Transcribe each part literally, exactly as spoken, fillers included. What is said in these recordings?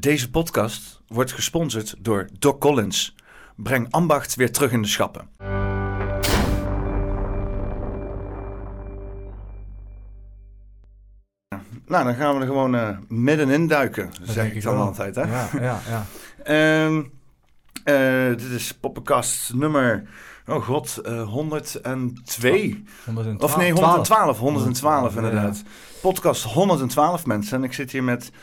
Deze podcast wordt gesponsord door Doc Collins. Breng ambacht weer terug in de schappen. Nou, dan gaan we er gewoon uh, middenin duiken, dat zeg ik, ik dan wel. altijd. Hè? Ja, ja, ja. um, uh, dit is Poppenkast nummer, oh god, uh, honderdtwee. honderdtwaalf. Of nee, honderdtwaalf, honderdtwaalf inderdaad. Ja. Podcast honderdtwaalf mensen en ik zit hier met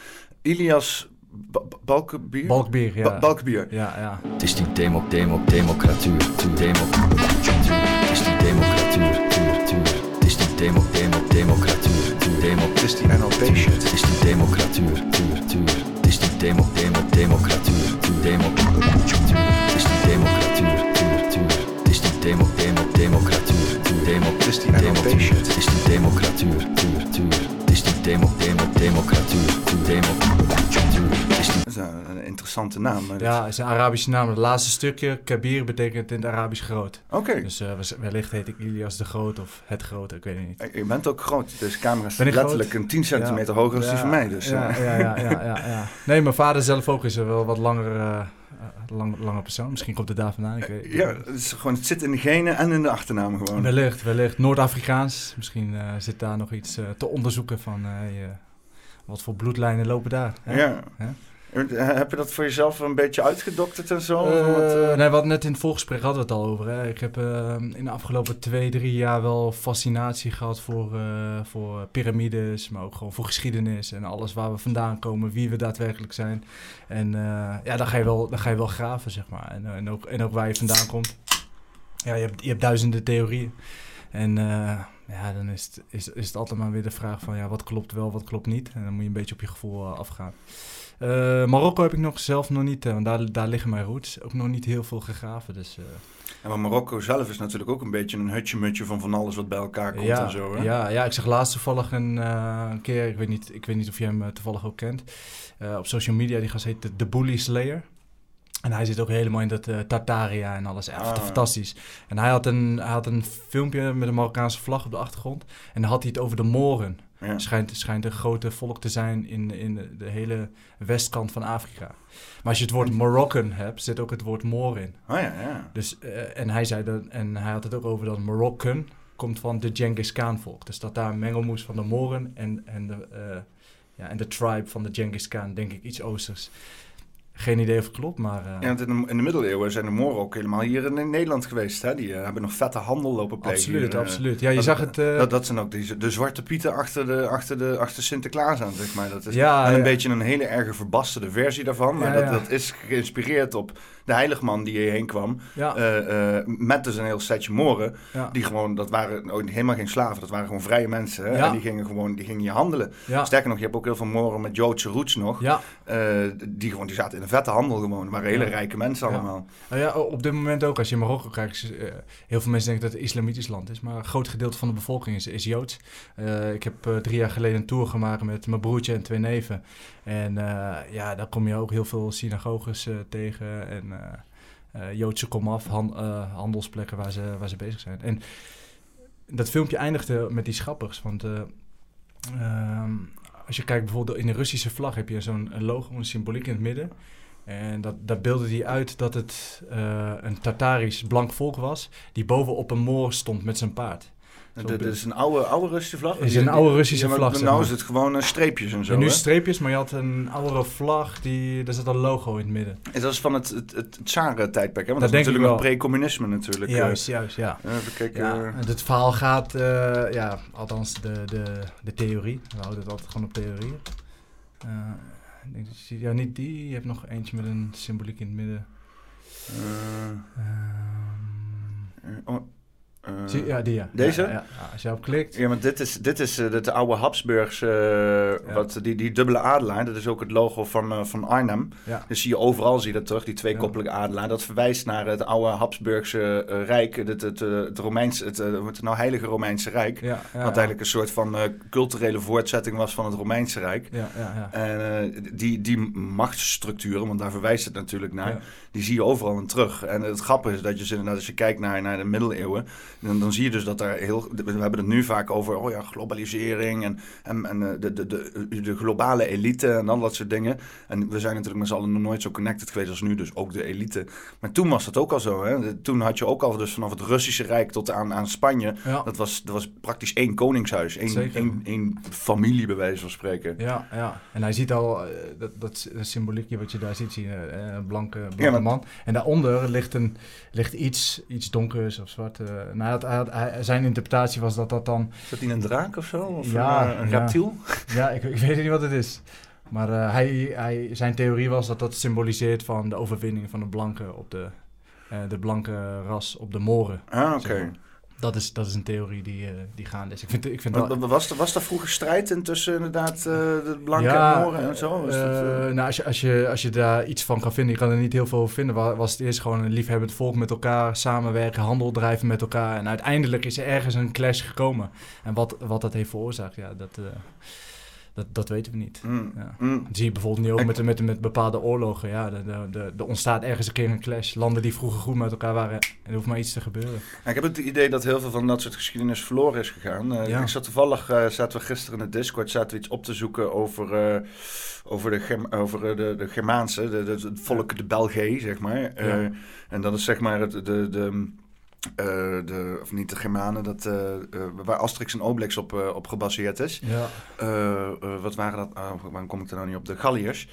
Ilias B- Balkenbier? Balkbier, ja. Ba- Balkenbier. Ja, ja. Het is die demo, demo, democratuur, tuur, demo, tuur. Het is die democratuur, tuur, tuur. Het is die demo, demo, democratuur, tuur, demo. Het is die N L P shit. Het is die democratuur, tuur, tuur. Het is die demo, demo, democratuur, tuur, demo, tuur. Het is die democratuur, tuur, tuur. Het is die demo, demo, democratuur, tuur, demo. Het is die N L P shit. Het is die democratuur, tuur, tuur. Het is die demo, demo, democratuur, tuur, demo, tuur. Dat is een, een interessante naam. Maar Ja, het is een Arabische naam. Het laatste stukje, Kabir, betekent in het Arabisch groot. Oké. Okay. Dus uh, wellicht heet ik Ilias de Groot of Het Grote, ik weet het niet. Je bent ook groot, dus de camera is Ben ik letterlijk groot? een tien centimeter Ja. hoger dan Ja, die van mij. Dus, ja, uh. ja, ja, ja, ja, ja. Nee, mijn vader zelf ook is er wel wat langer, uh, lang, langer persoon. Misschien komt het daar vandaan, ik weet, ik Ja, weet het, is gewoon, het zit in de genen en in de achternaam gewoon. Wellicht, wellicht. Noord-Afrikaans. Misschien uh, zit daar nog iets uh, te onderzoeken van uh, uh, wat voor bloedlijnen lopen daar. Hè? Ja. Hè? Heb je dat voor jezelf een beetje uitgedokterd en zo? Uh, wat, uh... Nee, we hadden net in het voorgesprek hadden we het al over. Hè. Ik heb uh, in de afgelopen twee, drie jaar wel fascinatie gehad voor, uh, voor piramides, maar ook gewoon voor geschiedenis en alles waar we vandaan komen, wie we daadwerkelijk zijn. En uh, ja, dan ga je wel, dan ga je wel graven, zeg maar. En, uh, en, ook, en ook waar je vandaan komt. Ja, je hebt, je hebt duizenden theorieën. En uh, ja, dan is het, is, is het altijd maar weer de vraag van ja, wat klopt wel, wat klopt niet. En dan moet je een beetje op je gevoel uh, afgaan. Uh, Marokko heb ik nog zelf nog niet, uh, want daar, daar liggen mijn roots. Ook nog niet heel veel gegraven, dus... Uh... Ja, maar Marokko zelf is natuurlijk ook een beetje een hutje-mutje van van alles wat bij elkaar komt ja, en zo, hè? Ja, ja, ik zag laatst toevallig een, uh, een keer, ik weet, niet, ik weet niet of je hem uh, toevallig ook kent, uh, op social media, die gast heet de, de Bully Slayer. En hij zit ook helemaal in dat uh, Tartaria en alles. Echt ah. fantastisch. En hij had, een, hij had een filmpje met een Marokkaanse vlag op de achtergrond. En dan had hij het over de Moren. Ja. Schijnt, schijnt een grote volk te zijn in, in de, de hele westkant van Afrika. Maar als je het woord Moroccan hebt, zit ook het woord Moor in. Oh ja, ja. Dus, uh, en, hij zei dat, en hij had het ook over dat Moroccan komt van de Genghis Khan volk. Dus dat daar een mengelmoes van de Moren en, en, de, uh, ja, en de tribe van de Genghis Khan, denk ik, iets oosters. Geen idee of het klopt, maar... Uh... Ja, want in de, in de middeleeuwen zijn de Moren ook helemaal hier in Nederland geweest. Hè? Die uh, hebben nog vette handel lopen plegen. Absoluut, hier, uh, absoluut. Ja, je dat, zag het... Uh... Dat, dat zijn ook die, de zwarte pieten achter, de, achter, de, achter Sinterklaas aan, zeg maar. Dat is ja, en een ja. beetje een hele erge verbasterde versie daarvan. Maar ja, dat, ja. dat is geïnspireerd op de heiligman die hierheen kwam. Ja. Uh, uh, met dus een heel setje Moren. Ja. Die gewoon, dat waren oh, helemaal geen slaven. Dat waren gewoon vrije mensen. Hè? Ja. En die gingen gewoon, die gingen hier handelen. Ja. Sterker nog, je hebt ook heel veel Moren met Joodse roots nog. Ja. Uh, die, gewoon, die zaten in een vette handel gewoon. Dat waren hele ja. rijke mensen ja. allemaal. Nou ja, op dit moment ook. Als je in Marokko kijkt, uh, heel veel mensen denken dat het een islamitisch land is. Maar een groot gedeelte van de bevolking is, is Joods. Uh, ik heb uh, drie jaar geleden een tour gemaakt met mijn broertje en twee neven. En uh, ja, daar kom je ook heel veel synagoges uh, tegen en... Uh, Uh, Joodse komaf, han, uh, handelsplekken waar ze, waar ze bezig zijn. En dat filmpje eindigde met iets grappigs. Want uh, uh, als je kijkt bijvoorbeeld in de Russische vlag... heb je zo'n een logo, een symboliek in het midden. En dat, dat beeldde die uit dat het uh, een Tartarisch blank volk was... die bovenop een moor stond met zijn paard. Dit is een oude, oude Russische vlag? Het is een oude Russische ja, vlag, Nou zeg maar. is het gewoon uh, streepjes en zo, en nu hè? streepjes, maar je had een oudere vlag, die, daar zat een logo in het midden. En dat is van het, het, het, het Tsaren-tijdperk, hè? Want dat, dat is natuurlijk nog wel. pre-communisme natuurlijk. Juist, uh, juist, ja. Uh, even kijken. Ja, uh, het verhaal gaat, uh, ja, althans de, de, de theorie. We houden het altijd gewoon op theorieën. Uh, ik denk dat je, ja, niet die. Je hebt nog eentje met een symboliek in het midden. Uh, um, uh, oh. Uh, Zie, ja, die ja. Deze? Ja, ja, ja, als je op klikt. Ja, maar dit is, dit is uh, de oude Habsburgs, uh, ja. wat, die, die dubbele adelaar. Dat is ook het logo van, uh, van Arnhem. Ja. Dus zie je overal zie je dat terug, die tweekoppelige ja. adelaar. Dat verwijst naar het oude Habsburgse uh, Rijk, het, het, het, het, Romeins, het, het nou heilige Romeinse Rijk. Ja, ja, wat eigenlijk ja. een soort van uh, culturele voortzetting was van het Romeinse Rijk. Ja, ja, ja. En uh, die, die machtsstructuren, want daar verwijst het natuurlijk naar, ja. die zie je overal in terug. En het grappige is dat je inderdaad, als je kijkt naar, naar de middeleeuwen, dan, dan zie je dus dat er heel... We hebben het nu vaak over oh ja, globalisering en, en, en de, de, de, de globale elite en al dat soort dingen. En we zijn natuurlijk met z'n allen nog nooit zo connected geweest als nu, dus ook de elite. Maar toen was dat ook al zo. Hè? Toen had je ook al dus vanaf het Russische Rijk tot aan, aan Spanje. Ja. Dat, was, dat was praktisch één koningshuis. Één, één, één familie, bij wijze van spreken. Ja, ja. En hij ziet al uh, dat, dat symboliekje wat je daar ziet, zie je, uh, een blanke, blanke ja, maar... man. En daaronder ligt, een, ligt iets, iets donkers of zwart. Uh, nou, het, hij, hij, zijn interpretatie was dat dat dan... Is dat in een draak of zo? Of ja, een, een ja. reptiel? Ja, ik, ik weet niet wat het is. Maar uh, hij, hij, zijn theorie was dat dat symboliseert van de overwinning van de blanke op de, uh, de blanke ras op de Moren. Ah, oké. Okay. Dat is, dat is een theorie die, uh, die gaande is. Ik vind, ik vind was, dat... was, er, was er vroeger strijd intussen inderdaad uh, de blanke ja, en Moren en zo? Uh, dat, uh... nou, als je, als, je, als je daar iets van kan vinden, je kan er niet heel veel over vinden. Was het eerst gewoon een liefhebbend volk met elkaar, samenwerken, handel drijven met elkaar. En uiteindelijk is er ergens een clash gekomen. En wat, wat dat heeft veroorzaakt, ja, dat... Uh, Dat, dat weten we niet. Mm, ja. mm. Dat zie je bijvoorbeeld nu ook met, met, met bepaalde oorlogen. Ja, er ontstaat ergens een keer een clash. Landen die vroeger goed met elkaar waren. En er hoeft maar iets te gebeuren. Ja, ik heb het idee dat heel veel van dat soort geschiedenis verloren is gegaan. Uh, ja. Ik zat toevallig, uh, zaten we gisteren in de Discord, zaten we iets op te zoeken over, uh, over, de, Germ- over de, de Germaanse, de, de, het volk, de Belgen, zeg maar. Uh, ja. En dat is zeg maar het, de... de Uh, de, of niet de Germanen, dat, uh, uh, waar Asterix en Obelix op, uh, op gebaseerd is. Ja. Uh, uh, wat waren dat? Oh, waarom kom ik er nou niet op? De Galliërs.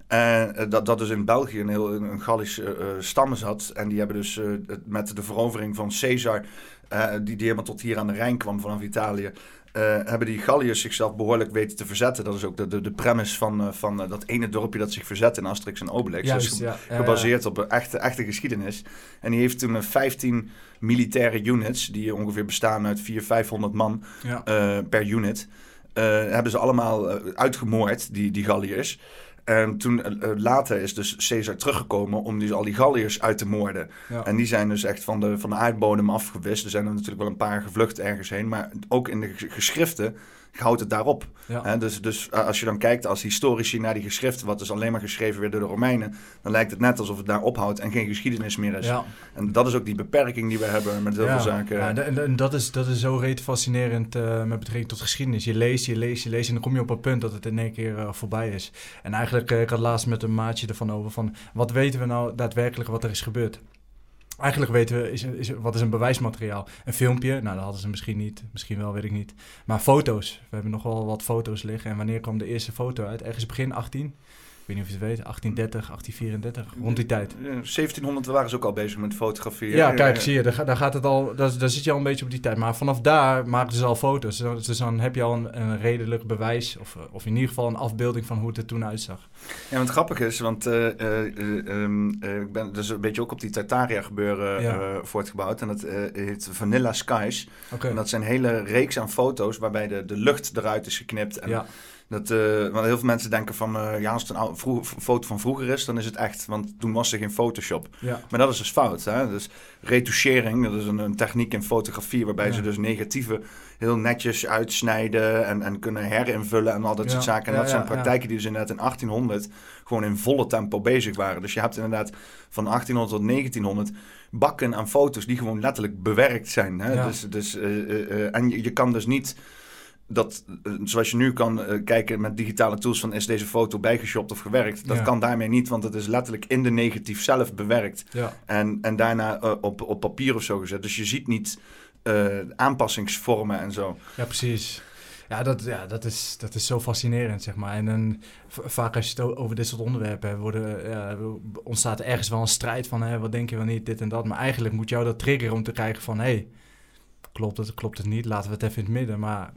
En uh, dat, dat dus in België een heel een Gallisch uh, stam zat. En die hebben dus uh, met de verovering van Caesar, uh, die, die helemaal tot hier aan de Rijn kwam vanaf Italië, Uh, hebben die Galliërs zichzelf behoorlijk weten te verzetten. Dat is ook de, de, de premise van, uh, van uh, dat ene dorpje dat zich verzet in Asterix en Obelix. Juist, dat is ge- ja. gebaseerd ja, ja. op een echte, echte geschiedenis. En die heeft toen uh, vijftien militaire units, die ongeveer bestaan uit vierhonderd, vijfhonderd man ja. uh, per unit. Uh, hebben ze allemaal uh, uitgemoord, die, die Galliërs. En toen uh, later is dus Caesar teruggekomen om dus al die Galliërs uit te moorden. Ja. En die zijn dus echt van de, van de aardbodem afgewist. Er zijn er natuurlijk wel een paar gevlucht ergens heen. Maar ook in de geschriften houdt het daarop. Ja. He, dus, dus als je dan kijkt als historici naar die geschriften, wat dus alleen maar geschreven werd door de Romeinen, dan lijkt het net alsof het daar ophoudt en geen geschiedenis meer is. Ja. En dat is ook die beperking die we hebben met heel ja. veel zaken. Ja, en, en dat, is, dat is zo reet fascinerend uh, met betrekking tot geschiedenis. Je leest, je leest, je leest en dan kom je op een punt dat het in één keer uh, voorbij is. En eigenlijk, uh, ik had laatst met een maatje ervan over van, wat weten we nou daadwerkelijk wat er is gebeurd? Eigenlijk weten we, is, is, wat is een bewijsmateriaal? Een filmpje, nou dat hadden ze misschien niet, misschien wel, weet ik niet. Maar foto's, we hebben nog wel wat foto's liggen. En wanneer kwam de eerste foto uit? Ergens begin achttien? Ik weet niet of je het weet, achttien dertig, achttien vierendertig, rond die tijd. zeventienhonderd waren ze ook al bezig met fotografie. Ja, kijk, zie je, daar, daar gaat het al, daar, daar zit je al een beetje op die tijd. Maar vanaf daar maken ze al foto's. Dus dan heb je al een, een redelijk bewijs, of, of in ieder geval een afbeelding van hoe het er toen uitzag. Ja, wat grappig is, want uh, uh, um, uh, ik ben dus een beetje ook op die Tartaria gebeuren ja. uh, voortgebouwd. En dat uh, heet Vanilla Skies. Okay. En dat zijn hele reeks aan foto's waarbij de, de lucht eruit is geknipt. En ja. Dat, uh, want heel veel mensen denken van, uh, ja, als het een oude, vroeg, foto van vroeger is, dan is het echt. Want toen was er geen Photoshop. Ja. Maar dat is dus fout. Hè? Dus retouchering, dat is een, een techniek in fotografie waarbij ja. ze dus negatieve heel netjes uitsnijden en, en kunnen herinvullen en al dat ja. soort zaken. En ja, dat ja, zijn praktijken ja. die dus inderdaad in achttienhonderd gewoon in volle tempo bezig waren. Dus je hebt inderdaad van achttienhonderd tot negentienhonderd bakken aan foto's die gewoon letterlijk bewerkt zijn. Hè? Ja. Dus, dus, uh, uh, uh, en je, je kan dus niet... Dat, zoals je nu kan uh, kijken met digitale tools van is deze foto bijgeshopt of gewerkt. Dat ja. kan daarmee niet, want het is letterlijk in de negatief zelf bewerkt. Ja. En, en daarna uh, op, op papier of zo gezet. Dus je ziet niet uh, aanpassingsvormen en zo. Ja, precies. Ja, dat, ja dat, is, dat is zo fascinerend, zeg maar. En dan, v- vaak als je het over dit soort onderwerpen hebt, worden, ja, ontstaat er ergens wel een strijd van, hè, wat denk je wel niet, dit en dat. Maar eigenlijk moet jou dat triggeren om te krijgen van, hé, hey, klopt het, klopt het niet? Laten we het even in het midden, maar...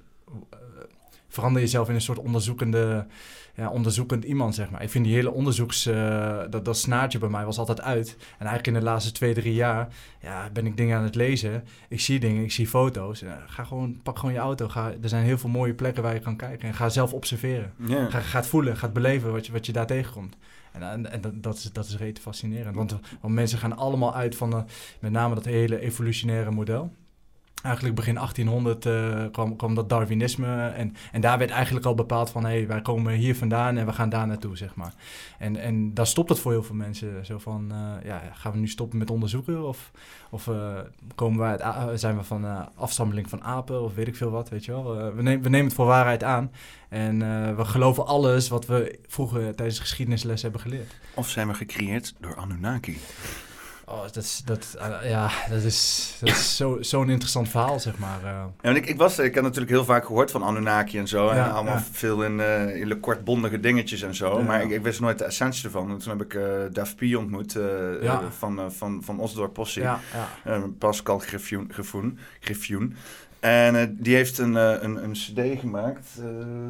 verander jezelf in een soort onderzoekende, ja, onderzoekend iemand, zeg maar. Ik vind die hele onderzoeks... Uh, dat, dat snaartje bij mij was altijd uit. En eigenlijk in de laatste twee, drie jaar... ja, ben ik dingen aan het lezen. Ik zie dingen, ik zie foto's. Uh, ga gewoon, pak gewoon je auto. Ga, er zijn heel veel mooie plekken waar je kan kijken. En ga zelf observeren. Yeah. Ga, ga het voelen, ga het beleven wat je, wat je daar tegenkomt. En, en, en dat, dat is, dat is rete fascinerend. Want, want mensen gaan allemaal uit van... Uh, met name dat hele evolutionaire model... Eigenlijk begin achttienhonderd uh, kwam, kwam dat Darwinisme en, en daar werd eigenlijk al bepaald van... hé, hey, wij komen hier vandaan en we gaan daar naartoe, zeg maar. En, en daar stopt het voor heel veel mensen. Zo van, uh, ja, gaan we nu stoppen met onderzoeken? Of, of uh, komen wij uit, zijn we van uh, afstammeling van apen of weet ik veel wat, weet je wel? Uh, we, neem, we nemen het voor waarheid aan en uh, we geloven alles wat we vroeger tijdens de geschiedenisles hebben geleerd. Of zijn we gecreëerd door Anunnaki? Oh, dat is, dat, uh, ja, dat is, dat is zo, zo'n interessant verhaal, zeg maar. Uh. Ja, want ik, ik, was, ik heb natuurlijk heel vaak gehoord van Anunnaki en zo. Ja, en allemaal ja. veel in, uh, in kortbondige dingetjes en zo. Ja. Maar ik, ik wist nooit de essentie ervan. En toen heb ik uh, Daf P ontmoet uh, Ja. uh, van, uh, van, van Osdorp Possie. Ja, ja. Uh, Pascal Griffioen. Griffioen, Griffioen. En uh, die heeft een, uh, een, een cd gemaakt... Uh,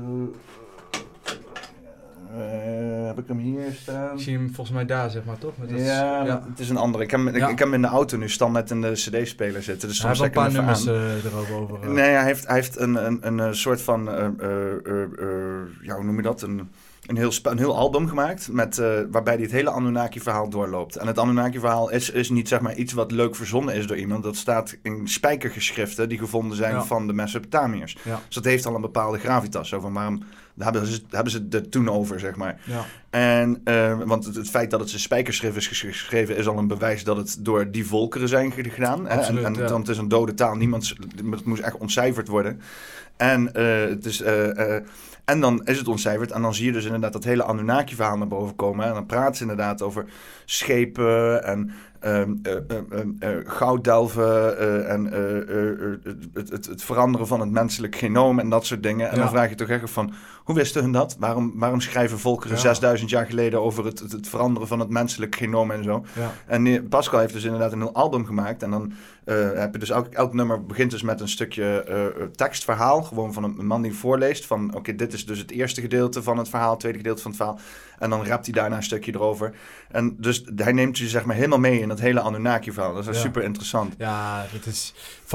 Uh, heb ik hem hier staan? Ik zie hem volgens mij daar, zeg maar, toch? Met dat ja, is, ja, het is een andere. Ik heb, ik, ja. ik heb hem in de auto nu standaard in de cd-speler zitten. Dus hij soms heeft wel een paar nummers uh, erover. over, uh. Nee, hij heeft, hij heeft een, een, een, een soort van... Uh, uh, uh, uh, ja, hoe noem je dat? Een, een, heel, sp- een heel album gemaakt met, uh, waarbij hij het hele Anunnaki-verhaal doorloopt. En het Anunnaki-verhaal is, is niet zeg maar iets wat leuk verzonnen is door iemand. Dat staat in spijkergeschriften die gevonden zijn ja. van de Mesopotamiërs. Ja. Dus dat heeft al een bepaalde gravitas. Zo van waarom... Daar hebben ze, daar hebben ze het toen over, zeg maar. Ja. En, uh, want het, het feit dat het zijn spijkerschrift is geschreven... is al een bewijs dat het door die volkeren zijn gedaan. Absoluut, en en ja. dan, het is een dode taal. Niemand, het moest echt ontcijferd worden. En, uh, het is, uh, uh, en dan is het ontcijferd. En dan zie je dus inderdaad dat hele Anunnaki-verhaal naar boven komen. Hè? En dan praten ze inderdaad over schepen en... Um, uh, uh, uh, uh, gouddelven uh, en uh, uh, uh, het, het, het veranderen van het menselijk genoom en dat soort dingen. En ja. dan vraag je toch echt van, hoe wisten hun dat? Waarom, waarom schrijven volkeren ja. zesduizend jaar geleden over het, het, het veranderen van het menselijk genoom en zo? Ja. En uh, Pascal heeft dus inderdaad een heel album gemaakt. En dan uh, heb je dus elk, elk nummer begint dus met een stukje uh, tekstverhaal. Gewoon van een, een man die voorleest van, oké, okay, dit is dus het eerste gedeelte van het verhaal, het tweede gedeelte van het verhaal. En dan rapt hij daarna een stukje erover. En dus hij neemt je zeg maar helemaal mee in het hele Anunnaki-verhaal. Dat is ja. super interessant. Ja, het is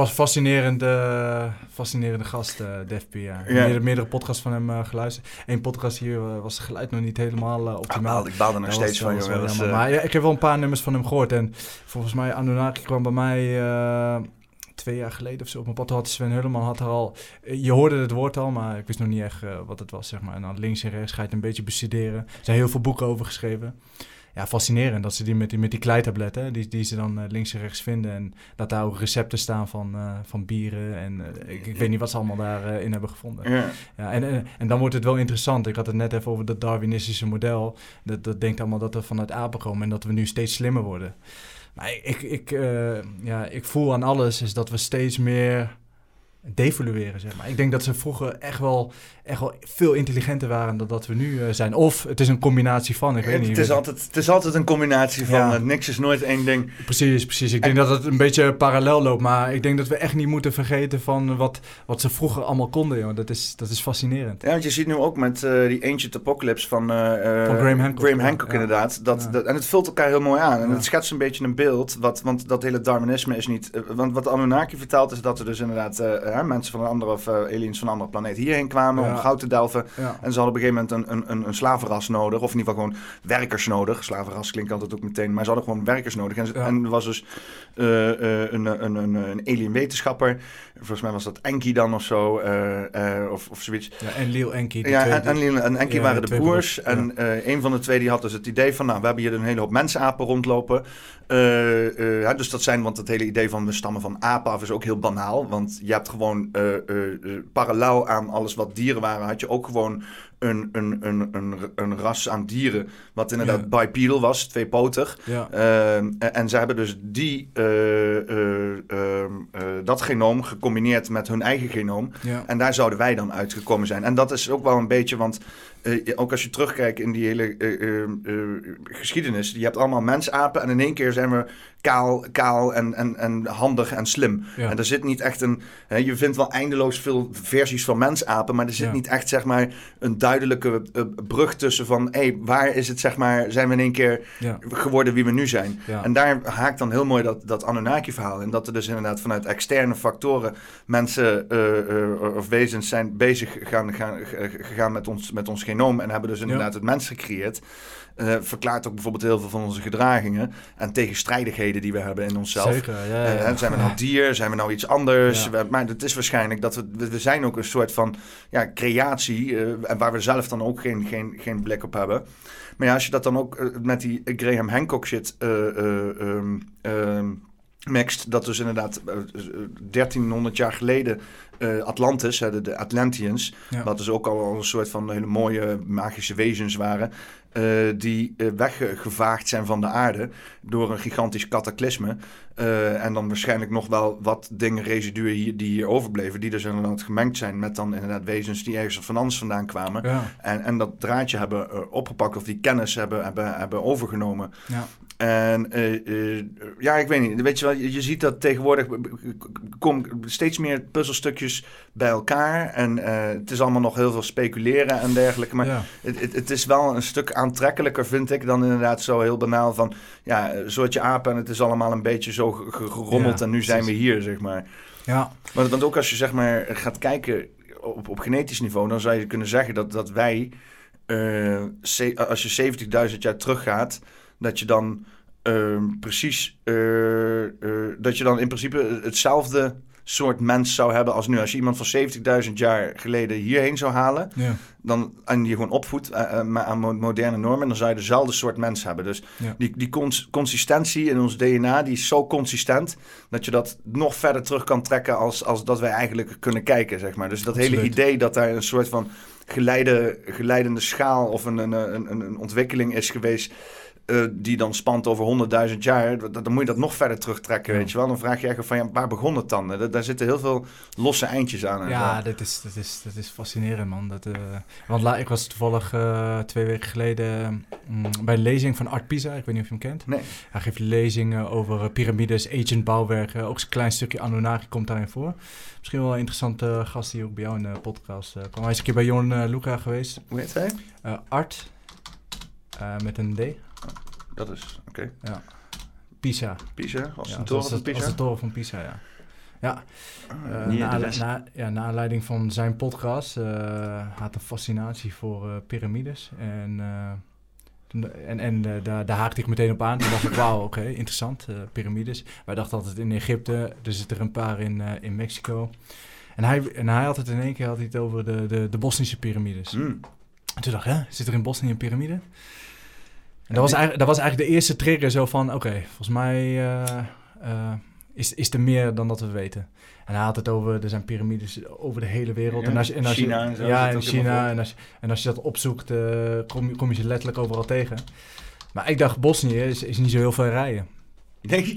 fascinerende, fascinerende gast, uh, Daf P. Ja. Ik heb ja. meerdere, meerdere podcasts van hem uh, geluisterd. Eén podcast hier uh, was het geluid nog niet helemaal uh, optimaal. Ah, ik baal er nog dat steeds van, jongen. Was, uh... Maar ja, ik heb wel een paar nummers van hem gehoord. En volgens mij, Anunnaki kwam bij mij... Uh, twee jaar geleden of zo op mijn pad had Sven Hulleman had er al... Je hoorde het woord al, maar ik wist nog niet echt uh, wat het was, zeg maar. En dan links en rechts ga je het een beetje bestuderen. Er zijn heel veel boeken over geschreven. Ja, fascinerend dat ze die met die, met die kleitabletten, die, die ze dan uh, links en rechts vinden. En dat daar ook recepten staan van, uh, van bieren. En uh, ik, ik weet niet wat ze allemaal daarin uh, hebben gevonden. Ja. Ja, en, en, en dan wordt het wel interessant. Ik had het net even over dat Darwinistische model. Dat, dat denkt allemaal dat we vanuit apen komen en dat we nu steeds slimmer worden. Maar ik, ik, uh, ja, ik voel aan alles is dat we steeds meer devalueren, zeg maar. Ik denk dat ze vroeger echt wel, echt wel veel intelligenter waren dan dat we nu uh, zijn. Of het is een combinatie van, ik weet het niet. Is altijd, het is altijd een combinatie van, ja. uh, niks is nooit één ding. Precies, precies. Ik denk en... dat het een beetje parallel loopt, maar ik denk dat we echt niet moeten vergeten van wat, wat ze vroeger allemaal konden, joh. Dat is, dat is fascinerend. Ja, want je ziet nu ook met uh, die Ancient Apocalypse van, uh, van Graham Hancock, Graham Hancock ja. inderdaad. Dat, ja. dat, en het vult elkaar heel mooi aan. En ja. het schetst een beetje een beeld, wat, want dat hele Darwinisme is niet... Uh, want wat Anunnaki vertelt is dat er dus inderdaad uh, uh, mensen van een andere of uh, aliens van een andere planeet hierheen kwamen ja. om goud te delven. Ja. En ze hadden op een gegeven moment een, een, een slavenras nodig. Of in ieder geval gewoon werkers nodig. Slavenras klinkt altijd ook meteen. Maar ze hadden gewoon werkers nodig. En, ja. en er was dus uh, uh, een, een, een, een alien wetenschapper. Volgens mij was dat Enki dan of zo. Uh, uh, of, of zoiets. Ja, en Lil Enki. Ja, twee, en, en Lil en Enki ja, waren de broers. broers. En ja. uh, een van de twee die had dus het idee van... Nou, we hebben hier een hele hoop mensapen rondlopen. Uh, uh, ja, dus dat zijn... Want het hele idee van we stammen van apen af is ook heel banaal. Want je hebt gewoon... Uh, uh, uh, parallel aan alles wat dieren waren... had je ook gewoon... Een, een, een, een, een ras aan dieren, wat inderdaad ja. bipedal was, tweepotig. Ja. Uh, en ze hebben dus die, uh, uh, uh, uh, dat genoom gecombineerd met hun eigen genoom. Ja. En daar zouden wij dan uitgekomen zijn. En dat is ook wel een beetje, want uh, ook als je terugkijkt in die hele uh, uh, uh, geschiedenis, je hebt allemaal mensapen en in één keer zijn we kaal, kaal en, en, en handig en slim. Ja. En er zit niet echt een... Hè, je vindt wel eindeloos veel versies van mensapen, maar er zit ja. niet echt, zeg maar, een duidelijke uh, brug tussen van... hé, hey, waar is het, zeg maar, zijn we in één keer ja. geworden wie we nu zijn? Ja. En daar haakt dan heel mooi dat, dat Anunnaki-verhaal in. Dat er dus inderdaad vanuit externe factoren mensen uh, uh, of wezens zijn bezig gaan, gaan, gegaan met ons, met ons genoom en hebben dus inderdaad ja. het mens gecreëerd. Uh, verklaart ook bijvoorbeeld heel veel van onze gedragingen en tegenstrijdigheden die we hebben in onszelf. Zeker, ja, ja, ja. Uh, zijn we nou dier? Zijn we nou iets anders? Ja. We, maar het is waarschijnlijk dat we, we zijn ook een soort van ja, creatie uh, en waar we zelf dan ook geen, geen, geen blik op hebben. Maar ja, als je dat dan ook uh, met die Graham Hancock shit uh, uh, um, um, mixt, dat dus inderdaad uh, dertienhonderd jaar geleden uh, Atlantis, de, de Atlanteans, ja. wat dus ook al een soort van hele mooie magische wezens waren, uh, die uh, weggevaagd zijn van de aarde door een gigantisch cataclysme. Uh, en dan waarschijnlijk nog wel wat dingen, residuen hier, die hier overbleven, die dus inderdaad gemengd zijn met dan inderdaad wezens die ergens van anders vandaan kwamen. Ja. En, en dat draadje hebben uh, opgepakt of die kennis hebben, hebben, hebben overgenomen. Ja. En uh, uh, ja, ik weet niet. Weet je wel, je, je ziet dat tegenwoordig komen steeds meer puzzelstukjes bij elkaar. En uh, het is allemaal nog heel veel speculeren en dergelijke. Maar ja. het, het, het is wel een stuk aantrekkelijker, vind ik, dan inderdaad zo heel banaal van ja, een soortje apen en het is allemaal een beetje zo gerommeld ja, en nu zijn we hier, zeg maar. Ja. Want, want ook als je zeg maar gaat kijken op, op genetisch niveau, dan zou je kunnen zeggen dat, dat wij, uh, ze, als je zeventigduizend jaar teruggaat, dat je dan uh, precies, uh, uh, dat je dan in principe hetzelfde soort mens zou hebben als nu. Als je iemand van zeventigduizend jaar geleden hierheen zou halen, ja. dan, en die gewoon opvoedt uh, aan moderne normen, dan zou je dezelfde soort mens hebben. Dus ja. die, die cons- consistentie in ons D N A, die is zo consistent, dat je dat nog verder terug kan trekken als, als dat wij eigenlijk kunnen kijken, zeg maar. Dus dat Absoluut. hele idee dat daar een soort van geleide, geleidende schaal of een, een, een, een ontwikkeling is geweest, Uh, die dan spant over honderdduizend jaar, dan, dan moet je dat nog verder terugtrekken, ja. weet je wel. Dan vraag je eigenlijk van, ja, waar begon het dan? Daar, daar zitten heel veel losse eindjes aan. Ja, dat is, dat, is, dat is fascinerend, man. Dat, uh, want la, ik was toevallig uh, twee weken geleden um, bij een lezing van Art Pisa. Ik weet niet of je hem kent. Nee. Hij geeft lezingen over uh, piramides, ancient bouwwerken. Ook een klein stukje Anunnaki komt daarin voor. Misschien wel een interessante gast die ook bij jou in de podcast uh, kwam. Hij is een keer bij Jon uh, Luca geweest. Hoe heet hij? Uh, Art, uh, met een D. Dat is, oké. Okay. Ja. Pisa. Pisa, als ja, een toren van Pisa? Als de toren van Pisa, ja. Ja, uh, na, na, ja, naar aanleiding van zijn podcast uh, had een fascinatie voor uh, piramides. En, uh, en, en uh, daar, daar haakte ik meteen op aan. Toen dacht ik, wauw, oké, okay, interessant, uh, piramides. Wij dachten altijd in Egypte, er zitten er een paar in, uh, in Mexico. En hij, en hij had het in één keer had hij het over de, de, de Bosnische piramides. Mm. En toen dacht ik, hè, zit er in Bosnië een piramide? En dat was, eigenlijk, dat was eigenlijk de eerste trigger zo van, oké, okay, volgens mij uh, uh, is, is er meer dan dat we weten. En hij had het over, er zijn piramides over de hele wereld. Ja, en als je, en als China je, en zo. Ja, in China. En als, en als je dat opzoekt, uh, kom, kom je ze letterlijk overal tegen. Maar ik dacht, Bosnië is, is niet zo heel veel rijden. Nee.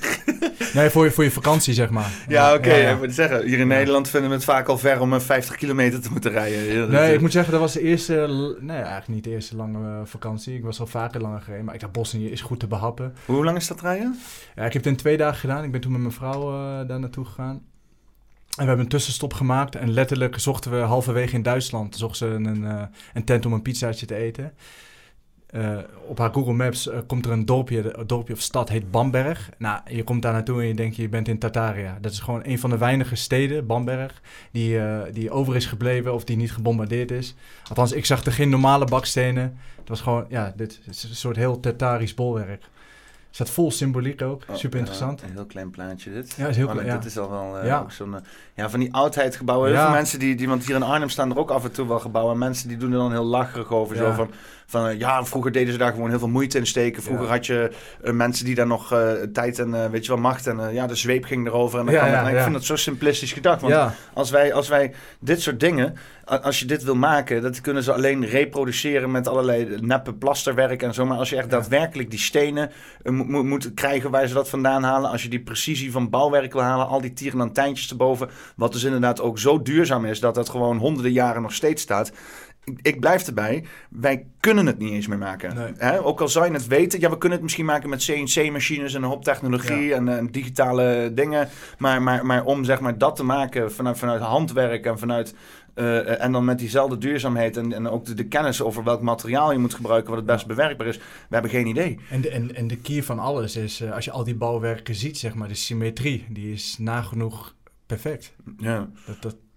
Nee, voor je, voor je vakantie, zeg maar. Ja, ja oké. Okay, ja, ja. Ik moet zeggen, hier in ja. Nederland vinden we het vaak al ver om vijftig kilometer te moeten rijden. Ja, nee, ik moet zeggen, dat was de eerste... Nee, eigenlijk niet de eerste lange vakantie. Ik was al vaker langer gereden. Maar ik dacht, Bosnië is goed te behappen. Hoe lang is dat rijden? Ja, ik heb het in twee dagen gedaan. Ik ben toen met mijn vrouw uh, daar naartoe gegaan. En we hebben een tussenstop gemaakt. En letterlijk zochten we halverwege in Duitsland... zochten ze een, uh, een tent om een pizzaatje te eten. Uh, op haar Google Maps uh, komt er een dorpje, een dorpje of stad, heet Bamberg. Nou, je komt daar naartoe en je denkt, je bent in Tartaria. Dat is gewoon een van de weinige steden, Bamberg, die, uh, die over is gebleven of die niet gebombardeerd is. Althans, ik zag er geen normale bakstenen. Het was gewoon, ja, dit is een soort heel Tartarisch bolwerk. Er staat vol symboliek ook, oh, super interessant. Ja, een heel klein plaatje dit. Ja, is heel klein. Ja. Dit is al wel uh, ja. ook zo'n... Uh, ja, van die oudheidgebouwen. Heel ja. veel mensen die, die... Want hier in Arnhem staan er ook af en toe wel gebouwen. En mensen die doen er dan heel lacherig over. Ja. Zo van... Van, uh, ja, vroeger deden ze daar gewoon heel veel moeite in steken. Vroeger ja. had je uh, mensen die daar nog uh, tijd en uh, weet je wel, macht en uh, ja, de zweep ging erover. En, dan ja, kan, ja, en ja. ik vind dat zo simplistisch gedacht. Want ja. als, wij, als wij dit soort dingen, als je dit wil maken, dat kunnen ze alleen reproduceren met allerlei neppe plasterwerk en zo. Maar als je echt ja. daadwerkelijk die stenen uh, mo- moet krijgen waar ze dat vandaan halen. Als je die precisie van bouwwerk wil halen, al die tierenantijntjes erboven. Wat dus inderdaad ook zo duurzaam is dat dat gewoon honderden jaren nog steeds staat. Ik blijf erbij, wij kunnen het niet eens meer maken. Nee. Hè? Ook al zou je het weten, ja, we kunnen het misschien maken met C N C-machines en een hoop technologie ja. en, en digitale dingen. Maar, maar, maar om zeg maar, dat te maken vanuit, vanuit handwerk en vanuit... Uh, en dan met diezelfde duurzaamheid en, en ook de, de kennis over welk materiaal je moet gebruiken, wat het best bewerkbaar is. We hebben geen idee. En de, en, en de key van alles is, uh, als je al die bouwwerken ziet, zeg maar, de symmetrie, die is nagenoeg perfect. Ja. Dat, dat,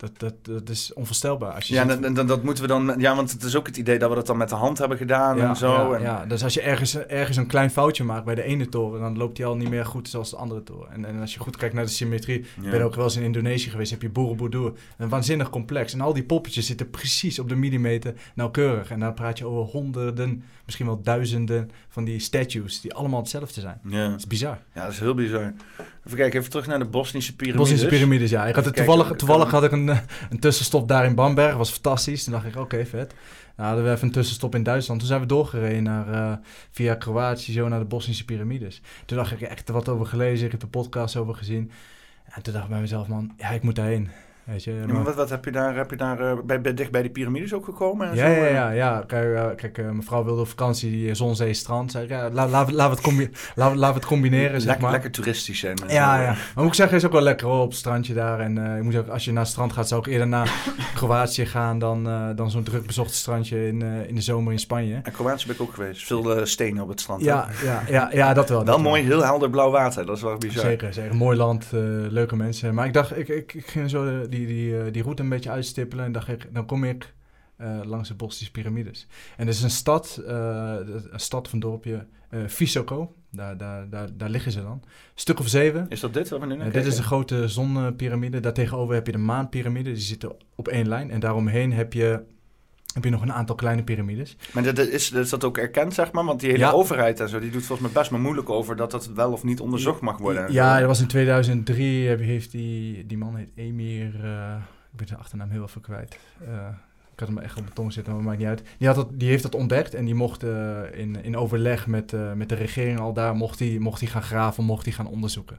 Dat, dat, dat is onvoorstelbaar. Als je ja, ziet... en dat, dat moeten we dan... Ja, want het is ook het idee dat we dat dan met de hand hebben gedaan ja, en zo. Ja, en... ja, dus als je ergens, ergens een klein foutje maakt bij de ene toren, dan loopt die al niet meer goed zoals de andere toren. En, en als je goed kijkt naar de symmetrie, ja. Ik ben ook wel eens in Indonesië geweest, heb je Borobudur. Een waanzinnig complex. En al die poppetjes zitten precies op de millimeter nauwkeurig. En dan praat je over honderden, misschien wel duizenden van die statues die allemaal hetzelfde zijn. Ja. Dat is bizar. Ja, dat is heel bizar. Even kijken, even terug naar de Bosnische piramides. Bosnische piramides, ja. Ik had het kijken, toevallig toevallig had ik een, een tussenstop daar in Bamberg. Dat was fantastisch. Toen dacht ik, oké, okay, vet. Nou, hadden we even een tussenstop in Duitsland. Toen zijn we doorgereden naar, uh, via Kroatië zo naar de Bosnische piramides. Toen dacht ik echt wat over gelezen. Ik heb de podcast over gezien. En toen dacht ik bij mezelf, man, ja, ik moet daarheen. Weet je, ja, maar wat, wat heb je daar, heb je daar uh, bij, bij, dicht bij die piramides ook gekomen? En ja, zo? ja, ja, ja. Kijk, uh, kijk uh, mijn vrouw wilde op vakantie, die zon, zee, strand. Zei ik, ja, laten la, la, la we, het combi- la, la we het combineren, zeg lekker, maar. Lekker toeristisch zijn. Ja, ja. Maar moet ik zeggen, is ook wel lekker hoor, op het strandje daar. En uh, je moet ook, als je naar het strand gaat, zou ik eerder naar Kroatië gaan dan, uh, dan zo'n druk bezocht strandje in, uh, in de zomer in Spanje. En Kroatië ben ik ook geweest. Veel uh, stenen op het strand. Ja, ja, ja, ja, dat wel. Wel dat mooi, wel. heel helder blauw water. Dat is wel bizar. Zeker, zeker. Mooi land, uh, leuke mensen. Maar ik dacht, ik, ik, ik ging zo de, die, die, uh, die route een beetje uitstippelen. En dacht ik, dan kom ik uh, langs de Bosnische piramides. En er is een stad, uh, een stad van dorpje, uh, Visoko. Daar, daar, daar, daar liggen ze dan. Een stuk of zeven. Is dat dit wat we nu naar uh, Dit is de grote zonpiramide. Daartegenover heb je de maanpiramide. Die zitten op één lijn. En daaromheen heb je... heb je nog een aantal kleine piramides. Maar dat is, is dat ook erkend, zeg maar? Want die hele ja. overheid en zo, die doet volgens mij best maar moeilijk over dat dat wel of niet onderzocht mag worden. Ja, dat was in tweeduizend drie, heeft die, die man heet Emir, uh, ik ben zijn achternaam heel even kwijt. Uh, ik had hem echt op mijn tong zitten, maar maakt niet uit. Die, had dat, die heeft dat ontdekt en die mocht uh, in, in overleg met, uh, met de regering al daar, mocht hij mocht die gaan graven, mocht hij gaan onderzoeken.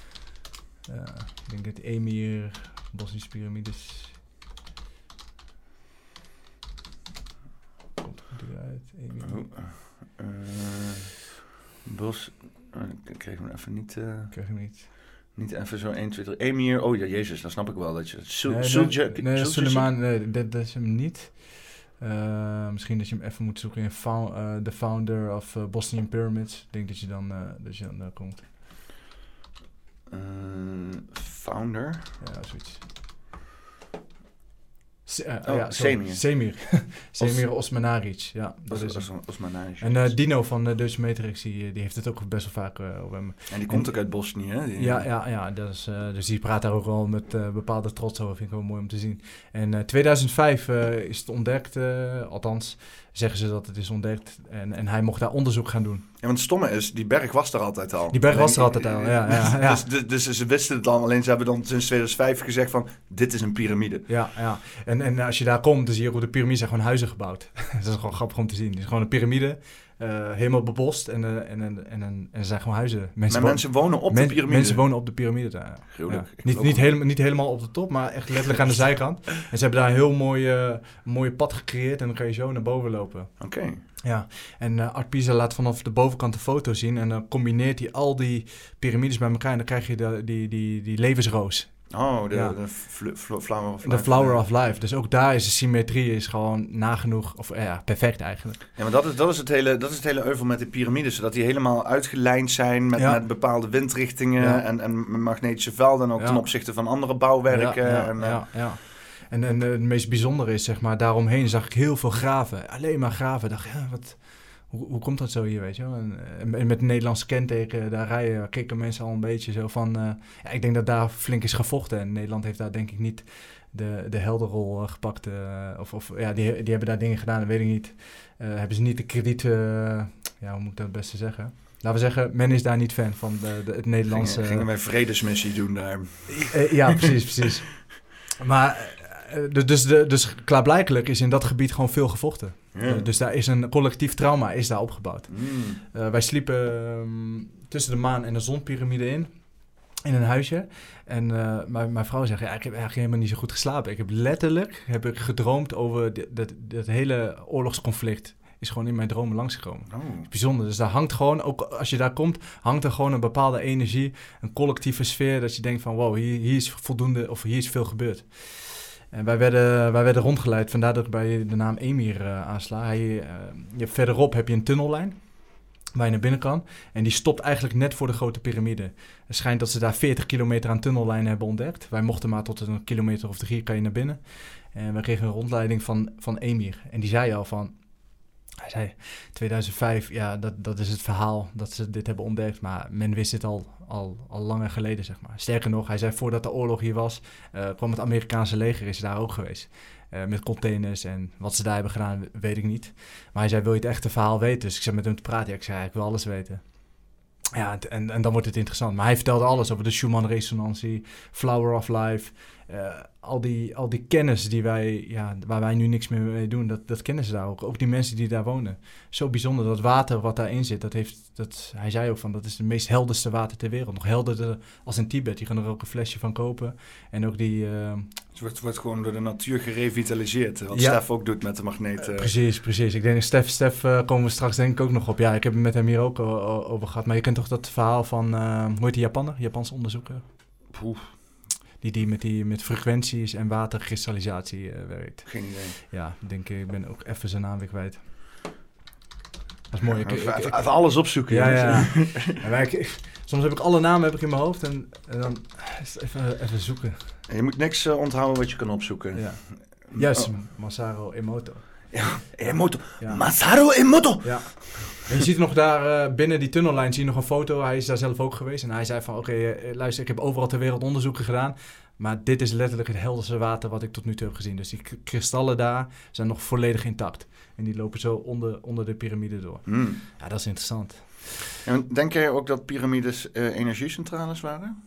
Uh, ik denk dat Emir, Bosnische piramides... Uit, oh, uh, Bos, uh, ik kreeg hem even niet. Uh, kreeg hem niet. Niet even zo één, twee, drie. Emir, oh ja, Jezus, dan snap ik wel dat je. Su- nee, Sulja, nee, nee, Suleiman, nee, dat, dat is hem niet. Uh, misschien dat je hem even moet zoeken in fou- uh, The Founder of uh, Bosnian Pyramids. Ik denk dat je dan, uh, dat je dan uh, komt. Uh, founder? Ja, zoiets. Uh, oh, ja, Semir. Semir. Semir Osmanaric. Ja, dat Os, is Os, Osmanaric. En uh, Dino van de Deutsche Matrix, die, die heeft het ook best wel vaak uh, over hem. En die komt en, ook uit Bosnië, hè? Die, ja, ja, ja dat is, uh, dus die praat daar ook wel met uh, bepaalde trots over. Vind ik wel mooi om te zien. En uh, tweeduizend vijf uh, is het ontdekt, uh, althans zeggen ze dat het is ontdekt. En, en hij mocht daar onderzoek gaan doen. Ja, want het stomme is, die berg was er altijd al. Die berg alleen, was er altijd al, ja. ja, ja. Dus, dus, dus ze wisten het al, alleen ze hebben dan sinds tweeduizend vijf gezegd van, dit is een piramide. Ja, ja. En, en als je daar komt, dan zie je ook de piramides zijn gewoon huizen gebouwd. Dat is gewoon grappig om te zien. Het is gewoon een piramide, uh, helemaal bebost en, uh, en, en, en, en er zijn gewoon huizen. Mensen maar wo- mensen wonen op men, de piramide? Mensen wonen op de piramide daar. Gruwelijk. Ja. Niet, niet, helemaal, niet helemaal op de top, maar echt letterlijk aan de zijkant. En ze hebben daar een heel mooi, uh, mooie pad gecreëerd en dan kan je zo naar boven lopen. Oké. Okay. Ja, en uh, Art Pisa laat vanaf de bovenkant een foto zien en dan uh, combineert hij al die piramides bij elkaar en dan krijg je de, die, die, die levensroos. Oh, de, ja. de fl- fl- Flower of Life. De Flower of Life. Dus ook daar is de symmetrie is gewoon nagenoeg, of ja, perfect eigenlijk. Ja, maar dat is, dat is het hele, dat is het hele euvel met de piramides. Zodat die helemaal uitgelijnd zijn met, ja. met bepaalde windrichtingen ja. en, en magnetische velden. Ook ja. ten opzichte van andere bouwwerken. Ja, ja, en, ja, ja. En, en uh, het meest bijzondere is, zeg maar, daaromheen zag ik heel veel graven. Alleen maar graven. Dacht, ja, wat... Hoe, hoe komt dat zo hier, weet je wel? En, en met een Nederlandse kenteken, daar rijden, keken mensen al een beetje zo van... Uh, ja, ik denk dat daar flink is gevochten. En Nederland heeft daar denk ik niet de, de helderrol uh, gepakt. Uh, of of ja, die, die hebben daar dingen gedaan, dat weet ik niet. Uh, hebben ze niet de krediet... Uh, ja, hoe moet ik dat het beste zeggen? Laten we zeggen, men is daar niet fan van de, de, het Nederlandse... Gingen, gingen wij vredesmissie doen daar. Uh, ja, precies, precies. Maar... Dus, de, dus klaarblijkelijk is in dat gebied gewoon veel gevochten. Ja. Uh, dus daar is een collectief trauma is daar opgebouwd. Mm. Uh, wij sliepen um, tussen de maan en de zonpiramide in. In een huisje. En uh, mijn, mijn vrouw zegt, ja, ik heb eigenlijk helemaal niet zo goed geslapen. Ik heb letterlijk heb ik gedroomd over dit, dat, dat hele oorlogsconflict. Is gewoon in mijn dromen langsgekomen. Oh. Dat is bijzonder. Dus daar hangt gewoon, ook als je daar komt, hangt er gewoon een bepaalde energie. Een collectieve sfeer. Dat je denkt van, wow, hier, hier is voldoende, of hier is veel gebeurd. En wij werden, wij werden rondgeleid, vandaar dat ik bij de naam Emir uh, aansla. Hij, uh, je, verderop heb je een tunnellijn. waar je naar binnen kan. En die stopt eigenlijk net voor de grote piramide. Het schijnt dat ze daar veertig kilometer aan tunnellijnen hebben ontdekt. Wij mochten maar tot een kilometer of drie kan je naar binnen. En we kregen een rondleiding van, van Emir. En die zei al van... Hij zei, tweeduizend vijf, ja, dat, dat is het verhaal dat ze dit hebben ontdekt. Maar men wist dit al, al, al langer geleden, zeg maar. Sterker nog, hij zei, voordat de oorlog hier was... Uh, kwam het Amerikaanse leger, is daar ook geweest. Uh, met containers en wat ze daar hebben gedaan, weet ik niet. Maar hij zei, wil je het echte verhaal weten? Dus ik zat met hem te praten. Ja, ik zei, ik wil alles weten. Ja, en, en dan wordt het interessant. Maar hij vertelde alles over de Schumann-resonantie, Flower of Life... Uh, al, die, al die kennis die wij, ja, waar wij nu niks meer mee doen, dat, dat kennen ze daar ook. Ook die mensen die daar wonen. Zo bijzonder, dat water wat daarin zit, dat heeft, dat, hij zei ook van, dat is het meest helderste water ter wereld. Nog helderder als in Tibet, je kan er ook een flesje van kopen. En ook die... Uh, het wordt, wordt gewoon door de natuur gerevitaliseerd, wat ja, Stef ook doet met de magneet. Uh. Uh, precies, precies. Ik denk, Stef, Stef uh, komen we straks denk ik ook nog op. Ja, ik heb het met hem hier ook uh, over gehad. Maar je kent toch dat verhaal van, uh, hoe heet die Japaner? Japanse onderzoeker? Poeh. Die, die, met, die met frequenties en waterkristallisatie uh, werkt. Geen idee. Ja, ik denk, ik ben ook even zijn naam weer kwijt. Dat is mooi. Ja, ik, even, ik, ik, even alles opzoeken. Ja, ja. ja maar ik, ik, soms heb ik alle namen heb ik in mijn hoofd en, en dan even, even zoeken. En je moet niks uh, onthouden wat je kan opzoeken. Ja. Juist, oh. Masaru Emoto. Ja, Emoto. Ja. Masaru Emoto! Ja. En je ziet nog daar uh, binnen die tunnellijn zie je nog een foto. Hij is daar zelf ook geweest. En hij zei van, oké, okay, uh, luister, ik heb overal ter wereld onderzoeken gedaan. Maar dit is letterlijk het helderste water wat ik tot nu toe heb gezien. Dus die k- kristallen daar zijn nog volledig intact. En die lopen zo onder, onder de piramide door. Hmm. Ja, dat is interessant. En denk jij ook dat piramides uh, energiecentrales waren?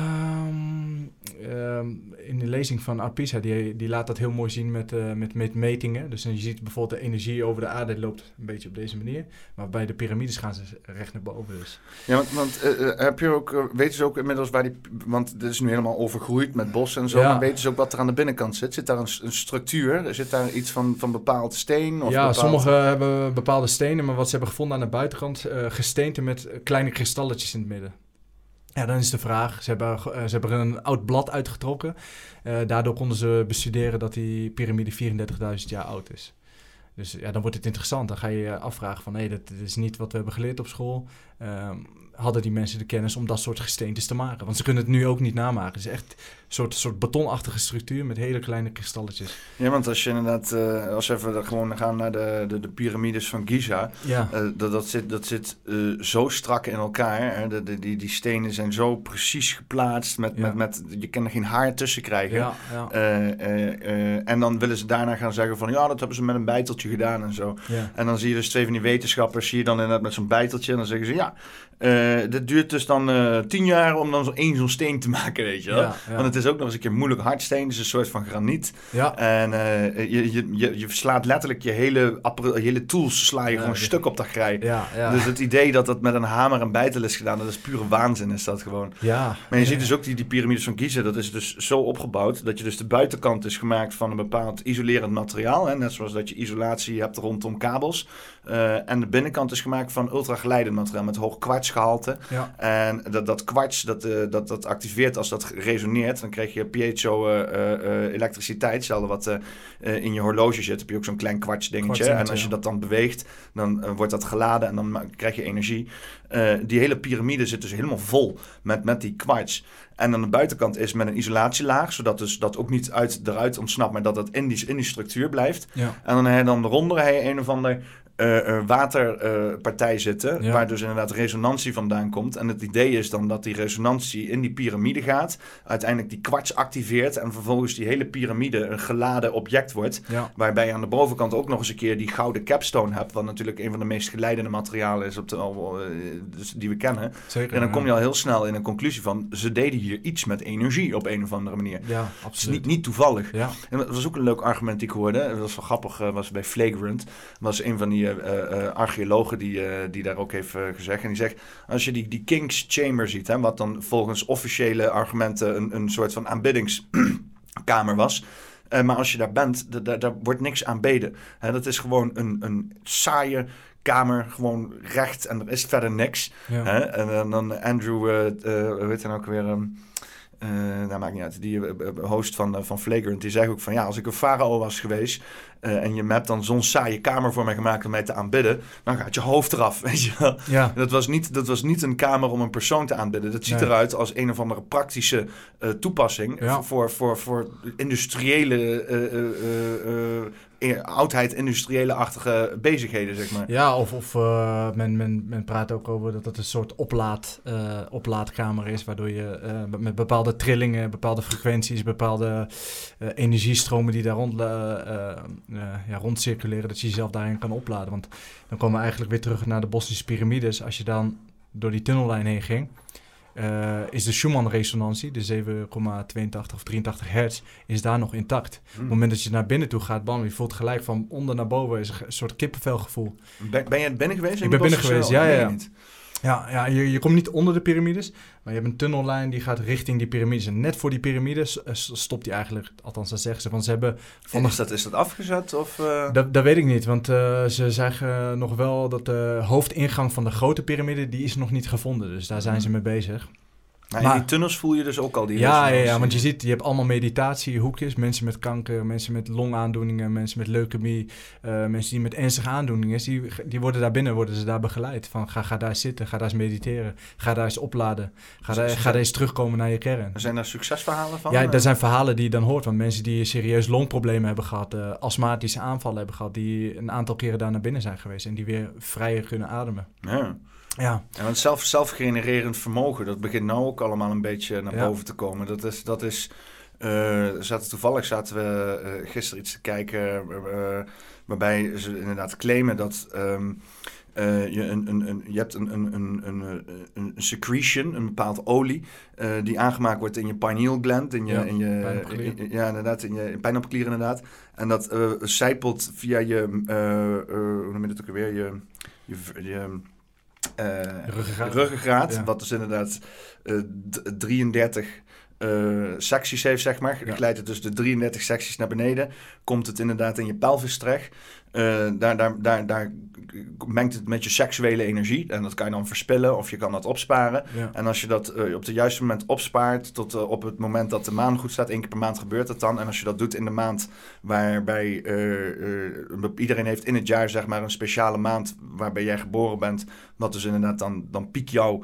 Um, um, in de lezing van Arpisa, die, die laat dat heel mooi zien met, uh, met, met metingen. Dus je ziet bijvoorbeeld de energie over de aarde loopt een beetje op deze manier. Maar bij de piramides gaan ze recht naar boven. Dus. Ja, want, want uh, heb je ook, uh, weten ze ook inmiddels waar die... Want het is nu helemaal overgroeid met bos en zo. Ja. Maar weten ze ook wat er aan de binnenkant zit? Zit daar een, een structuur? Zit daar iets van, van bepaald steen? Of ja, bepaald... sommigen hebben bepaalde stenen. Maar wat ze hebben gevonden aan de buitenkant, uh, gesteente met kleine kristalletjes in het midden. Ja, dan is de vraag, ze hebben, uh, ze hebben er een oud blad uitgetrokken. Uh, daardoor konden ze bestuderen dat die piramide vierendertigduizend jaar oud is. Dus ja, dan wordt het interessant. Dan ga je je afvragen van, hé, hey, dat is niet wat we hebben geleerd op school. Um, hadden die mensen de kennis om dat soort gesteentes te maken? Want ze kunnen het nu ook niet namaken. Het is echt een soort, soort betonachtige structuur met hele kleine kristalletjes. Ja, want als je inderdaad, uh, als we even gewoon gaan naar de, de, de piramides van Giza, ja. uh, dat, dat zit, dat zit uh, zo strak in elkaar. Hè? De, de, die, die stenen zijn zo precies geplaatst, met, ja. met, met, je kan er geen haar tussen krijgen. Ja, ja. Uh, uh, uh, en dan willen ze daarna gaan zeggen van, ja, dat hebben ze met een bijteltje gedaan en zo. Ja. En dan zie je dus twee van die wetenschappers, zie je dan inderdaad met zo'n bijteltje, en dan zeggen ze, ja, uh, dit duurt dus dan uh, tien jaar om dan zo één zo'n steen te maken, weet je wel. Ja, ja. Want het is ook nog eens een keer moeilijk hardsteen, het is een soort van graniet. Ja. En uh, je, je, je, je slaat letterlijk je hele, appara- je hele tools sla je ja, gewoon ja. stuk op dat grij. Ja, ja. Dus het idee dat dat met een hamer en bijtel is gedaan, dat is pure waanzin, is dat gewoon. Ja. Maar je ja. ziet dus ook die, die piramides van Giza, dat is dus zo opgebouwd, dat je dus de buitenkant is gemaakt van een bepaald isolerend materiaal. Hè? Net zoals dat je isolatie hebt rondom kabels. Uh, en de binnenkant is gemaakt van ultraglijdend materiaal met hoog kwartsgehalte. Ja. En dat, dat kwarts, dat, uh, dat, dat activeert als dat resoneert. Dan krijg je piezo uh, uh, elektriciteit. Hetzelfde wat uh, uh, in je horloge zit. Heb je ook zo'n klein kwarts dingetje. En als je dat dan beweegt, dan uh, wordt dat geladen en dan krijg je energie. Uh, die hele piramide zit dus helemaal vol met, met die kwarts. En aan de buitenkant is met een isolatielaag, zodat dus dat ook niet uit, eruit ontsnapt, maar dat dat in die, in die structuur blijft. Ja. En dan heb je dan eronder heb je een of ander Uh, uh, waterpartij uh, zitten, ja. waar dus inderdaad resonantie vandaan komt. En het idee is dan dat die resonantie in die piramide gaat, uiteindelijk die kwarts activeert en vervolgens die hele piramide een geladen object wordt, ja. waarbij je aan de bovenkant ook nog eens een keer die gouden capstone hebt, wat natuurlijk een van de meest geleidende materialen is op de, uh, dus die we kennen. Zeker, en dan ja. kom je al heel snel in een conclusie van, ze deden hier iets met energie op een of andere manier. Ja, absoluut. Het is niet, niet toevallig. Ja. En dat was ook een leuk argument die ik hoorde. Dat was wel grappig, uh, was bij Flagrant. was een van die Uh, uh, archeologen die, uh, die daar ook heeft uh, gezegd. En die zegt, als je die, die King's Chamber ziet, hè, wat dan volgens officiële argumenten een, een soort van aanbiddingskamer was. Uh, maar als je daar bent, d- d- daar wordt niks aanbeden. Hè, dat is gewoon een, een saaie kamer, gewoon recht en er is verder niks. Ja. Hè? En dan Andrew, uh, uh, hoe heet hij ook weer... Um, Uh, dat maakt niet uit. Die uh, host van, uh, van Flagrant, die zei ook van ja, als ik een farao was geweest Uh, en je hebt dan zo'n saaie kamer voor mij gemaakt om mij te aanbidden. Dan gaat je hoofd eraf, weet je wel. Ja. Dat was niet, dat was niet een kamer om een persoon te aanbidden. Dat ziet nee. eruit als een of andere praktische uh, toepassing. Ja. Voor, voor, voor industriële... Uh, uh, uh, uh, oudheid, industriële-achtige bezigheden, zeg maar. Ja, of, of uh, men, men, men praat ook over dat het een soort oplaad, uh, oplaadkamer is, waardoor je uh, met bepaalde trillingen, bepaalde frequenties, bepaalde uh, energiestromen die daar rond, uh, uh, ja, rondcirculeren, dat je jezelf daarin kan opladen. Want dan komen we eigenlijk weer terug naar de Bossische piramides. Als je dan door die tunnellijn heen ging, Uh, is de Schumann-resonantie, de zeven komma tweeëntachtig of drieëntachtig hertz, is daar nog intact. Hmm. Op het moment dat je naar binnen toe gaat, bam, je voelt gelijk van onder naar boven, is een soort kippenvelgevoel. Ben, ben je binnen geweest? Ik ben binnen geweest, ja, ja. ja. Ja, ja je, je komt niet onder de piramides, maar je hebt een tunnellijn die gaat richting die piramides. En net voor die piramides uh, stopt die eigenlijk, althans dat zeggen ze. Want ze hebben van is, de, dat, is dat afgezet? Of, uh... dat, dat weet ik niet, want uh, ze zeggen nog wel dat de hoofdingang van de grote piramide, die is nog niet gevonden. Dus daar zijn ze mee bezig. Maar, maar in die tunnels voel je dus ook al die ja, ja, ja, want je ziet, je hebt allemaal meditatiehoekjes. Mensen met kanker, mensen met longaandoeningen, mensen met leukemie, uh, mensen die met ernstige aandoeningen is, die, die worden daar binnen, worden ze daar begeleid. Van ga, ga daar zitten, ga daar eens mediteren, ga daar eens opladen, ga, daar, ga daar eens terugkomen naar je kern. Zijn daar succesverhalen van? Ja, er zijn verhalen die je dan hoort van mensen die serieus longproblemen hebben gehad, uh, astmatische aanvallen hebben gehad, die een aantal keren daar naar binnen zijn geweest en die weer vrijer kunnen ademen. Ja. Ja. En want zelf, zelfgenererend vermogen, dat begint nou ook allemaal een beetje naar ja. boven te komen. Dat is, dat is uh, zaten, toevallig zaten we uh, gisteren iets te kijken uh, waarbij ze inderdaad claimen dat um, uh, je, een, een, een, je hebt een, een, een, een, een secretion, een bepaald olie, uh, die aangemaakt wordt in je pineal gland, in je, ja, in je pijnappelklier. In, ja, inderdaad, in je pijnappelklier inderdaad. En dat uh, zijpelt via je, uh, uh, hoe noem je dat ook alweer, je, je, je Uh, ruggengraat, ruggengraat ja. Wat dus inderdaad uh, d- drieëndertig uh, secties heeft, zeg maar. Ja. Glijdt het dus de drieëndertig secties naar beneden. Komt het inderdaad in je pelvis terecht. Uh, daar, daar, daar, daar mengt het met je seksuele energie. En dat kan je dan verspillen of je kan dat opsparen. Ja. En als je dat uh, op het juiste moment opspaart, tot uh, op het moment dat de maan goed staat, één keer per maand gebeurt dat dan. En als je dat doet in de maand waarbij uh, uh, iedereen heeft in het jaar, zeg maar, een speciale maand waarbij jij geboren bent, wat dus inderdaad dan, dan piek jouw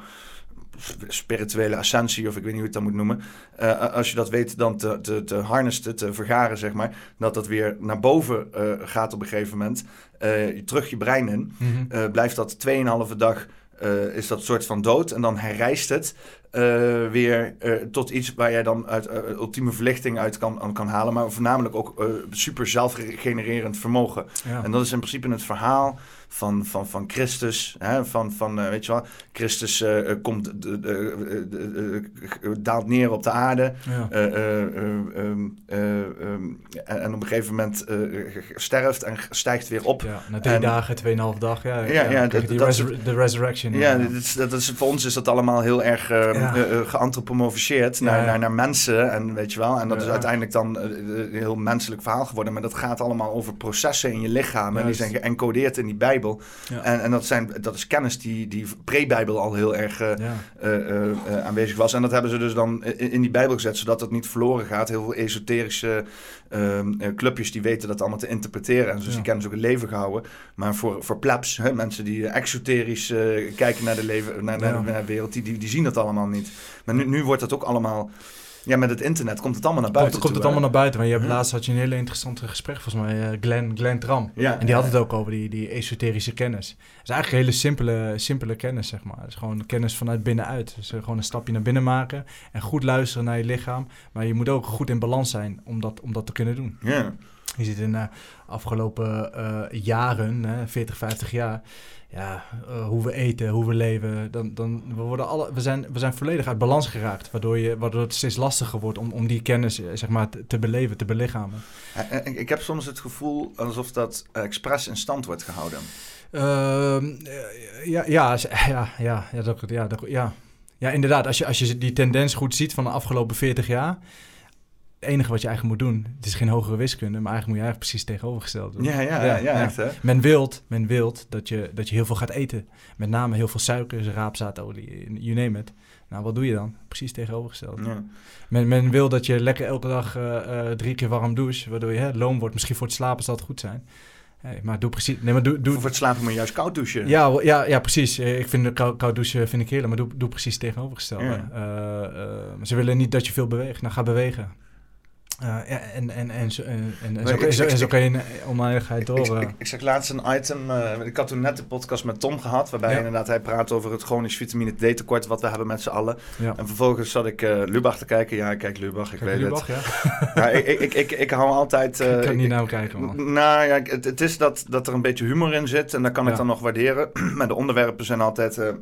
spirituele ascensie, of ik weet niet hoe je het dan moet noemen. Uh, als je dat weet dan te, te, te harnessen, te vergaren, zeg maar, dat dat weer naar boven uh, gaat op een gegeven moment, uh, terug je brein in, mm-hmm. uh, blijft dat tweeënhalve dag, uh, is dat soort van dood, en dan herrijst het uh, weer uh, tot iets waar jij dan uit uh, ultieme verlichting uit kan, kan halen, maar voornamelijk ook uh, super zelfgenererend vermogen. Ja. En dat is in principe het verhaal van, van, van Christus, hè, van, van uh, weet je wel, Christus uh, komt, uh, uh, uh, uh, daalt neer op de aarde, ja. uh, uh, uh, um, uh, um, en, en op een gegeven moment uh, sterft en stijgt weer op. Ja, na drie en, dagen, tweeënhalve dag, ja. ja, ja, ja dat, die dat resur- de resurrection. Ja, ja. Dat is, dat is, voor ons is dat allemaal heel erg uh, ja. uh, uh, geantropomorfiseerd naar, ja, ja. Naar, naar mensen, en weet je wel, en dat ja. is uiteindelijk dan uh, een heel menselijk verhaal geworden, maar dat gaat allemaal over processen in je lichaam, ja, en die zijn geëncodeerd in die Bijbel. Ja. En, en dat, zijn, dat is kennis die, die pre-Bijbel al heel erg uh, ja. uh, uh, uh, aanwezig was. En dat hebben ze dus dan in, in die Bijbel gezet, zodat het niet verloren gaat. Heel veel esoterische uh, uh, clubjes die weten dat allemaal te interpreteren. En dus ja. die kennis ook in leven gehouden. Maar voor, voor plebs, hè, mensen die uh, exoterisch uh, kijken naar de, leven, naar, ja. naar, de, naar de wereld, die, die, die zien dat allemaal niet. Maar nu, nu wordt dat ook allemaal... Ja, met het internet komt het allemaal naar buiten. Komt, komt het toe, allemaal naar buiten. Maar je hebt, ja. laatst had je een hele interessante gesprek, volgens mij, uh, Glenn, Glenn Tram. Ja, en die had het ook over die, die esoterische kennis. Het is eigenlijk een hele simpele, simpele kennis, zeg maar. Het is gewoon kennis vanuit binnenuit. Dus uh, gewoon een stapje naar binnen maken en goed luisteren naar je lichaam. Maar je moet ook goed in balans zijn om dat, om dat te kunnen doen. Ja. Je ziet in de uh, afgelopen uh, jaren, uh, veertig, vijftig jaar... Ja, uh, hoe we eten, hoe we leven, dan, dan we worden alle, we zijn, we zijn volledig uit balans geraakt, waardoor je, waardoor het steeds lastiger wordt om, om die kennis, zeg maar, te, te beleven, te belichamen. Ja, ik, ik heb soms het gevoel alsof dat expres in stand wordt gehouden. Uh, ja, ja, ja, ja, ja, dat, ja, dat, ja, ja, inderdaad. Als je, als je die tendens goed ziet van de afgelopen veertig jaar. het enige wat je eigenlijk moet doen, het is geen hogere wiskunde, maar eigenlijk moet je eigenlijk precies tegenovergesteld doen. Ja, ja, ja, ja, ja echt hè. Men wilt, men wilt dat je, dat je heel veel gaat eten. Met name heel veel suikers, raapzaadolie, you name it. Nou, wat doe je dan? Precies tegenovergesteld. Ja. Men, men wil dat je lekker elke dag uh, uh, drie keer warm doucht, waardoor je hè, loom wordt. Misschien voor het slapen zal het goed zijn. Hey, maar doe precies... Nee, maar doe, doe, voor het slapen moet je juist koud douchen. Ja, ja, ja precies. Ik vind koud, koud douchen vind ik heerlijk, maar doe, doe precies tegenovergestelde. Ja. Uh, uh, ze willen niet dat je veel beweegt. Nou, ga bewegen. Uh, ja, en, en, en, zo, en, en, en, zo, ik, zo, ik, en zo kan je oneindigheid door. Ik, ik, ik zag laatst een item, uh, ik had toen net de podcast met Tom gehad, waarbij ja. inderdaad hij praat over het chronisch vitamine D tekort wat we hebben met z'n allen. Ja. En vervolgens zat ik uh, Lubach te kijken. Ja, ik kijk Lubach, ik kijk weet Lubach, het. Ja. Ja, ik, ik, ik, ik hou altijd... Uh, ik kan ik, niet naar hem kijken, man. Nou ja, het, het is dat, dat er een beetje humor in zit en dat kan ja. ik dan nog waarderen. Maar de onderwerpen zijn altijd... Uh,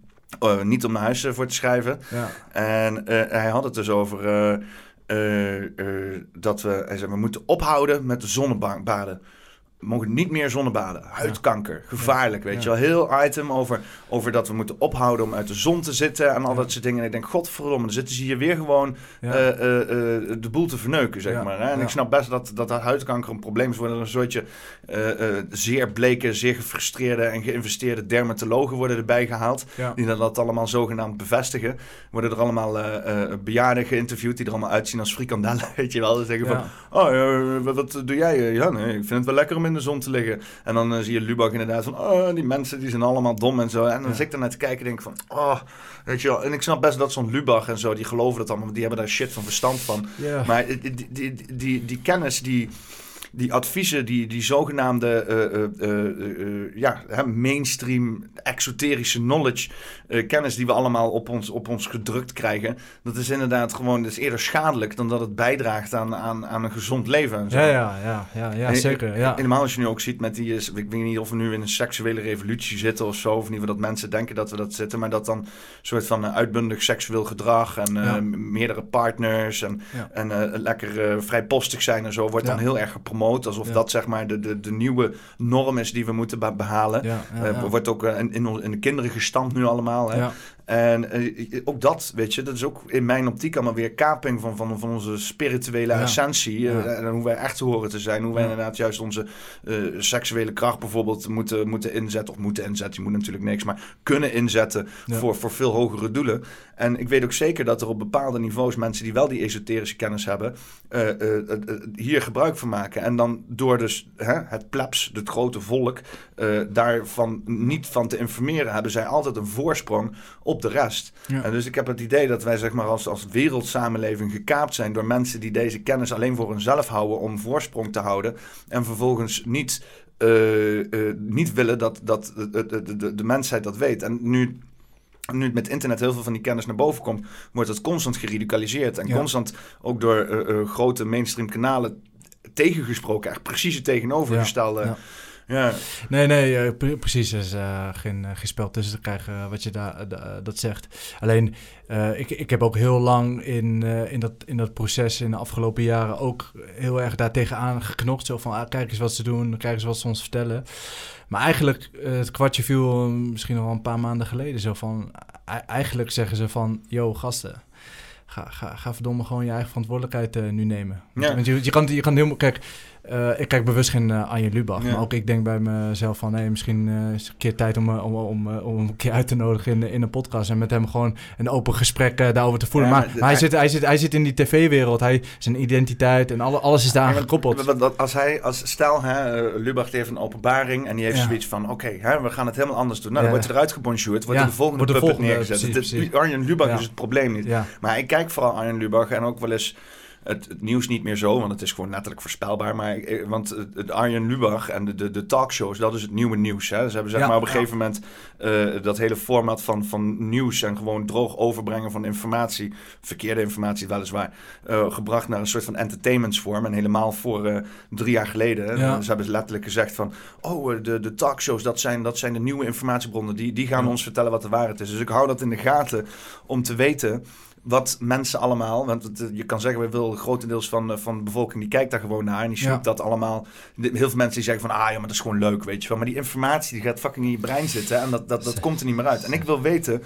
uh, niet om naar huis uh, voor te schrijven. Ja. En uh, hij had het dus over... Uh, Uh, uh, dat we, hij zei, we moeten ophouden met de zonnebaden. We mogen niet meer zonnebaden. Huidkanker, gevaarlijk, weet ja. je wel. Heel item over, over dat we moeten ophouden om uit de zon te zitten en al ja. dat soort dingen. En ik denk, godverdomme, dan zitten ze hier weer gewoon ja. uh, uh, uh, de boel te verneuken, zeg ja. maar. Hè? En ja. ik snap best dat, dat huidkanker een probleem is. Worden er een soortje uh, uh, zeer bleke, zeer gefrustreerde en geïnvesteerde dermatologen worden erbij gehaald. Ja. Die dat allemaal zogenaamd bevestigen. Worden er allemaal uh, uh, bejaarden geïnterviewd die er allemaal uitzien als frikandellen, weet je wel. Ze zeggen ja. van, oh, uh, wat, wat doe jij? Ja, nee, ik vind het wel lekker om in de zon te liggen. En dan uh, zie je Lubach inderdaad van, oh, die mensen die zijn allemaal dom en zo. En dan ja. zit ik er naar te kijken en denk van, oh, weet je wel. En ik snap best dat zo'n Lubach en zo, die geloven dat allemaal, die hebben daar shit van verstand van. Yeah. Maar die, die, die, die, die kennis, die... Die adviezen, die, die zogenaamde uh, uh, uh, uh, ja, hè, mainstream exoterische knowledge, uh, kennis die we allemaal op ons, op ons gedrukt krijgen, dat is inderdaad gewoon, dat is eerder schadelijk dan dat het bijdraagt aan, aan, aan een gezond leven. En zo. Ja, ja, ja, ja, ja zeker. Ja. Helemaal als je nu ook ziet met die, ik weet niet of we nu in een seksuele revolutie zitten of zo, of in ieder geval dat mensen denken dat we dat zitten, maar dat dan een soort van uh, uitbundig seksueel gedrag en uh, ja. meerdere partners en, ja. en uh, lekker uh, vrijpostig zijn en zo, wordt ja. dan heel erg gepromoot. Alsof ja. dat zeg maar de, de, de nieuwe norm is die we moeten be- behalen. Ja, ja, ja. Uh, wordt ook uh, in, in, in de kinderen gestampt nu allemaal. Hè? Ja. En uh, ook dat, weet je, dat is ook in mijn optiek allemaal weer kaping van, van, van onze spirituele ja. essentie. Uh, ja. En hoe wij echt horen te zijn. Hoe wij ja. inderdaad juist onze uh, seksuele kracht bijvoorbeeld moeten, moeten inzetten. Of moeten inzetten, je moet natuurlijk niks, maar kunnen inzetten ja. voor, voor veel hogere doelen. En ik weet ook zeker dat er op bepaalde niveaus mensen die wel die esoterische kennis hebben, uh, uh, uh, uh, hier gebruik van maken. En dan door dus hè, het plebs, het grote volk, uh, daarvan niet van te informeren, hebben zij altijd een voorsprong op de rest. Ja. En dus ik heb het idee dat wij zeg maar als, als wereldsamenleving gekaapt zijn door mensen die deze kennis alleen voor hunzelf houden om voorsprong te houden en vervolgens niet, uh, uh, niet willen dat, dat de, de, de, de mensheid dat weet. En nu... Nu het met internet heel veel van die kennis naar boven komt, wordt het constant geradicaliseerd. En ja. constant ook door uh, uh, grote mainstream kanalen tegengesproken. Echt precies het tegenovergestelde. Ja. Ja. Ja. Nee, nee, uh, pre- precies. Er is uh, geen, uh, geen spel tussen te krijgen uh, wat je daar uh, dat zegt. Alleen, uh, ik, ik heb ook heel lang in, uh, in, dat, in dat proces in de afgelopen jaren ook heel erg daar tegenaan geknocht. Zo van, ah, kijk eens wat ze doen, kijk eens wat ze ons vertellen. Maar eigenlijk, uh, het kwartje viel uh, misschien nog wel een paar maanden geleden. Zo van, uh, eigenlijk zeggen ze van, yo, gasten. Ga, ga, ga verdomme gewoon je eigen verantwoordelijkheid uh, nu nemen. Ja. Want je, je kan, je kan heel... Kijk, uh, ik kijk bewust geen uh, Arjen Lubach. Ja. Maar ook ik denk bij mezelf van... Hey, misschien uh, is het een keer tijd om, om, om, om hem een keer uit te nodigen in, in een podcast. En met hem gewoon een open gesprek uh, daarover te voeren. Ja, maar maar, maar hij, hij, zit, hij, zit, hij zit in die tv-wereld. Hij, zijn identiteit en alle, alles is daar ja, gekoppeld. Dat, als hij, als, stel, hè, uh, Lubach heeft een openbaring... en die heeft ja. zoiets van... Oké, okay, we gaan het helemaal anders doen. Nou, ja. dan wordt hij eruit gebonjourd. Wordt ja. de volgende wordt de puppet volgende, neergezet. Precies, het, het, Arjen Lubach ja. is het probleem niet. Ja. Maar ik kijk vooral Arjen Lubach en ook wel eens... Het, het nieuws niet meer zo, want het is gewoon letterlijk voorspelbaar. Maar, want het, het Arjen Lubach en de, de, de talkshows, dat is het nieuwe nieuws. Hè? Ze hebben zeg ja, maar op een ja. gegeven moment uh, dat hele format van, van nieuws en gewoon droog overbrengen van informatie, verkeerde informatie weliswaar, uh, gebracht naar een soort van entertainmentsvorm. En helemaal voor uh, drie jaar geleden. Ja. Ze hebben letterlijk gezegd van, oh, de, de talkshows, dat zijn, dat zijn de nieuwe informatiebronnen. Die, die gaan ja. ons vertellen wat de waarheid is. Dus ik hou dat in de gaten om te weten... wat mensen allemaal... Want het, je kan zeggen, we willen grotendeels van, van de bevolking... die kijkt daar gewoon naar en die snoept ja. dat allemaal. Heel veel mensen die zeggen van... ah ja, maar dat is gewoon leuk, weet je wel. Maar die informatie die gaat fucking in je brein zitten... en dat, dat, dat komt er niet meer uit. En ik wil weten...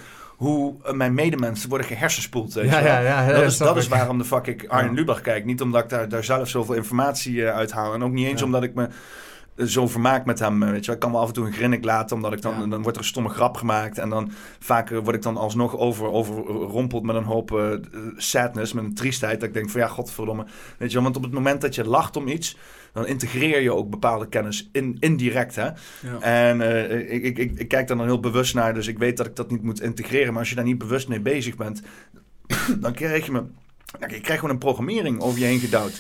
hoe uh, mijn medemensen worden gehersenspoeld. Weet ja, je wel. Ja, ja, ja, dat is, dat is ik. waarom de fuck ik Arjen ja. Lubach kijk. Niet omdat ik daar, daar zelf zoveel informatie uh, uit haal. En ook niet eens ja. omdat ik me uh, zo vermaak met hem. Uh, weet je wel. Ik kan wel af en toe een grinnik laten, omdat ik dan, ja. dan wordt er een stomme grap gemaakt. En dan vaak uh, word ik dan alsnog over, overrompeld met een hoop uh, sadness, met een triestheid. Dat ik denk van ja, godverdomme. Weet je wel, want op het moment dat je lacht om iets, dan integreer je ook bepaalde kennis in, indirect. Hè? Ja. En uh, ik, ik, ik, ik kijk daar dan heel bewust naar, dus ik weet dat ik dat niet moet integreren. Maar als je daar niet bewust mee bezig bent, dan krijg je, me, dan krijg je gewoon een programmering over je heen gedouwd.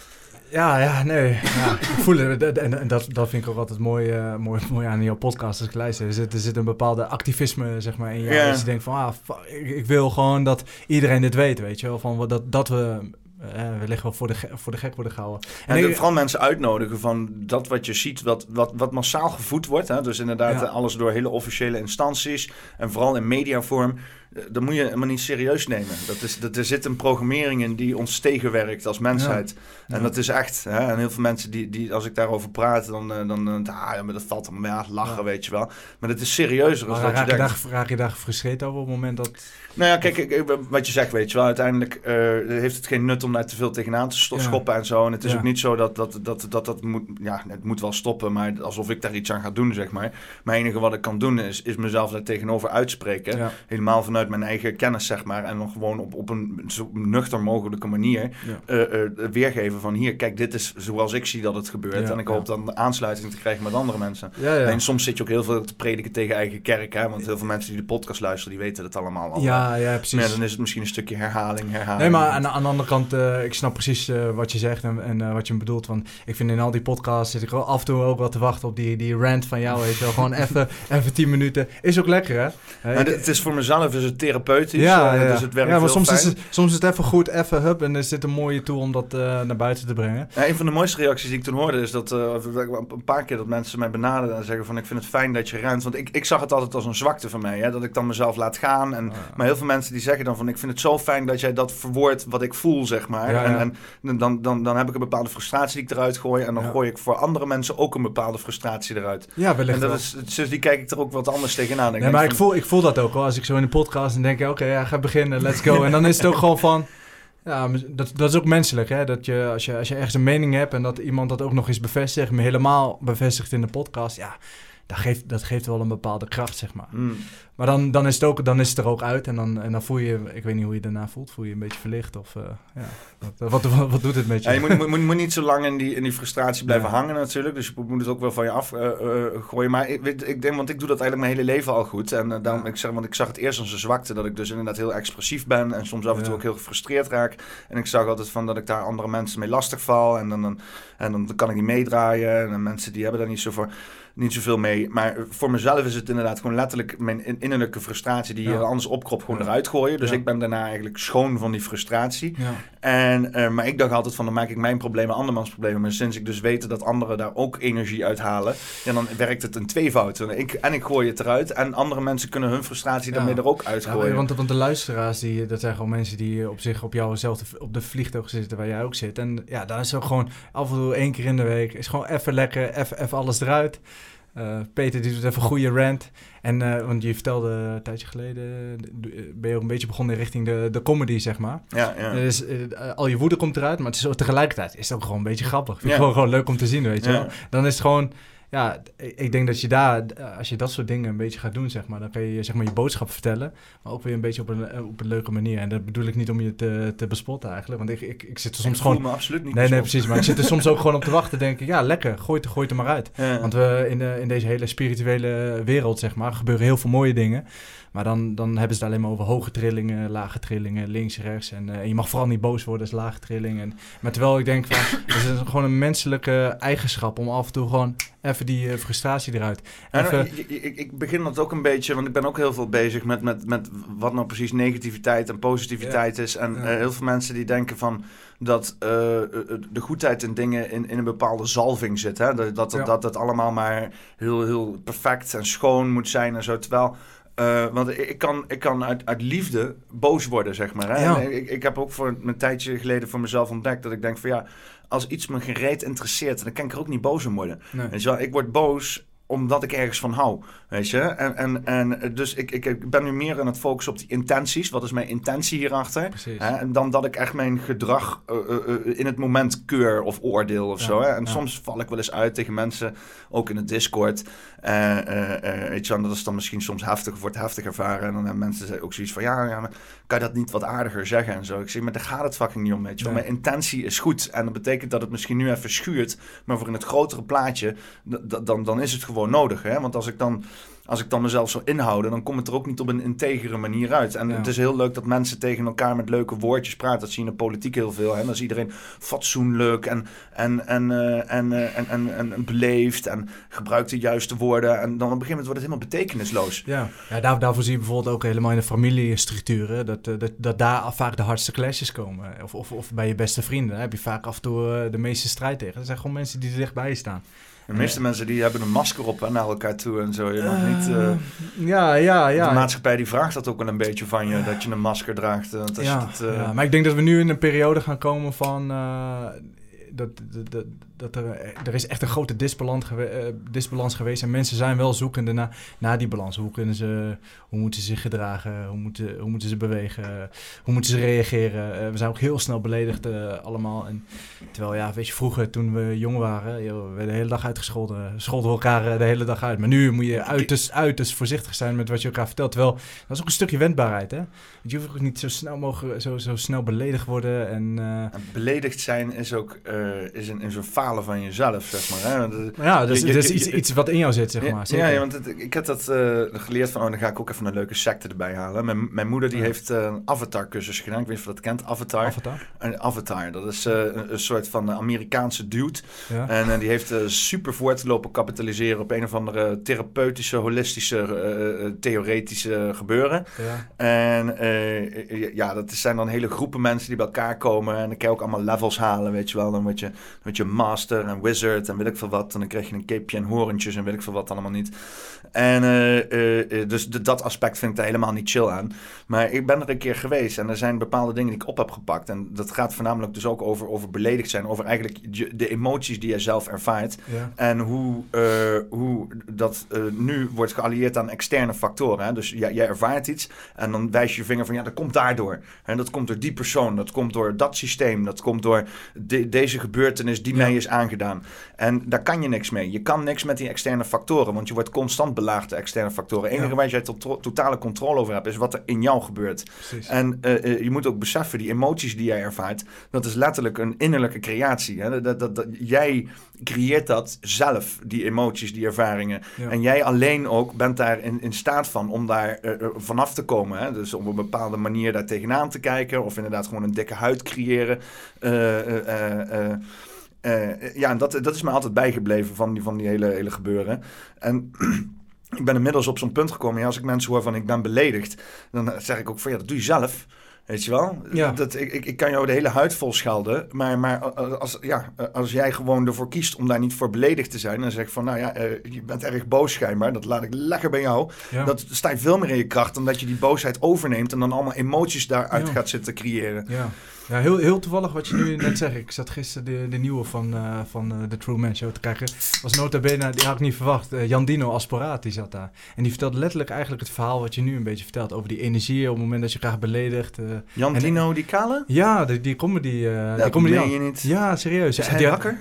Ja, ja, nee. Ja, ik voel het. En, en dat, dat vind ik ook altijd mooi, uh, mooi, mooi aan jouw podcast als ik luister. Er zit, er zit een bepaalde activisme zeg maar, in jou. Ja. Dus je denkt van, ah, ik, ik wil gewoon dat iedereen dit weet, weet je wel. Van, dat, dat we... Uh, we liggen wel voor de, ge- voor de gek worden gehouden. En, en ik, vooral mensen uitnodigen van dat wat je ziet, wat, wat, wat massaal gevoed wordt. Hè? Dus inderdaad ja. alles door hele officiële instanties en vooral in mediavorm. Dat moet je helemaal niet serieus nemen. Dat is, dat, er zit een programmering in die ons tegenwerkt als mensheid. Ja. En ja. dat is echt. Hè? En heel veel mensen, die, die, als ik daarover praat, dan, dan, dan ah, ja, maar dat valt allemaal mee aan, lachen, ja. weet je wel. Maar dat is serieuzer. Maar raak, je je daar, raak je daar gefrustreerd over op het moment dat... Nou ja, kijk, ik, wat je zegt, weet je wel. Uiteindelijk uh, heeft het geen nut om daar te veel tegenaan te schoppen ja. en zo. En het is ja. ook niet zo dat dat, dat, dat, dat moet... Ja, het moet wel stoppen, maar alsof ik daar iets aan ga doen, zeg maar. Maar het enige wat ik kan doen is, is mezelf daar tegenover uitspreken. Ja. Helemaal vanuit mijn eigen kennis, zeg maar. En dan gewoon op, op een zo nuchter mogelijke manier ja. uh, uh, weergeven van hier, kijk, dit is zoals ik zie dat het gebeurt. Ja, en ik hoop ja. dan aansluiting te krijgen met andere mensen. Ja, ja. En soms zit je ook heel veel te prediken tegen eigen kerk, hè. Want heel veel mensen die de podcast luisteren, die weten het allemaal al. Ja, ja, precies. Maar dan is het misschien een stukje herhaling, herhaling. Nee, maar aan, aan de andere kant, uh, ik snap precies uh, wat je zegt en, en uh, wat je bedoelt. Want ik vind in al die podcasts zit ik af en toe ook wel te wachten op die, die rant van jou, weet je wel. Gewoon even, even tien minuten. Is ook lekker, hè? Uh, ik, het is voor mezelf is het therapeutisch. Ja, ja. Dus het werkt ja, maar soms fijn. is, het, soms is het even goed, even hup, en er zit een mooie tool om dat uh, naar buiten te brengen. Ja, een van de mooiste reacties die ik toen hoorde is dat uh, een paar keer dat mensen mij benaderen en zeggen van ik vind het fijn dat je rent. Want ik, ik zag het altijd als een zwakte van mij, hè, dat ik dan mezelf laat gaan. En, oh, ja. Maar heel veel mensen die zeggen dan van ik vind het zo fijn dat jij dat verwoordt wat ik voel, zeg maar. Ja, ja. En, en dan, dan, dan heb ik een bepaalde frustratie die ik eruit gooi en dan ja. gooi ik voor andere mensen ook een bepaalde frustratie eruit. Ja, wellicht en dat is, dus die kijk ik er ook wat anders tegenaan. Nee, maar van, ik, voel, ik voel dat ook wel als ik zo in de podcast en denk oké, okay, ja, ga beginnen, let's go. En dan is het ook gewoon van... Ja, dat, dat is ook menselijk, hè? Dat je als, je, als je ergens een mening hebt en dat iemand dat ook nog eens bevestigt, me helemaal bevestigt in de podcast, ja, dat geeft, dat geeft wel een bepaalde kracht, zeg maar. Mm. Maar dan, dan, is het ook, dan is het er ook uit en dan, en dan voel je, ik weet niet hoe je daarna voelt, voel je een beetje verlicht of, uh, ja, wat, wat, wat, wat doet het met je? Ja, je moet, moet, moet niet zo lang in die, in die frustratie blijven ja. hangen natuurlijk, dus je moet het ook wel van je af uh, uh, gooien. Maar ik, ik denk, want ik doe dat eigenlijk mijn hele leven al goed en uh, daarom, ja. ik zeg, want ik zag het eerst als een zwakte, dat ik dus inderdaad heel expressief ben en soms af en toe ja. ook heel gefrustreerd raak. En ik zag altijd van dat ik daar andere mensen mee lastig val en dan, dan, en dan kan ik niet meedraaien en dan mensen die hebben daar niet zo voor... Niet zoveel mee, maar voor mezelf is het inderdaad gewoon letterlijk mijn innerlijke frustratie die ja. je anders opkropt gewoon ja. eruit gooien. Dus ja. ik ben daarna eigenlijk schoon van die frustratie. Ja. En, uh, maar ik dacht altijd van dan maak ik mijn problemen andermans problemen. Maar sinds ik dus weet dat anderen daar ook energie uithalen, ja, dan werkt het een tweevoud. En ik, en ik gooi het eruit en andere mensen kunnen hun frustratie ja. daarmee er ook uitgooien. Ja, want, want de luisteraars, die, dat zijn gewoon mensen die op zich op jou zelf op de vliegtuig zitten waar jij ook zit. En ja, dan is het ook gewoon af en toe één keer in de week, is gewoon even lekker, even, even alles eruit. Uh, Peter die doet even een goede rant. En, uh, want je vertelde een tijdje geleden, ben je ook een beetje begonnen richting de, de comedy, zeg maar. Ja, ja. Dus uh, al je woede komt eruit, maar het is ook, tegelijkertijd is het ook gewoon een beetje grappig. Vind ik ja. gewoon, gewoon leuk om te zien, weet je ja. wel. Dan is het gewoon... Ja, ik denk dat je daar, als je dat soort dingen een beetje gaat doen, zeg maar, dan kan je zeg maar je boodschap vertellen, maar ook weer een beetje op een, op een leuke manier. En dat bedoel ik niet om je te, te bespotten eigenlijk, want ik, ik, ik zit er soms ik gewoon... me absoluut niet Nee, nee, precies, maar ik zit er soms ook gewoon op te wachten, denk ik, ja, lekker, gooi het, gooi het er maar uit. Ja. Want we in, de, in deze hele spirituele wereld, zeg maar, gebeuren heel veel mooie dingen. Maar dan, dan hebben ze het alleen maar over hoge trillingen, lage trillingen, links, rechts. En, uh, en je mag vooral niet boos worden, is lage trilling. En, maar terwijl ik denk van, het is gewoon een menselijke eigenschap om af en toe gewoon even die uh, frustratie eruit. Even... Ja, ik, ik, ik begin dat ook een beetje, want ik ben ook heel veel bezig met, met, met wat nou precies negativiteit en positiviteit ja. is. En ja. uh, heel veel mensen die denken van dat uh, de goedheid in dingen in, in een bepaalde zalving zit. Hè? Dat, dat, ja. dat het allemaal maar heel, heel perfect en schoon moet zijn en zo. Terwijl... Uh, want ik kan, ik kan uit, uit liefde boos worden, zeg maar. Hè? Ja. Ik, ik heb ook voor een tijdje geleden voor mezelf ontdekt dat ik denk van ja, als iets me gereed interesseert, dan kan ik er ook niet boos om worden. Nee. Weet je wel, ik word boos omdat ik ergens van hou, weet je. En, en, en dus ik, ik, ik ben nu meer aan het focussen op die intenties. Wat is mijn intentie hierachter? Hè? En dan dat ik echt mijn gedrag uh, uh, in het moment keur of oordeel of ja, zo. Hè? En ja. soms val ik wel eens uit tegen mensen, ook in het Discord. Uh, uh, uh, weet je, en dat is dan misschien soms heftig of wordt heftig ervaren. En dan hebben mensen ook zoiets van, ja, ja, maar kan je dat niet wat aardiger zeggen en zo. Ik zeg, maar daar gaat het fucking niet om, weet je. Nee. Mijn intentie is goed. En dat betekent dat het misschien nu even schuurt, maar voor in het grotere plaatje, d- dan, dan is het gewoon nodig. Hè? Want als ik dan... Als ik dan mezelf zo inhouden, dan komt het er ook niet op een integere manier uit. En ja. het is heel leuk dat mensen tegen elkaar met leuke woordjes praten. Dat zie je in de politiek heel veel. Hè? Dan is iedereen fatsoenlijk en, en, en, uh, en, uh, en, en, en, en beleefd en gebruikt de juiste woorden. En dan op een gegeven moment wordt het helemaal betekenisloos. Ja, ja daar, daarvoor zie je bijvoorbeeld ook helemaal in de familiestructuren dat, dat, dat daar vaak de hardste clashes komen. Of, of, of bij je beste vrienden. Daar heb je vaak af en toe de meeste strijd tegen. Dat zijn gewoon mensen die er dichtbij je staan. De meeste ja. mensen die hebben een masker op hè, naar elkaar toe en zo. Je mag uh, niet... Uh, ja, ja, ja. De maatschappij die vraagt dat ook wel een beetje van je, dat je een masker draagt. Want als ja, je het, uh... ja, maar ik denk dat we nu in een periode gaan komen van... Uh, dat, dat, dat, dat er, er is echt een grote disbalans, gewe- uh, disbalans geweest. En mensen zijn wel zoekende naar, naar die balans. Hoe kunnen ze, hoe moeten ze zich gedragen? Hoe moeten, hoe moeten ze bewegen? Hoe moeten ze reageren? Uh, we zijn ook heel snel beledigd uh, allemaal. En, terwijl, ja, weet je, vroeger toen we jong waren, joh, we werden de hele dag uitgescholden. Scholden we elkaar uh, de hele dag uit. Maar nu moet je uiterst, uiterst voorzichtig zijn met wat je elkaar vertelt. Terwijl, dat is ook een stukje wendbaarheid, hè? Je hoeft ook niet zo snel, mogen, zo, zo snel beledigd worden. En, uh... en beledigd zijn is ook uh, is een, is een falen van jezelf, zeg maar. Hè? Dat, ja, dat is, je, dat is iets, iets wat in jou zit, zeg maar. Ja, ja, want het, ik heb dat uh, geleerd van, oh, dan ga ik ook even een leuke secte erbij halen. Mijn, mijn moeder die ja. heeft uh, een Avatar-cursus gedaan. Ik weet niet of je dat kent, Avatar. Avatar? Een Avatar, dat is uh, een, een soort van Amerikaanse dude. Ja. En uh, die heeft uh, super voortgelopen kapitaliseren op een of andere therapeutische, holistische, uh, theoretische gebeuren. Ja. En uh, ja, dat zijn dan hele groepen mensen die bij elkaar komen. En dan kan je ook allemaal levels halen, weet je wel. Dan word je, dan word je master en wizard en weet ik veel wat. En dan krijg je een capeje en horentjes en weet ik veel wat allemaal niet. En uh, uh, dus de, dat aspect vind ik daar helemaal niet chill aan. Maar ik ben er een keer geweest en er zijn bepaalde dingen die ik op heb gepakt. En dat gaat voornamelijk dus ook over, over beledigd zijn. Over eigenlijk de emoties die je zelf ervaart. Ja. En hoe, uh, hoe dat uh, nu wordt geallieerd aan externe factoren. Hè? Dus jij, jij ervaart iets en dan wijs je je vinger van ja, dat komt daardoor. En dat komt door die persoon, dat komt door dat systeem. Dat komt door de, deze gebeurtenis die ja. mij is aangedaan. En daar kan je niks mee. Je kan niks met die externe factoren, want je wordt constant belaagd door externe factoren. Het enige ja. waar jij to- totale controle over hebt, is wat er in jou gebeurt. Precies. En uh, uh, je moet ook beseffen, die emoties die jij ervaart, dat is letterlijk een innerlijke creatie. Hè? Dat, dat, dat, jij creëert dat zelf, die emoties, die ervaringen. Ja. En jij alleen ook bent daar in, in staat van om daar uh, vanaf te komen. Hè? Dus op een bepaalde manier daar tegenaan te kijken, of inderdaad gewoon een dikke huid creëren. Uh, uh, uh, uh, Uh, ja, en dat, dat is me altijd bijgebleven van die, van die hele, hele gebeuren. En ik ben inmiddels op zo'n punt gekomen. Ja, als ik mensen hoor van ik ben beledigd, dan zeg ik ook van ja, dat doe je zelf. Weet je wel? Ja. Dat, ik, ik, ik kan jou de hele huid vol schelden. Maar, maar als, ja, als jij gewoon ervoor kiest om daar niet voor beledigd te zijn. Dan zeg ik van nou ja, uh, je bent erg boos schijnbaar. Dat laat ik lekker bij jou. Ja. Dat sta je veel meer in je kracht. Omdat je die boosheid overneemt. En dan allemaal emoties daaruit ja. gaat zitten creëren. Ja. Ja, heel, heel toevallig wat je nu net zegt. Ik zat gisteren de, de nieuwe van, uh, van uh, The Truman Show te kijken. Was nota bene, die had ik niet verwacht. Uh, Jan Dino Asporaat, die zat daar. En die vertelde letterlijk eigenlijk het verhaal wat je nu een beetje vertelt. Over die energie op het moment dat je graag beledigt. Uh, Jan Dino, en, die kale? Ja, die, die comedy. Uh, dat die meen je niet. Ja, serieus. Is ja, hij die wakker?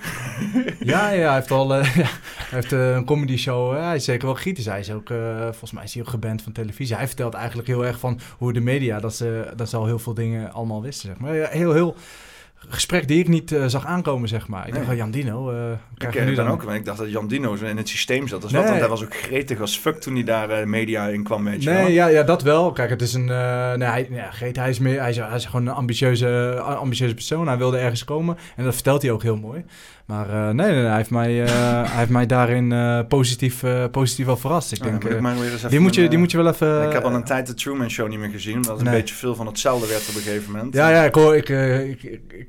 ja, ja, hij heeft al uh, ja, hij heeft, uh, een comedy show. Uh, hij is zeker wel kritisch. Hij is ook, uh, volgens mij is hij ook geband van televisie. Hij vertelt eigenlijk heel erg van hoe de media, dat ze, dat ze al heel veel dingen allemaal wisten. Zeg maar. Ja, heel, heel... gesprek die ik niet uh, zag aankomen, zeg maar. Ik nee. dacht van Jan Dino, uh, krijg je nu dan ook? Ik dacht dat Jan Dino zo in het systeem zat. Dus nee. wat, want hij was ook gretig als fuck toen hij daar uh, media in kwam, weet je nee, wel. Ja, ja, dat wel. Kijk, het is een... Uh, nee, hij, ja, gretig, hij is meer... Hij is, hij is gewoon een ambitieuze, ambitieuze persoon. Hij wilde ergens komen. En dat vertelt hij ook heel mooi. Maar uh, nee, nee, nee, hij heeft mij, uh, hij heeft mij daarin uh, positief, uh, positief wel verrast. Ik oh, denk, ik uh, die, moet je, die moet je wel even... Uh, ik heb al een tijd de Truman Show niet meer gezien. Omdat het nee. een beetje veel van hetzelfde werd op een gegeven moment. Ja, ja, ik hoor... Ik, uh, ik, ik, ik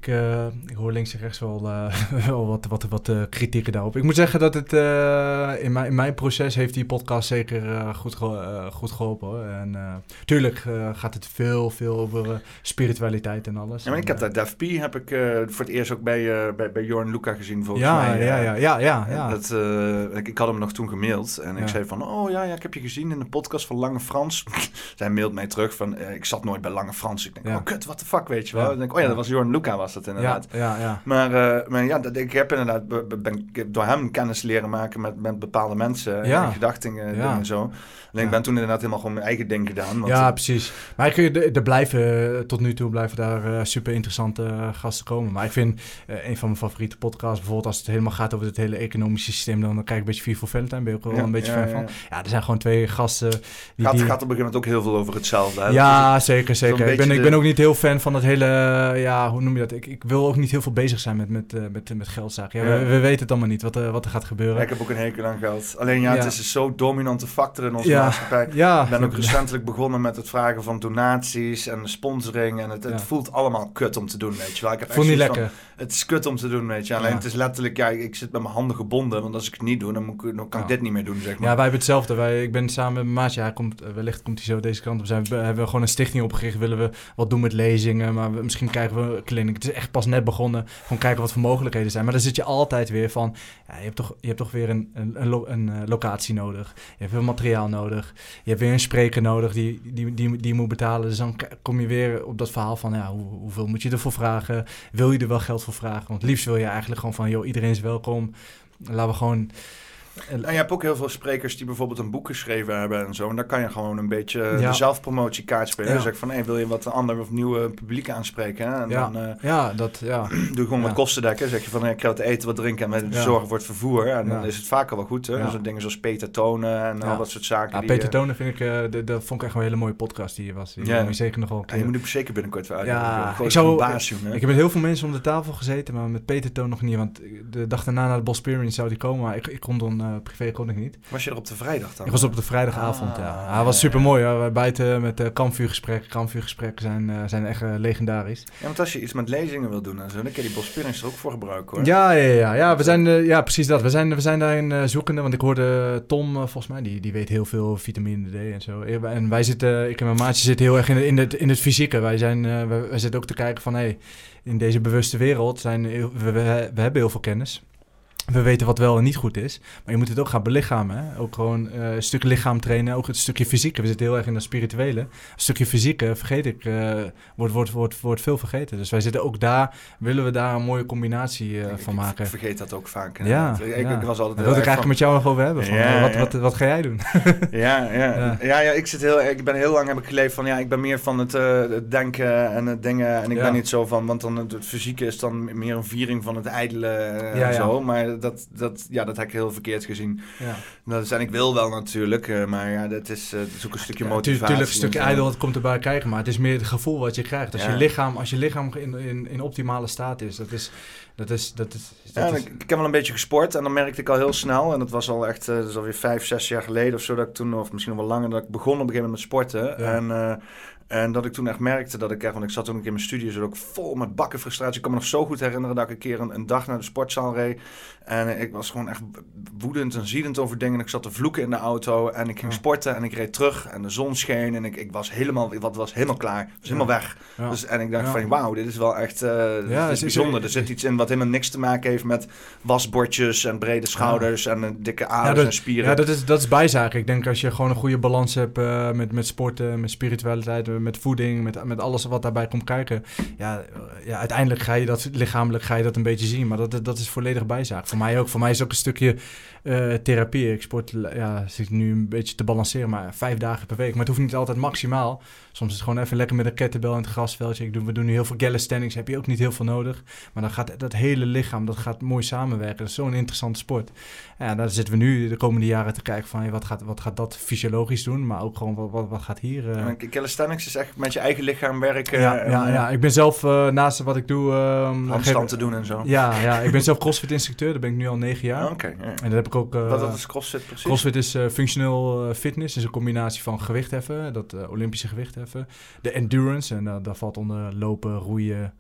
ik, uh, ik hoor links en rechts wel, uh, wel wat, wat, wat uh, kritieken daarop. Ik moet zeggen dat het uh, in, mijn, in mijn proces heeft die podcast zeker uh, goed, ge, uh, goed geholpen. Hoor. En uh, tuurlijk uh, gaat het veel, veel over uh, spiritualiteit en alles. Ja, maar ik heb dat Def P heb ik uh, voor het eerst ook bij, uh, bij, bij Jorn Luca gezien volgens ja, mij. Ja, ja, ja, ja, ja. Dat, uh, ik, ik had hem nog toen gemaild en ik ja. zei van, oh ja, ja, ik heb je gezien in de podcast van Lange Frans. Zij mailt mij terug van, uh, ik zat nooit bij Lange Frans. Ik denk, ja. oh kut, what the fuck, weet je wel. Ja. Dan denk ik, oh ja, dat was Jorn Luca was dat inderdaad. Ja, ja, ja. Maar, uh, maar ja, dat, ik heb inderdaad be, ben, door hem kennis leren maken met, met bepaalde mensen ja. en gedachten uh, ja. en zo. Alleen ja. ik ben toen inderdaad helemaal gewoon mijn eigen ding gedaan. Want ja, precies. Maar ik, er blijven, tot nu toe blijven daar uh, super interessante uh, gasten komen. Maar ik vind uh, een van mijn favoriete podcasts, bijvoorbeeld als het helemaal gaat over het hele economische systeem, dan kijk ik een beetje Vier voor Valentine, ben je ook wel ja, een beetje ja, fan ja, ja. van. Ja, er zijn gewoon twee gasten. Die, gaat, die... gaat op een gegeven moment ook heel veel over hetzelfde. Hè? Ja, het, zeker, zeker. Ik ben, de... ik ben ook niet heel fan van het hele, ja, hoe noem je dat? Ik, ik wil ook niet heel veel bezig zijn met, met, uh, met, met geldzaken. Ja, ja. We, we weten het allemaal niet, wat, uh, wat er gaat gebeuren. Ja, ik heb ook een hekel aan geld. Alleen ja, ja. het is een zo dominante factor in onze ja. maatschappij. Ja. Ik ben ook recentelijk begonnen met het vragen van donaties en sponsoring. En het, het ja. voelt allemaal kut om te doen, weet je wel. Ik heb voel niet lekker. Van, het is kut om te doen, weet je. Alleen ja. het is letterlijk, ja, ik zit met mijn handen gebonden. Want als ik het niet doe, dan, moet ik, dan kan ja. ik dit niet meer doen, zeg maar. Ja, wij hebben hetzelfde. Wij, ik ben samen met mijn maatje, hij komt, wellicht komt hij zo deze kant op. Zijn we hebben we gewoon een stichting opgericht. Willen we wat doen met lezingen, maar we, misschien krijgen we een kliniek. Het is echt pas net begonnen. Gewoon kijken wat voor mogelijkheden zijn. Maar dan zit je altijd weer van, ja, je hebt toch, je hebt toch weer een, een, een, lo, een uh, locatie nodig. Je hebt weer materiaal nodig. Je hebt weer een spreker nodig die, die, die, die je moet betalen. Dus dan kom je weer op dat verhaal van, ja, hoe, hoeveel moet je ervoor vragen? Wil je er wel geld voor vragen? Want liefst wil je eigenlijk gewoon van, joh, iedereen is welkom. Laten we gewoon... En je hebt ook heel veel sprekers die bijvoorbeeld een boek geschreven hebben en zo. En daar kan je gewoon een beetje ja. de zelfpromotiekaart spelen. Ja. Dan zeg ik van, hé, hey, wil je wat ander of nieuwe publiek aanspreken? Hè? En ja. dan uh, ja, dat, ja. doe je gewoon ja. wat kosten dekken. Zeg je van, ik krijg wat eten, wat drinken en met ja. zorgen voor het vervoer. En ja. dan is het vaak al wel goed. Hè? Ja. Dus dingen zoals Peter Tonen en ja. al dat soort zaken. Ja, die, Peter Tonen vind ik, uh, de, dat vond ik echt een hele mooie podcast die je was. Die ja. moet je zeker nog wel. Ja, je moet ik zeker binnenkort weer uit. Ja, ik, zou, baas, ik, ik heb met heel veel mensen om de tafel gezeten, maar met Peter Tonen nog niet. Want de dag daarna naar de Bosperience zou die komen, maar ik, ik kon dan uh, privé kon ik niet. Was je er op de vrijdag dan? Ik was op de vrijdagavond, ah, ja. Hij was super mooi. Ja. Buiten met uh, kampvuurgesprekken. Kampvuurgesprekken zijn, uh, zijn echt uh, legendarisch. Ja, want als je iets met lezingen wil doen en zo, dan kun je die Bosperience er ook voor gebruiken, hoor. Ja, ja, ja. ja, we zijn, uh, ja precies dat. We zijn, we zijn daarin uh, zoekende, want ik hoorde Tom, uh, volgens mij, die, die weet heel veel vitamine D en zo. En wij zitten, ik en mijn maatje zitten heel erg in, in, het, in het fysieke. Wij, zijn, uh, wij, wij zitten ook te kijken van, hé, hey, in deze bewuste wereld zijn, we, we, we hebben heel veel kennis. We weten wat wel en niet goed is. Maar je moet het ook gaan belichamen. Hè? Ook gewoon uh, een stukje lichaam trainen. Ook het stukje fysieke. We zitten heel erg in dat spirituele. Een stukje fysieke, vergeet ik, uh, wordt, wordt, wordt, wordt veel vergeten. Dus wij zitten ook daar, willen we daar een mooie combinatie uh, ik, van maken. Ik vergeet dat ook vaak. Ja, ik, ja. ik was altijd daar wilde ik eigenlijk van... met jou nog over hebben. Van, ja, uh, wat, ja. wat, wat, wat ga jij doen? ja, ja. Ja. Ja, ja, ik zit heel, ik ben heel lang heb ik geleefd van, ja, ik ben meer van het, uh, het denken en het dingen. En ik ja. ben niet zo van, want dan het, het fysieke is dan meer een viering van het ijdele uh, ja, en zo. Ja. Maar dat, dat, ja, dat heb ik heel verkeerd gezien. Ja. Dat is, en ik wil wel natuurlijk, uh, maar ja, dat is, uh, dat is ook een stukje ja, motivatie. Natuurlijk een stukje ijdel, het komt erbij kijken, maar het is meer het gevoel wat je krijgt. Als ja. je lichaam, als je lichaam in, in, in optimale staat is, dat is... Dat is, dat is, dat ja, is... Ik, ik heb wel een beetje gesport en dan merkte ik al heel snel, en dat was al echt, uh, dat is alweer vijf, zes jaar geleden of zo, dat ik toen, of misschien nog wel langer, dat ik begon op een gegeven moment met sporten. Ja. En, uh, en dat ik toen echt merkte dat ik echt, want ik zat toen ook in mijn studio, zat ook vol met bakken frustratie. Ik kan me nog zo goed herinneren dat ik een keer een, een dag naar de sportzaal reed. En ik was gewoon echt woedend en ziedend over dingen. Ik zat te vloeken in de auto en ik ging ja. sporten en ik reed terug en de zon scheen. En ik, ik was helemaal, wat was helemaal klaar. Ik was helemaal ja. weg. Ja. Dus, en ik dacht ja. van, wauw, dit is wel echt uh, ja, dit is bijzonder. Er zit iets in wat helemaal niks te maken heeft met wasbordjes en brede schouders ja. en uh, dikke aders ja, dat, en spieren. Ja, dat is, dat is bijzaak. Ik denk als je gewoon een goede balans hebt uh, met, met sporten, met spiritualiteit, met voeding, met, met alles wat daarbij komt kijken. Ja, ja, uiteindelijk ga je dat lichamelijk ga je dat een beetje zien. Maar dat, dat is volledig bijzaak. Voor mij ook. Voor mij is het ook een stukje uh, therapie. Ik sport, ja, zit nu een beetje te balanceren, maar vijf dagen per week. Maar het hoeft niet altijd maximaal. Soms is het gewoon even lekker met een kettlebell in het grasveldje. Ik doe, we doen nu heel veel calisthenics, heb je ook niet heel veel nodig. Maar dan gaat dat hele lichaam, dat gaat mooi samenwerken. Dat is zo'n interessante sport. Ja, daar zitten we nu de komende jaren te kijken van, hey, wat, gaat, wat gaat dat fysiologisch doen? Maar ook gewoon, wat, wat, wat gaat hier... Uh... Ja, calisthenics is echt met je eigen lichaam werken. Ja, en, ja, ja. Ik ben zelf, uh, naast wat ik doe... Uh, handstand te doen en zo. Ja, ja, ik ben zelf CrossFit-instructeur. Daar ben ik nu al negen jaar. Oh, Oké. Okay, ja. En dat heb ik ook... Uh, wat, wat is CrossFit precies? CrossFit is uh, functioneel uh, fitness. is een combinatie van gewichtheffen, dat uh, Olympische gewichtheffen. De endurance, en uh, daar valt onder lopen, roeien,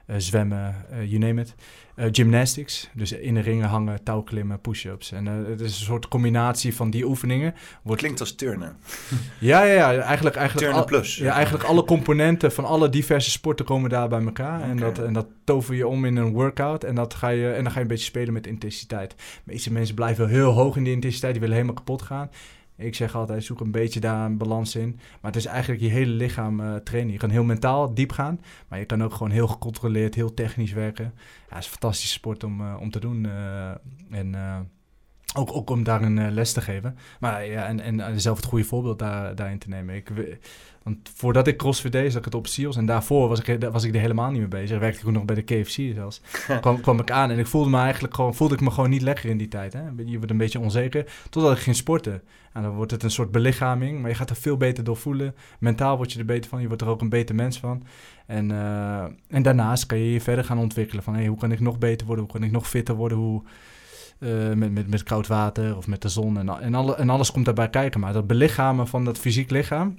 uh, zwemmen, uh, you name it. Uh, gymnastics, dus in de ringen hangen, touwklimmen, push-ups. En uh, het is een soort combinatie van die oefeningen. Wordt... Klinkt als turnen. ja, ja, ja, eigenlijk, eigenlijk, turnen al, plus. Ja, eigenlijk alle componenten van alle diverse sporten komen daar bij elkaar. Okay. En, dat, en dat tover je om in een workout. En, dat ga je, en dan ga je een beetje spelen met intensiteit. De meeste mensen blijven heel hoog in die intensiteit. Die willen helemaal kapot gaan. Ik zeg altijd, zoek een beetje daar een balans in. Maar het is eigenlijk je hele lichaam uh, trainen. Je kan heel mentaal diep gaan. Maar je kan ook gewoon heel gecontroleerd, heel technisch werken. Ja, het is een fantastische sport om, uh, om te doen. Uh, en uh, ook, ook om daar een uh, les te geven. Maar ja, en, en zelf het goede voorbeeld daar, daarin te nemen. Ik, want voordat ik CrossFit deed, zat ik het op Seals. En daarvoor was ik, was ik er helemaal niet mee bezig. Werkte ik ook nog bij de K F C zelfs. kwam, kwam ik aan en ik voelde me eigenlijk gewoon, voelde ik me gewoon niet lekker in die tijd. Hè? Je wordt een beetje onzeker. Totdat ik ging sporten. En dan wordt het een soort belichaming. Maar je gaat er veel beter door voelen. Mentaal word je er beter van. Je wordt er ook een beter mens van. En, uh, en daarnaast kan je je verder gaan ontwikkelen. Van hey, hoe kan ik nog beter worden? Hoe kan ik nog fitter worden? Hoe... Uh, met, met, met koud water of met de zon en, en, alle, en alles komt daarbij kijken. Maar dat belichamen van dat fysiek lichaam,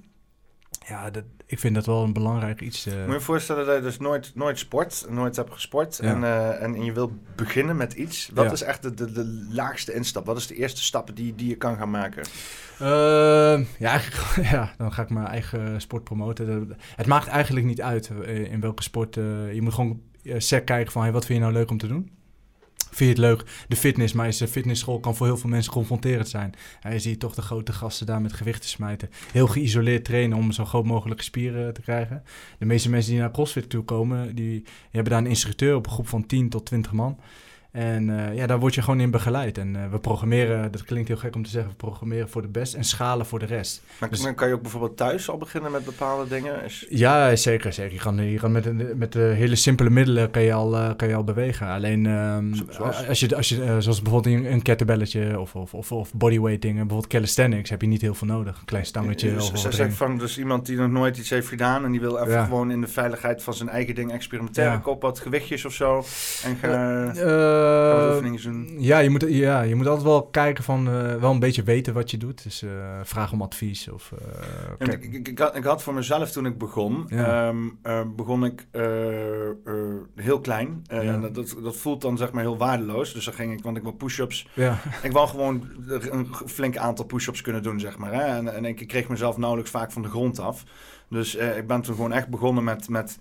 ja, dat, ik vind dat wel een belangrijk iets. Uh... Moet je je voorstellen dat je dus nooit, nooit sport, nooit hebt gesport ja. en, uh, en, en je wil beginnen met iets. Wat ja. is echt de, de, de laagste instap? Wat is de eerste stap die, die je kan gaan maken? Uh, ja, eigenlijk, ja, dan ga ik mijn eigen sport promoten. Het maakt eigenlijk niet uit in welke sport. Uh, je moet gewoon uh, sec kijken van hey, wat vind je nou leuk om te doen? Vind je het leuk, de fitness, maar is de fitnessschool kan voor heel veel mensen confronterend zijn. Ja, je ziet toch de grote gasten daar met gewichten smijten. Heel geïsoleerd trainen om zo groot mogelijke spieren te krijgen. De meeste mensen die naar CrossFit toe komen, die, die hebben daar een instructeur op een groep van tien tot twintig man. En uh, ja, daar word je gewoon in begeleid. En uh, we programmeren, dat klinkt heel gek om te zeggen, we programmeren voor de best en schalen voor de rest. Maar dus, kan je ook bijvoorbeeld thuis al beginnen met bepaalde dingen? Is... Ja, zeker. zeker. Je kan, je kan met, met de hele simpele middelen kan je al, uh, kan je al bewegen. Alleen um, als je, als je uh, zoals bijvoorbeeld een, een kettlebelletje of, of, of, of bodyweight dingen, bijvoorbeeld calisthenics, heb je niet heel veel nodig. Een klein stangetje. Dus, of ze zegt van dus iemand die nog nooit iets heeft gedaan en die wil even ja. gewoon in de veiligheid van zijn eigen ding experimenteren. Ja. Koop wat gewichtjes of zo en ga, uh, ga wat oefeningen. Ja je, moet, ja, je moet altijd wel kijken van, uh, wel een beetje weten wat je doet. Dus uh, vraag om advies. Of, uh, ja, ik, ik, ik, had, ik had voor mezelf toen ik begon, ja. um, uh, begon ik uh, uh, heel klein. Uh, ja. dat, dat, dat voelt dan zeg maar heel waardeloos. Dus dan ging ik, want ik wou push-ups. Ja. Ik wou gewoon een flink aantal push-ups kunnen doen, zeg maar. Hè? En, en ik kreeg mezelf nauwelijks vaak van de grond af. Dus uh, ik ben toen gewoon echt begonnen met... met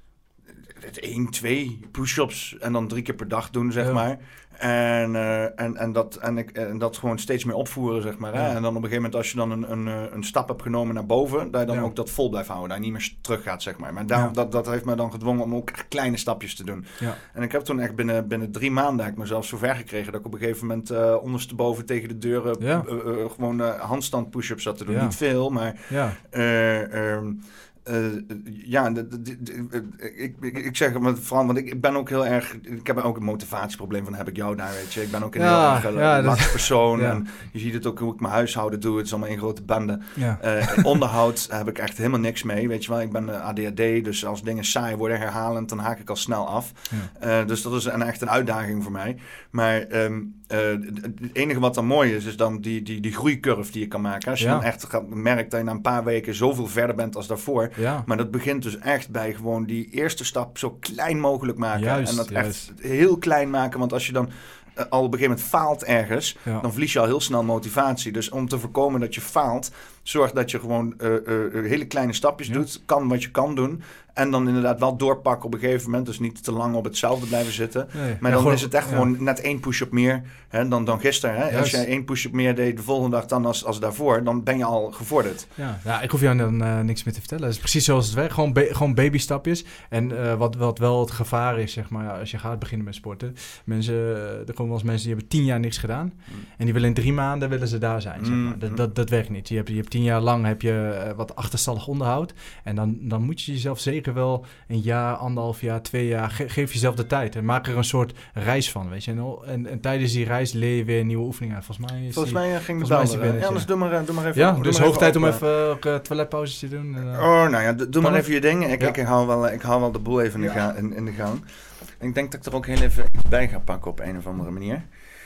één, twee push-ups en dan drie keer per dag doen, zeg ja. maar. En, uh, en, en, dat, en, ik, en dat gewoon steeds meer opvoeren, zeg maar. Hè? Ja. En dan op een gegeven moment, als je dan een, een, een stap hebt genomen naar boven, dat je dan ja. ook dat vol blijft houden. Dat je niet meer terug gaat, zeg maar. Maar daar, ja. dat, dat heeft me dan gedwongen om ook echt kleine stapjes te doen. Ja. En ik heb toen echt binnen, binnen drie maanden ik mezelf zo ver gekregen dat ik op een gegeven moment uh, ondersteboven tegen de deuren ja. uh, uh, gewoon uh, handstand push-ups zat te doen. Ja. Niet veel, maar... Ja. Uh, um, Uh, ja, d- d- d- ik, ik, ik zeg het vooral, want ik, ik ben ook heel erg... Ik heb ook een motivatieprobleem van heb ik jou daar, weet je. Ik ben ook een ja, heel erg ja, laks persoon. Ja. En je ziet het ook hoe ik mijn huishouden doe. Het is allemaal één grote bende. Ja. Uh, onderhoud heb ik echt helemaal niks mee, weet je wel. Ik ben A D H D, dus als dingen saai worden herhalend, dan haak ik al snel af. Ja. Uh, dus dat is een, echt een uitdaging voor mij. Maar... Um, Uh, het enige wat dan mooi is, is dan die, die, die groeicurve die je kan maken. Als je ja. dan echt gaat, merkt dat je na een paar weken zoveel verder bent als daarvoor. Ja. Maar dat begint dus echt bij gewoon die eerste stap zo klein mogelijk maken. Juist, en dat juist. echt heel klein maken. Want als je dan uh, al op een gegeven moment faalt ergens, ja. dan verlies je al heel snel motivatie. Dus om te voorkomen dat je faalt, zorg dat je gewoon uh, uh, hele kleine stapjes ja. doet. Kan wat je kan doen. En dan inderdaad wel doorpakken op een gegeven moment. Dus niet te lang op hetzelfde blijven zitten. Nee, maar ja, dan gewoon, is het echt ja. gewoon net één push-up meer hè, dan, dan gisteren. Hè? Als je één push-up meer deed de volgende dag dan als, als daarvoor, dan ben je al gevorderd. Ja, ja ik hoef jou dan uh, niks meer te vertellen. Het is precies zoals het werkt. Gewoon, ba- gewoon babystapjes. En uh, wat, wat wel het gevaar is, zeg maar, als je gaat beginnen met sporten. Mensen, uh, er komen wel eens mensen die hebben tien jaar niks gedaan. Mm. En die willen in drie maanden willen ze daar zijn. Zeg maar. mm. dat, dat, dat werkt niet. Je hebt, je hebt tien jaar lang heb je uh, wat achterstallig onderhoud. En dan, dan moet je jezelf zeker wel een jaar, anderhalf jaar, twee jaar, ge- geef jezelf de tijd en maak er een soort reis van, weet je. En, en, en tijdens die reis leer je weer nieuwe oefeningen. Volgens mij, volgens mij uh, ging de bel er. Ja, anders doe maar, doe maar even. Ja, doe dus maar hoog tijd om op, even ook uh, toiletpauzes te doen. Uh, oh, nou ja, d- doe maar even je ding. Ik, ja. ik, ik, hou wel, ik hou wel de boel even in, ja. de, ga- in, in de gang. En ik denk dat ik er ook heel even iets bij ga pakken op een of andere manier.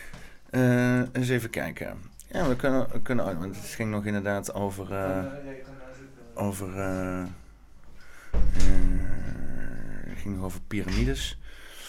Uh, eens even kijken. Ja, we kunnen, we kunnen oh, want het ging nog inderdaad over... Uh, over... Uh, Uh, ging ging over piramides.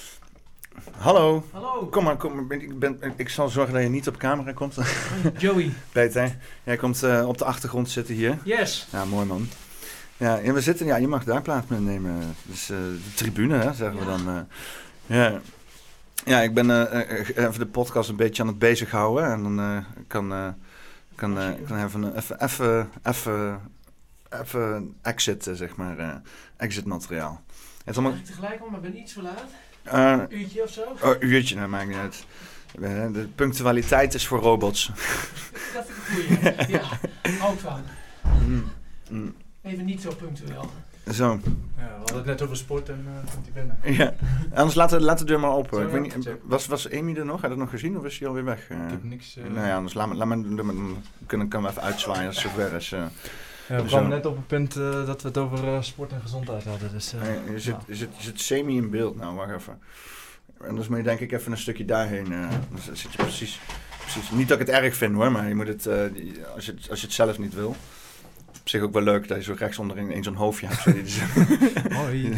Hallo. Hallo. Kom maar, kom maar. Ik, ben, ik zal zorgen dat je niet op camera komt. Joey. Peter, jij komt uh, op de achtergrond zitten hier. Yes. Ja, mooi man. Ja, en we zitten, ja, je mag daar plaats mee nemen. Dus uh, de tribune, hè, zeggen ja. we dan. Uh, ja. ja, ik ben uh, even de podcast een beetje aan het bezighouden. En dan uh, kan, uh, kan, uh, kan even, even, even, even, even exit, zeg maar, uh, exit materiaal. Het is allemaal... tegelijk om, maar ben iets verlaat. Uh, een uurtje of zo? Oh, een uurtje, dat maakt niet uit. De punctualiteit is voor robots. Dat vind ik een goeie. Ja, hou ik van. Mm, mm. Even niet zo punctueel. Zo. Ja, we hadden het net over sport en uh, komt hij binnen. Ja, anders laat de, laat de deur maar open. Zo, ik weet niet, was, was Amy er nog? Heb je dat nog gezien of is hij alweer weg? Uh, ik heb niks... Uh... Nou ja, anders laat me, laat me, laat me kunnen, kan me even uitzwaaien als het zover is. Uh. Ja, we kwamen net op het punt uh, dat we het over uh, sport en gezondheid hadden. Dus, uh, nee, je, zit, nou. je, zit, je zit semi in beeld. Nou, wacht even. Anders moet je denk ik even een stukje daarheen. Uh, dan zit je precies, precies... Niet dat ik het erg vind hoor, maar je moet het, uh, als, je het, als je het zelf niet wil. Op zich ook wel leuk dat je zo rechts onderin zo'n hoofdje hebt. Hoi.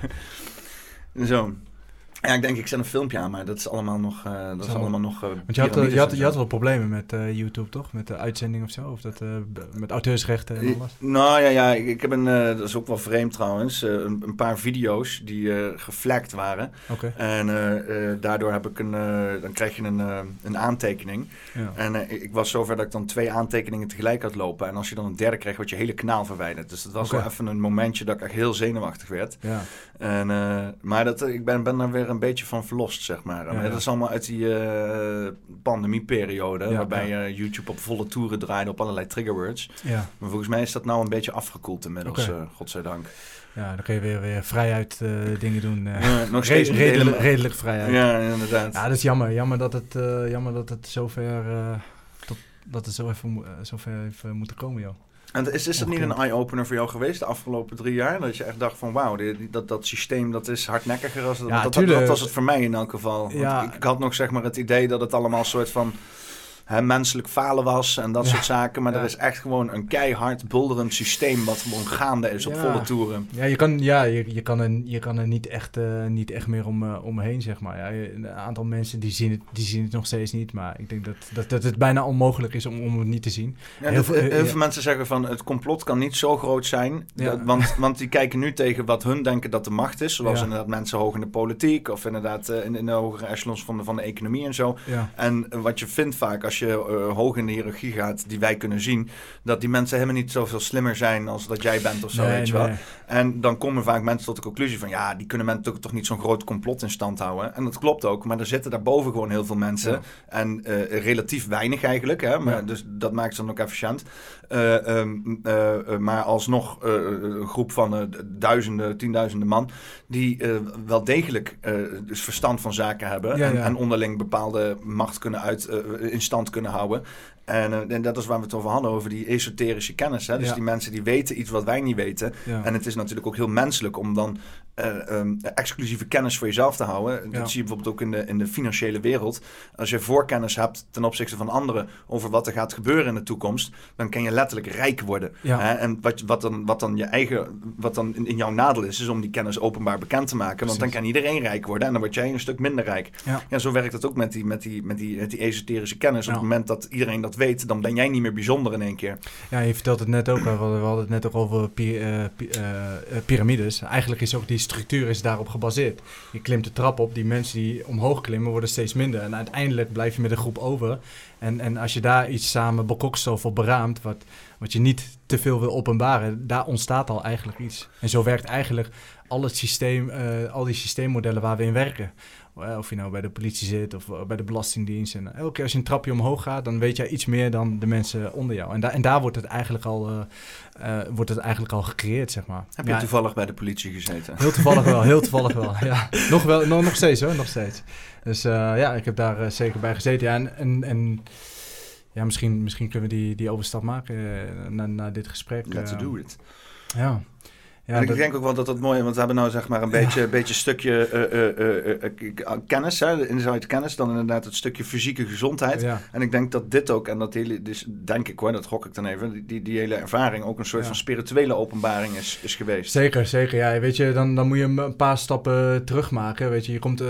Zo. Ja, ik denk ik zet een filmpje aan, maar dat is allemaal nog... Uh, dat is allemaal nog uh, Want je had, uh, je, had, je had wel problemen met uh, YouTube, toch? Met de uitzending of zo? Of dat, uh, met auteursrechten en alles? Nou ja, ja ik, ik heb een... Uh, dat is ook wel vreemd trouwens. Uh, een, een paar video's die uh, geflagd waren. Okay. En uh, uh, daardoor heb ik een... Uh, dan krijg je een, uh, een aantekening. Ja. En uh, ik was zover dat ik dan twee aantekeningen tegelijk had lopen. En als je dan een derde kreeg, wordt je hele kanaal verwijderd. Dus dat was okay. wel even een momentje dat ik echt heel zenuwachtig werd. Ja. En, uh, maar dat, ik ben, ben daar weer een beetje van verlost, zeg maar. Ja, maar dat ja. is allemaal uit die uh, pandemieperiode, ja, waarbij ja. Uh, YouTube op volle toeren draaide op allerlei triggerwords. Ja. Maar volgens mij is dat nou een beetje afgekoeld inmiddels, okay. uh, godzijdank. Ja, dan kun je weer, weer vrijuit uh, dingen doen. Uh, ja, nog steeds Red, redelijk, redelijk vrijuit. Ja, inderdaad. Ja, dat is jammer. Jammer dat het, uh, jammer dat het zover, uh, tot, dat het zo even, uh, zover heeft uh, moeten komen, joh. En is, is dat niet een eye-opener voor jou geweest de afgelopen drie jaar? Dat je echt dacht van wauw, dat, dat systeem dat is hardnekkiger. Als, ja, dat, dat, dat was het voor mij in elk geval. Ja. Ik, ik had nog zeg maar het idee dat het allemaal een soort van... He, menselijk falen was en dat ja. soort zaken. Maar ja. er is echt gewoon een keihard bulderend systeem wat gewoon gaande is op ja. volle toeren. Ja, je kan, ja, je, je kan, er, je kan er niet echt, uh, niet echt meer om, uh, omheen, zeg maar. Ja, een aantal mensen die zien, het, die zien het nog steeds niet. Maar ik denk dat, dat, dat het bijna onmogelijk is om, om het niet te zien. Ja, heel veel, heel veel ja. mensen zeggen van het complot kan niet zo groot zijn. Ja. Dat, want, want die kijken nu tegen wat hun denken dat de macht is. Zoals ja. inderdaad mensen hoog in de politiek. Of inderdaad uh, in, in de hogere echelons van de, van de economie en zo. Ja. En uh, wat je vindt vaak als je uh, hoog in de hiërarchie gaat, die wij kunnen zien, dat die mensen helemaal niet zoveel slimmer zijn als dat jij bent of zo, nee, weet je nee. wel. En dan komen vaak mensen tot de conclusie van, ja, die kunnen mensen toch, toch niet zo'n groot complot in stand houden. En dat klopt ook, maar er zitten daarboven gewoon heel veel mensen. Ja. En uh, relatief weinig eigenlijk, hè, maar, ja. dus dat maakt ze dan ook efficiënt. Uh, um, uh, uh, maar alsnog uh, een groep van uh, duizenden, tienduizenden man, die uh, wel degelijk uh, dus verstand van zaken hebben ja, en, ja. en onderling bepaalde macht kunnen uit, uh, in stand kunnen houden. En, uh, en dat is waar we het over hadden, over die esoterische kennis. Hè? Dus ja. die mensen die weten iets wat wij niet weten. Ja. En het is natuurlijk ook heel menselijk om dan uh, um, exclusieve kennis voor jezelf te houden. Ja. Dat zie je bijvoorbeeld ook in de, in de financiële wereld. Als je voorkennis hebt ten opzichte van anderen over wat er gaat gebeuren in de toekomst, dan kan je letterlijk rijk worden. Ja. Hè? En wat, wat, dan, wat dan je eigen, wat dan in, in jouw nadeel is, is om die kennis openbaar bekend te maken. Want Precies. dan kan iedereen rijk worden en dan word jij een stuk minder rijk. Ja. Ja, zo werkt het ook met die, met die, met die, met die esoterische kennis. Ja. Op het moment dat iedereen dat weet, dan ben jij niet meer bijzonder in één keer. Ja, je vertelt het net ook, we hadden het net ook over pi- uh, pi- uh, piramides. Eigenlijk is ook die structuur is daarop gebaseerd. Je klimt de trap op, die mensen die omhoog klimmen worden steeds minder. En uiteindelijk blijf je met een groep over. En, en als je daar iets samen bekokst of op beraamt, wat, wat je niet te veel wil openbaren, daar ontstaat al eigenlijk iets. En zo werkt eigenlijk al het systeem, uh, al die systeemmodellen waar we in werken. Of je nou bij de politie zit of bij de Belastingdienst. En elke keer als je een trapje omhoog gaat, dan weet jij iets meer dan de mensen onder jou. En, da- en daar wordt het eigenlijk al, uh, uh, wordt het eigenlijk al gecreëerd, zeg maar. Heb je ja, toevallig bij de politie gezeten? Heel toevallig wel, heel toevallig wel. Ja. Nog, wel nog, nog steeds hoor, nog steeds. Dus uh, ja, ik heb daar uh, zeker bij gezeten. Ja, en, en, en ja, misschien, misschien kunnen we die, die overstap maken uh, na, na dit gesprek. Let's uh, do it. Ja. Ja, en ik dat... denk ook wel dat dat mooi is, want we hebben nou zeg maar een beetje een ja. beetje stukje uh, uh, uh, uh, kennis, hè, inside kennis, dan inderdaad het stukje fysieke gezondheid. Ja. En ik denk dat dit ook, en dat hele, dus denk ik hoor, dat gok ik dan even, die, die hele ervaring ook een soort ja. van spirituele openbaring is, is geweest. Zeker, zeker. Ja, weet je, dan, dan moet je een paar stappen terug maken. Weet je, je komt, uh,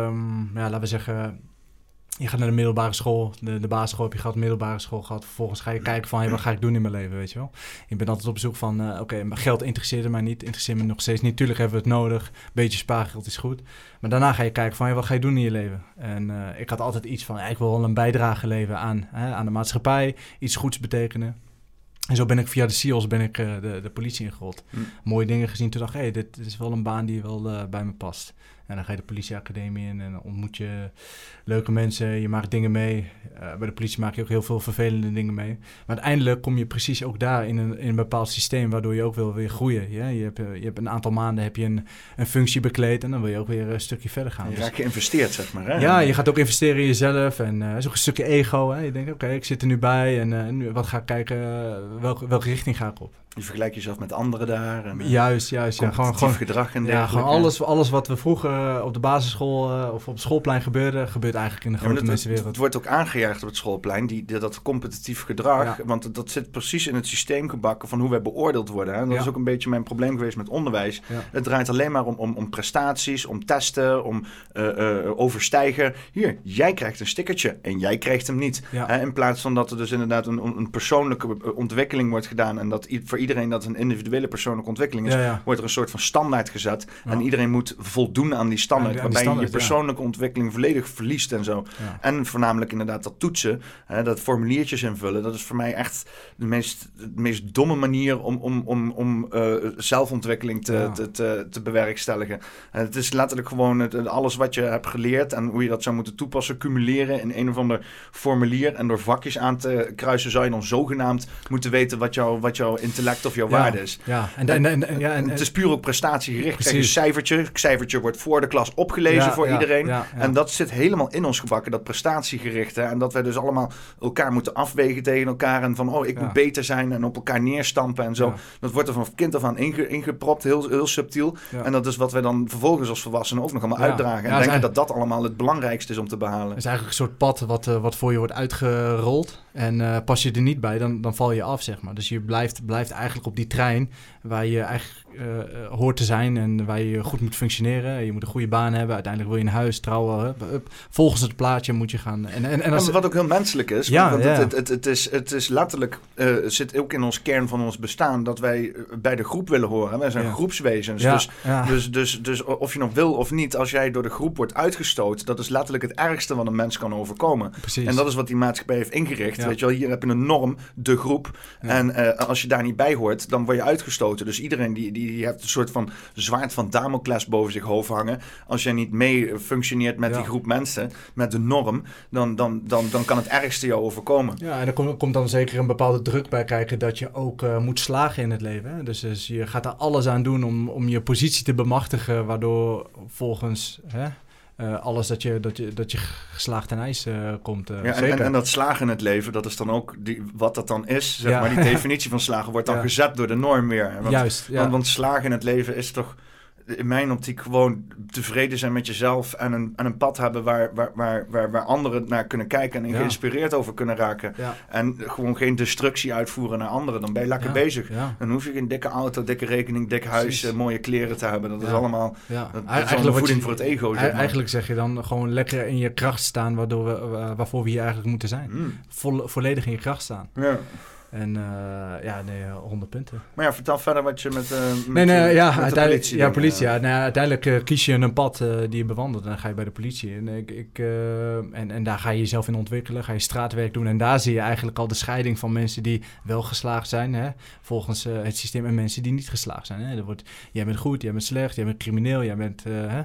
ja, laten we zeggen... Je gaat naar de middelbare school, de, de basisschool heb je gehad, de middelbare school gehad. Vervolgens ga je kijken van, hey, wat ga ik doen in mijn leven, weet je wel. Je bent altijd op zoek van, uh, oké, okay, geld interesseerde mij niet, interesseert me nog steeds niet. Tuurlijk hebben we het nodig, een beetje spaargeld is goed. Maar daarna ga je kijken van, hey, wat ga je doen in je leven? En uh, ik had altijd iets van, hey, ik wil wel een bijdrage leveren aan, hè, aan de maatschappij, iets goeds betekenen. En zo ben ik via de S E A L's ben ik uh, de, de politie ingerold. Mm. Mooie dingen gezien, toen dacht ik, hey, dit, dit is wel een baan die wel uh, bij me past. En dan ga je de politieacademie in en dan ontmoet je leuke mensen. Je maakt dingen mee. Uh, bij de politie maak je ook heel veel vervelende dingen mee. Maar uiteindelijk kom je precies ook daar in een, in een bepaald systeem... waardoor je ook wil weer groeien. Ja? Je, hebt, je hebt een aantal maanden heb je een, een functie bekleed... en dan wil je ook weer een stukje verder gaan. Je raakt geïnvesteerd, zeg maar. Hè? Ja, je gaat ook investeren in jezelf. En uh, is ook een stukje ego. Hè? Je denkt, oké, okay, ik zit er nu bij... en uh, nu, wat ga ik kijken, uh, welke, welke richting ga ik op? Je vergelijkt jezelf met anderen daar. En, juist, juist. Ja, gewoon, gewoon gedrag en ja, gewoon alles, alles wat we vroeger op de basisschool uh, of op het schoolplein gebeurde, gebeurt eigenlijk in de grote ja, mensenwereld. Het wordt ook aangejaagd op het schoolplein, die, die, dat competitief gedrag. Ja. Want dat zit precies in het systeem gebakken van hoe wij beoordeeld worden. Hè? En dat ja. is ook een beetje mijn probleem geweest met onderwijs. Ja. Het draait alleen maar om, om, om prestaties, om testen, om uh, uh, overstijgen. Hier, jij krijgt een stickertje en jij krijgt hem niet. Ja. Hè? In plaats van dat er dus inderdaad een, een persoonlijke ontwikkeling wordt gedaan en dat i- voor iedereen dat een individuele persoonlijke ontwikkeling is, ja, ja. wordt er een soort van standaard gezet. Ja. En iedereen moet voldoen aan die standaard, ja, waarbij standaard, je je persoonlijke ja. ontwikkeling volledig verliest en zo. Ja. En voornamelijk inderdaad dat toetsen, hè, dat formuliertjes invullen, dat is voor mij echt de meest, de meest domme manier om, om, om, om uh, zelfontwikkeling te, ja. te, te, te bewerkstelligen. En het is letterlijk gewoon het, alles wat je hebt geleerd en hoe je dat zou moeten toepassen, cumuleren in een of ander formulier en door vakjes aan te kruisen zou je dan zogenaamd moeten weten wat, jou, wat jouw intellect of jouw ja. waarde is. Ja. En, en, en, en, ja, en, en het is puur op prestatiegericht. Krijg je een cijfertje. Het cijfertje wordt voor de klas opgelezen ja, voor ja, iedereen. Ja, ja. En dat zit helemaal in ons gebakken, dat prestatiegericht. Hè? En dat wij dus allemaal elkaar moeten afwegen tegen elkaar. En van, oh, ik ja. moet beter zijn en op elkaar neerstampen en zo. Ja. Dat wordt er vanaf kind af aan inge, ingepropt, heel, heel subtiel. Ja. En dat is wat wij dan vervolgens als volwassenen ook nog allemaal ja. uitdragen. En ja, denken dat dat allemaal het belangrijkste is om te behalen. Het is eigenlijk een soort pad wat, uh, wat voor je wordt uitgerold. En uh, pas je er niet bij, dan, dan val je af, zeg maar. Dus je blijft, blijft eigenlijk op die trein waar je eigenlijk uh, hoort te zijn en waar je goed moet functioneren. Je moet een goede baan hebben. Uiteindelijk wil je een huis, trouwen. Hup, hup. Volgens het plaatje moet je gaan. En, en, en als... ja, wat ook heel menselijk is. Ja, want ja. Het, het, het, het, is, het is letterlijk, uh, zit ook in ons kern van ons bestaan, dat wij bij de groep willen horen. Wij zijn ja. groepswezens. Ja, dus, ja. Dus, dus, dus of je nog wil of niet, als jij door de groep wordt uitgestoten, dat is letterlijk het ergste wat een mens kan overkomen. Precies. En dat is wat die maatschappij heeft ingericht. Ja. Weet je wel, hier heb je een norm, de groep. Ja. En uh, als je daar niet bij hoort, dan word je uitgestoten. Dus iedereen die, die, die heeft een soort van zwaard van Damocles boven zich hoofd hangen. Als jij niet mee functioneert met ja. die groep mensen, met de norm, dan, dan, dan, dan kan het ergste jou overkomen. Ja, en er komt, komt dan zeker een bepaalde druk bij kijken dat je ook uh, moet slagen in het leven. Hè? Dus, dus je gaat er alles aan doen om, om je positie te bemachtigen, waardoor volgens... Hè, Uh, alles dat je, dat, je, dat je geslaagd ten ijs uh, komt. Uh, ja, en, en, en dat slagen in het leven, dat is dan ook die, wat dat dan is. Zeg ja. maar, die definitie van slagen wordt dan ja. gezet door de norm weer. Want, Juist, ja. want, want slagen in het leven is toch in mijn optiek gewoon tevreden zijn met jezelf en een, en een pad hebben waar, waar, waar, waar, waar anderen naar kunnen kijken en ja. geïnspireerd over kunnen raken. Ja. En gewoon geen destructie uitvoeren naar anderen. Dan ben je lekker ja. bezig. Ja. Dan hoef je geen dikke auto, dikke rekening, dik huis, uh, mooie kleren te hebben. Dat ja. is allemaal ja. dat, dat is allemaal voeding je, voor het ego. Zeg maar. Eigenlijk zeg je dan gewoon lekker in je kracht staan, waardoor we, uh, waarvoor we hier eigenlijk moeten zijn. Mm. Vo- volledig in je kracht staan. Ja. En uh, ja, nee, honderd punten. Maar ja, vertel verder wat je met, uh, met, nee, nee, ja, met uiteindelijk, politie ja, dan, politie. Uh, ja, nou, uiteindelijk uh, kies je een pad uh, die je bewandelt en dan ga je bij de politie. En, ik, ik, uh, en, en daar ga je jezelf in ontwikkelen, ga je straatwerk doen. En daar zie je eigenlijk al de scheiding van mensen die wel geslaagd zijn, hè, volgens uh, het systeem, en mensen die niet geslaagd zijn. Hè. Er wordt, jij bent goed, jij bent slecht, jij bent crimineel, jij bent... Uh, hè.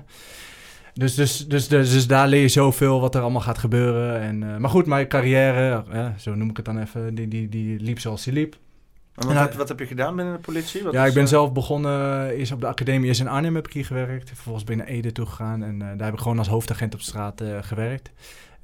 Dus, dus, dus, dus, dus daar leer je zoveel wat er allemaal gaat gebeuren. En, uh, maar goed, mijn carrière, uh, zo noem ik het dan even, die, die, die liep zoals die liep. En wat, en, wat heb je gedaan binnen de politie? Wat ja, is, ik ben uh... zelf begonnen, eerst op de academie, eerst in Arnhem heb ik hier gewerkt. Vervolgens ben ik naar Ede toegegaan en uh, daar heb ik gewoon als hoofdagent op straat uh, gewerkt.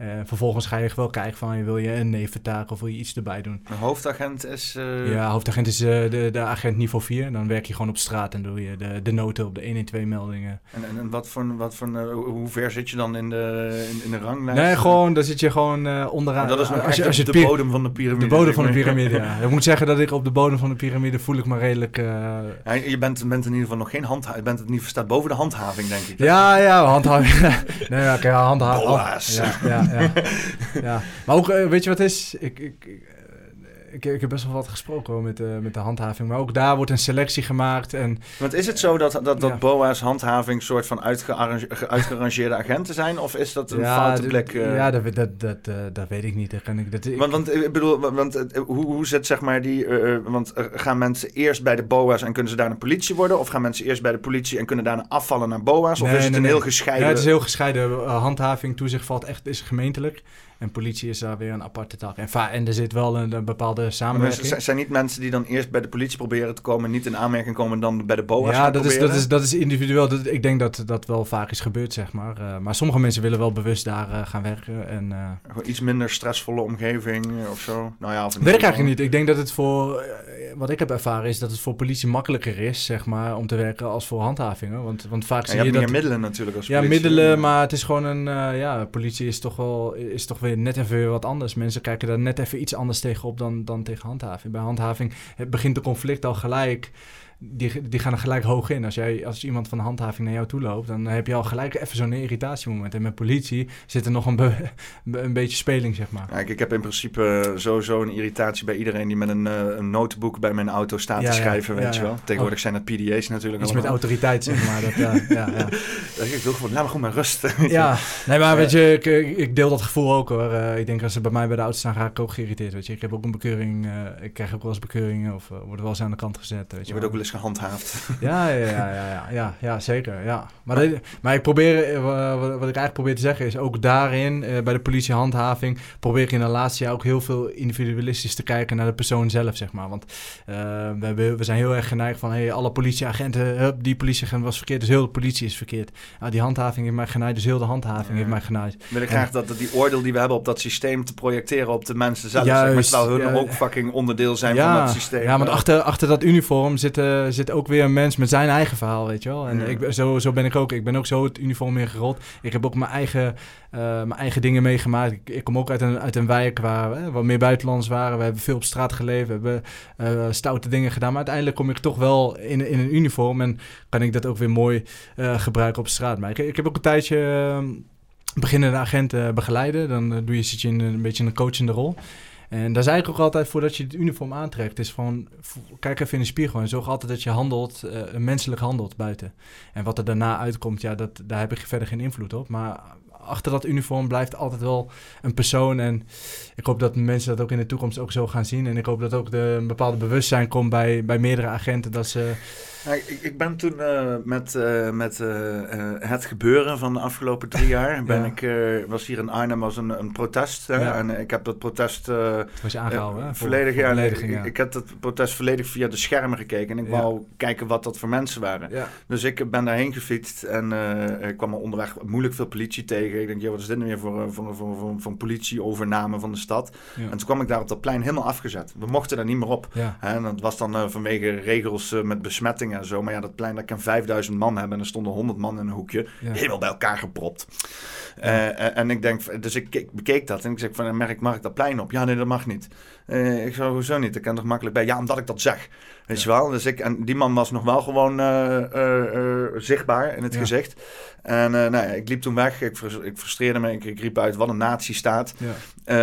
Uh, vervolgens ga je wel kijken van, wil je een neventaak of wil je iets erbij doen. Een hoofdagent is... Uh... Ja, hoofdagent is uh, de, de agent niveau vier. Dan werk je gewoon op straat en doe je de, de noten op de honderdtwaalf meldingen. En, en, en wat voor, wat voor uh, hoe ver zit je dan in de, in, in de ranglijst? Nee, gewoon, dan zit je gewoon uh, onderaan. Maar dat is nog als je, als je de pir- bodem van de piramide. De bodem van de piramide, ja. Ik moet zeggen dat ik op de bodem van de piramide voel ik me redelijk... Uh... Ja, je bent, bent in ieder geval nog geen handhaving. Je bent het niet staat boven de handhaving, denk ik. Ja, ja, handhaving. nee, ja, okay, handhaving. Boa's. Ja, ja, ja. ja. Maar ook, uh, weet je wat het is? Ik... ik, ik Ik, ik heb best wel wat gesproken hoor, met, uh, met de handhaving. Maar ook daar wordt een selectie gemaakt. En, Want is het zo dat, dat, dat ja. B O A's handhaving soort van uitgearrange- uitgerangeerde agenten zijn? Of is dat een ja, foute blik? Uh... Ja, dat, dat, dat, uh, dat weet ik niet. Dat kan ik, dat, ik... Want, want ik bedoel, want, uh, hoe, hoe zit zeg maar die... Uh, want uh, gaan mensen eerst bij de B O A's en kunnen ze daarna politie worden? Of gaan mensen eerst bij de politie en kunnen daarna afvallen naar B O A's? Of nee, is het nee, een nee. heel gescheiden... Ja, het is heel gescheiden. Uh, handhaving, toezicht valt echt, is gemeentelijk. En politie is daar weer een aparte tak. En, va- en er zit wel een, een bepaalde samenwerking. Maar zijn niet mensen die dan eerst bij de politie proberen te komen... niet in aanmerking komen en dan bij de B O A's Ja, dat is, proberen? dat, is, dat is individueel. Dat, ik denk dat dat wel vaak is gebeurd, zeg maar. Uh, maar sommige mensen willen wel bewust daar uh, gaan werken. En, uh, Gewoon iets minder stressvolle omgeving of zo? Nou ja, of weet ik eigenlijk niet. Ik denk dat het voor... Uh, wat ik heb ervaren is dat het voor politie makkelijker is, zeg maar... om te werken als voor handhavingen. Want, want vaak ja, zie je, je hebt dat... meer middelen natuurlijk als ja, politie. middelen, maar het is gewoon een... Uh, ja, politie is toch wel... is toch weer net even wat anders. Mensen kijken daar net even iets anders tegenop dan, dan tegen handhaving. Bij handhaving begint de conflict al gelijk... Die, die gaan er gelijk hoog in. Als, jij, als iemand van de handhaving naar jou toe loopt... dan heb je al gelijk even zo'n irritatiemoment. En met politie zit er nog een, be, een beetje speling, zeg maar. Ja, ik, ik heb in principe sowieso een irritatie bij iedereen... die met een, uh, een notebook bij mijn auto staat ja, te schrijven, ja, weet ja, je ja. wel. Tegenwoordig oh. zijn het P D A's natuurlijk. Iets met autoriteit, zeg maar. Dat, ja, ja, ja. Ik wil gewoon, laat me gewoon maar rust. Ja, nee, maar weet je, ik, ik deel dat gevoel ook hoor. Uh, ik denk als ze bij mij bij de auto staan, ga ik ook geïrriteerd, weet je. Ik heb ook een bekeuring, uh, ik krijg ook wel eens bekeuringen... of uh, word wel eens aan de kant gezet, weet je. Je wordt ook wel eens gehandhaafd. Ja, ja, ja, ja, ja, ja, ja, zeker. Ja. Maar, de, maar ik probeer, uh, wat ik eigenlijk probeer te zeggen is, ook daarin, uh, bij de politiehandhaving, probeer ik in de laatste jaar ook heel veel individualistisch te kijken naar de persoon zelf, zeg maar. Want uh, we, hebben, we zijn heel erg geneigd van, hey, alle politieagenten, hup, die politieagent was verkeerd, dus heel de politie is verkeerd. Ah, die handhaving heeft mij genaaid, dus heel de handhaving ja. heeft mij genaaid. Wil ik graag en, dat, dat die oordeel die we hebben op dat systeem te projecteren op de mensen zelf, juist, zeg maar, terwijl hun ja, ook fucking onderdeel zijn ja, van dat systeem. Ja, want achter, achter dat uniform zit, uh, zit ook weer een mens met zijn eigen verhaal, weet je wel. En ja. ik, zo, zo ben ik ook. Ik ben ook zo het uniform ingerold. Ik heb ook mijn eigen, uh, mijn eigen dingen meegemaakt. Ik, ik kom ook uit een, uit een wijk waar uh, wat meer buitenlands waren. We hebben veel op straat geleefd. We hebben uh, stoute dingen gedaan. Maar uiteindelijk kom ik toch wel in, in een uniform. En kan ik dat ook weer mooi uh, gebruiken op straat. Maar ik, ik heb ook een tijdje uh, beginnende agenten begeleiden. Dan uh, doe je, zit je in een, een beetje in een coachende rol. En daar zei ik ook altijd, voordat je het uniform aantrekt, is van, kijk even in de spiegel en zorg altijd dat je handelt, uh, menselijk handelt buiten. En wat er daarna uitkomt, ja, dat, daar heb ik verder geen invloed op. Maar achter dat uniform blijft altijd wel een persoon. En ik hoop dat mensen dat ook in de toekomst ook zo gaan zien. En ik hoop dat ook de, een bepaalde bewustzijn komt bij, bij meerdere agenten, dat ze... Ja, ik, ik ben toen uh, met, uh, met uh, uh, het gebeuren van de afgelopen drie jaar... Ben ja. ik, uh, was hier in Arnhem was een, een protest. Hè? Ja. En ik heb dat protest... Uh, was je aangehouden, uh, hè? Volledig, voor, ja, voor ik, ja. ik heb dat protest volledig via de schermen gekeken. En ik ja. wou kijken wat dat voor mensen waren. Ja. Dus ik ben daarheen gefietst. En uh, ik kwam er onderweg moeilijk veel politie tegen. Ik denk, joh, wat is dit nou weer voor, voor, voor, voor, voor een politieovername van de stad? Ja. En toen kwam ik daar op dat plein helemaal afgezet. We mochten daar niet meer op. Ja. En dat was dan uh, vanwege regels uh, met besmetting en zo. Maar ja, dat plein, dat kan vijfduizend man hebben. En er stonden honderd man in een hoekje. Ja. Helemaal bij elkaar gepropt. Ja. Uh, en ik denk, dus ik keek, bekeek dat. En ik zeg van, merk, mag ik dat plein op? Ja, nee, dat mag niet. Uh, ik zei, hoezo niet? Ik kan toch makkelijk bij? Ja, omdat ik dat zeg. Weet ja. je wel? Dus ik, en die man was nog wel gewoon uh, uh, uh, zichtbaar in het ja. gezicht. En uh, nou ja, ik liep toen weg. Ik, ik frustreerde me. Ik, ik riep uit, wat een nazi-staat. Ja.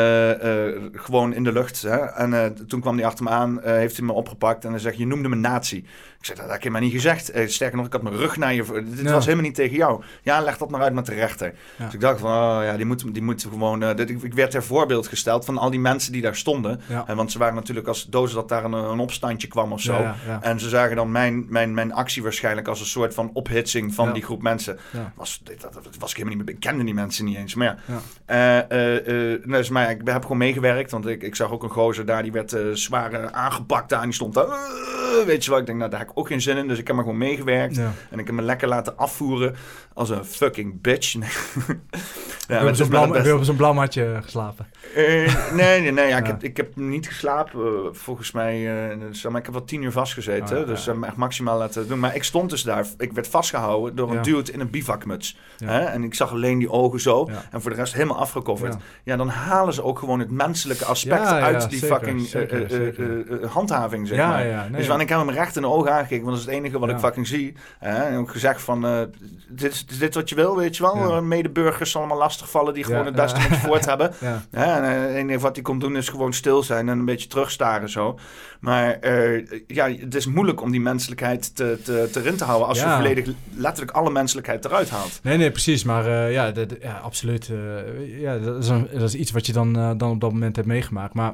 Uh, uh, gewoon in de lucht. Hè? En uh, toen kwam hij achter me aan. Uh, heeft hij me opgepakt. En hij zegt, je noemde me nazi. Ik zeg, dat heb je maar niet gezegd. Uh, sterker nog, ik had mijn rug naar je... Dit ja. was helemaal niet tegen jou. Ja, leg dat maar uit met de rechter. Ja. Dus ik dacht van, oh ja, die moet, die moet gewoon... Uh, dit, ik, ik werd ter voorbeeld gesteld van al die mensen die daar stonden. Ja. Uh, want ze waren natuurlijk als doos dat daar een, een opstandje kwam of zo. Ja, ja, ja. En ze zagen dan mijn, mijn, mijn actie waarschijnlijk als een soort van ophitsing van ja. die groep mensen. Ja. Was, dat, dat, dat was ik helemaal niet meer... Ik kende die mensen niet eens. Maar ja. ja. Uh, uh, uh, dus, maar ja, ik heb gewoon meegewerkt. Want ik, ik zag ook een gozer daar, die werd uh, zwaar uh, aangepakt daar. En die stond daar... Uh, weet je wel, ik denk, nou, daar heb ik ook geen zin in. Dus ik heb maar gewoon meegewerkt. Ja. En ik heb me lekker laten afvoeren als een fucking bitch. we hebben zo'n blauw, best... zo'n blauw matje geslapen. Uh, nee, nee, nee. Ja, ja. Ik, heb, ik heb niet geslapen, uh, volgens mij. Uh, dus, maar ik heb wel tien uur vastgezeten. Oh, ja, dus ja. Uh, echt maximaal laten doen. Maar ik stond dus daar. Ik werd vastgehouden door een ja. dude in een bivakmuts. Ja. Hè? En ik zag alleen die ogen zo. Ja. En voor de rest helemaal afgecoverd. Ja. ja, dan halen ze ook gewoon het menselijke aspect ja, uit ja, die zeker, fucking zeker, uh, zeker. Uh, uh, uh, handhaving, zeg ja, maar. Ja, nee, dus wanneer ik hem recht in de ogen aangekeken, want dat is het enige wat ja. ik fucking zie. Uh, en ook gezegd van, uh, dit is dit wat je wil, weet je wel. Ja. Medeburgers allemaal lastigvallen die gewoon ja, het beste ja. voort hebben. Ja. Ja, en het enige wat hij kon doen is gewoon stil zijn en een beetje terugstaren zo. Maar uh, ja, het is moeilijk om die menselijkheid te, te, te erin te houden als ja. je volledig letterlijk alle menselijkheid eruit haalt. Nee, nee, precies. Maar uh, ja, de, de, ja, absoluut. Uh, ja, dat is, een, dat is iets wat je dan, uh, dan op dat moment hebt meegemaakt. Maar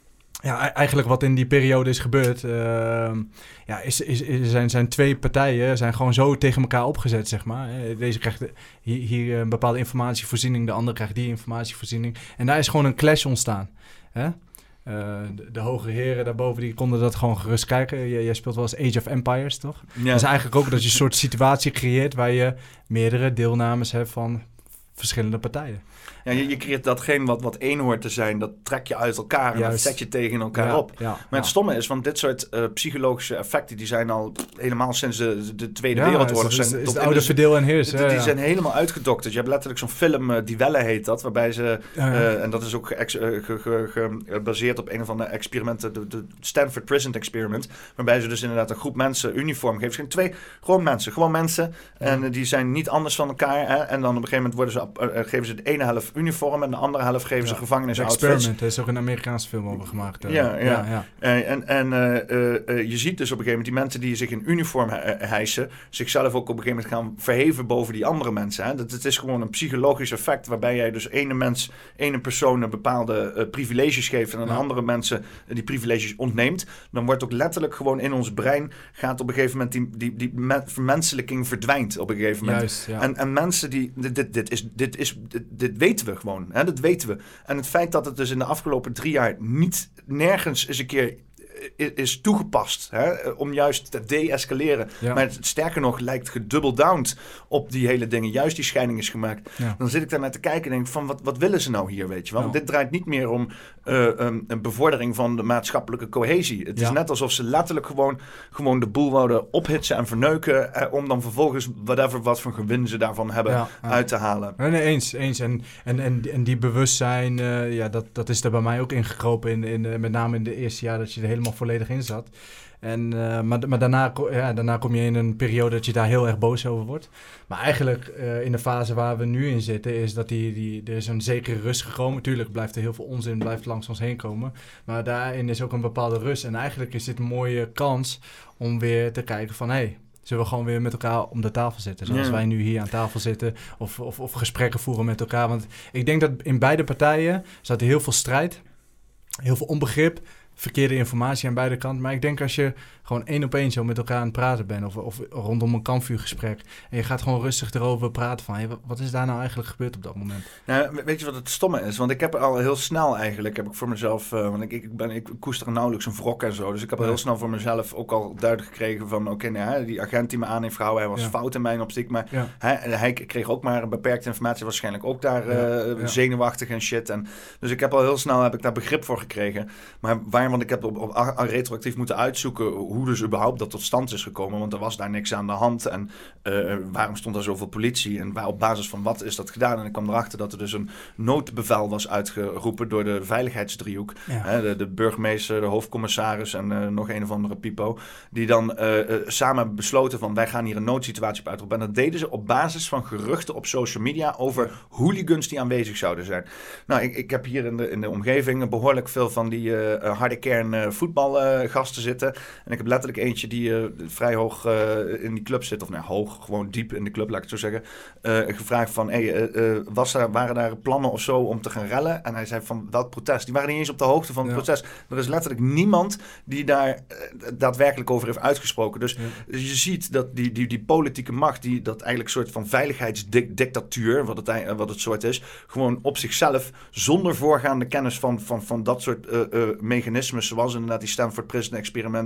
ja, eigenlijk wat in die periode is gebeurd, uh, ja, is, is, is, zijn, zijn twee partijen zijn gewoon zo tegen elkaar opgezet, zeg maar. Deze krijgt hier, hier een bepaalde informatievoorziening, de andere krijgt die informatievoorziening. En daar is gewoon een clash ontstaan. Hè? Uh, de, de hoge heren daarboven, die konden dat gewoon gerust kijken. J- jij speelt wel eens Age of Empires, toch? Ja. Dat is eigenlijk ook dat je een soort situatie creëert waar je meerdere deelnames hebt van verschillende partijen. Ja, je, je creëert datgene wat, wat één hoort te zijn, dat trek je uit elkaar en Juist. dat zet je tegen elkaar ja, op. Ja, maar ja. het stomme is, want dit soort uh, psychologische effecten, die zijn al helemaal sinds de, de Tweede ja, Wereldoorlog. Is, is, zijn, is de oude verdeel en heers. Die, die ja. zijn helemaal uitgedokterd. Je hebt letterlijk zo'n film, uh, Die Welle heet dat, waarbij ze, ja, ja. Uh, en dat is ook geëx, uh, ge, ge, ge, gebaseerd op een of andere experimenten, de, de Stanford Prison Experiment, waarbij ze dus inderdaad een groep mensen uniform geven. Zijn twee, gewoon mensen, gewoon mensen. Ja. En uh, die zijn niet anders van elkaar. Hè? En dan op een gegeven moment worden ze, uh, geven ze de ene helft uniform en de andere helft geven ze ja, gevangenis-outfits. Experiment, er is ook een Amerikaanse film over gemaakt. Uh, ja, ja. ja, ja. En, en uh, uh, je ziet dus op een gegeven moment die mensen die zich in uniform he- hijsen, zichzelf ook op een gegeven moment gaan verheven boven die andere mensen. Hè? Dat, het is gewoon een psychologisch effect waarbij jij dus ene mens, ene persoon een bepaalde uh, privileges geeft en aan ja. andere mensen uh, die privileges ontneemt. Dan wordt ook letterlijk gewoon in ons brein gaat op een gegeven moment die, die, die me- vermenselijking verdwijnt op een gegeven moment. Juist, ja. en, en mensen die, dit, dit, dit, is, dit, is, dit, dit weten we gewoon. Hè? Dat weten we. En het feit dat het dus in de afgelopen drie jaar niet nergens eens een keer is toegepast, hè, om juist te de-escaleren. Ja. Maar het, sterker nog, lijkt gedubbeldowned op die hele dingen. Juist die scheiding is gemaakt. Ja. Dan zit ik daar naar te kijken en denk van, wat, wat willen ze nou hier, weet je wel? Ja. Dit draait niet meer om uh, um, een bevordering van de maatschappelijke cohesie. Het ja. is net alsof ze letterlijk gewoon, gewoon de boel wouden ophitsen en verneuken, uh, om dan vervolgens whatever wat voor gewin ze daarvan hebben ja. Ja. uit te halen. Nee, nee, eens. eens. En, en, en, en die bewustzijn, uh, ja, dat, dat is er bij mij ook ingekropen, in, in, uh, met name in de eerste jaar dat je er helemaal volledig in zat. En, uh, maar maar daarna, ja, daarna kom je in een periode dat je daar heel erg boos over wordt. Maar eigenlijk uh, in de fase waar we nu in zitten, is dat die, die, er is een zekere rust gekomen. Tuurlijk blijft er heel veel onzin blijft langs ons heen komen. Maar daarin is ook een bepaalde rust. En eigenlijk is dit een mooie kans om weer te kijken van, hé, hey, zullen we gewoon weer met elkaar om de tafel zitten. Zoals ja. wij nu hier aan tafel zitten. Of, of, of gesprekken voeren met elkaar. Want ik denk dat in beide partijen zat er heel veel strijd. Heel veel onbegrip. Verkeerde informatie aan beide kanten. Maar ik denk als je gewoon één op één zo met elkaar aan het praten bent, of, of rondom een kampvuurgesprek, en je gaat gewoon rustig erover praten van, hey, wat is daar nou eigenlijk gebeurd op dat moment? Nou, weet je wat het stomme is? Want ik heb al heel snel eigenlijk, heb ik voor mezelf, uh, want ik, ik, ben, ik koester nauwelijks een wrok en zo, dus ik heb al heel snel voor mezelf ook al duidelijk gekregen van, oké, okay, nou, die agent die me aan heeft gehouden, hij was ja. fout in mijn optiek, maar ja. hij, hij kreeg ook maar een beperkte informatie, waarschijnlijk ook daar uh, ja. Ja. zenuwachtig en shit. En, dus ik heb al heel snel heb ik daar begrip voor gekregen. Maar waar, want ik heb op, op, op retroactief moeten uitzoeken hoe dus überhaupt dat tot stand is gekomen, want er was daar niks aan de hand en uh, waarom stond er zoveel politie en waar, op basis van wat is dat gedaan? En ik kwam erachter dat er dus een noodbevel was uitgeroepen door de veiligheidsdriehoek. Ja. Hè, de, de burgemeester, de hoofdcommissaris en uh, nog een of andere pipo, die dan uh, uh, samen besloten van wij gaan hier een noodsituatie op uitroepen. En dat deden ze op basis van geruchten op social media over hooligans die aanwezig zouden zijn. Nou, ik, ik heb hier in de, in de omgeving behoorlijk veel van die uh, harde kern uh, voetbalgasten uh, zitten. En ik heb letterlijk eentje die uh, vrij hoog uh, in die club zit, of nou hoog, gewoon diep in de club, laat ik het zo zeggen, uh, gevraagd van, hey, uh, uh, was er, waren daar plannen of zo om te gaan rellen? En hij zei van, welk protest? Die waren niet eens op de hoogte van het ja. protest. Er is letterlijk niemand die daar uh, daadwerkelijk over heeft uitgesproken. Dus, ja. dus je ziet dat die, die, die politieke macht, die dat eigenlijk soort van veiligheidsdictatuur, wat het, wat het soort is, gewoon op zichzelf, zonder voorgaande kennis van, van, van dat soort uh, uh, mechanismes, zoals inderdaad die Stanford Prison Experiment en de psychologie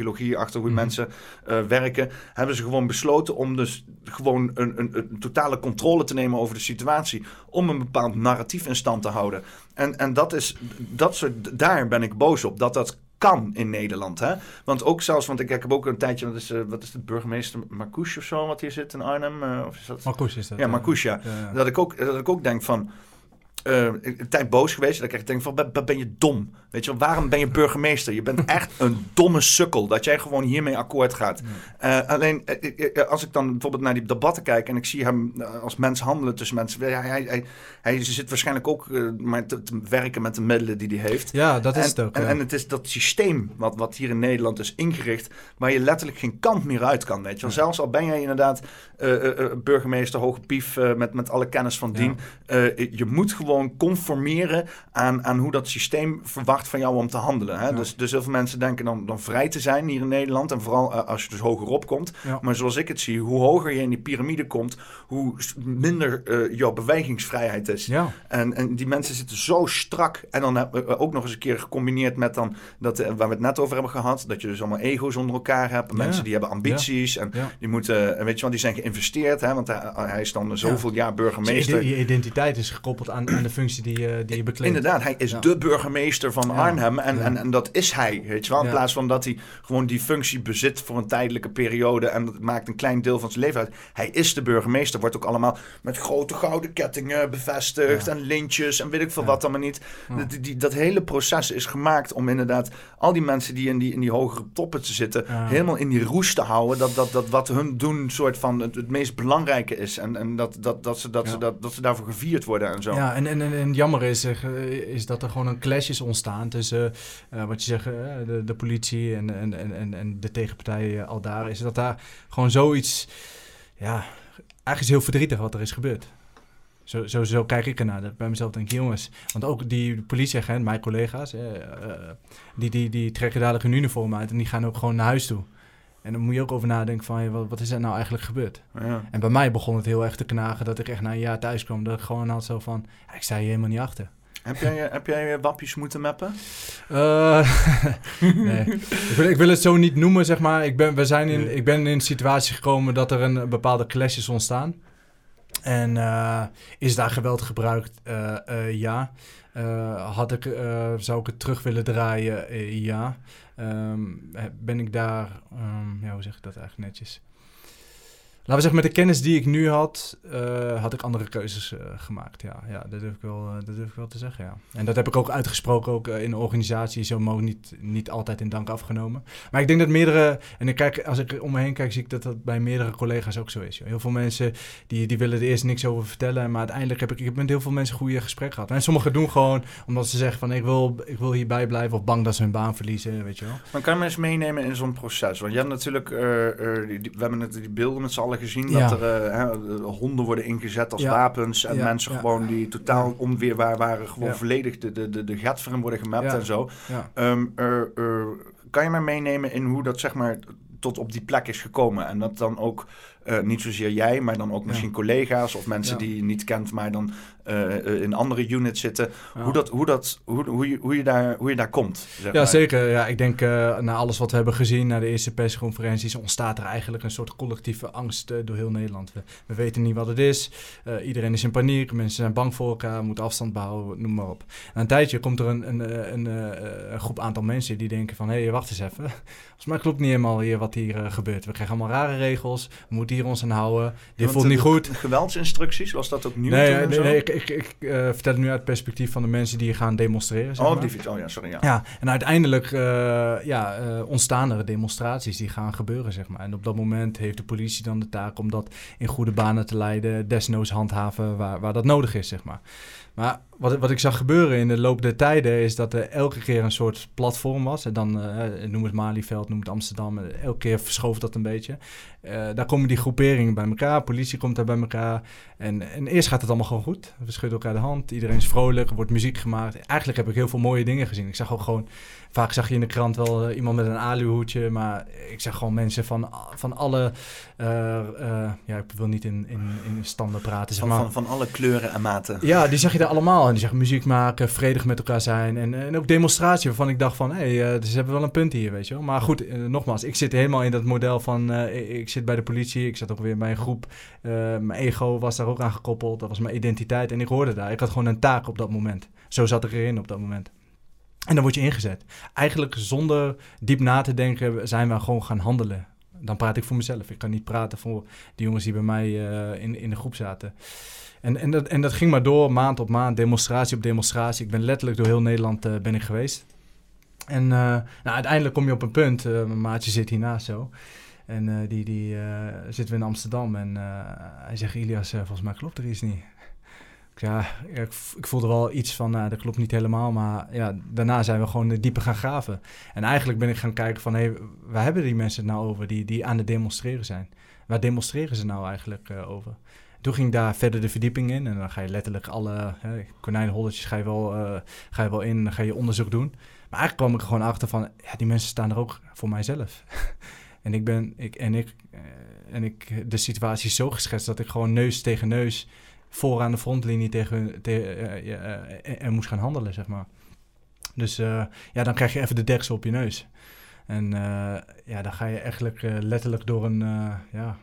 psychologie achter hoe Mm-hmm. mensen uh, werken, hebben ze gewoon besloten om dus gewoon een, een, een totale controle te nemen over de situatie, om een bepaald narratief in stand te houden. En, en dat is, dat soort, daar ben ik boos op, dat dat kan in Nederland. Hè? Want ook zelfs, want ik, ik heb ook een tijdje, wat is, uh, wat is de burgemeester Marcouch of zo, wat hier zit in Arnhem? Uh, of is dat? Marcouch is dat. Ja, Marcouch, ja. ja, ja. Dat, ik ook, dat ik ook denk van, uh, een tijd boos geweest, dat ik echt denk van, ben, ben je dom? Weet je wel, waarom ben je burgemeester? Je bent echt een domme sukkel, dat jij gewoon hiermee akkoord gaat. Ja. Uh, alleen, uh, als ik dan bijvoorbeeld naar die debatten kijk en ik zie hem uh, als mens handelen tussen mensen, hij, hij, hij, hij zit waarschijnlijk ook uh, maar te, te werken met de middelen die hij heeft. Ja, dat is en, het ook. En, ja. en het is dat systeem wat, wat hier in Nederland is ingericht, waar je letterlijk geen kant meer uit kan. Weet je wel. Ja. Zelfs al ben jij inderdaad uh, uh, burgemeester, hoge pief, uh, met, met alle kennis van dien. Ja. Uh, je moet gewoon conformeren aan, aan hoe dat systeem verwacht van jou om te handelen. Hè? Ja. Dus, dus heel veel mensen denken dan, dan vrij te zijn hier in Nederland. En vooral uh, als je dus hogerop komt. Ja. Maar zoals ik het zie, hoe hoger je in die piramide komt, hoe minder uh, jouw bewegingsvrijheid is. Ja. En, en die mensen zitten zo strak. En dan hebben we ook nog eens een keer gecombineerd met dan dat, uh, waar we het net over hebben gehad, dat je dus allemaal ego's onder elkaar hebt. Ja. Mensen die hebben ambities. Ja. En ja. die moeten, uh, weet je wel, die zijn geïnvesteerd. Hè? Want hij, hij is dan zoveel ja. jaar burgemeester. Dus je identiteit is gekoppeld aan, aan de functie die, uh, die je bekleedt. Inderdaad, hij is ja. de burgemeester van ja. Arnhem. En, ja. en, en dat is hij, weet je wel. In ja. plaats van dat hij gewoon die functie bezit voor een tijdelijke periode en dat maakt een klein deel van zijn leven uit. Hij is de burgemeester, wordt ook allemaal met grote gouden kettingen bevestigd ja. en lintjes en weet ik veel ja. wat allemaal niet. Ja. Die, die, dat hele proces is gemaakt om inderdaad al die mensen die in die, in die hogere toppen te zitten, ja. helemaal in die roes te houden. Dat, dat, dat wat hun doen soort van het, het meest belangrijke is. En, en dat, dat, dat, ze, dat, ja. ze, dat, dat ze daarvoor gevierd worden en zo. Ja, en, en, en, en jammer is, is dat er gewoon een clash is ontstaan tussen uh, wat je zegt, uh, de, de politie en, en, en, en de tegenpartij uh, al daar. Is dat daar gewoon zoiets, ja, eigenlijk is heel verdrietig wat er is gebeurd. Zo, zo, zo kijk ik ernaar. Bij mezelf denk ik, jongens. Want ook die politieagent, mijn collega's, uh, uh, die, die, die trekken dadelijk hun uniform uit en die gaan ook gewoon naar huis toe. En dan moet je ook over nadenken van, hey, wat, wat is er nou eigenlijk gebeurd? Ja. En bij mij begon het heel erg te knagen dat ik echt na een jaar thuis kwam. Dat ik gewoon had zo van, ja, ik sta hier helemaal niet achter. Heb jij, heb jij wapjes moeten mappen? Uh, nee, ik wil, ik wil het zo niet noemen, zeg maar. Ik ben, we zijn in, ik ben in een situatie gekomen dat er een bepaalde clash is ontstaan. En uh, is daar geweld gebruikt? Uh, uh, ja. Uh, had ik, uh, zou ik het terug willen draaien? Uh, ja. Um, ben ik daar... Um, ja, hoe zeg ik dat eigenlijk netjes? Laten we zeggen, met de kennis die ik nu had, uh, had ik andere keuzes uh, gemaakt. Ja, ja dat, durf ik wel, uh, dat durf ik wel te zeggen, ja. En dat heb ik ook uitgesproken, ook uh, in de organisatie. Zo mogen niet, niet altijd in dank afgenomen. Maar ik denk dat meerdere... En ik kijk, als ik om me heen kijk, zie ik dat dat bij meerdere collega's ook zo is. Joh. Heel veel mensen, die, die willen er eerst niks over vertellen. Maar uiteindelijk heb ik, ik heb met heel veel mensen goede gesprekken gehad. En sommigen doen gewoon omdat ze zeggen van, ik wil, ik wil hierbij blijven of bang dat ze hun baan verliezen, weet je wel. Maar kan je me eens meenemen in zo'n proces? Want je hebt natuurlijk... Uh, uh, die, die, we hebben net die beelden met z'n allen gezien, ja. dat er uh, hè, honden worden ingezet als ja. wapens en ja. mensen ja. gewoon die totaal ja. onweerbaar waren, gewoon ja. volledig de, de, de, de gat voor hem worden gemapt ja. en zo. Ja. Um, uh, uh, kan je mij meenemen in hoe dat zeg maar tot op die plek is gekomen en dat dan ook uh, niet zozeer jij, maar dan ook misschien ja. collega's of mensen ja. die je niet kent, maar dan uh, in andere units zitten. Ja. Hoe, dat, hoe, dat, hoe, hoe, je, hoe, je daar, hoe je daar komt. Zeg ja, maar. Zeker. Ja, ik denk uh, na alles wat we hebben gezien, na de eerste persconferenties, ontstaat er eigenlijk een soort collectieve angst uh, door heel Nederland. We, we weten niet wat het is. Uh, iedereen is in paniek. Mensen zijn bang voor elkaar, moeten afstand behouden, noem maar op. Na een tijdje komt er een, een, een, een, een groep aantal mensen die denken van, hé, hey, wacht eens even. Volgens mij klopt niet helemaal hier wat hier uh, gebeurt. We krijgen allemaal rare regels. We moeten hier ons aan houden. Dit ja, voelt niet goed. Geweldsinstructies, was dat ook nieuw? Nee, nee, nee, nee ik, ik, ik uh, vertel het nu uit het perspectief van de mensen die gaan demonstreren. Zeg oh, maar. die, oh ja, sorry. Ja. ja, en uiteindelijk uh, ja, uh, ontstaan er demonstraties die gaan gebeuren, zeg maar. En op dat moment heeft de politie dan de taak om dat in goede banen te leiden, desnoods handhaven waar, waar dat nodig is, zeg maar. Maar wat, wat ik zag gebeuren in de loop der tijden is dat er elke keer een soort platform was. En dan uh, noem het Malieveld, noem het Amsterdam. Elke keer verschoof dat een beetje. Uh, daar komen die groeperingen bij elkaar. Politie komt daar bij elkaar. En, en eerst gaat het allemaal gewoon goed. We schudden elkaar de hand. Iedereen is vrolijk. Er wordt muziek gemaakt. Eigenlijk heb ik heel veel mooie dingen gezien. Ik zag ook gewoon... Vaak zag je in de krant wel uh, iemand met een aluhoedje. Maar ik zag gewoon mensen van, van alle... Uh, uh, ja, ik wil niet in, in, in standen praten. Zeg van, maar. van, van alle kleuren en maten. Ja, die zag je daar allemaal. En die zeggen muziek maken, vredig met elkaar zijn. En, en ook demonstratie waarvan ik dacht van... hé, hey, uh, ze hebben wel een punt hier, weet je wel. Maar goed, uh, nogmaals, ik zit helemaal in dat model van... Uh, ik, ik zit bij de politie, ik zat ook weer bij een groep. Uh, mijn ego was daar ook aan gekoppeld. Dat was mijn identiteit en ik hoorde daar. Ik had gewoon een taak op dat moment. Zo zat ik erin op dat moment. En dan word je ingezet. Eigenlijk zonder diep na te denken zijn we gewoon gaan handelen. Dan praat ik voor mezelf. Ik kan niet praten voor die jongens die bij mij uh, in, in de groep zaten. En, en, dat, en dat ging maar door, maand op maand, demonstratie op demonstratie. Ik ben letterlijk door heel Nederland uh, ben ik geweest. En uh, nou, uiteindelijk kom je op een punt. Uh, mijn maatje zit hiernaast zo. En uh, die, die uh, zitten we in Amsterdam. En uh, hij zegt, Ilias, uh, volgens mij klopt er iets niet. Ja, ik, ik voelde wel iets van, nou, dat klopt niet helemaal. Maar ja, daarna zijn we gewoon dieper gaan graven. En eigenlijk ben ik gaan kijken van, hé, hey, waar hebben die mensen het nou over die, die aan het demonstreren zijn? Waar demonstreren ze nou eigenlijk uh, over? Toen ging ik daar verder de verdieping in. En dan ga je letterlijk alle hè, konijnenholletjes ga je, wel, uh, ga je wel in. Dan ga je onderzoek doen. Maar eigenlijk kwam ik er gewoon achter van... ja, die mensen staan er ook voor mijzelf. en ik ben... Ik, en, ik, uh, en ik... De situatie is zo geschetst dat ik gewoon neus tegen neus... vooraan de frontlinie tegen... tegen uh, uh, uh, uh, en moest gaan handelen, zeg maar. Dus uh, ja, dan krijg je even de deksel op je neus. En uh, ja, dan ga je eigenlijk uh, letterlijk door een... Uh, ja,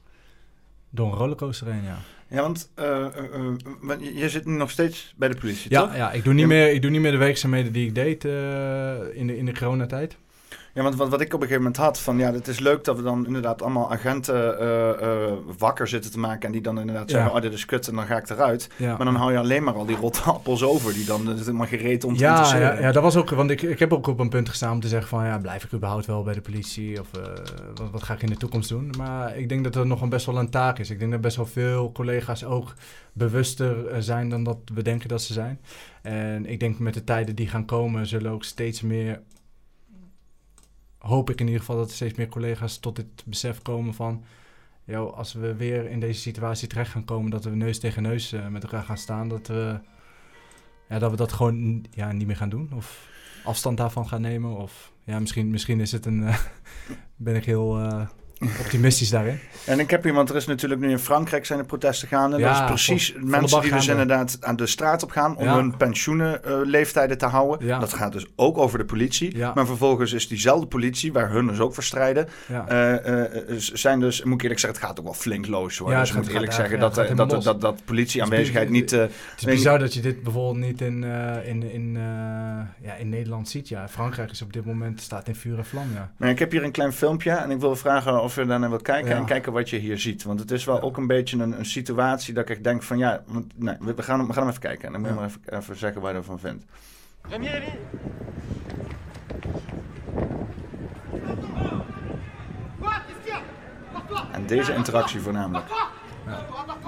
door een rollercoaster heen, ja. Ja, want uh, uh, uh, je zit nu nog steeds bij de politie, ja, toch? Ja, ik doe niet, ja, meer, ik doe niet meer de werkzaamheden die ik deed uh, in de, in de coronatijd. Ja, want wat, wat ik op een gegeven moment had, van ja, het is leuk dat we dan inderdaad allemaal agenten uh, uh, wakker zitten te maken en die dan inderdaad zeggen, ja. oh, dit is kut en dan ga ik eruit. Ja. Maar dan hou je alleen maar al die rotte appels over, die dan uh, maar gereed om te ja, interesseren. Ja, ja, dat was ook, want ik, ik heb ook op een punt gestaan om te zeggen van, ja, blijf ik überhaupt wel bij de politie of uh, wat, wat ga ik in de toekomst doen? Maar ik denk dat er nog een best wel een taak is. Ik denk dat best wel veel collega's ook bewuster zijn dan dat we denken dat ze zijn. En ik denk met de tijden die gaan komen, zullen ook steeds meer... hoop ik in ieder geval dat er steeds meer collega's tot dit besef komen van... Yo, als we weer in deze situatie terecht gaan komen... dat we neus tegen neus uh, met elkaar gaan staan... dat we, ja, dat we dat gewoon ja, niet meer gaan doen. Of afstand daarvan gaan nemen. Of ja, misschien, misschien is het een... Uh, ben ik heel... Uh, optimistisch daarin. En ik heb iemand, er is natuurlijk nu in Frankrijk zijn de protesten gaande. Ja, dat is precies vol, mensen die dus gaande. inderdaad aan de straat op gaan om ja. hun pensioenleeftijden uh, te houden. Ja. Dat gaat dus ook over de politie. Ja. Maar vervolgens is diezelfde politie, waar hun dus ook voor strijden, ja. uh, uh, zijn dus, moet ik eerlijk zeggen, het gaat ook wel flink los hoor. Ja, dus ik moet eerlijk zeggen dat, ja, dat, dat, dat, dat politieaanwezigheid niet... Uh, het is bizar dat je dit bijvoorbeeld niet in, uh, in, in, uh, ja, in Nederland ziet. Ja. Frankrijk is op dit moment, staat in vuur en vlam. Ja. Maar ik heb hier een klein filmpje en ik wil vragen of je daarnaar wilt kijken ja. en kijken wat je hier ziet. Want het is wel ja. ook een beetje een, een situatie dat ik echt denk van ja, want, nee, we, gaan, we gaan hem even kijken. En dan moet je ja. maar even, even zeggen waar je ervan vindt. Remy, Remy. En deze interactie voornamelijk. Ja.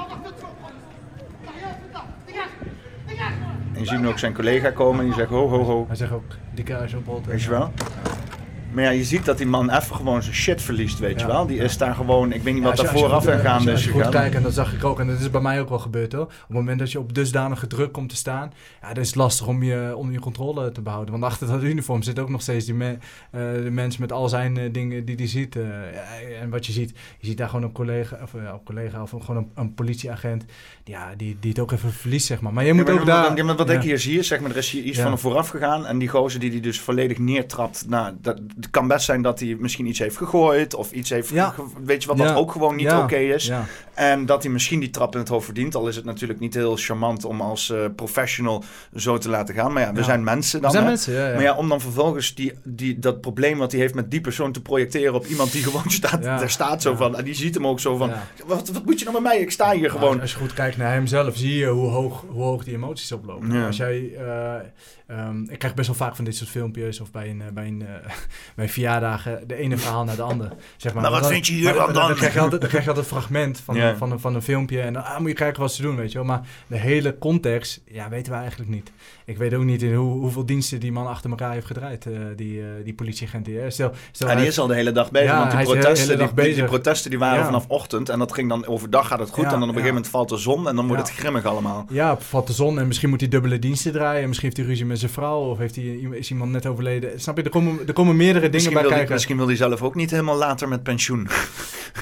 En je ziet nu ook zijn collega komen en die zegt ho, ho, ho. Hij zegt ook, die kaars op hol. Weet je wel? Maar ja, je ziet dat die man even gewoon zijn shit verliest, weet ja, je wel. Die ja. is daar gewoon, ik weet niet wat ja, daar vooraf en gaande is. Als je goed kijkt, en dat zag ik ook, en dat is bij mij ook wel gebeurd hoor. Op het moment dat je op dusdanige druk komt te staan, ja, dan is het lastig om je, om je controle te behouden. Want achter dat uniform zit ook nog steeds die me, uh, de mens met al zijn uh, dingen die hij ziet. Uh, ja, en wat je ziet, je ziet daar gewoon een collega, of uh, een collega of gewoon een, een politieagent, ja, die, die het ook even verliest, zeg maar. Maar je moet ja, maar, ook daar... Dan, wat ja. ik hier zie, zeg maar, er is hier iets ja. van vooraf gegaan en die gozer die die dus volledig neertrapt, nou, dat... Het kan best zijn dat hij misschien iets heeft gegooid of iets heeft, ja. ge- weet je wat, wat ja. ook gewoon niet ja. oké is. Ja. En dat hij misschien die trap in het hoofd verdient. Al is het natuurlijk niet heel charmant om als uh, professional zo te laten gaan. Maar ja, we ja. zijn mensen dan. We zijn hè? mensen, ja, ja. Maar ja, om dan vervolgens die, die, dat probleem wat hij heeft met die persoon te projecteren op iemand die gewoon staat, ja. daar staat zo ja. van. En die ziet hem ook zo van, ja. wat, wat moet je nou met mij? Ik sta hier ja, gewoon. Als je goed kijkt naar hemzelf, zie je hoe hoog, hoe hoog die emoties oplopen. Ja. Als jij... Uh, Um, ik krijg best wel vaak van dit soort filmpjes of bij een, uh, bij een, uh, bij verjaardagen de ene verhaal naar de andere. Zeg maar. Maar wat dan, vind je hier dan? Dan, dan, krijg je altijd, dan krijg je altijd een fragment van, yeah. van, van, van een filmpje en dan ah, moet je kijken wat ze doen, weet je wel. Maar de hele context, ja, weten we eigenlijk niet. Ik weet ook niet in hoe, hoeveel diensten die man achter elkaar heeft gedraaid, uh, die, uh, die politieagent. Die, uh, stel, stel ja, die hij, is al de hele dag bezig, ja, want die protesten, die, die, die protesten die waren ja. vanaf ochtend en dat ging dan overdag gaat het goed ja, en dan op een ja. gegeven moment valt de zon en dan wordt ja. het grimmig allemaal. Ja, valt de zon en misschien moet hij dubbele diensten draaien, misschien heeft hij ruzie met zijn vrouw of heeft hij is iemand net overleden. Snap je, er komen, er komen meerdere dingen misschien bij wil kijken. Die, misschien wil hij zelf ook niet helemaal later met pensioen.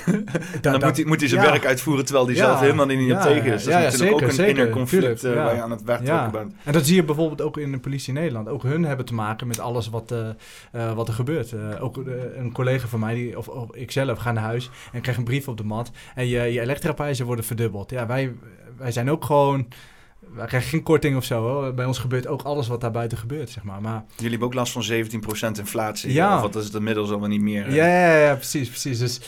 dan dat, moet hij, moet hij zijn ja. werk uitvoeren terwijl hij ja. zelf helemaal niet ja, tegen is. Dat ja, is ja, natuurlijk zeker, ook een zeker, inner conflict uh, ja. waar je aan het werken ja. bent. En dat zie je bijvoorbeeld ook in de politie in Nederland. Ook hun hebben te maken met alles wat, uh, uh, wat er gebeurt. Uh, ook uh, een collega van mij, die, of, of ikzelf, ga naar huis en krijg een brief op de mat. En je, je elektraprijzen worden verdubbeld. Ja, wij, wij zijn ook gewoon... Wij krijgen geen korting of zo. Hoor. Bij ons gebeurt ook alles wat daar buiten gebeurt, zeg maar. maar Jullie hebben ook last van zeventien procent inflatie. Ja. Of wat is het inmiddels al niet meer? Ja, ja, ja, precies, precies. Dus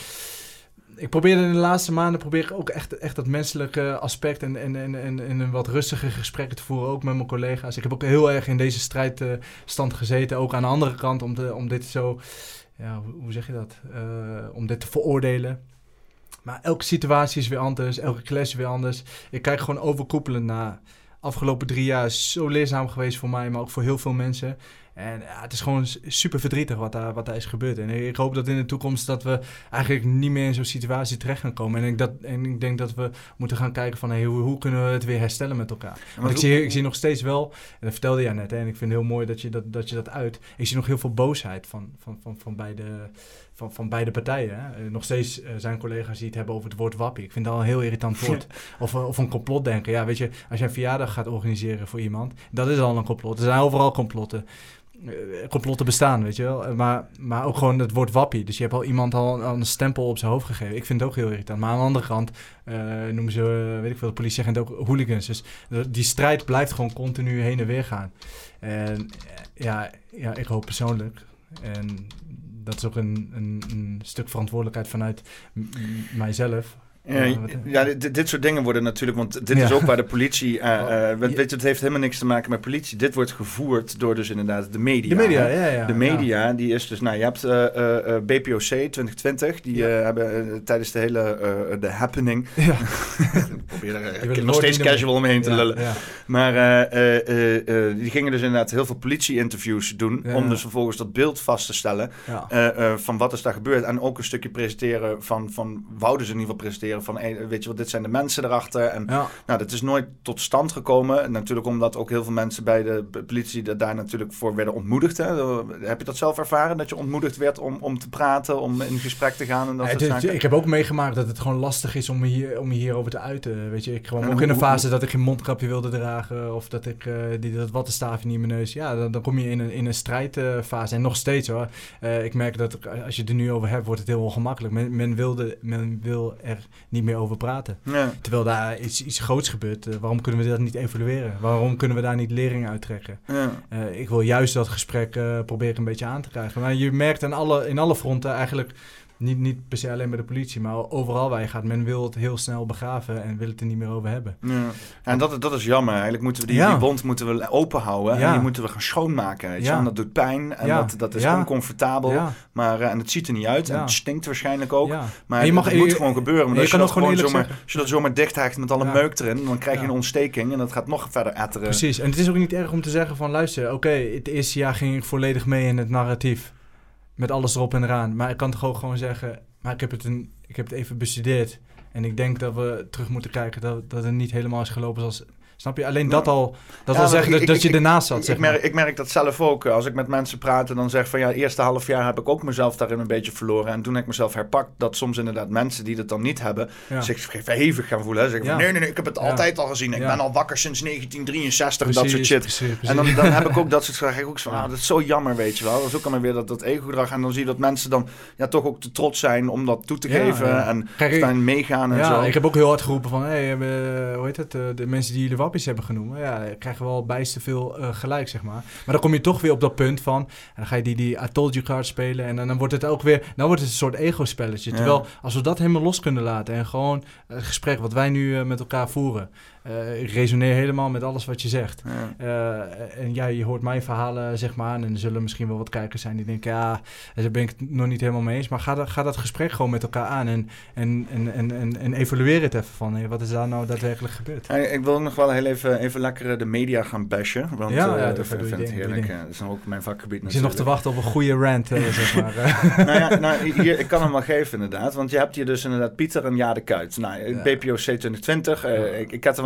ik probeerde in de laatste maanden probeer ik ook echt, echt dat menselijke aspect en, en, en, en, en een wat rustiger gesprekken te voeren, ook met mijn collega's. Ik heb ook heel erg in deze strijdstand uh, gezeten, ook aan de andere kant, om, te, om dit zo, ja, hoe zeg je dat, uh, om dit te veroordelen. Maar elke situatie is weer anders, elke clash is weer anders. Ik kijk gewoon overkoepelend naar. Afgelopen drie jaar is zo leerzaam geweest voor mij, maar ook voor heel veel mensen. En ja, het is gewoon super verdrietig wat daar, wat daar is gebeurd. En ik hoop dat in de toekomst dat we eigenlijk niet meer in zo'n situatie terecht gaan komen. En ik, dat, en ik denk dat we moeten gaan kijken van hey, hoe, hoe kunnen we het weer herstellen met elkaar. Want ik zie, ik zie nog steeds wel, en dat vertelde jij net, hè, en ik vind het heel mooi dat je dat, dat, je dat uit. Ik zie nog heel veel boosheid van, van, van, van beide... Van, van beide partijen. Hè. Nog steeds uh, zijn collega's die het hebben over het woord wappie. Ik vind dat al een heel irritant woord. Of, of een complotdenken. Ja, weet je, als je een verjaardag gaat organiseren voor iemand, dat is al een complot. Er zijn overal complotten. Uh, complotten bestaan, weet je wel. Maar, maar ook gewoon het woord wappie. Dus je hebt al iemand al, al een stempel op zijn hoofd gegeven. Ik vind het ook heel irritant. Maar aan de andere kant uh, noemen ze, uh, weet ik veel, de politieagent ook hooligans. Dus die strijd blijft gewoon continu heen en weer gaan. En uh, ja, ja, ik hoop persoonlijk. En dat is ook een, een, een stuk verantwoordelijkheid vanuit m- mijzelf. Ja, ja dit, dit soort dingen worden natuurlijk, want dit ja. is ook waar de politie, uh, uh, weet je, het heeft helemaal niks te maken met politie. Dit wordt gevoerd door dus inderdaad de media. De media, ja, ja. De media, ja. die is dus, nou, je hebt uh, uh, B P O C twintig twintig, die ja. uh, hebben uh, tijdens de hele, uh, de happening, ja. ik probeer er uh, nog steeds casual omheen te ja, lullen, ja. maar uh, uh, uh, uh, die gingen dus inderdaad heel veel politie-interviews doen, ja. om dus vervolgens dat beeld vast te stellen ja. uh, uh, van wat is daar gebeurd. En ook een stukje presenteren van, van wouden ze in ieder geval presenteren van, hey, weet je wat, dit zijn de mensen erachter. En ja. nou, dat is nooit tot stand gekomen. En natuurlijk omdat ook heel veel mensen bij de politie dat daar natuurlijk voor werden ontmoedigd. Hè. Heb je dat zelf ervaren? Dat je ontmoedigd werd om, om te praten, om in gesprek te gaan en dat ja, soort dit, zaken? Ik heb ook meegemaakt dat het gewoon lastig is om hier, om hierover te uiten. Weet je, ik kwam ook hoe, in een fase hoe, dat ik geen mondkapje wilde dragen of dat ik uh, die, dat wattenstaafje niet in mijn neus. Ja, dan, dan kom je in een, in een strijdfase. En nog steeds hoor. Uh, ik merk dat als je het er nu over hebt, wordt het heel ongemakkelijk. Men, men, wilde, men wil er niet meer over praten. Ja. Terwijl daar iets, iets groots gebeurt. Uh, waarom kunnen we dat niet evalueren? Waarom kunnen we daar niet lering uittrekken? Ja. Uh, ik wil juist dat gesprek uh, proberen een beetje aan te krijgen. Maar je merkt aan alle, in alle fronten eigenlijk... Niet, niet per se alleen bij de politie, maar overal waar je gaat. Men wil het heel snel begraven en wil het er niet meer over hebben. Ja. En dat, dat is jammer. Eigenlijk moeten we die, ja. die bond moeten we open houden. Ja. En die moeten we gaan schoonmaken. Weet je? Ja. En dat doet pijn en ja. dat, dat is ja. oncomfortabel. Ja. Maar, uh, en het ziet er niet uit. Ja. En het stinkt waarschijnlijk ook. Ja. Maar je mag, het je, moet gewoon gebeuren. Want als je, je, dat gewoon zomaar, als je dat zomaar dicht haakt met alle ja. meuk erin, dan krijg je ja. een ontsteking en dat gaat nog verder etteren. Precies. En het is ook niet erg om te zeggen van luister, oké, okay, het eerste jaar ging ik volledig mee in het narratief. Met alles erop en eraan. Maar ik kan toch ook gewoon zeggen... Maar ik heb, het een, ik heb het even bestudeerd. En ik denk dat we terug moeten kijken... dat, dat het niet helemaal is gelopen zoals... Snap je? Alleen dat al, dat ja, al zeggen dat, ik, dat je ik, ernaast zat. Ik, zeg ik, merk, ik merk dat zelf ook. Als ik met mensen praat en dan zeg van... ja, het eerste half jaar heb ik ook mezelf daarin een beetje verloren. En toen heb ik mezelf herpakt. Dat soms inderdaad mensen die dat dan niet hebben... Ja. zich verhevig gaan voelen. Hè. Zeggen ja. van nee, nee, nee, ik heb het ja. altijd al gezien. Ik ja. ben al wakker sinds negentien drieënzestig. Precies, dat soort shit. Precies, precies. En dan, dan heb ik ook dat soort vragen. ook van, ja. ah, dat is zo jammer, weet je wel. Dat is ook allemaal weer dat, dat ego-gedrag. En dan zie je dat mensen dan ja, toch ook te trots zijn om dat toe te ja, geven. Ja. En daarin meegaan en ja, zo. Ik heb ook heel hard geroepen van... Hey, uh, hoe heet het? Uh, de mensen die jullie wappies hebben genoemd. Ja, Ja, krijgen we wel bijster veel uh, gelijk, zeg maar. Maar dan kom je toch weer op dat punt van... En dan ga je die, die I told you card spelen... en dan, dan wordt het ook weer... Dan wordt het een soort ego-spelletje. Ja. Terwijl, als we dat helemaal los kunnen laten... en gewoon het gesprek wat wij nu uh, met elkaar voeren... Uh, ik resoneer helemaal met alles wat je zegt. Ja. Uh, en ja, je hoort mijn verhalen, zeg maar... en er zullen misschien wel wat kijkers zijn die denken... ja, daar ben ik het nog niet helemaal mee eens. Maar ga, dat, ga dat gesprek gewoon met elkaar aan... en, en, en, en, en, en evalueer het even van... Hey, wat is daar nou daadwerkelijk gebeurd? Ja, ik wil nog wel heel even, even lekker de media gaan bashen. Want ja, uh, ja, dat vind ik heerlijk. Uh, dat is ook mijn vakgebied. Ik zit nog te wachten op een goede rant, uh, zeg maar. nou ja, nou, hier, ik kan hem wel geven inderdaad. Want je hebt hier dus inderdaad Pieter en Ja de Kuit. Nou, ja. B P O C twintig twintig. Uh, ja. ik, ik had er wel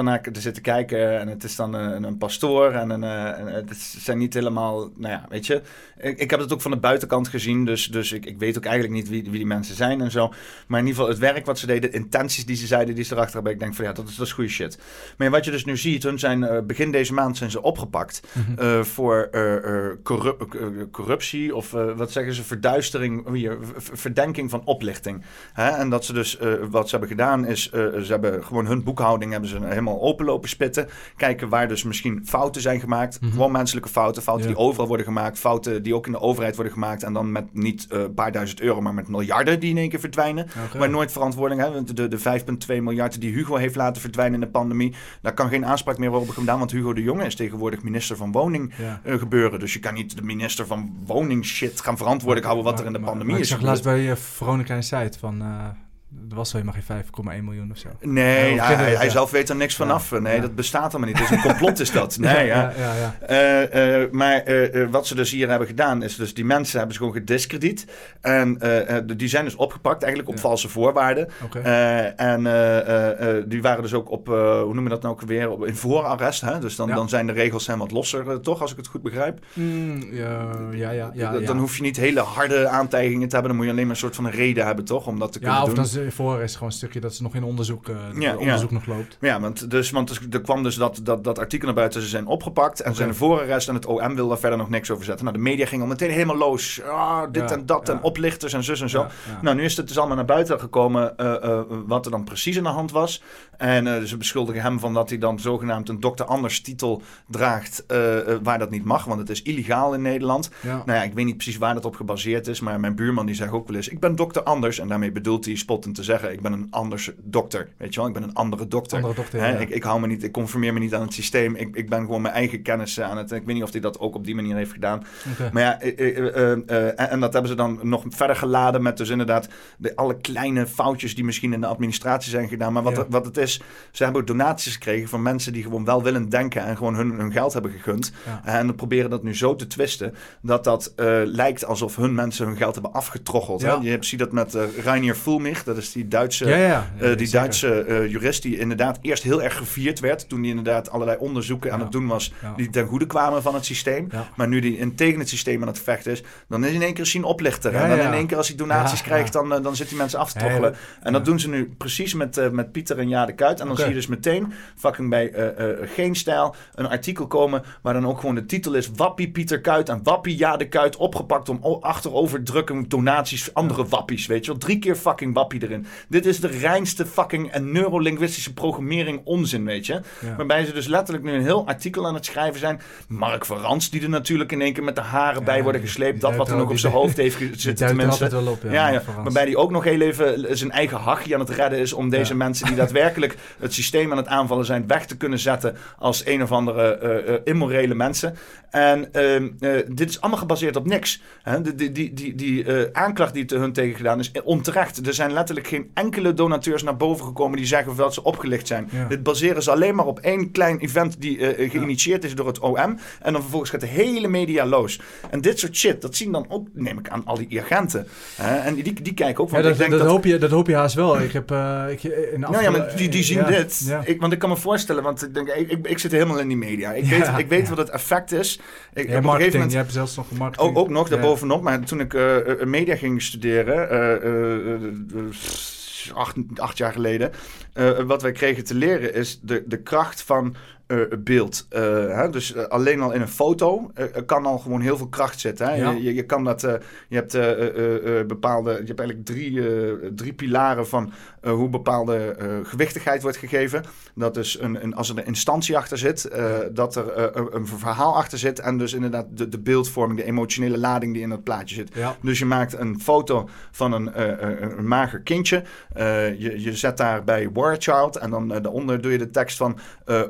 dan naar zitten kijken en het is dan een, een pastoor en, een, en het zijn niet helemaal, nou ja, weet je. Ik, ik heb het ook van de buitenkant gezien, dus, dus ik, ik weet ook eigenlijk niet wie, wie die mensen zijn en zo. Maar in ieder geval het werk wat ze deden, de intenties die ze zeiden, die ze erachter hebben, ik denk van ja, dat is, dat is goede shit. Maar wat je dus nu ziet, hun zijn, uh, begin deze maand zijn ze opgepakt mm-hmm. uh, voor uh, uh, corrup- uh, corruptie of uh, wat zeggen ze, verduistering, hier, verdenking van oplichting. Hè? En dat ze dus, uh, wat ze hebben gedaan is, uh, ze hebben gewoon hun boekhouding hebben ze helemaal openlopen spitten. Kijken waar dus misschien fouten zijn gemaakt. Mm-hmm. Gewoon menselijke fouten, fouten ja. die overal worden gemaakt, fouten die ook in de overheid worden gemaakt en dan met niet een uh, paar duizend euro, maar met miljarden die in één keer verdwijnen. Okay. Maar nooit verantwoording hebben. De, de vijf komma twee miljard die Hugo heeft laten verdwijnen in de pandemie, daar kan geen aanspraak meer worden gedaan, want Hugo de Jonge is tegenwoordig minister van Woning ja. uh, gebeuren. Dus je kan niet de minister van Woning shit gaan verantwoordelijk houden wat maar, er in de maar, pandemie maar is. Ik zag laatst bij uh, Veronica en Site van... Uh... Er was helemaal geen vijf komma één miljoen of zo. Nee, ja, hij, hij zelf weet er niks vanaf. Ja, nee, ja. dat bestaat helemaal niet. Dus een complot is dat. Nee, ja. ja, ja, ja. Uh, uh, maar uh, wat ze dus hier hebben gedaan is dus die mensen hebben ze gewoon gediskrediet. En uh, uh, die zijn dus opgepakt eigenlijk op ja. valse voorwaarden. Okay. Uh, en uh, uh, uh, die waren dus ook op, uh, hoe noem je dat nou ook weer, op, in voorarrest. Hè? Dus dan, ja. dan zijn de regels zijn wat losser, uh, toch, als ik het goed begrijp. Mm, ja, ja, ja, ja, dan ja. hoef je niet hele harde aantijgingen te hebben. Dan moet je alleen maar een soort van een reden hebben, toch, om dat te kunnen ja, doen. Ja, of dan voor is gewoon een stukje dat ze nog in onderzoek, uh, ja, onderzoek ja. nog loopt. Ja, want, dus, want er kwam dus dat, dat, dat artikel naar buiten. Ze zijn opgepakt en okay. zijn voorarrest en het O M wil daar verder nog niks over zetten. Nou, de media ging al meteen helemaal los. Ah, dit ja, en dat ja. en oplichters en zus en zo. Ja, ja. Nou, nu is het dus allemaal naar buiten gekomen uh, uh, wat er dan precies in de hand was. En uh, ze beschuldigen hem van dat hij dan zogenaamd een dokter Anders titel draagt uh, uh, waar dat niet mag, want het is illegaal in Nederland. Ja. Nou ja, ik weet niet precies waar dat op gebaseerd is, maar mijn buurman die zegt ook wel eens, ik ben dokter Anders. En daarmee bedoelt hij spottend te zeggen, ik ben een anders dokter. Weet je wel, ik ben een andere dokter. Andere dokter Hè? Ja. Ik, ik hou me niet, ik conformeer me niet aan het systeem. Ik, ik ben gewoon mijn eigen kennis aan het. Ik weet niet of hij dat ook op die manier heeft gedaan. Okay. Maar ja, uh, uh, uh, uh, en, en dat hebben ze dan nog verder geladen met dus inderdaad de, alle kleine foutjes die misschien in de administratie zijn gedaan. Maar wat, ja. wat het is, ze hebben ook donaties gekregen van mensen die gewoon welwillend denken en gewoon hun, hun geld hebben gegund. Ja. En dan proberen dat nu zo te twisten dat dat uh, lijkt alsof hun mensen hun geld hebben afgetroggeld. Ja. Hè? Je ziet dat met uh, Reinier Fulmich, dat is die Duitse, ja, ja. Ja, uh, die Duitse uh, jurist die inderdaad eerst heel erg gevierd werd toen hij inderdaad allerlei onderzoeken ja. aan het doen was ja. die ten goede kwamen van het systeem. Ja. Maar nu die in tegen het systeem aan het vechten is, dan is hij in één keer zien oplichter. Ja, en dan ja. in één keer als hij donaties ja, krijgt, ja. dan, uh, dan zit die mensen af te troggelen. Ja, ja. En dat ja. doen ze nu precies met, uh, met Pieter en Ja de Kuit. En dan okay. zie je dus meteen fucking bij uh, uh, Geen Stijl een artikel komen waar dan ook gewoon de titel is Wappie Pieter Kuit en Wappie Ja de Kuit opgepakt om achteroverdrukken donaties, andere ja. wappies, weet je wel. Drie keer fucking wappie erin. Dit is de reinste fucking en neurolinguïstische programmering onzin, weet je. Ja. Waarbij ze dus letterlijk nu een heel artikel aan het schrijven zijn. Mark Verrans, die er natuurlijk in één keer met de haren ja, bij worden gesleept. Dat wat er nog op zijn hoofd heeft zitten tenminste. Wel op, ja, ja, ja. Waarbij die ook nog heel even zijn eigen hachje aan het redden is om deze ja. mensen die daadwerkelijk het systeem aan het aanvallen zijn weg te kunnen zetten als een of andere uh, uh, immorele mensen. En uh, uh, dit is allemaal gebaseerd op niks. Hè? Die, die, die, die, die uh, aanklacht die te hun tegen gedaan is onterecht. Er zijn letterlijk geen enkele donateurs naar boven gekomen die zeggen dat ze opgelicht zijn. Ja. Dit baseren ze alleen maar op één klein event die uh, geïnitieerd ja. is door het O M. En dan vervolgens gaat de hele media los. En dit soort shit, dat zien dan ook, neem ik aan, al die agenten. Uh, en die, die kijken ook van... Ja, dat, ik denk dat, dat, hoop je, dat hoop je haast wel. Ik heb... Uh, ik, in nou ja, maar die, die zien ja, dit. Ja. Ik, want ik kan me voorstellen, want ik, denk, ik, ik, ik zit helemaal in die media. Ik weet, ja, ik weet ja. wat het effect is. Ik, ja, op marketing, een gegeven moment, je hebt zelfs nog marketing. Ook, ook nog, daarbovenop. Ja. Maar toen ik uh, media ging studeren... Uh, uh, uh, Acht, acht jaar geleden. Uh, wat wij kregen te leren is de, de kracht van uh, beeld. Uh, hè? Dus uh, alleen al in een foto uh, kan al gewoon heel veel kracht zitten. Hè? Ja. Je, je, je kan dat. Uh, je hebt uh, uh, uh, bepaalde. Je hebt eigenlijk drie, uh, drie pilaren van uh, hoe bepaalde uh, gewichtigheid wordt gegeven. Dat is een, een, als er een instantie achter zit, uh, dat er uh, een, een verhaal achter zit en dus inderdaad de, de beeldvorming, de emotionele lading die in het plaatje zit. Ja. Dus je maakt een foto van een, uh, een, een mager kindje. Uh, je, je zet daarbij War Child en dan uh, daaronder doe je de tekst van uh, uh,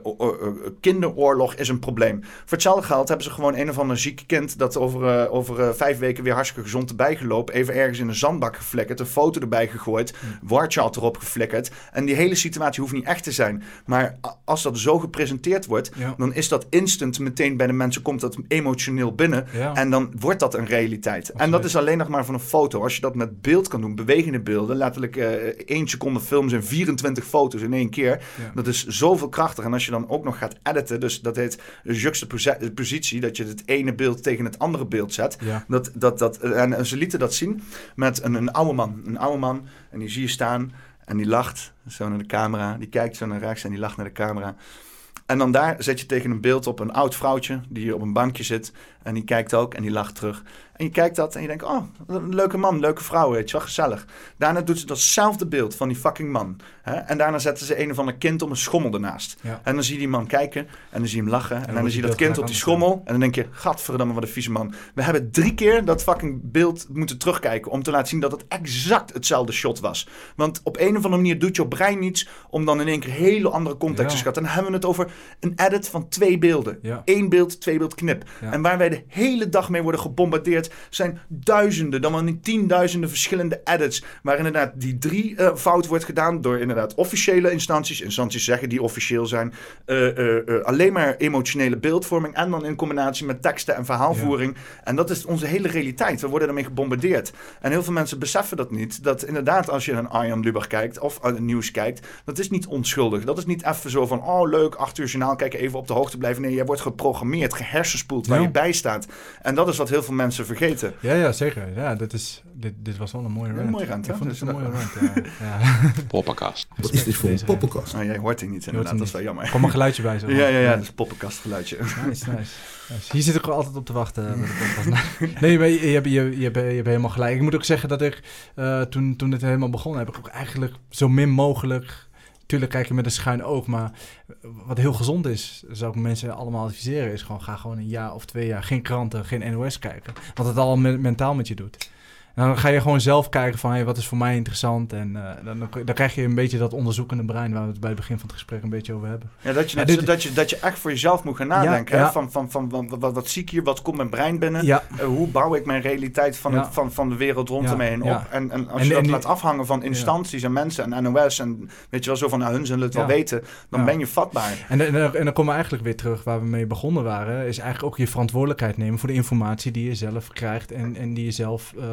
uh, kinderoorlog is een probleem. Voor hetzelfde geld hebben ze gewoon een of ander ziek kind dat over, uh, over uh, vijf weken weer hartstikke gezond erbij gelopen, even ergens in een zandbak geflikkerd, een foto erbij gegooid, mm. Warchild erop geflikkerd. En die hele situatie hoeft niet echt te zijn. Maar als dat zo gepresenteerd wordt, ja. dan is dat instant meteen bij de mensen, komt dat emotioneel binnen. Ja. En dan wordt dat een realiteit. Absoluut. En dat is alleen nog maar van een foto. Als je dat met beeld kan doen, bewegende beelden, letterlijk uh, één seconde film zijn vierentwintig foto's in één keer. Ja. Dat is zoveel krachtiger. En als je dan ook nog gaat editen, dus dat heet juxtapositie, dat je het ene beeld tegen het andere beeld zet. Ja. Dat, dat, dat, en ze lieten dat zien met een, een oude man. Een oude man, en die zie je staan en die lacht zo naar de camera. Die kijkt zo naar rechts en die lacht naar de camera. En dan daar zet je tegen een beeld op een oud vrouwtje die op een bankje zit. En die kijkt ook en die lacht terug. En je kijkt dat en je denkt, oh, een leuke man, leuke vrouw, weet je wel, gezellig. Daarna doet ze datzelfde beeld van die fucking man. Hè? En daarna zetten ze een of ander kind om een schommel ernaast. Ja. En dan zie je die man kijken en dan zie je hem lachen. En, en dan zie je dat kind op die schommel. En dan denk je, gadverdamme, wat een vieze man. We hebben drie keer dat fucking beeld moeten terugkijken om te laten zien dat het exact hetzelfde shot was. Want op een of andere manier doet jouw brein iets om dan in één keer hele andere context te schatten. En dan hebben we het over een edit van twee beelden. Ja. Eén beeld, twee beeld, knip. Ja. En waar wij de hele dag mee worden gebombardeerd zijn duizenden, dan wel niet tienduizenden verschillende edits, waar inderdaad die drie uh, fout wordt gedaan door inderdaad officiële instanties, instanties zeggen die officieel zijn, uh, uh, uh, alleen maar emotionele beeldvorming en dan in combinatie met teksten en verhaalvoering. Ja. En dat is onze hele realiteit. We worden daarmee gebombardeerd. En heel veel mensen beseffen dat niet, dat inderdaad als je een Arjan Lubach kijkt of uh, nieuws kijkt, dat is niet onschuldig. Dat is niet even zo van, oh leuk, acht uur journaal kijken, even op de hoogte blijven. Nee, jij wordt geprogrammeerd, gehersenspoeld waar ja. je bij staat. En dat is wat heel veel mensen vergeten. Ja, ja, zeker. Ja, dit, is, dit, dit was wel een mooie rant. Een mooie rant, Ik hè? vond het een mooie rant, ja. ja. Poppenkast. Wat is dit voor een poppenkast? Nou, jij hoort die niet, inderdaad. Dat is wel jammer. Er kwam een geluidje bij. Zo. Ja, ja, ja, dat is poppenkastgeluidje. Nice, nice. nice. Hier zit ik gewoon altijd op te wachten. Met de podcast. Nee, maar je, je, hebt, je, je, hebt, je hebt helemaal gelijk. Ik moet ook zeggen dat ik, uh, toen, toen dit helemaal begon, heb ik ook eigenlijk zo min mogelijk... Tuurlijk kijk je met een schuin oog, maar wat heel gezond is, zou ik mensen allemaal adviseren, is gewoon ga gewoon een jaar of twee jaar geen kranten, geen N O S kijken. Wat het al me- mentaal met je doet. En dan ga je gewoon zelf kijken van, hey, wat is voor mij interessant? En uh, dan, dan krijg je een beetje dat onderzoekende brein waar we het bij het begin van het gesprek een beetje over hebben. Ja, dat je, ja, dit, dit, dat je, dat je echt voor jezelf moet gaan nadenken. Ja, hè? ja. Van, van, van, van wat, wat zie ik hier? Wat komt mijn brein binnen? Ja. Uh, hoe bouw ik mijn realiteit van, ja. het, van, van de wereld rondom me heen op? Ja. En, en als en, je dat en die, laat afhangen van instanties ja. en mensen en N O S en weet je wel, zo van, nou, hun zullen het ja. wel weten, dan ja. ben je vatbaar. En, en, en dan komen we eigenlijk weer terug waar we mee begonnen waren, is eigenlijk ook je verantwoordelijkheid nemen voor de informatie die je zelf krijgt en, en die je zelf... Uh,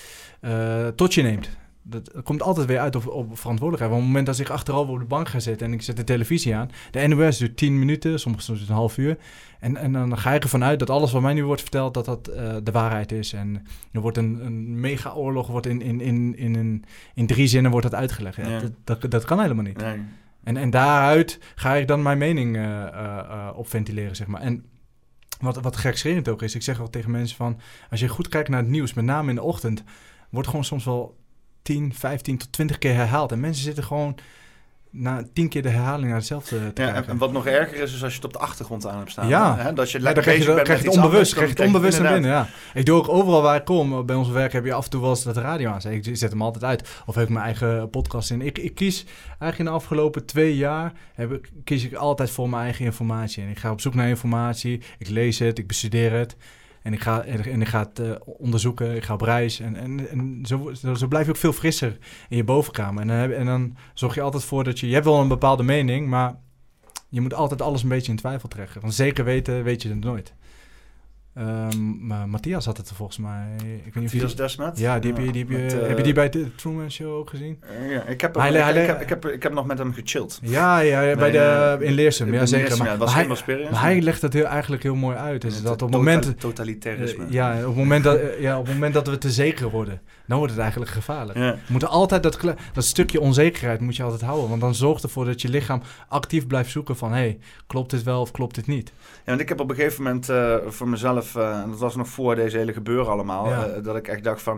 Uh, tot je neemt. Dat komt altijd weer uit op, op verantwoordelijkheid. Want op het moment dat ik achterover op de bank ga zitten en ik zet de televisie aan, de N O S duurt tien minuten, soms een half uur. En, en dan ga ik ervan uit dat alles wat mij nu wordt verteld, dat dat uh, de waarheid is. En er wordt een, een mega-oorlog, wordt in, in, in, in, in, in drie zinnen wordt dat uitgelegd. Ja, ja. Dat, dat, dat kan helemaal niet. Nee. En, en daaruit ga ik dan mijn mening uh, uh, uh, op ventileren, zeg maar. En wat, wat gekscherend ook is, ik zeg al tegen mensen van, als je goed kijkt naar het nieuws, met name in de ochtend, wordt gewoon soms wel tien, vijftien tot twintig keer herhaald. En mensen zitten gewoon na tien keer de herhaling naar hetzelfde te ja, kijken. En wat nog erger is, is als je het op de achtergrond aan hebt staan. Ja, hè? Dat je ja, dan krijg je, dan krijg je het onbewust, krijg je het onbewust naar binnen. Ja. Ik doe ook overal waar ik kom. Bij ons werk heb je af en toe wel eens dat radio aan. Ik zet hem altijd uit. Of heb ik mijn eigen podcast in. Ik, ik kies eigenlijk in de afgelopen twee jaar, heb ik, kies ik altijd voor mijn eigen informatie. En ik ga op zoek naar informatie. Ik lees het, ik bestudeer het. En ik ga, en ik ga het uh, onderzoeken, ik ga op reis. En, en, en zo, zo, zo blijf je ook veel frisser in je bovenkamer. En dan, heb, en dan zorg je altijd voor dat je... Je hebt wel een bepaalde mening, maar je moet altijd alles een beetje in twijfel trekken. Want zeker weten, weet je het nooit. Um, maar Matthias had het er volgens mij... Ik weet niet Matthias Desmet? Ja, die, ja, heb, je, die heb, je, met, uh, heb je die bij de Truman Show ook gezien? Uh, ja, ik heb, hij, ik, hij, ik, heb, ik, heb, ik heb nog met hem gechilled. Ja, ja, ja bij nee, de, in Leersum. Ja, zeker. Leersum, maar, ja, was maar, hij, maar hij legt het heel, eigenlijk heel mooi uit. Dus ja, dat op total, moment, totalitarisme. Uh, ja, op het moment dat, uh, ja, op het moment dat we te zeker worden, dan wordt het eigenlijk gevaarlijk. Ja. We moeten altijd dat, dat stukje onzekerheid moet je altijd houden. Want dan zorgt ervoor dat je lichaam actief blijft zoeken van... hé, hey, klopt dit wel of klopt dit niet? Ja, want ik heb op een gegeven moment uh, voor mezelf... Uh, en dat was nog voor deze hele gebeuren allemaal... Ja. Uh, dat ik echt dacht van...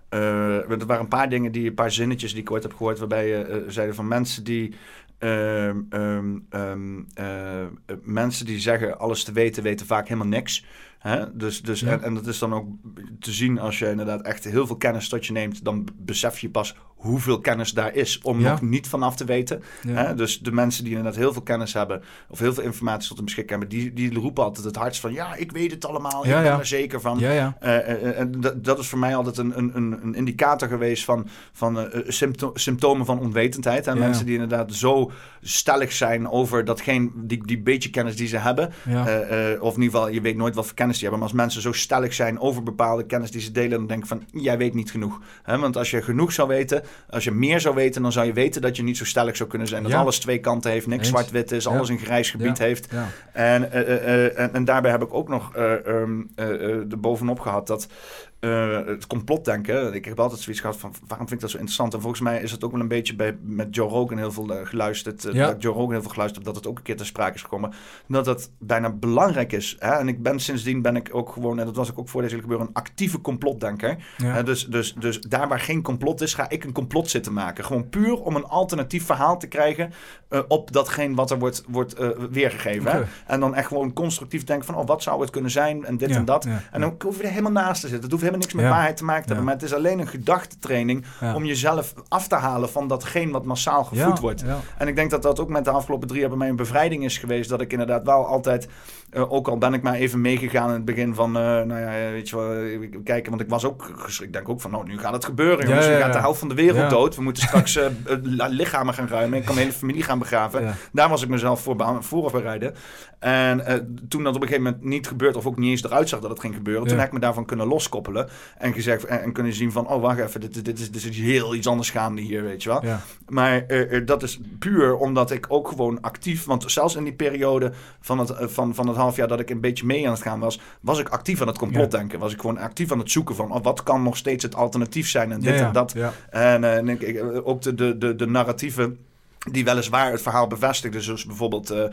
uh, er waren een paar dingen, die, een paar zinnetjes die ik ooit heb gehoord, waarbij je uh, zeiden van mensen die... Uh, um, um, uh, uh, mensen die zeggen alles te weten, weten vaak helemaal niks. Hè? Dus, dus, ja. en, en dat is dan ook te zien als je inderdaad echt heel veel kennis tot je neemt, dan besef je pas hoeveel kennis daar is om ja. nog niet vanaf te weten. Ja. Hè? Dus de mensen die inderdaad heel veel kennis hebben of heel veel informatie tot hun beschikking hebben, die, die roepen altijd het hardst van ja, ik weet het allemaal, ja, ik ben ja. er zeker van. Ja, ja. Uh, uh, en d- dat is voor mij altijd een, een, een indicator geweest van, van uh, sympto- symptomen van onwetendheid. En ja. mensen die inderdaad zo stellig zijn over datgene, die, die beetje kennis die ze hebben. Ja. Uh, uh, of in ieder geval, je weet nooit wat voor kennis die hebben. Maar als mensen zo stellig zijn over bepaalde kennis die ze delen, dan denk ik van, jij weet niet genoeg. He, want als je genoeg zou weten, als je meer zou weten, dan zou je weten dat je niet zo stellig zou kunnen zijn. Dat ja. alles twee kanten heeft, niks zwart-wit is, ja. alles een grijs gebied ja. heeft. Ja. En, uh, uh, uh, en, en daarbij heb ik ook nog uh, um, uh, uh, er bovenop gehad dat Uh, het complotdenken. Ik heb altijd zoiets gehad van, waarom vind ik dat zo interessant? En volgens mij is het ook wel een beetje bij, met Joe Rogan heel veel uh, geluisterd. Uh, ja. Dat Joe Rogan heel veel geluisterd, dat het ook een keer ter sprake is gekomen. Dat het bijna belangrijk is. Hè? En ik ben sindsdien ben ik ook gewoon, en dat was ik ook voor deze gebeuren, een actieve complotdenker. Ja. Uh, dus, dus, dus daar waar geen complot is, ga ik een complot zitten maken. Gewoon puur om een alternatief verhaal te krijgen uh, op datgene wat er wordt, wordt uh, weergegeven. Okay. Hè? En dan echt gewoon constructief denken van, oh, wat zou het kunnen zijn? En dit ja. en dat. Ja. En dan hoef je er helemaal naast te zitten. Het hoeft helemaal niks met ja. waarheid te maken te hebben. Ja. Maar het is alleen een gedachtetraining ja. om jezelf af te halen van datgene wat massaal gevoed ja. wordt. Ja. En ik denk dat dat ook met de afgelopen drie jaar bij mij een bevrijding is geweest. Dat ik inderdaad wel altijd, uh, ook al ben ik maar even meegegaan in het begin van, uh, nou ja, weet je wel, kijken. Want ik was ook, ik denk ook van, nou, nu gaat het gebeuren. Jongens, ja, ja, ja. nu gaat de helft van de wereld ja. dood. We moeten straks uh, lichamen gaan ruimen. Ik kan de hele familie gaan begraven. Ja. Daar was ik mezelf voor, be- voor bereiden. En uh, toen dat op een gegeven moment niet gebeurt, of ook niet eens eruit zag dat het ging gebeuren, ja. toen heb ik me daarvan kunnen loskoppelen. En gezegd en, en kunnen zien van, oh wacht even, dit, dit, is, dit is heel iets anders gaande hier, weet je wel. Ja. Maar uh, uh, dat is puur omdat ik ook gewoon actief, want zelfs in die periode van het, uh, van, van het half jaar dat ik een beetje mee aan het gaan was, was ik actief aan het complotdenken. Ja. Was ik gewoon actief aan het zoeken van, oh, wat kan nog steeds het alternatief zijn en dit ja, ja. en dat. Ja. En, uh, en ik, ik, ook de, de, de, de narratieven die weliswaar het verhaal bevestigden, zoals bijvoorbeeld uh, uh,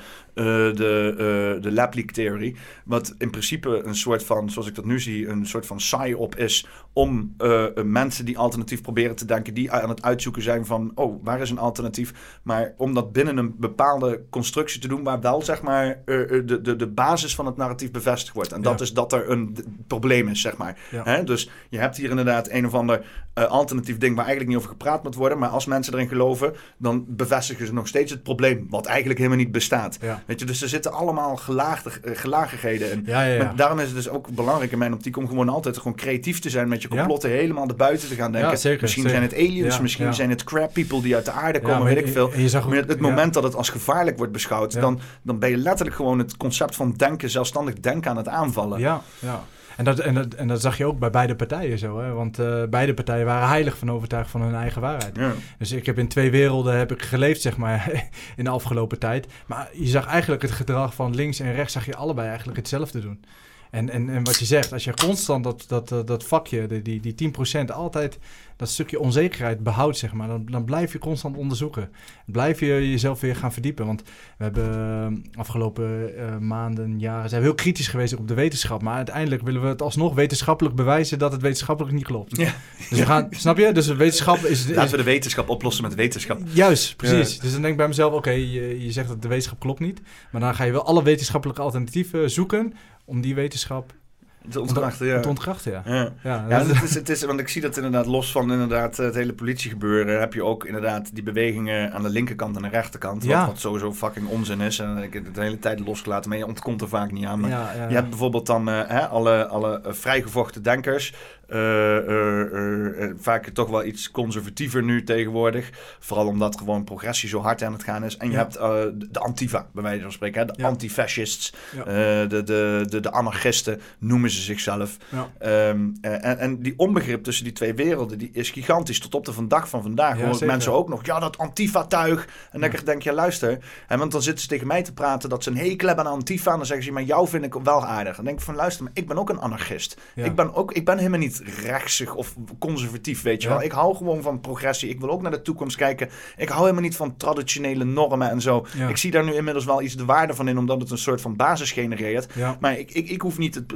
de, uh, de lab leak theorie, wat in principe een soort van, zoals ik dat nu zie, een soort van psy-op is om uh, mensen die alternatief proberen te denken, die aan het uitzoeken zijn van, oh, waar is een alternatief? Maar om dat binnen een bepaalde constructie te doen, waar wel, zeg maar, uh, de, de, de basis van het narratief bevestigd wordt. En dat ja. is dat er een d- probleem is, zeg maar. Ja. Hè? Dus je hebt hier inderdaad een of ander uh, alternatief ding waar eigenlijk niet over gepraat moet worden, maar als mensen erin geloven, dan bevestigen ze nog steeds het probleem, wat eigenlijk helemaal niet bestaat. Ja. Weet je, dus er zitten allemaal gelaagde, uh, gelagigheden in. Ja, ja, ja. Maar daarom is het dus ook belangrijk in mijn optiek om gewoon altijd gewoon creatief te zijn met je complotten, ja. helemaal erbuiten te gaan denken. Ja, zeker, misschien zeker. zijn het aliens, ja, misschien ja. zijn het crab people die uit de aarde komen, ja, weet ik veel. Je, je zag, maar het moment ja. dat het als gevaarlijk wordt beschouwd, ja. dan, dan ben je letterlijk gewoon het concept van denken, zelfstandig denken aan het aanvallen. Ja, ja. En dat, en, dat, en dat zag je ook bij beide partijen zo. Hè? Want uh, beide partijen waren heilig van overtuigd van hun eigen waarheid. Ja. Dus ik heb in twee werelden heb ik geleefd, zeg maar, in de afgelopen tijd. Maar je zag eigenlijk het gedrag van links en rechts, zag je allebei eigenlijk hetzelfde doen. En, en, en wat je zegt, als je constant dat, dat, dat vakje, die, die tien procent altijd dat stukje onzekerheid behoudt, zeg maar, dan, dan blijf je constant onderzoeken. Blijf je jezelf weer gaan verdiepen. Want we hebben uh, afgelopen uh, maanden, jaren, zijn we heel kritisch geweest op de wetenschap. Maar uiteindelijk willen we het alsnog wetenschappelijk bewijzen dat het wetenschappelijk niet klopt. Ja. Dus we gaan, snap je? Dus de wetenschap is... Laten we de wetenschap oplossen met wetenschap. Juist, precies. Ja. Dus dan denk ik bij mezelf, oké, okay, je, je zegt dat de wetenschap klopt niet. Maar dan ga je wel alle wetenschappelijke alternatieven zoeken om die wetenschap te ontkrachten, ja. Te ontkrachten, ja. Ja, ja, ja het is, het is, want ik zie dat inderdaad los van inderdaad het hele politiegebeuren, heb je ook inderdaad die bewegingen aan de linkerkant en de rechterkant, ja. wat, wat sowieso fucking onzin is. En ik heb het de hele tijd losgelaten, maar je ontkomt er vaak niet aan. Maar ja, ja, ja. Je hebt bijvoorbeeld dan uh, hè, alle, alle uh, vrijgevochten denkers, Uh, uh, uh, uh, vaak toch wel iets conservatiever nu tegenwoordig. Vooral omdat gewoon progressie zo hard aan het gaan is. En je ja. hebt uh, de, de Antifa, bij wijze van spreken. Hè? De ja. antifascists, ja. uh, de, de, de, de anarchisten noemen ze zichzelf. Ja. Um, uh, en, en die onbegrip tussen die twee werelden, die is gigantisch. Tot op de vandaag van vandaag. Ja, horen mensen ook nog, ja, dat Antifa-tuig. En dan ja. denk je, ja, luister. En want dan zitten ze tegen mij te praten dat ze een hekel hebben aan Antifa. En dan zeggen ze, maar jou vind ik wel aardig. Dan denk ik van, luister, maar ik ben ook een anarchist. Ja. Ik ben ook, ik ben helemaal niet rechtsig of conservatief, weet je ja. wel. Ik hou gewoon van progressie. Ik wil ook naar de toekomst kijken. Ik hou helemaal niet van traditionele normen en zo. Ja. Ik zie daar nu inmiddels wel iets de waarde van in, omdat het een soort van basis genereert. Ja. Maar ik, ik, ik hoef niet het, het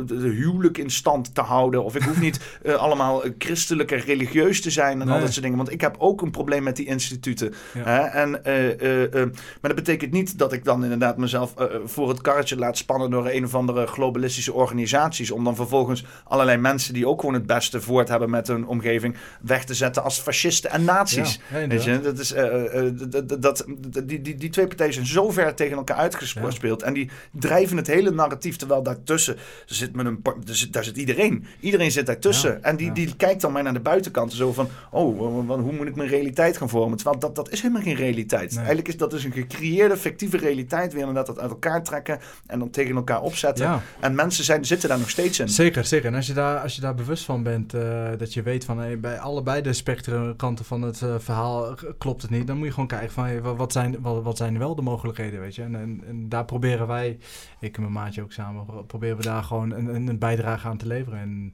huwelijk in stand te houden. Of ik hoef niet uh, allemaal uh, christelijk en religieus te zijn en nee. al dat soort dingen. Want ik heb ook een probleem met die instituten. Ja. Hè? En, uh, uh, uh, maar dat betekent niet dat ik dan inderdaad mezelf uh, voor het karretje laat spannen door een of andere globalistische organisaties. Om dan vervolgens allerlei mensen die ook gewoon het beste voort hebben met hun omgeving weg te zetten als fascisten en nazi's. Ja, weet je? Dat is, uh, uh, dat, dat, die, die, die twee partijen zijn zo ver tegen elkaar uitgespeeld. Ja. En die drijven het hele narratief. Terwijl daartussen zit met een, daar zit iedereen. Iedereen zit daartussen. Ja, en die, ja. die kijkt dan maar naar de buitenkant. Zo van, oh, hoe moet ik mijn realiteit gaan vormen? Terwijl dat, dat is helemaal geen realiteit. Nee. Eigenlijk is dat is een gecreëerde, fictieve realiteit. Weer inderdaad dat uit elkaar trekken. En dan tegen elkaar opzetten. Ja. En mensen zijn, zitten daar nog steeds in. Zeker, zeker. En als je daar, als je daar bewust van bent. Uh, dat je weet van, hey, bij allebei de spectrumkanten van het uh, verhaal klopt het niet. Dan moet je gewoon kijken van, hey, wat, zijn, wat, wat zijn wel de mogelijkheden, weet je. En, en, en daar proberen wij, ik en mijn maatje ook samen, proberen we daar gewoon een, een bijdrage aan te leveren. En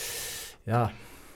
ja,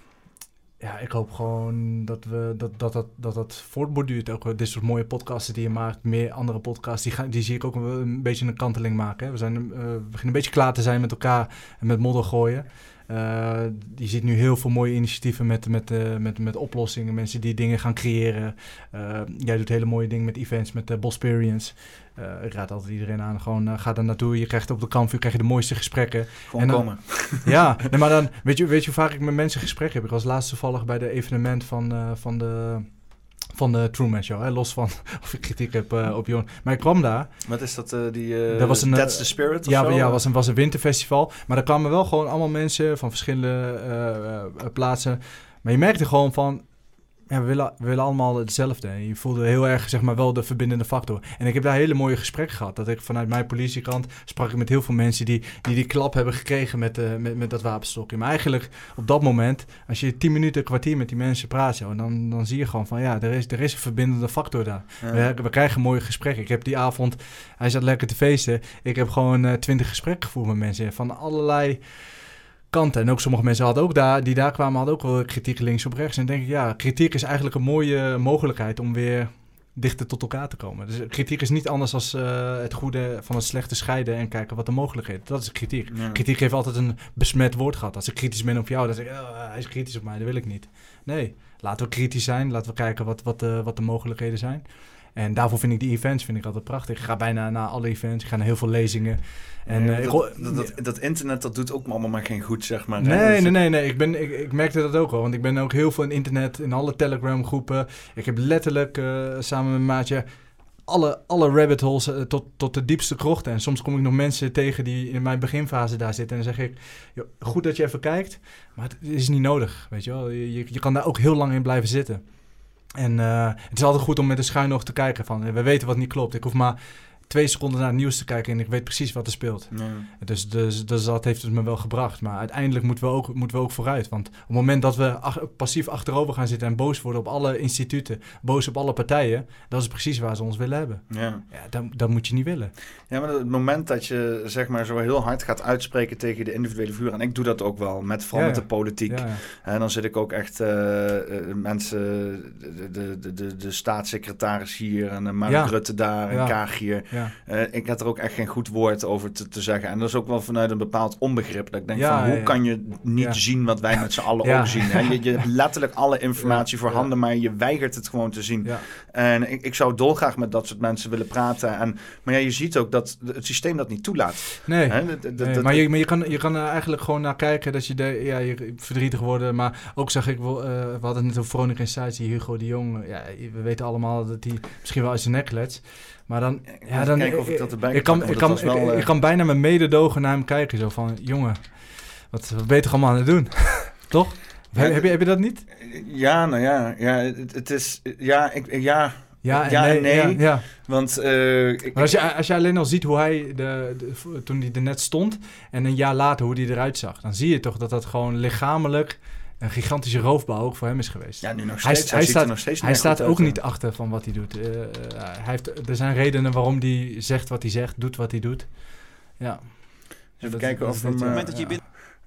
ja ik hoop gewoon dat we dat dat, dat, dat, dat voortborduurt. Ook dit soort mooie podcasten die je maakt, meer andere podcasts, die, gaan, die zie ik ook een, een beetje een kanteling maken. Hè. We, zijn, uh, we beginnen een beetje klaar te zijn met elkaar en met modder gooien. Uh, je ziet nu heel veel mooie initiatieven met, met, uh, met, met oplossingen. Mensen die dingen gaan creëren. Uh, jij doet hele mooie dingen met events, met uh, Bosperience. Uh, ik raad altijd iedereen aan. Gewoon uh, ga daar naartoe. Je krijgt op de kampvuur krijg je de mooiste gesprekken. Gewoon en dan, komen. Ja, nee, maar dan weet je, weet je hoe vaak ik met mensen gesprekken heb. Ik was laatst toevallig bij de evenement van, uh, van de... van de Truman Show, hè? Los van of ik kritiek heb uh, op Johan. Maar ik kwam daar. Wat is dat, uh, die uh, dat was een, That's the Spirit of ja, zo? Ja, was een, was een winterfestival. Maar daar kwamen wel gewoon allemaal mensen van verschillende uh, uh, plaatsen. Maar je merkte gewoon van, ja, we willen, we willen allemaal hetzelfde. En je voelde heel erg, zeg maar, wel de verbindende factor. En ik heb daar hele mooie gesprekken gehad. Dat ik vanuit mijn politiekant sprak ik met heel veel mensen die die, die klap hebben gekregen met, uh, met, met dat wapenstokje. Maar eigenlijk op dat moment, als je tien minuten, een kwartier met die mensen praat, zo, dan, dan zie je gewoon van, ja, er is, er is een verbindende factor daar. Ja. We, we krijgen mooie gesprekken. Ik heb die avond, hij zat lekker te feesten. Ik heb gewoon twintig uh, gesprekken gevoerd met mensen van allerlei kanten. En ook sommige mensen hadden ook daar, die daar kwamen, hadden ook wel kritiek links op rechts. En dan denk ik, ja, kritiek is eigenlijk een mooie mogelijkheid om weer dichter tot elkaar te komen. Dus kritiek is niet anders dan uh, het goede van het slechte scheiden en kijken wat de mogelijkheden. Dat is kritiek. Ja. Kritiek heeft altijd een besmet woord gehad. Als ik kritisch ben op jou, dan zeg ik, oh, hij is kritisch op mij, dat wil ik niet. Nee, laten we kritisch zijn. Laten we kijken wat, wat, de, wat de mogelijkheden zijn. En daarvoor vind ik die events vind ik altijd prachtig. Ik ga bijna naar alle events. Ik ga naar heel veel lezingen. En, ja, uh, dat, ik, dat, dat, dat internet, dat doet ook allemaal maar geen goed, zeg maar. Nee, nee, nee. nee. Ik, ben, ik, ik merkte dat ook wel. Want ik ben ook heel veel in internet, in alle Telegram groepen. Ik heb letterlijk uh, samen met mijn maatje alle, alle rabbit holes uh, tot, tot de diepste krochten. En soms kom ik nog mensen tegen die in mijn beginfase daar zitten. En dan zeg ik, joh, goed dat je even kijkt. Maar het is niet nodig, weet je wel. Je, je, je kan daar ook heel lang in blijven zitten. En uh, het is altijd goed om met een schuin oog te kijken van, we weten wat niet klopt. Ik hoef maar twee seconden naar het nieuws te kijken en ik weet precies wat er speelt. Nee. Dus, dus, dus dat heeft het me wel gebracht. Maar uiteindelijk moeten we ook, moeten we ook vooruit. Want op het moment dat we ach, passief achterover gaan zitten en boos worden op alle instituten, boos op alle partijen, dat is precies waar ze ons willen hebben. Ja. Ja, dat, dat moet je niet willen. Ja, maar het moment dat je zeg maar zo heel hard gaat uitspreken tegen de individuele figuur, en ik doe dat ook wel, met, vooral ja, ja. met de politiek. Ja, ja. En dan zit ik ook echt uh, uh, mensen, de, de, de, de, de staatssecretaris hier en uh, Mark ja. Rutte daar en ja. Kaag hier. Ja. Uh, ik had er ook echt geen goed woord over te, te zeggen. En dat is ook wel vanuit een bepaald onbegrip. Dat ik denk ja, van, hoe ja, kan je niet ja. zien wat wij met z'n allen ja. ook zien? Hè? Je, je hebt letterlijk alle informatie ja. voorhanden, ja. maar je weigert het gewoon te zien. Ja. En ik, ik zou dolgraag met dat soort mensen willen praten. En, maar ja, je ziet ook dat het systeem dat niet toelaat. Nee, Hè? Dat, dat, nee dat, maar, je, maar je kan, je kan er eigenlijk gewoon naar kijken dat je, de, ja, je verdrietig wordt. Maar ook zag ik, wel, uh, we hadden het net over Veronica Insights, die Hugo de Jong. Ja, we weten allemaal dat hij misschien wel uit zijn nek let. Maar dan, ja, dan kijken of ik dat erbij ik kan, ik kan, wel, ik, uh... ik kan bijna met mededogen naar hem kijken. Zo van, jongen, wat, wat ben je toch allemaal aan het doen? Toch? Ja, heb, heb, je, heb je dat niet? Ja, nou ja, ja het, het is, ja, ik, ja... Ja, ja en nee. nee ja, ja. Want, uh, ik, maar als je, als je alleen al ziet hoe hij, de, de, toen hij er net stond en een jaar later hoe hij eruit zag, dan zie je toch dat dat gewoon lichamelijk een gigantische roofbouw ook voor hem is geweest. Ja, nu nog steeds. Hij, hij, hij staat, er nog steeds hij staat ook uit, niet achter van wat hij doet. Uh, uh, hij heeft, er zijn redenen waarom hij zegt wat hij zegt, doet wat hij doet. Ja. Even kijken of... Op het moment dat je binnen...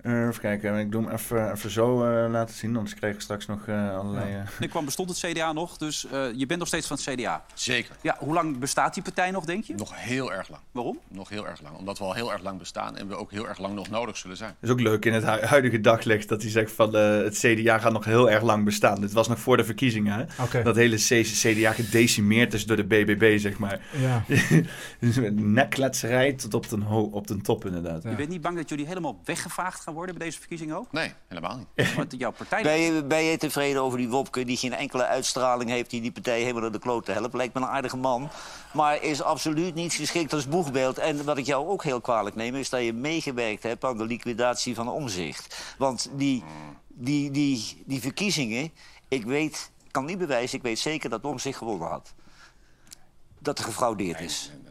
Uh, even kijken, ik doe hem even, even zo uh, laten zien, anders krijg ik straks nog uh, allerlei... Uh... Ik kwam bestond het C D A nog, dus uh, je bent nog steeds van het C D A. Zeker. Ja, hoe lang bestaat die partij nog, denk je? Nog heel erg lang. Waarom? Nog heel erg lang, omdat we al heel erg lang bestaan en we ook heel erg lang nog nodig zullen zijn. Het is ook leuk in het huidige daglicht dat hij zegt van uh, het C D A gaat nog heel erg lang bestaan. Dit was nog voor de verkiezingen, hè? Okay. Dat hele C D A gedecimeerd is door de B B B, zeg maar. Ja. Nekkletserij tot op den, ho- op den top, inderdaad. Ja. Je bent niet bang dat jullie helemaal weggevaagd gaan worden bij deze verkiezingen ook? Nee, helemaal niet. Want jouw partij... Ben je, ben je tevreden over die Wopke die geen enkele uitstraling heeft... die die partij helemaal naar de kloot te helpen? Lijkt me een aardige man, maar is absoluut niet geschikt als boegbeeld. En wat ik jou ook heel kwalijk neem... is dat je meegewerkt hebt aan de liquidatie van Omtzigt. Want die, die, die, die verkiezingen, ik weet, kan niet bewijzen... ik weet zeker dat Omtzigt gewonnen had. Dat er gefraudeerd is. Nee, nee,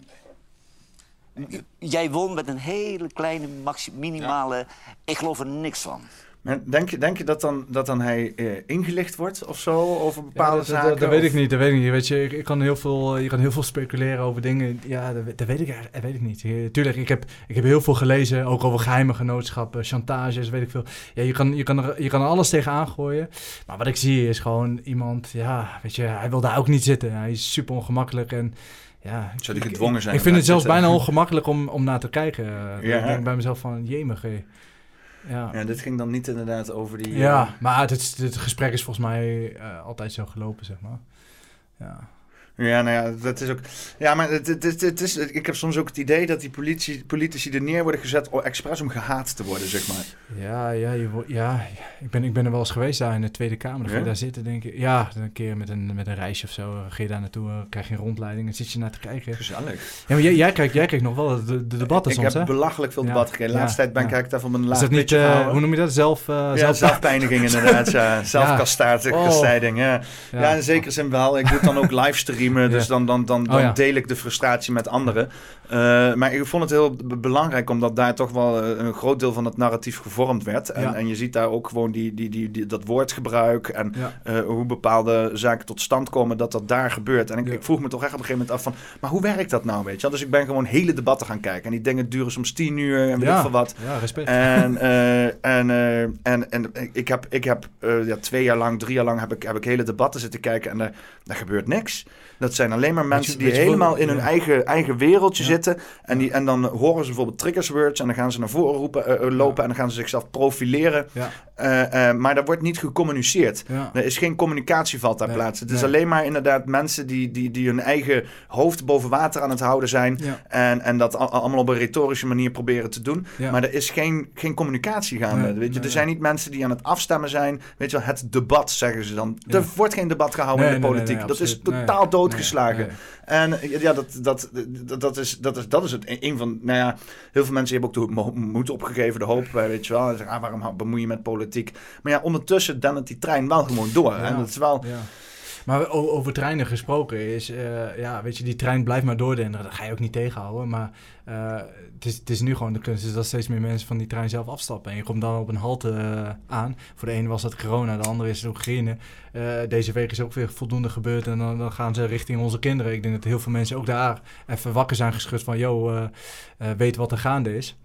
nee, nee. Jij won met een hele kleine, maxi- minimale... Ja. Ik geloof er niks van. Maar denk je, denk je dat dan, dat dan hij uh, ingelicht wordt of zo over bepaalde ja, dat, zaken? Dat, dat weet ik niet, dat weet ik niet. Weet je, ik, ik kan heel veel, je kan heel veel speculeren over dingen. Ja, dat, dat weet ik dat weet ik niet. Je, tuurlijk, ik heb, ik heb heel veel gelezen, ook over geheime genootschappen, chantages, weet ik veel. Ja, je kan, je kan, er, je kan er alles tegenaan gooien. Maar wat ik zie is gewoon iemand, ja, weet je, hij wil daar ook niet zitten. Hij is super ongemakkelijk en... Ja, zou die gedwongen zijn? Ik, ik vind het zelfs zitten? bijna ongemakkelijk om, om naar te kijken. Ja. Ik denk bij mezelf van, jemig, hé. Ja. ja, dit ging dan niet inderdaad over die... Ja, uh... maar dit, dit gesprek is volgens mij uh, altijd zo gelopen, zeg maar. Ja. Ja, nou ja, dat is ook... Ja, maar het, het, het, het is, ik heb soms ook het idee dat die politici, politici er neer worden gezet... expres om gehaat te worden, zeg maar. Ja, ja, je, ja ik, ben, ik ben er wel eens geweest daar in de Tweede Kamer. Dan ga je ja? daar zitten, denk ik. Ja, een keer met een, met een reisje of zo. Ga je daar naartoe, krijg je een rondleiding en zit je naar te kijken. Gezellig. Ja, maar jij, jij, kijkt, jij kijkt nog wel de, de debatten ik soms, hè? Ik heb belachelijk veel debat ja, gekregen. De laatste ja, tijd ben ja. ik even op een laag Is dat niet, uh, hoe noem je dat? Zelf, uh, ja, zelf... zelfpijniging inderdaad. Ja. Zelfkastijding, ja. Ja. ja, in zekere zin wel. Ik doe het dan ook livestreamen, dus ja. dan... dan Dan, dan oh ja. deel ik de frustratie met anderen. Uh, maar ik vond het heel b- belangrijk... omdat daar toch wel uh, een groot deel van het narratief gevormd werd. En, ja. en je ziet daar ook gewoon die, die, die, die, dat woordgebruik... en ja. uh, hoe bepaalde zaken tot stand komen... dat dat daar gebeurt. En ik, ja. ik vroeg me toch echt op een gegeven moment af van... maar hoe werkt dat nou, weet je? Dus ik ben gewoon hele debatten gaan kijken. En die dingen duren soms tien uur en weet ja. ik veel wat. Ja, respect. En, uh, en, uh, en, en ik heb, ik heb uh, ja, twee jaar lang, drie jaar lang... heb ik, heb ik hele debatten zitten kijken... en daar, daar gebeurt niks. Dat zijn alleen maar mensen die helemaal wel, in hun ja. eigen, eigen wereldje ja. zitten. En, die, en dan horen ze bijvoorbeeld triggerswords. En dan gaan ze naar voren roepen, uh, uh, lopen. Ja. En dan gaan ze zichzelf profileren. Ja. Uh, uh, maar daar wordt niet gecommuniceerd. Ja. Er is geen communicatie valt daar nee. plaats. Het is nee. alleen maar inderdaad mensen die, die, die hun eigen hoofd boven water aan het houden zijn. Ja. En, en dat al, allemaal op een retorische manier proberen te doen. Ja. Maar er is geen, geen communicatie gaande. Nee. Weet je? Nee. Er zijn niet mensen die aan het afstemmen zijn. Weet je wel, het debat zeggen ze dan. Ja. Er wordt geen debat gehouden nee, in de politiek. Nee, nee, nee, dat is totaal nee. doodgeslagen. Nee, nee. En ja, dat, dat, dat, dat, is, dat, is, dat is het. Een van, nou ja, heel veel mensen hebben ook de moed opgegeven, de hoop, weet je wel. En zeggen, ah, waarom bemoei je met politiek? Maar ja, ondertussen dan het die trein wel gewoon door. Ja, en dat is wel... Ja. Maar over treinen gesproken is, uh, ja, weet je, die trein blijft maar doordenderen. Dat ga je ook niet tegenhouden. Maar uh, het, is, het is nu gewoon de kunst is dat steeds meer mensen van die trein zelf afstappen. En je komt dan op een halte uh, aan. Voor de ene was dat corona, de andere is het Oekraïne. Uh, deze week is ook weer voldoende gebeurd en dan, dan gaan ze richting onze kinderen. Ik denk dat heel veel mensen ook daar even wakker zijn geschud van, yo, uh, uh, weet wat er gaande is.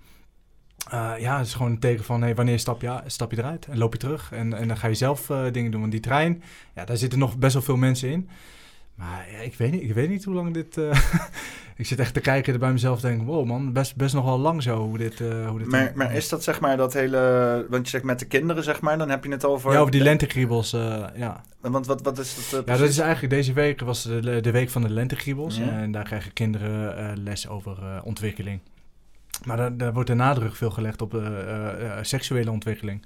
Uh, ja, het is gewoon een teken van, hey, wanneer stap je, stap je eruit en loop je terug. En, en dan ga je zelf uh, dingen doen. Want die trein, ja, daar zitten nog best wel veel mensen in. Maar ja, ik, weet niet, ik weet niet hoe lang dit... Uh, ik zit echt te kijken en bij mezelf denk, wow man, best, best nog wel lang zo hoe dit... Uh, hoe dit maar, maar is dat zeg maar dat hele... Want je zegt met de kinderen zeg maar, dan heb je het over... Ja, over die lentegriebels, uh, ja. Want wat, wat is dat uh, Ja, dat is eigenlijk deze week was de, de week van de lentegriebels. Ja. En daar krijgen kinderen uh, les over uh, ontwikkeling. Maar daar, daar wordt de nadruk veel gelegd op uh, uh, seksuele ontwikkeling.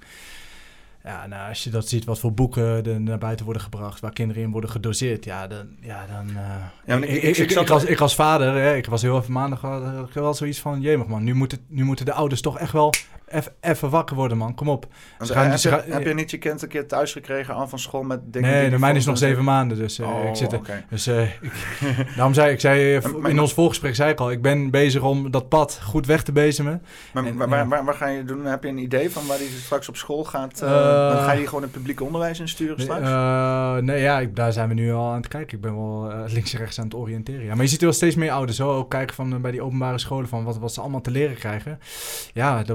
Ja, nou, als je dat ziet, wat voor boeken er naar buiten worden gebracht, waar kinderen in worden gedoseerd, ja, dan... Ja, dan uh, ja, ik, ik, ik, ik, ik, als, ik als vader, hè, ik was heel even maandag, had ik wel zoiets van, jemig man, nu, moet het, nu moeten de ouders toch echt wel even wakker worden, man, kom op. Ze gaan, heb, je, gaan, heb je niet je kind een keer thuis gekregen aan van school met dingen? Nee, de mijne is nog zeven maanden, dus uh, oh, ik zit er. Okay. Dus uh, ik, daarom zei ik, zei, uh, in ons voorgesprek zei ik al, ik ben bezig om dat pad goed weg te bezemen. Maar en, waar, waar, waar, waar ga je doen? Heb je een idee van waar hij straks op school gaat? Uh, uh, dan ga je gewoon het publieke onderwijs insturen straks? Uh, nee, ja, ik, daar zijn we nu al aan het kijken. Ik ben wel uh, links en rechts aan het oriënteren. Ja. Maar je ziet wel steeds meer ouders, zo ook kijken van uh, bij die openbare scholen van wat, wat ze allemaal te leren krijgen. Ja, daar wordt even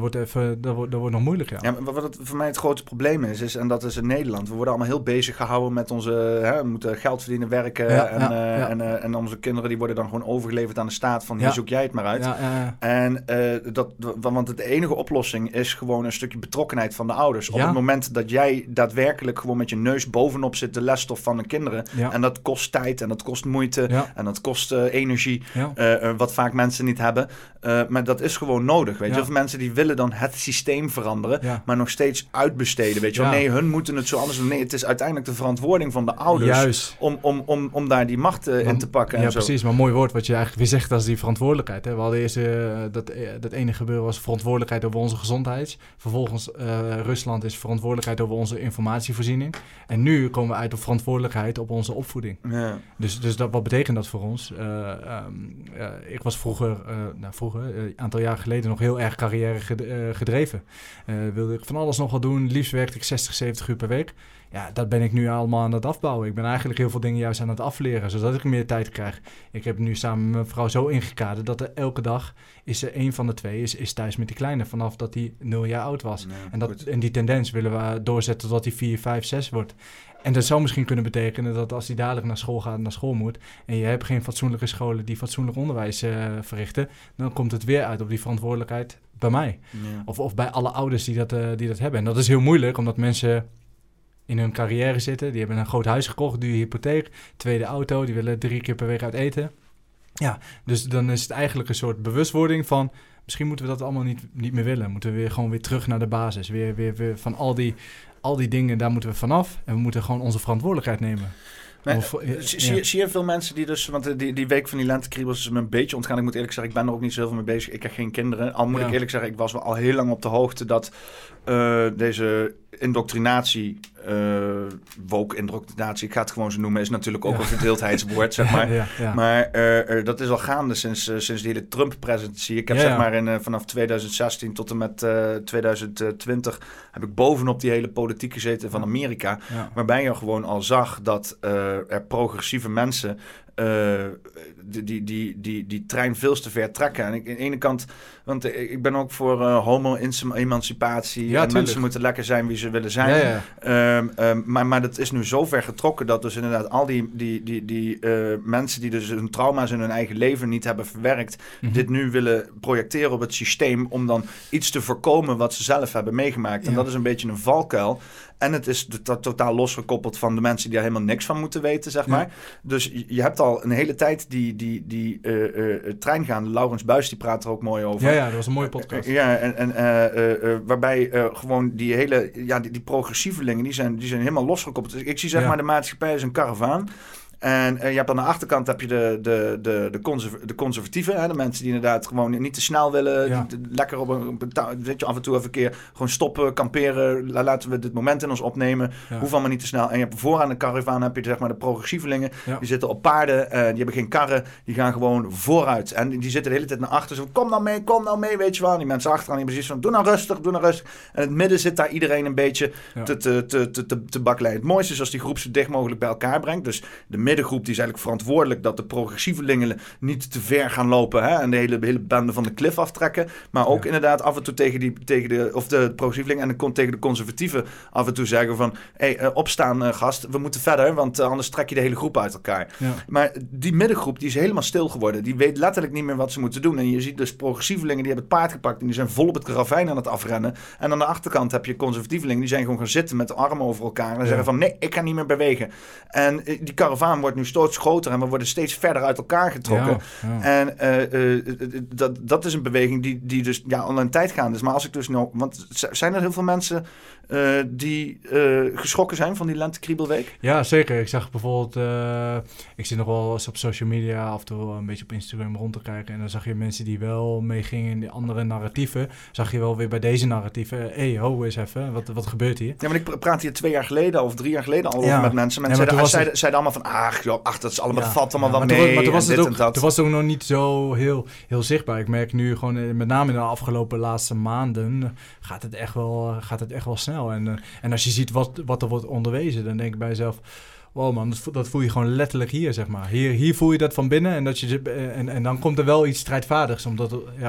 dat, wordt, dat wordt nog moeilijk, ja. Ja, maar wat het voor mij het grote probleem is, is, en dat is in Nederland, we worden allemaal heel bezig gehouden met onze, hè, we moeten geld verdienen, werken, ja, en, ja, uh, ja. En, uh, en onze kinderen die worden dan gewoon overgeleverd aan de staat van, hier ja. zoek jij het maar uit. Ja, ja, ja. En uh, dat, want de enige oplossing is gewoon een stukje betrokkenheid van de ouders. Ja. Op het moment dat jij daadwerkelijk gewoon met je neus bovenop zit de lesstof van de kinderen, ja. en dat kost tijd en dat kost moeite ja. en dat kost uh, energie, ja. uh, wat vaak mensen niet hebben, uh, maar dat is gewoon nodig, weet ja. je. Of mensen die willen dan het systeem veranderen, ja. maar nog steeds uitbesteden, weet je wel. Ja. Nee, hun moeten het zo anders doen. Nee, het is uiteindelijk de verantwoording van de ouders Juist. Om, om, om, om daar die macht uh, in te pakken. Ja, en zo. Precies. Maar een mooi woord wat je eigenlijk weer zegt, dat is die verantwoordelijkheid. Hè. We hadden eerst uh, dat, uh, dat ene gebeuren was verantwoordelijkheid over onze gezondheid. Vervolgens uh, Rusland is verantwoordelijkheid over onze informatievoorziening. En nu komen we uit op verantwoordelijkheid op onze opvoeding. Ja. Dus, dus dat, wat betekent dat voor ons? Uh, um, uh, ik was vroeger, uh, nou vroeger, een uh, aantal jaar geleden nog heel erg carrière gedreven. Uh, wilde ik van alles nog wat doen. Liefst werkte ik zestig, zeventig uur per week. Ja, dat ben ik nu allemaal aan het afbouwen. Ik ben eigenlijk heel veel dingen juist aan het afleren, zodat ik meer tijd krijg. Ik heb nu samen met mijn vrouw zo ingekaderd dat er elke dag is er één van de twee is, is thuis met die kleine, vanaf dat hij nul jaar oud was. Ja, en, dat, en die tendens willen we doorzetten tot hij vier, vijf, zes wordt. En dat zou misschien kunnen betekenen dat als hij dadelijk naar school gaat, naar school moet, en je hebt geen fatsoenlijke scholen die fatsoenlijk onderwijs uh, verrichten, dan komt het weer uit op die verantwoordelijkheid bij mij. Ja. Of, of bij alle ouders die dat, uh, die dat hebben. En dat is heel moeilijk, omdat mensen in hun carrière zitten. Die hebben een groot huis gekocht, dure hypotheek, tweede auto, die willen drie keer per week uit eten. Ja, dus dan is het eigenlijk een soort bewustwording van, misschien moeten we dat allemaal niet, niet meer willen. Moeten we weer gewoon weer terug naar de basis. Weer, weer, weer van al die, al die dingen, daar moeten we vanaf. En we moeten gewoon onze verantwoordelijkheid nemen. Maar, of, ja. zie, je, zie je veel mensen die dus, want die, die week van die lentekriebels is me een beetje ontgaan. Ik moet eerlijk zeggen, ik ben er ook niet zo heel veel mee bezig. Ik heb geen kinderen. Al moet ja. ik eerlijk zeggen, ik was wel al heel lang op de hoogte dat uh, deze indoctrinatie, uh, woke indoctrinatie, ik ga het gewoon zo noemen, is natuurlijk ook ja. een verdeeldheidswoord, zeg maar. Ja, ja, ja. Maar uh, uh, dat is al gaande sinds, uh, sinds de hele Trump-presentatie. Ik heb ja, zeg maar in, uh, vanaf twintig zestien tot en met uh, twintig twintig heb ik bovenop die hele politiek gezeten van Amerika, ja. waarbij je gewoon al zag dat uh, er progressieve mensen Uh, die, die, die, die, die trein veel te ver trekken. En ik, aan de ene kant, want ik ben ook voor uh, homo-emancipatie. Ja, en tuurlijk. Mensen moeten lekker zijn wie ze willen zijn. Ja, ja. Um, um, maar, maar dat is nu zo ver getrokken dat dus inderdaad al die, die, die, die uh, mensen die dus hun trauma's in hun eigen leven niet hebben verwerkt, mm-hmm. dit nu willen projecteren op het systeem om dan iets te voorkomen wat ze zelf hebben meegemaakt. Ja. En dat is een beetje een valkuil. En het is to- totaal losgekoppeld van de mensen die er helemaal niks van moeten weten, zeg maar. Ja. Dus je hebt al een hele tijd die, die, die uh, uh, trein gaan. Laurens Buijs, die praat er ook mooi over. Ja, ja, dat was een mooie podcast. Uh, ja, en, en uh, uh, uh, waarbij uh, gewoon die hele, ja, die, die progressievelingen, die zijn, die zijn helemaal losgekoppeld. Dus ik zie zeg ja. maar de maatschappij als een karavaan. En uh, je hebt aan de achterkant heb je de, de, de, de, conserv- de conservatieven. Hè? De mensen die inderdaad gewoon niet te snel willen. Ja. Die, die, lekker op een, op een weet je, af en toe even een keer gewoon stoppen, kamperen. Laten we dit moment in ons opnemen. Ja. Hoeft allemaal niet te snel. En je hebt vooraan de karavaan heb je zeg maar de progressievelingen. Ja. Die zitten op paarden. Uh, die hebben geen karren. Die gaan gewoon vooruit. En die zitten de hele tijd naar achter. Zo, kom nou mee, kom nou mee, weet je wel. Die mensen achteraan die precies van, doe nou rustig, doe nou rustig. En in het midden zit daar iedereen een beetje ja. te, te, te, te, te, te bakleiden. Het mooiste is als die groep zo dicht mogelijk bij elkaar brengt. Dus de middengroep die is eigenlijk verantwoordelijk dat de progressievelingen niet te ver gaan lopen, hè, en de hele, hele bende van de klif aftrekken. Maar ook ja. inderdaad af en toe tegen die, tegen de, of de progressievelingen en de, tegen de conservatieven af en toe zeggen van, hé, hey, uh, opstaan uh, gast, we moeten verder, want uh, anders trek je de hele groep uit elkaar. Ja. Maar die middengroep, die is helemaal stil geworden. Die weet letterlijk niet meer wat ze moeten doen. En je ziet dus progressievelingen, die hebben het paard gepakt en die zijn vol op het ravijn aan het afrennen. En aan de achterkant heb je conservatievelingen, die zijn gewoon gaan zitten met de armen over elkaar en ja. zeggen van, nee, ik ga niet meer bewegen. En uh, die karavaan wordt nu steeds groter en we worden steeds verder uit elkaar getrokken. Ja, ja. En uh, uh, dat, dat is een beweging die, die dus ja, al een tijd gaande is. Maar als ik dus nou, want zijn er heel veel mensen uh, die uh, geschrokken zijn van die lentekriebelweek? Ja, zeker. Ik zag bijvoorbeeld, uh, ik zit nog wel eens op social media af en toe een beetje op Instagram rond te kijken en dan zag je mensen die wel meegingen in die andere narratieven. Zag je wel weer bij deze narratieven, hé, hey, ho eens even, wat, wat gebeurt hier? Ja, maar ik praat hier twee jaar geleden of drie jaar geleden al ja. over met mensen. Mensen ja, zeiden, zeiden, zeiden allemaal van, ach joh, ach, dat is allemaal, ja, valt allemaal ja, wel mee. Maar toen was het ook, toen was het ook nog niet zo heel, heel zichtbaar. Ik merk nu gewoon, met name in de afgelopen laatste maanden, gaat het echt wel, gaat het echt wel snel. En, uh, en als je ziet wat, wat er wordt onderwezen, dan denk ik bij jezelf, wow man, dat, dat voel je gewoon letterlijk hier, zeg maar. Hier, hier voel je dat van binnen en, dat je, en, en dan komt er wel iets strijdvaardigs, omdat, ja,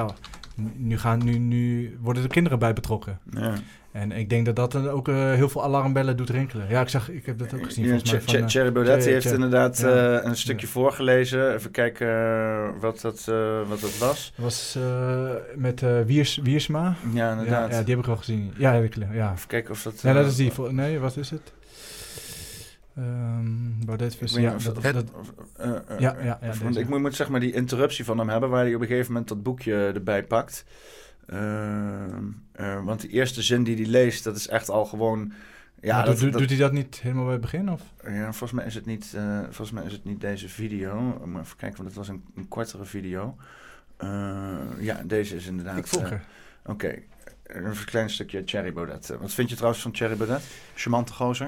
nu, gaan, nu, nu worden er kinderen bij betrokken. Ja. En ik denk dat dat dan ook uh, heel veel alarmbellen doet rinkelen. Ja, ik zag, ik heb dat ook gezien. Ja, volgens mij van, uh, Thierry Baudet heeft Thierry, inderdaad ja. uh, een stukje ja. voorgelezen. Even kijken uh, wat, dat, uh, wat dat was. Dat was uh, met uh, Wiers, Wiersma. Ja, inderdaad. Ja, ja, die heb ik al gezien. Ja, ja. Even kijken of dat... Uh, ja, dat is die. Nee, wat is het? Um, Baudet vers, ja, dat, dat, dat, uh, uh, ja, ja, ja, want ik moet, moet zeg maar die interruptie van hem hebben, waar hij op een gegeven moment dat boekje erbij pakt. Uh, uh, want die eerste zin die hij leest, dat is echt al gewoon... Ja, maar dat, doet, dat, doet hij dat niet helemaal bij het begin? Of? Ja, volgens mij is het niet, uh, volgens mij is het niet deze video. Maar even kijken, want het was een, een kortere video. Uh, ja, deze is inderdaad... Ik volg er. Uh, Oké. Okay. Een klein stukje Thierry Baudet. Wat vind je trouwens van Thierry Baudet? Charmante gozer.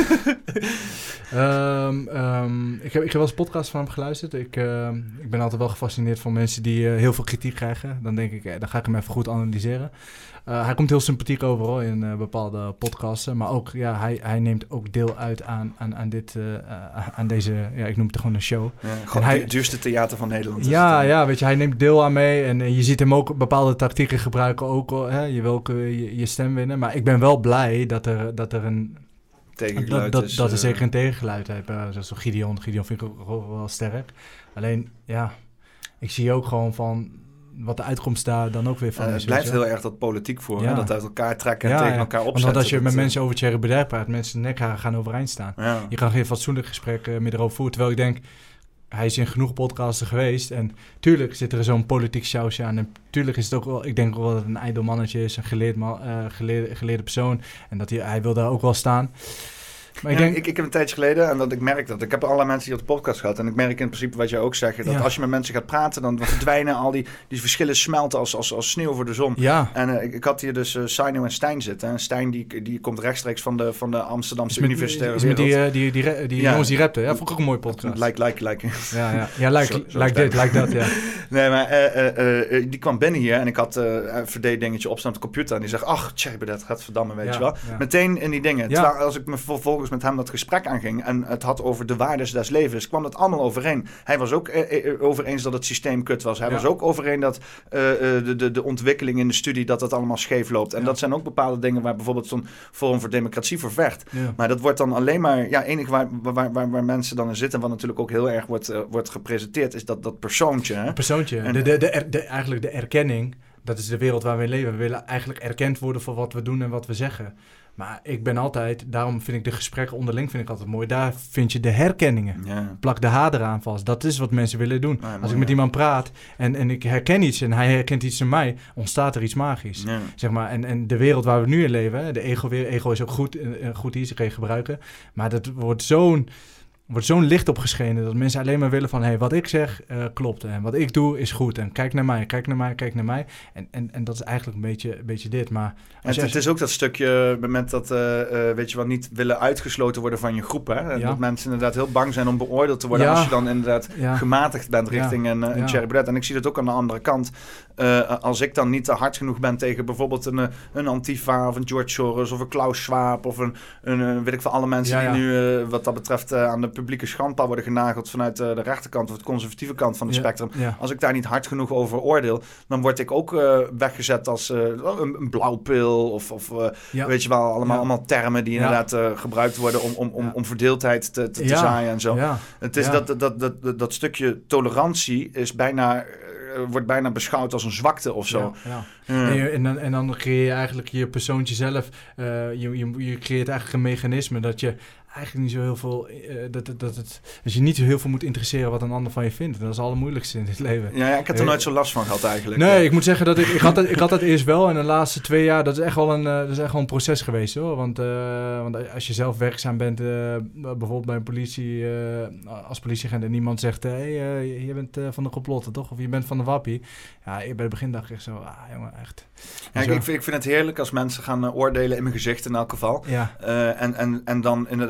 um, um, ik, heb, ik heb wel eens podcast van hem geluisterd. Ik, uh, ik ben altijd wel gefascineerd van mensen die uh, heel veel kritiek krijgen. Dan denk ik, eh, dan ga ik hem even goed analyseren. Uh, hij komt heel sympathiek over hoor, in uh, bepaalde podcasten. Maar ook, ja, hij, hij neemt ook deel uit aan, aan, aan, dit, uh, aan deze, ja, ik noem het gewoon een show. Ja, gewoon hij, het duurste theater van Nederland. Ja, ja, weet je, hij neemt deel aan mee. En uh, je ziet hem ook bepaalde tactieken gebruiken. Ook, hè, je wil ook uh, je, je stem winnen. Maar ik ben wel blij dat er, dat er een... Tegengeluid dat, is, dat er uh, zeker een tegengeluid heeft. Uh, zoals Gideon. Gideon vind ik ook wel sterk. Alleen, ja, ik zie ook gewoon van... wat de uitkomst daar dan ook weer van uh, is. Het blijft heel erg dat politiek voor, ja. hè? Dat uit elkaar trekken en ja, tegen ja. elkaar opzetten. Want als je met dat, mensen over Thierry Baudet praat, mensen nekharen gaan overeind staan. Ja. Je kan geen fatsoenlijk gesprek uh, meer erover voeren. Terwijl ik denk, hij is in genoeg podcasten geweest. En tuurlijk zit er zo'n politiek sausje aan. En tuurlijk is het ook wel, ik denk ook wel dat het een ijdel mannetje is, een geleerd man, uh, geleerde, geleerde persoon. En dat hij, hij wil daar ook wel staan. Maar ik, ja, denk... ik, ik heb een tijdje geleden, en dat ik merk dat, ik heb allerlei mensen die op de podcast gehad, en ik merk in principe wat jij ook zegt, dat ja. als je met mensen gaat praten, dan verdwijnen al die, die verschillen smelten als, als, als sneeuw voor de zon. Ja. En uh, ik, ik had hier dus uh, Saino en Stijn zitten. En Stijn die, die komt rechtstreeks van de, van de Amsterdamse met, Universitaire is met Wereld. die, uh, die, die, die, die ja. jongens die rapten. Ja, vond ik ook een mooie podcast. Like, like, like. Ja, ja. ja like, zo, zo like dit, like dat, ja. Nee, maar uh, uh, uh, die kwam binnen hier en ik had uh, een verdedingetje opstaan op de computer. En die zegt, ach, Thierry Baudet, gaat verdammen, weet ja, je wel. Ja. Meteen in die dingen. Ja. Terwijl als ik me vervolgens met hem dat gesprek aanging en het had over de waardes des levens, kwam dat allemaal overeen. Hij was ook uh, over eens dat het systeem kut was. Hij ja. was ook over eens dat uh, de, de, de ontwikkeling in de studie, dat dat allemaal scheef loopt. En ja. dat zijn ook bepaalde dingen waar bijvoorbeeld zo'n Forum voor Democratie voor vecht. Ja. Maar dat wordt dan alleen maar, ja, enig waar, waar, waar, waar mensen dan in zitten, wat natuurlijk ook heel erg wordt, uh, wordt gepresenteerd, is dat, dat persoontje. Hè? Persoontje. En de, de, de, er, de, eigenlijk de erkenning, dat is de wereld waar we in leven. We willen eigenlijk erkend worden voor wat we doen en wat we zeggen. Maar ik ben altijd, daarom vind ik de gesprekken onderling vind ik altijd mooi. Daar vind je de herkenningen. Ja. Plak de H eraan vast. Dat is wat mensen willen doen. Ja, Als mooi, ik met ja. iemand praat en, en ik herken iets en hij herkent iets in mij, ontstaat er iets magisch. Ja. Zeg maar, en, en de wereld waar we nu in leven, hè, de ego, weer, ego is ook goed, uh, goed iets, ik kan je gebruiken. Maar dat wordt zo'n... Er wordt zo'n licht opgeschenen dat mensen alleen maar willen van... hé, hey, wat ik zeg uh, klopt en wat ik doe is goed. En kijk naar mij, kijk naar mij, kijk naar mij. En, en, en dat is eigenlijk een beetje, een beetje dit. Maar en het, het is ook dat stukje, op het moment dat, uh, uh, weet je wel, niet willen uitgesloten worden van je groep. Hè? En ja. dat mensen inderdaad heel bang zijn om beoordeeld te worden... Ja. als je dan inderdaad ja. gematigd bent richting ja. een, een ja. Thierry Baudet. En ik zie dat ook aan de andere kant. Uh, als ik dan niet te hard genoeg ben tegen bijvoorbeeld een, een Antifa... of een George Soros of een Klaus Schwab... of een, een, een weet ik veel, alle mensen ja, ja. die nu uh, wat dat betreft uh, aan de publieke schandpaal worden genageld vanuit uh, de rechterkant of de conservatieve kant van het ja, spectrum. Ja. Als ik daar niet hard genoeg over oordeel, dan word ik ook uh, weggezet als uh, een, een blauwpil of, of uh, ja. weet je wel, allemaal, ja. allemaal termen die inderdaad uh, gebruikt worden om, om, om, ja. om verdeeldheid te, te, te ja. zaaien en zo. Ja. Het is ja. dat, dat, dat, dat, dat stukje tolerantie is bijna... wordt bijna beschouwd als een zwakte of zo. Ja, ja. Ja. En, je, en, dan, en dan creëer je eigenlijk je persoontje zelf... Uh, je, je, je creëert eigenlijk een mechanisme dat je eigenlijk niet zo heel veel... Uh, dat, dat, dat, het, dat je niet zo heel veel moet interesseren wat een ander van je vindt. Dat is het allermoeilijkste in dit leven. Ja, ja ik heb er uh, nooit zo last van gehad eigenlijk. Nee, ik moet zeggen dat ik... Ik had dat, ik had dat eerst wel en de laatste twee jaar... Dat is echt wel een, uh, dat is echt wel een proces geweest, hoor. Want, uh, want als je zelf werkzaam bent... Uh, bijvoorbeeld bij een politie... Uh, als politieagent en iemand zegt... Hé, hey, uh, je bent uh, van de complotten, toch? Of je bent van de wappie. Ja, bij het begin dacht ik echt zo... Ah, jongen, echt... Ja, ik, ik, vind, ik vind het heerlijk als mensen gaan uh, oordelen in mijn gezicht in elk geval. Ja. Uh, en, en, en dan inderdaad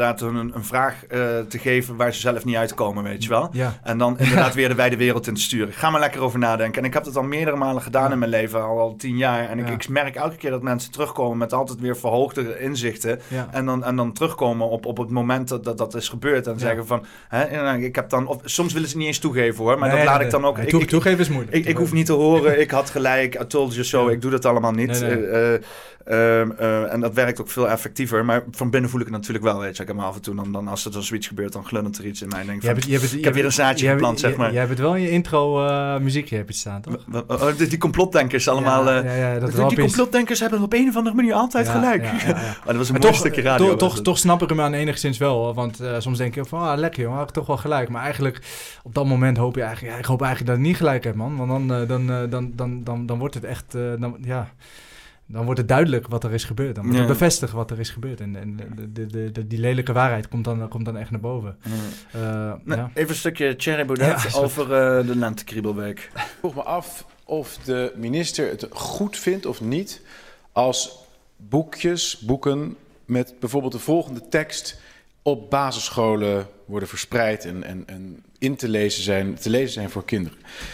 inderdaad hun een, een vraag uh, te geven waar ze zelf niet uitkomen, weet je wel. Ja. En dan inderdaad weer de wijde wereld in te sturen. Ga maar lekker over nadenken. En ik heb dat al meerdere malen gedaan ja. in mijn leven, al, al tien jaar. En ja. ik, ik merk elke keer dat mensen terugkomen met altijd weer verhoogde inzichten. Ja. En, dan, en dan terugkomen op, op het moment dat dat, dat is gebeurd. En ja. zeggen van, hè, ik heb dan, of, soms willen ze het niet eens toegeven hoor, maar nee, dat laat nee, ik dan ook. Nee, ik, toe, ik, toegeven is moeilijk. Ik, ik hoef niet te horen, ik had gelijk, I told you so, ja. ik doe dat allemaal niet. Nee, nee. Uh, uh, uh, uh, en dat werkt ook veel effectiever. Maar van binnen voel ik het natuurlijk wel, weet je. Ik heb me af en toe, dan, dan als er dan zoiets gebeurt, dan glunnert er iets in mij. En denk van, het, het, ik heb weer een zaadje geplant, zeg maar. Jij hebt het wel in je intro uh, muziekje heb je staan, toch? W- w- uh, die, die complotdenkers allemaal. Ja, ja, ja, dat die die complotdenkers hebben op een of andere manier altijd ja, gelijk. Ja, ja, ja. oh, dat was een mooi toch, stukje radio. To, toch, toch snap ik hem aan enigszins wel. Hoor. Want uh, soms denk je van, ah, lekker jongen, had ik toch wel gelijk. Maar eigenlijk, op dat moment hoop je eigenlijk, ja, ik hoop eigenlijk dat ik niet gelijk heb, man. Want dan, uh, dan, uh, dan, dan, dan, dan wordt het echt, uh, dan, ja... Dan wordt het duidelijk wat er is gebeurd. Dan wordt ja. het bevestigd wat er is gebeurd. En, en de, de, de, de, die lelijke waarheid komt dan, komt dan echt naar boven. Ja. Uh, nou, ja. Even een stukje Thierry Baudet ja, over uh, de Lentekriebelweek. Ik vroeg me af of de minister het goed vindt of niet... als boekjes, boeken met bijvoorbeeld de volgende tekst... op basisscholen worden verspreid en, en, en in te lezen zijn, te lezen zijn voor kinderen.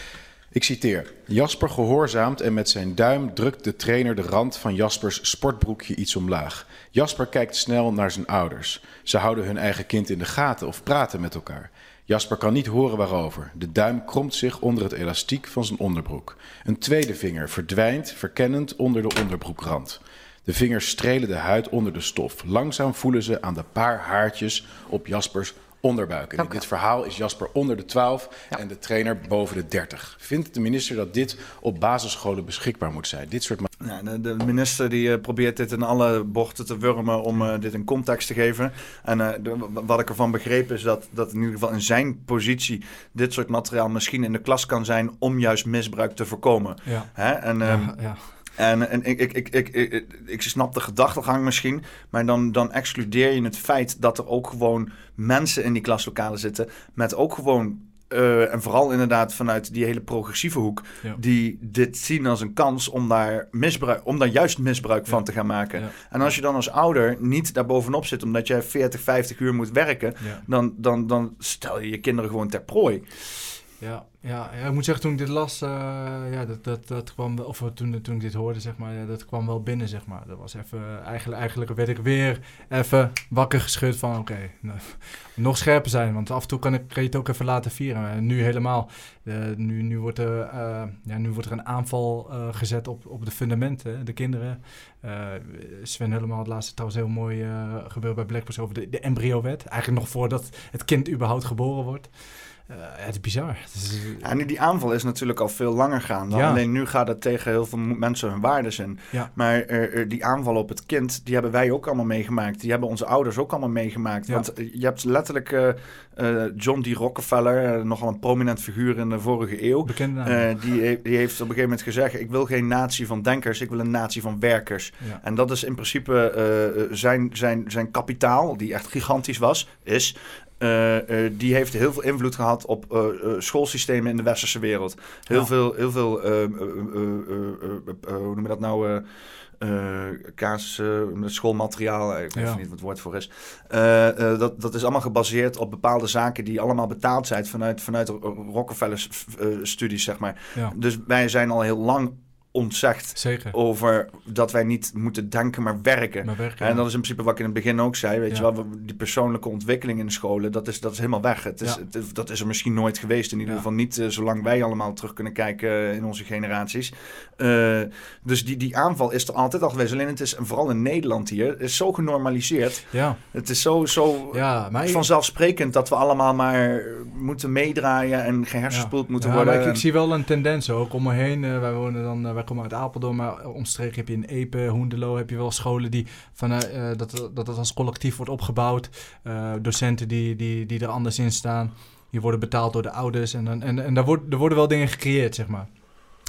Ik citeer. Jasper gehoorzaamt en met zijn duim drukt de trainer de rand van Jaspers sportbroekje iets omlaag. Jasper kijkt snel naar zijn ouders. Ze houden hun eigen kind in de gaten of praten met elkaar. Jasper kan niet horen waarover. De duim kromt zich onder het elastiek van zijn onderbroek. Een tweede vinger verdwijnt verkennend onder de onderbroekrand. De vingers strelen de huid onder de stof. Langzaam voelen ze aan de paar haartjes op Jaspers onderbuik. En in dit verhaal is Jasper onder de twaalf ja. en de trainer boven de dertig. Vindt de minister dat dit op basisscholen beschikbaar moet zijn? Dit soort ma- ja, de, de minister die uh, probeert dit in alle bochten te wurmen om uh, dit in context te geven. En uh, de, wat ik ervan begreep is dat, dat in ieder geval in zijn positie dit soort materiaal misschien in de klas kan zijn om juist misbruik te voorkomen. Ja. Hè? En, um, ja, ja. En, en ik, ik, ik, ik, ik, ik snap de gedachtegang misschien, maar dan, dan excludeer je het feit dat er ook gewoon mensen in die klaslokalen zitten met ook gewoon, uh, en vooral inderdaad vanuit die hele progressieve hoek, ja. die dit zien als een kans om daar, misbruik, om daar juist misbruik ja. van te gaan maken. Ja. En als je dan als ouder niet daar bovenop zit omdat jij veertig, vijftig uur moet werken, ja. dan, dan, dan stel je je kinderen gewoon ter prooi. Ja, ja, ja, ik moet zeggen, toen ik dit las, uh, ja, dat, dat, dat kwam, of toen, toen ik dit hoorde, zeg maar, ja, dat kwam wel binnen, zeg maar. Dat was even, eigenlijk, eigenlijk werd ik weer even wakker geschud van, oké, okay, nou, nog scherper zijn, want af en toe kan, ik, kan je het ook even laten vieren. En nu helemaal, uh, nu, nu, wordt er, uh, ja, nu wordt er een aanval uh, gezet op, op de fundamenten, de kinderen. Uh, Sven Helemaal het laatste trouwens heel mooi uh, gebeurd bij Blackbox over de, de embryo-wet. Eigenlijk nog voordat het kind überhaupt geboren wordt. Uh, ja, het is bizar. Het is... Ja, nu die aanval is natuurlijk al veel langer gaande. Ja. Alleen nu gaat het tegen heel veel mensen hun waardes in. Ja. Maar uh, die aanval op het kind, die hebben wij ook allemaal meegemaakt. Die hebben onze ouders ook allemaal meegemaakt. Ja. Want uh, je hebt letterlijk uh, uh, John D. Rockefeller, uh, nogal een prominent figuur in de vorige eeuw. Bekende naam. Uh, die, die heeft op een gegeven moment gezegd, ik wil geen natie van denkers, ik wil een natie van werkers. Ja. En dat is in principe uh, zijn, zijn, zijn kapitaal, die echt gigantisch was, is... Uh, uh, die heeft heel veel invloed gehad op uh, uh, schoolsystemen in de westerse wereld. Heel ja. veel, heel veel uh, uh, uh, uh, uh, uh, hoe noem je dat nou? Uh, uh, casussen, uh, schoolmateriaal, ik weet ja. niet wat het woord voor is. Uh, uh, dat, dat is allemaal gebaseerd op bepaalde zaken die allemaal betaald zijn vanuit, vanuit Rockefeller's uh, studies, zeg maar. Ja. Dus wij zijn al heel lang ontzegd Zeker. over dat wij niet moeten denken, maar werken. Maar werken en ja. dat is in principe wat ik in het begin ook zei. Weet ja. je wel, die persoonlijke ontwikkeling in de scholen, dat is, dat is helemaal weg. Het is, ja. het, dat is er misschien nooit geweest. In ieder ja. geval niet uh, zolang wij allemaal terug kunnen kijken uh, in onze generaties. Uh, dus die, die aanval is er altijd al geweest. Alleen het is, vooral in Nederland hier, is zo genormaliseerd. Ja. Het is zo, zo ja, maar vanzelfsprekend dat we allemaal maar moeten meedraaien en gehersenspoeld ja. moeten ja, worden. Ik, ik zie wel een tendens ook om me heen. Uh, wij wonen dan, uh, wij komen uit Apeldoorn, maar omstreken heb je in Epe, Hoenderloo, heb je wel scholen die van uh, dat, dat het als collectief wordt opgebouwd. Uh, docenten die, die, die er anders in staan. Die worden betaald door de ouders. En, en, en daar, wordt, er worden wel dingen gecreëerd, zeg maar.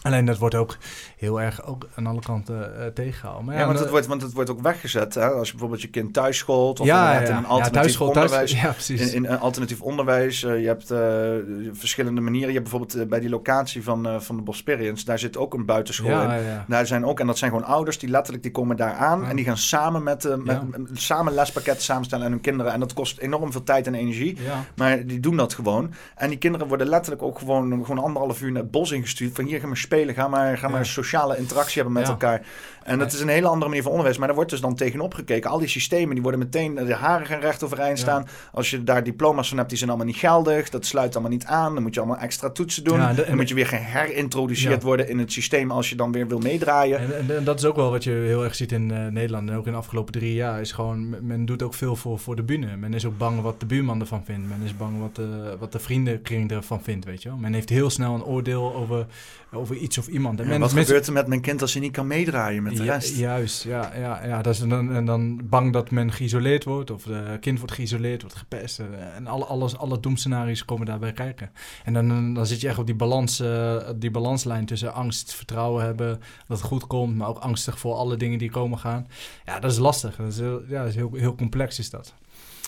Alleen dat wordt ook heel erg ook aan alle kanten uh, tegengehouden. Maar ja, ja, want, uh, het wordt, want het wordt ook weggezet. Hè? Als je bijvoorbeeld je kind thuis schoolt. Of ja, ja, in een alternatief ja, onderwijs. Thuis, ja, precies. In, in uh, alternatief onderwijs. Uh, je hebt uh, verschillende manieren. Je hebt bijvoorbeeld uh, bij die locatie van, uh, van de Bosperians. Daar zit ook een buitenschool ja, in. Ja. Daar zijn ook, en dat zijn gewoon ouders die letterlijk die komen daar aan. Ja. En die gaan samen met, uh, met ja. samen lespakketten samenstellen aan hun kinderen. En dat kost enorm veel tijd en energie. Ja. Maar die doen dat gewoon. En die kinderen worden letterlijk ook gewoon, gewoon anderhalf uur naar het bos ingestuurd. Van hier gaan we spelen. Ga maar, ga maar ja. sociale interactie hebben met ja. elkaar. En dat is een hele andere manier van onderwijs. Maar daar wordt dus dan tegenop gekeken. Al die systemen, die worden meteen, de haren gaan recht overeind staan. Ja. Als je daar diploma's van hebt, die zijn allemaal niet geldig. Dat sluit allemaal niet aan. Dan moet je allemaal extra toetsen doen. Ja, de, dan moet je weer geherintroduceerd ja. worden in het systeem als je dan weer wil meedraaien. En, en, en dat is ook wel wat je heel erg ziet in uh, Nederland. En ook in de afgelopen drie jaar is gewoon, men doet ook veel voor, voor de bühne. Men is ook bang wat de buurman ervan vindt. Men is bang wat de, wat de vriendenkring ervan vindt, weet je wel. Men heeft heel snel een oordeel over, over iets of iemand. En ja, men, wat mensen, gebeurt er met mijn kind als hij niet kan meedraaien met de ja, rest? Juist, ja. ja, ja dat is dan, en dan bang dat men geïsoleerd wordt. Of het kind wordt geïsoleerd, wordt gepest. En alle, alles, alle doemscenario's komen daarbij kijken. En dan, dan zit je echt op die, balans, uh, die balanslijn tussen angst, vertrouwen hebben, dat het goed komt. Maar ook angstig voor alle dingen die komen gaan. Ja, dat is lastig. Dat is heel, ja, dat is heel, heel complex is dat.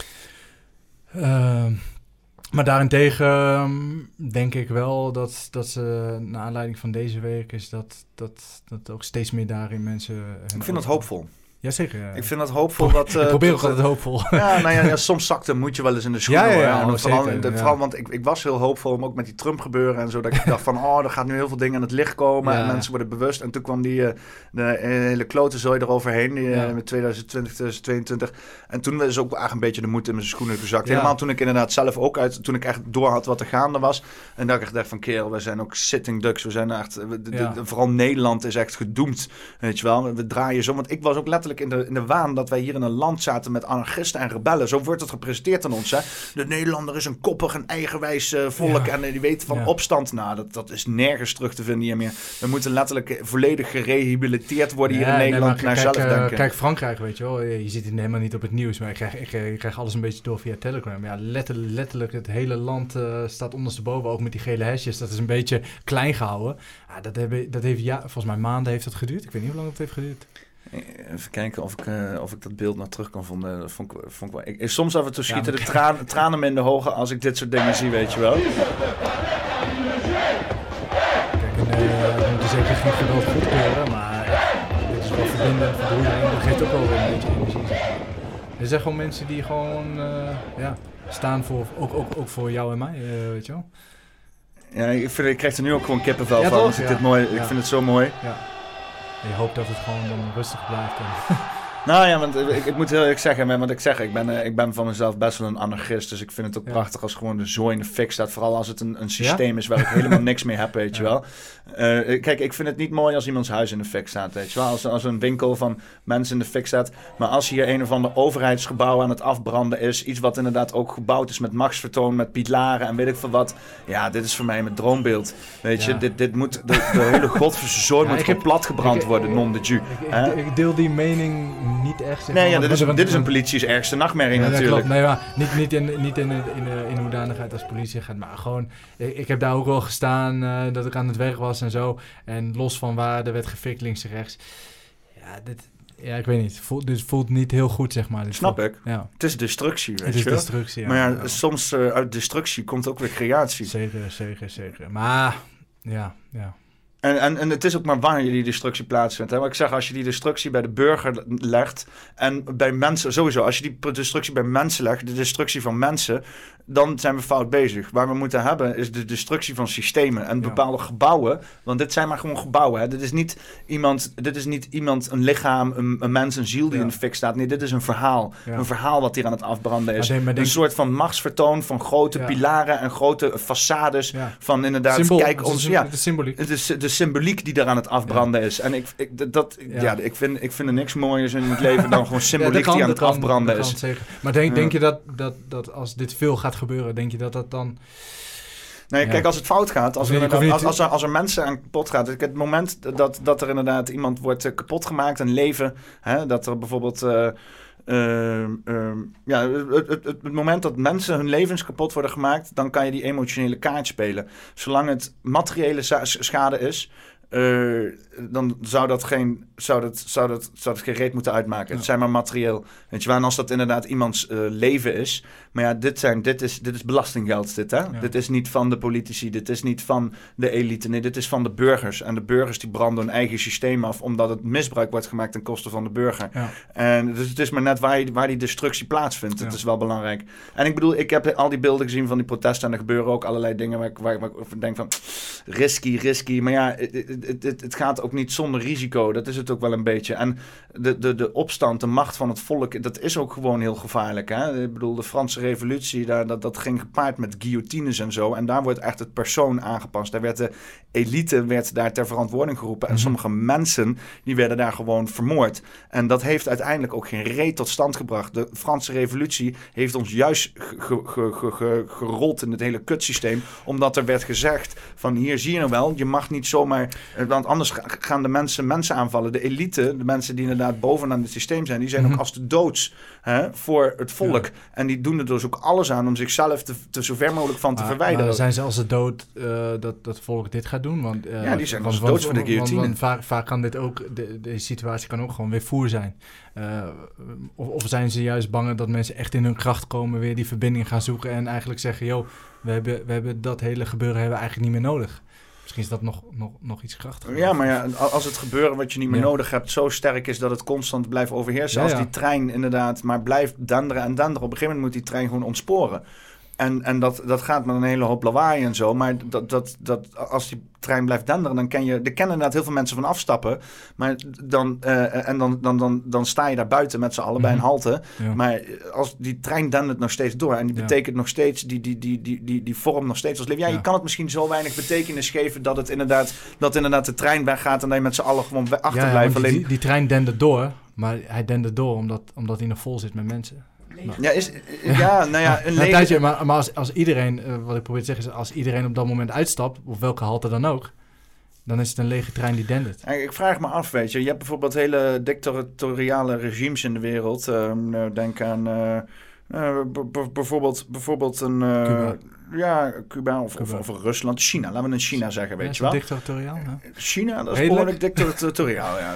Uh, Maar daarentegen um, denk ik wel dat, dat ze, naar aanleiding van deze week, is dat, dat, dat ook steeds meer daarin mensen... Ik vind dat hoopvol. Jazeker. Ja. Ik vind dat hoopvol. Dat, uh, ik probeer ook dat, altijd hoopvol. Ja, nou ja, ja, soms zakte moet je wel eens in de schoenen. Ja, ja, ja, ja, oh, vooral, zeker, de, ja. vooral, want ik, ik was heel hoopvol, ook met die Trump gebeuren en zo. Dat ik dacht van, oh, er gaat nu heel veel dingen aan het licht komen. Ja. En mensen worden bewust. En toen kwam die uh, de hele klote zooi eroverheen. Die, ja. uh, met twintig twintig, twintig tweeëntwintig. En toen is ook eigenlijk een beetje de moed in mijn schoenen gezakt. Ja. Helemaal toen ik inderdaad zelf ook uit... Toen ik echt door had wat er gaande was. En dat ik echt dacht van, kerel, we zijn ook sitting ducks. We zijn echt... De, de, ja. de, vooral Nederland is echt gedoemd. Weet je wel. We draaien zo. Want ik was ook letterlijk in de, in de waan dat wij hier in een land zaten met anarchisten en rebellen. Zo wordt het gepresenteerd aan ons. Hè? De Nederlander is een koppig en eigenwijs uh, volk ja. en uh, die weet van ja. opstand. Nou, dat, dat is nergens terug te vinden hier meer. We moeten letterlijk volledig gerehabiliteerd worden hier ja, in Nederland nee, naar kijk, zelfdenken. Uh, kijk, Frankrijk, weet je wel. Je ziet het helemaal niet op het nieuws, maar ik krijg, ik, ik krijg alles een beetje door via Telegram. Ja, letterlijk, letterlijk het hele land uh, staat ondersteboven, ook met die gele hesjes. Dat is een beetje klein gehouden. Ja, dat, heb, dat heeft, ja, volgens mij maanden heeft dat geduurd. Ik weet niet hoe lang het heeft geduurd. Even kijken of ik, uh, of ik dat beeld nog terug kan vinden. Dat vond ik, vond ik wel. Ik, soms af en toe schieten ja, de traan, tranen me in de ogen als ik dit soort dingen zie, weet je wel. Kijk, en, uh, we moeten zeker geen geweld goedkeuren, maar dit is wel verbindend voor iedereen. Dat geeft ook wel weer een beetje energie. Er zijn gewoon mensen die gewoon uh, ja, staan voor, ook, ook, ook voor jou en mij, uh, weet je wel. Ja, ik, vind, ik krijg er nu ook gewoon kippenvel ja, van. Toch? Ik, ja. dit mooi, ik ja. vind het zo mooi. Ja. En je hoopt dat het gewoon dan rustig blijft. En nou ja, want ik, ik moet heel eerlijk zeggen, want ik zeg, ik ben, ik ben van mezelf best wel een anarchist, dus ik vind het ook ja. prachtig als gewoon de zooi in de fik staat. Vooral als het een, een systeem ja? is waar ik helemaal niks mee heb, weet ja. je wel. Uh, kijk, ik vind het niet mooi als iemands huis in de fik staat, weet je wel. Als, als een winkel van mensen in de fik staat. Maar als hier een of ander overheidsgebouw aan het afbranden is, iets wat inderdaad ook gebouwd is met machtsvertoon, met pilaren en weet ik veel wat. Ja, dit is voor mij mijn droombeeld. Weet ja. je, dit, dit moet, de, de hele godverse zooi ja, moet gewoon platgebrand worden, non de Jew. Ik, ik, ik deel die mening niet echt. Zeg nee, ja, dit is, dit is een politie's ergste nachtmerrie ja, natuurlijk. Nee, maar niet, niet, in, niet in, in, in, in de hoedanigheid als politie gaat, maar gewoon... Ik, ik heb daar ook wel gestaan uh, dat ik aan het werk was en zo. En los van waar, er werd gefikt links en rechts. Ja, dit... Ja, ik weet niet. Voelt, dit voelt niet heel goed, zeg maar. Dit Snap voelt, ik. Ja. Het is destructie, weet het je is destructie, ja. Maar ja, ja. soms uh, uit destructie komt ook weer creatie. Zeker, zeker, zeker. Maar, ja, ja. En, en, en het is ook maar waar je die destructie plaatsvindt. Hè? Maar ik zeg, als je die destructie bij de burger legt... en bij mensen, sowieso, als je die destructie bij mensen legt... de destructie van mensen, dan zijn we fout bezig. Waar we moeten hebben is de destructie van systemen en bepaalde ja. gebouwen. Want dit zijn maar gewoon gebouwen. Hè? Dit is niet iemand, dit is niet iemand een lichaam, een, een mens, een ziel die ja. in de fik staat. Nee, dit is een verhaal. Ja. Een verhaal wat hier aan het afbranden is. Denk, denk... Een soort van machtsvertoon van grote ja. pilaren en grote façades. Ja. Van inderdaad, Symbool, kijk ons... Ja, de symboliek. Het is de symboliek die daar aan het afbranden ja. is. En ik, ik, dat, ja. Ja, ik, vind, ik vind er niks mooiers in het leven dan gewoon symboliek ja, kan, die aan het kan, afbranden is. Zeker. Maar denk, denk je dat, dat, dat als dit veel gaat gebeuren, denk je dat dat dan... Nee, ja. Kijk, als het fout gaat, als er, als, als, als, er, als er mensen aan kapot gaat... Het moment dat, dat er inderdaad iemand wordt uh, kapot gemaakt, een leven... Hè, dat er bijvoorbeeld... Uh, Uh, uh, ja, het, het, het moment dat mensen hun levens kapot worden gemaakt... dan kan je die emotionele kaart spelen. Zolang het materiële schade is... Uh, dan zou dat geen, zou dat, zou dat, zou dat geen reet moeten uitmaken. Ja. Het zijn maar materieel. Weet je wel, en als dat inderdaad iemands uh, leven is. Maar ja, dit, zijn, dit, is, dit is belastinggeld, dit, hè? Ja. Dit is niet van de politici, dit is niet van de elite. Nee, dit is van de burgers. En de burgers die branden hun eigen systeem af, omdat het misbruik wordt gemaakt ten koste van de burger. Ja. En dus het is maar net waar, je, waar die destructie plaatsvindt. Ja. Het is wel belangrijk. En ik bedoel, ik heb al die beelden gezien van die protesten en er gebeuren ook allerlei dingen waar ik, waar, waar ik denk van risky, risky. Maar ja, het, het, het, het gaat ook niet zonder risico. Dat is het ook wel een beetje. En de, de, de opstand, de macht van het volk, dat is ook gewoon heel gevaarlijk. Hè? Ik bedoel, de Franse revolutie, daar, dat, dat ging gepaard met guillotines en zo. En daar wordt echt het persoon aangepast. Daar werd de elite werd daar ter verantwoording geroepen. En mm-hmm. sommige mensen, die werden daar gewoon vermoord. En dat heeft uiteindelijk ook geen reet tot stand gebracht. De Franse revolutie heeft ons juist ge, ge, ge, ge, gerold in het hele kutsysteem. Omdat er werd gezegd van hier zie je nou wel, je mag niet zomaar, want anders gaan de mensen mensen aanvallen. De elite, de mensen die inderdaad bovenaan het systeem zijn, die zijn mm-hmm. ook als de doods hè, voor het volk. Ja. En die doen er dus ook alles aan om zichzelf te, te zo ver mogelijk van te maar, verwijderen. Maar zijn ze als de dood uh, dat dat volk dit gaat doen? Want, uh, ja, die zijn als doods voor de guillotine. Want, want vaak, vaak kan dit ook, de, de situatie kan ook gewoon weer voer zijn. Uh, of, of zijn ze juist bang dat mensen echt in hun kracht komen, weer die verbinding gaan zoeken en eigenlijk zeggen, joh, we hebben, we hebben dat hele gebeuren hebben we eigenlijk niet meer nodig. Misschien is dat nog, nog, nog iets krachtiger. Ja, maar ja, als het gebeuren wat je niet meer ja. nodig hebt zo sterk is dat het constant blijft overheersen. Ja, als ja. die trein inderdaad maar blijft denderen en denderen. Op een gegeven moment moet die trein gewoon ontsporen. En, en dat, dat gaat met een hele hoop lawaai en zo. Maar dat, dat, dat, als die trein blijft denderen, dan ken je... Er kennen inderdaad heel veel mensen van afstappen. Maar dan, uh, en dan, dan, dan, dan sta je daar buiten met z'n allen bij een halte. Ja. Maar als die trein dendert nog steeds door. En die ja. betekent nog steeds... Die, die, die, die, die, die vorm nog steeds als leven. Ja, ja, je kan het misschien zo weinig betekenis geven... dat het inderdaad, dat inderdaad de trein weggaat... en dat je met z'n allen gewoon achterblijft. Ja, ja, alleen... die, die trein dendert door. Maar hij dendert door omdat, omdat hij nog vol zit met mensen. Ja, is, ja, nou ja, een lege... tijdje, maar, maar als, als iedereen, uh, wat ik probeer te zeggen is, als iedereen op dat moment uitstapt, op welke halte dan ook, dan is het een lege trein die dendert. Ik vraag me af, weet je, je hebt bijvoorbeeld hele dictatoriale regimes in de wereld. Uh, denk aan uh, uh, b- b- bijvoorbeeld, bijvoorbeeld een... Uh, Cuba. Ja, Cuba of, Cuba. Of, of Rusland. China, laten we een China zeggen, weet ja, je wel. Dictatoriaal, ja. China, dat is behoorlijk dictatoriaal, ja.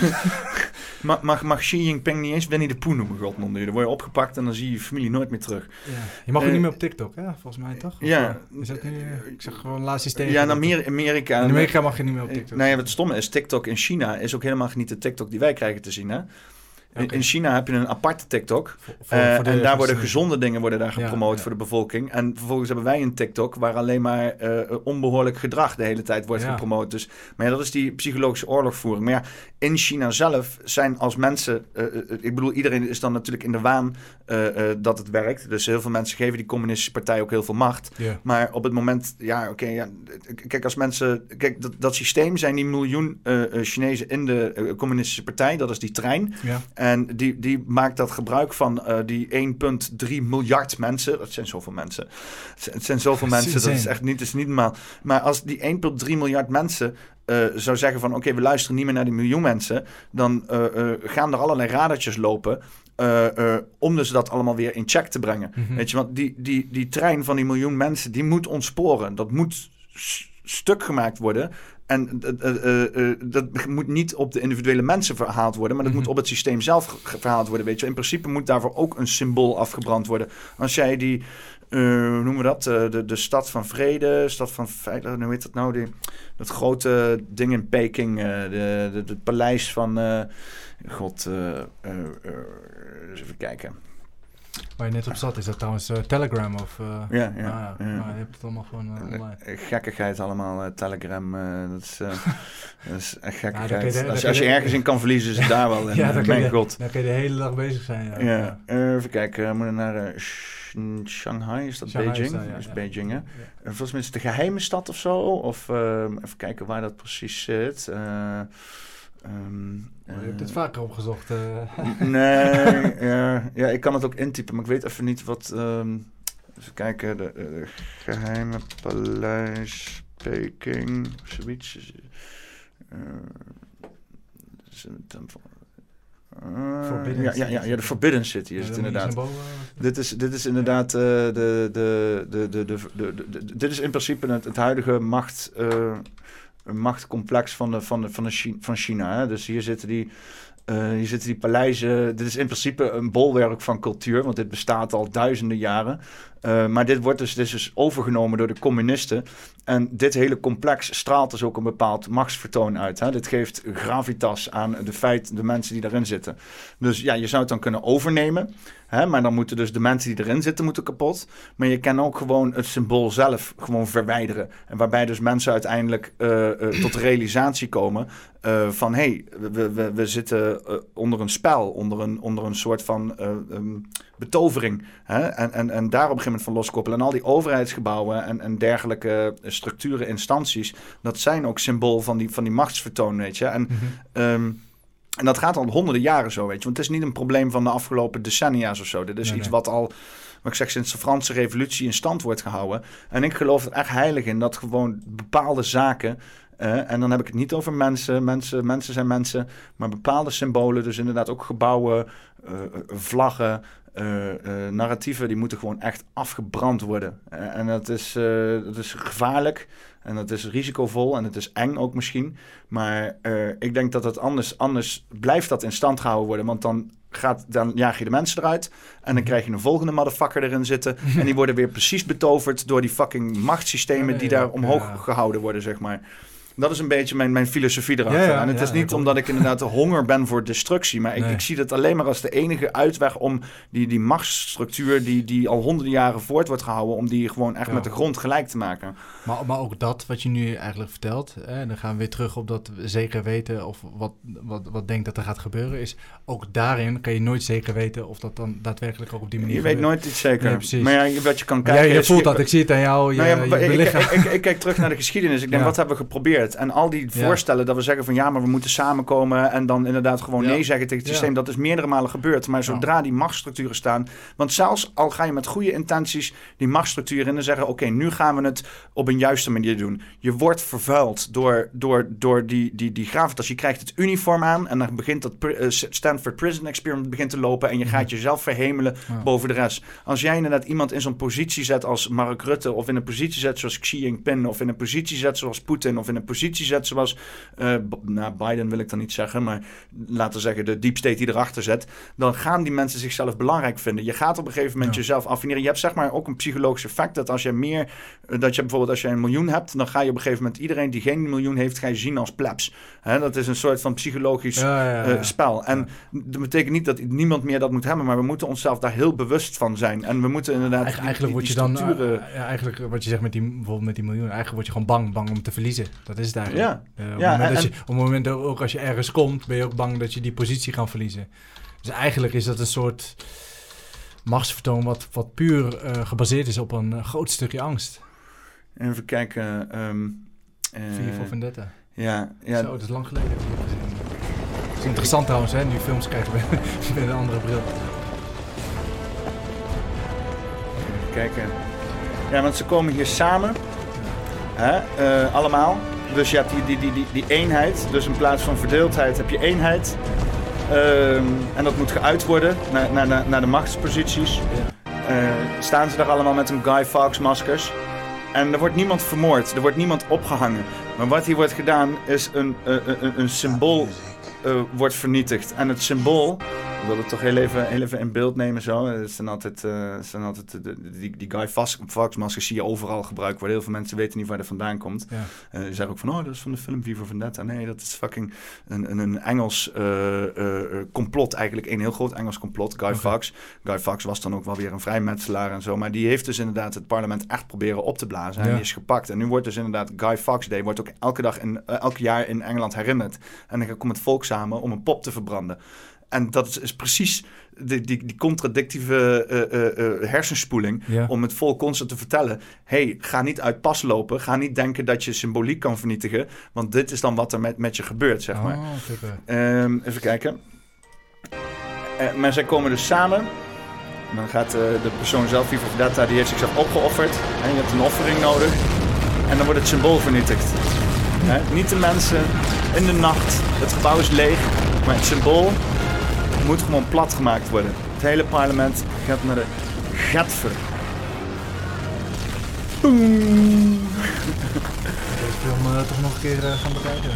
mag, mag, mag Xi Jinping niet eens Winnie de Pooh noemen, god non. Dan word je opgepakt en dan zie je je familie nooit meer terug. Ja. Je mag ook uh, niet meer op TikTok, hè? Volgens mij toch? Of ja. Is dat nu, uh, ik zeg gewoon laatst systeem. Ja, in Amerika... Amerika in Amerika mag je niet meer op TikTok. Nee, wat het stomme is, TikTok in China is ook helemaal niet de TikTok die wij krijgen te zien, hè? Okay. In China heb je een aparte TikTok. Voor, voor, uh, voor en daar worden gezonde dingen worden daar gepromoot ja, ja. voor de bevolking. En vervolgens hebben wij een TikTok waar alleen maar uh, onbehoorlijk gedrag de hele tijd wordt ja. gepromoot. Dus, maar ja, dat is die psychologische oorlogvoering. Maar ja, in China zelf zijn als mensen... Uh, uh, ik bedoel, iedereen is dan natuurlijk in de waan uh, uh, dat het werkt. Dus heel veel mensen geven die communistische partij ook heel veel macht. Yeah. Maar op het moment... Ja, oké. Okay, ja, kijk, als mensen... Kijk, dat, dat systeem zijn die miljoen uh, uh, Chinezen in de uh, communistische partij. Dat is die trein. Ja. En die, die maakt dat gebruik van uh, die één komma drie miljard mensen. Dat zijn zoveel mensen. Het zijn zoveel mensen, dat is echt niet, is niet normaal. Maar als die één komma drie miljard mensen uh, zou zeggen van... oké, okay, we luisteren niet meer naar die miljoen mensen... dan uh, uh, gaan er allerlei radertjes lopen... Uh, uh, om dus dat allemaal weer in check te brengen. Mm-hmm. Weet je, want die, die, die trein van die miljoen mensen... die moet ontsporen. Dat moet s- stuk gemaakt worden... En uh, uh, uh, dat moet niet op de individuele mensen verhaald worden... maar dat mm-hmm. moet op het systeem zelf verhaald worden. Weet je. In principe moet daarvoor ook een symbool afgebrand worden. Als jij die, uh, hoe noemen we dat? Uh, de, de stad van vrede, stad van veiligheid... hoe heet dat nou? Die, dat grote ding in Peking, uh, de, de, de paleis van... Uh, God, uh, uh, uh, even kijken... Waar je net op zat, is dat trouwens uh, Telegram of... Uh, ja, ja. Ah, ja. ja. Nou, je hebt het allemaal gewoon uh, online. Gekkigheid allemaal, uh, Telegram, uh, dat, is, uh, dat is echt gekkigheid. Ja, de, als, als je de, ergens in kan verliezen, is het daar wel. En, ja, dan, uh, mijn je, god. Dan kun je de hele dag bezig zijn. Ja. ja. Uh, even kijken, we moeten naar uh, Shanghai, is dat Shanghai Beijing? Is dat, ja, dat is ja. Beijing, hè? Ja. Uh, volgens mij is het de geheime stad of zo. Of uh, even kijken waar dat precies zit. Uh, Um, uh, je hebt het vaker opgezocht. Uh. Nee, ja, ja, ik kan het ook intypen, maar ik weet even niet wat... Um, even kijken, de, de geheime paleis Peking, zoiets. Uh, Uh, ja, ja, ja, ja, de Forbidden City is ja, het inderdaad. Boven, uh, dit, is, dit is inderdaad uh, de, de, de, de, de, de, de, de, de... Dit is in principe het, het huidige macht... Uh, machtcomplex van, de, van, de, van, de China, van China. Hè? Dus hier zitten die... Uh, hier zitten die paleizen. Dit is in principe een bolwerk van cultuur, want dit bestaat al duizenden jaren. Uh, maar dit wordt dus, dit is dus overgenomen door de communisten. En dit hele complex straalt dus ook een bepaald machtsvertoon uit. Hè? Dit geeft gravitas aan de feit, de mensen die daarin zitten. Dus ja, je zou het dan kunnen overnemen. Hè? Maar dan moeten dus de mensen die erin zitten moeten kapot. Maar je kan ook gewoon het symbool zelf gewoon verwijderen. En waarbij dus mensen uiteindelijk uh, uh, tot de realisatie komen uh, van... hé, hey, we, we, we zitten uh, onder een spel, onder een, onder een soort van uh, um, betovering. Hè? En, en, en daar op een gegeven moment van loskoppelen. En al die overheidsgebouwen en, en dergelijke structuren, instanties... dat zijn ook symbool van die, van die machtsvertoon, weet je. En... Mm-hmm. Um, En dat gaat al honderden jaren zo, weet je. Want het is niet een probleem van de afgelopen decennia's of zo. Dit is nee, iets nee. wat al, wat ik zeg, sinds de Franse revolutie in stand wordt gehouden. En ik geloof er echt heilig in dat gewoon bepaalde zaken... Uh, en dan heb ik het niet over mensen. Mensen, mensen zijn mensen. Maar bepaalde symbolen, dus inderdaad ook gebouwen, uh, vlaggen... Uh, uh, narratieven, die moeten gewoon echt afgebrand worden. Uh, en dat is, uh, dat is gevaarlijk en dat is risicovol en het is eng ook misschien. Maar uh, ik denk dat het anders, anders blijft dat in stand gehouden worden. Want dan, gaat, dan jaag je de mensen eruit en dan krijg je een volgende motherfucker erin zitten. En die worden weer precies betoverd door die fucking machtssystemen ja, die daar omhoog ja. gehouden worden, zeg maar. Dat is een beetje mijn, mijn filosofie erachter. Ja, ja, en het ja, is niet omdat ik inderdaad honger ben voor destructie. Maar ik, nee. ik zie het alleen maar als de enige uitweg om die, die machtsstructuur... Die, die al honderden jaren voort wordt gehouden... om die gewoon echt ja. met de grond gelijk te maken. Maar, maar ook dat wat je nu eigenlijk vertelt... Hè, dan gaan we weer terug op dat we zeker weten... of wat, wat, wat denkt dat er gaat gebeuren is... ook daarin kan je nooit zeker weten... of dat dan daadwerkelijk ook op die manier Je gebeurt. weet nooit iets zeker. Nee, maar ja, wat je kan kijken... Ja, je voelt dat, ik zie het aan jou. Je, nou ja, je ik, ik, ik, ik kijk terug naar de geschiedenis. Ik denk, ja. wat hebben we geprobeerd? En al die voorstellen ja. dat we zeggen van ja, maar we moeten samenkomen en dan inderdaad gewoon ja. nee zeggen tegen het systeem. Ja. Dat is meerdere malen gebeurd. Maar zodra ja. die machtsstructuren staan, want zelfs al ga je met goede intenties die machtsstructuren in en zeggen oké, okay, nu gaan we het op een juiste manier doen. Je wordt vervuild door, door, door die, die, die gravitas. Je krijgt het uniform aan en dan begint dat uh, Stanford Prison Experiment begint te lopen en je gaat jezelf verhemelen ja. boven de rest. Als jij inderdaad iemand in zo'n positie zet als Mark Rutte of in een positie zet zoals Xi Jinping of in een positie zet zoals Poetin of in een positie zet zoals Uh, nou, Biden wil ik dan niet zeggen, maar laten we zeggen de deep state die erachter zet, dan gaan die mensen zichzelf belangrijk vinden. Je gaat op een gegeven moment ja. jezelf affineren. Je hebt zeg maar ook een psychologisch effect dat als je meer, dat je bijvoorbeeld als je een miljoen hebt, dan ga je op een gegeven moment iedereen die geen miljoen heeft, ga je zien als plebs. Hè, dat is een soort van psychologisch ja, ja, ja. Uh, spel. En ja. dat betekent niet dat niemand meer dat moet hebben, maar we moeten onszelf daar heel bewust van zijn. En we moeten inderdaad Eigen, die, eigenlijk die, die word je dan uh, ja, eigenlijk wat je zegt met die bijvoorbeeld met die miljoen, eigenlijk word je gewoon bang, bang om te verliezen. Dat is het eigenlijk. Ja. Uh, op, ja, het en, je, op het moment dat ook als je ergens komt, ben je ook bang dat je die positie gaat verliezen. Dus eigenlijk is dat een soort machtsvertoon wat, wat puur uh, gebaseerd is op een uh, groot stukje angst. Even kijken. Um, uh, V voor Vendetta. Ja, ja. Zo, dat is lang geleden. Het is interessant trouwens, hè, nu films kijken met een andere bril. Even kijken. Ja, want ze komen hier samen. Hè, uh, allemaal. Dus je hebt die, die, die, die, die eenheid. Dus in plaats van verdeeldheid heb je eenheid. Um, en dat moet geuit worden naar, naar, naar, naar de machtsposities. Ja. Uh, staan ze daar allemaal met een Guy Fawkes maskers. En er wordt niemand vermoord. Er wordt niemand opgehangen. Maar wat hier wordt gedaan is een, uh, een, een symbool uh, wordt vernietigd. En het symbool... Ik wil het toch heel even, heel even in beeld nemen zo. Het zijn altijd, uh, zijn altijd de, de, die, die Guy Fawkes maskers zie je overal gebruikt worden. Heel veel mensen weten niet waar dat vandaan komt. Ja. Uh, die zeggen ook van, oh, dat is van de film V voor Vendetta. Nee, dat is fucking een, een, een Engels uh, uh, complot eigenlijk. Een heel groot Engels complot, Guy okay. Fawkes. Guy Fawkes was dan ook wel weer een vrijmetselaar en zo. Maar die heeft dus inderdaad het parlement echt proberen op te blazen. En ja. die is gepakt. En nu wordt dus inderdaad Guy Fawkes Day wordt ook elke dag in, uh, elk jaar in Engeland herinnerd. En dan komt het volk samen om een pop te verbranden. En dat is, is precies die, die, die contradictieve uh, uh, uh, hersenspoeling ja. om het volk constant te vertellen. Hey, ga niet uit pas lopen. Ga niet denken dat je symboliek kan vernietigen. Want dit is dan wat er met, met je gebeurt, zeg maar. Oh, um, even kijken. Uh, maar zij komen dus samen. En dan gaat uh, de persoon zelf, V voor Vendetta, die heeft zichzelf opgeofferd. En je hebt een offering nodig. En dan wordt het symbool vernietigd. He, niet de mensen in de nacht. Het gebouw is leeg. Maar het symbool moet gewoon plat gemaakt worden. Het hele parlement gaat naar de gatver. Boom. film uh, toch nog een keer uh, gaan bekijken.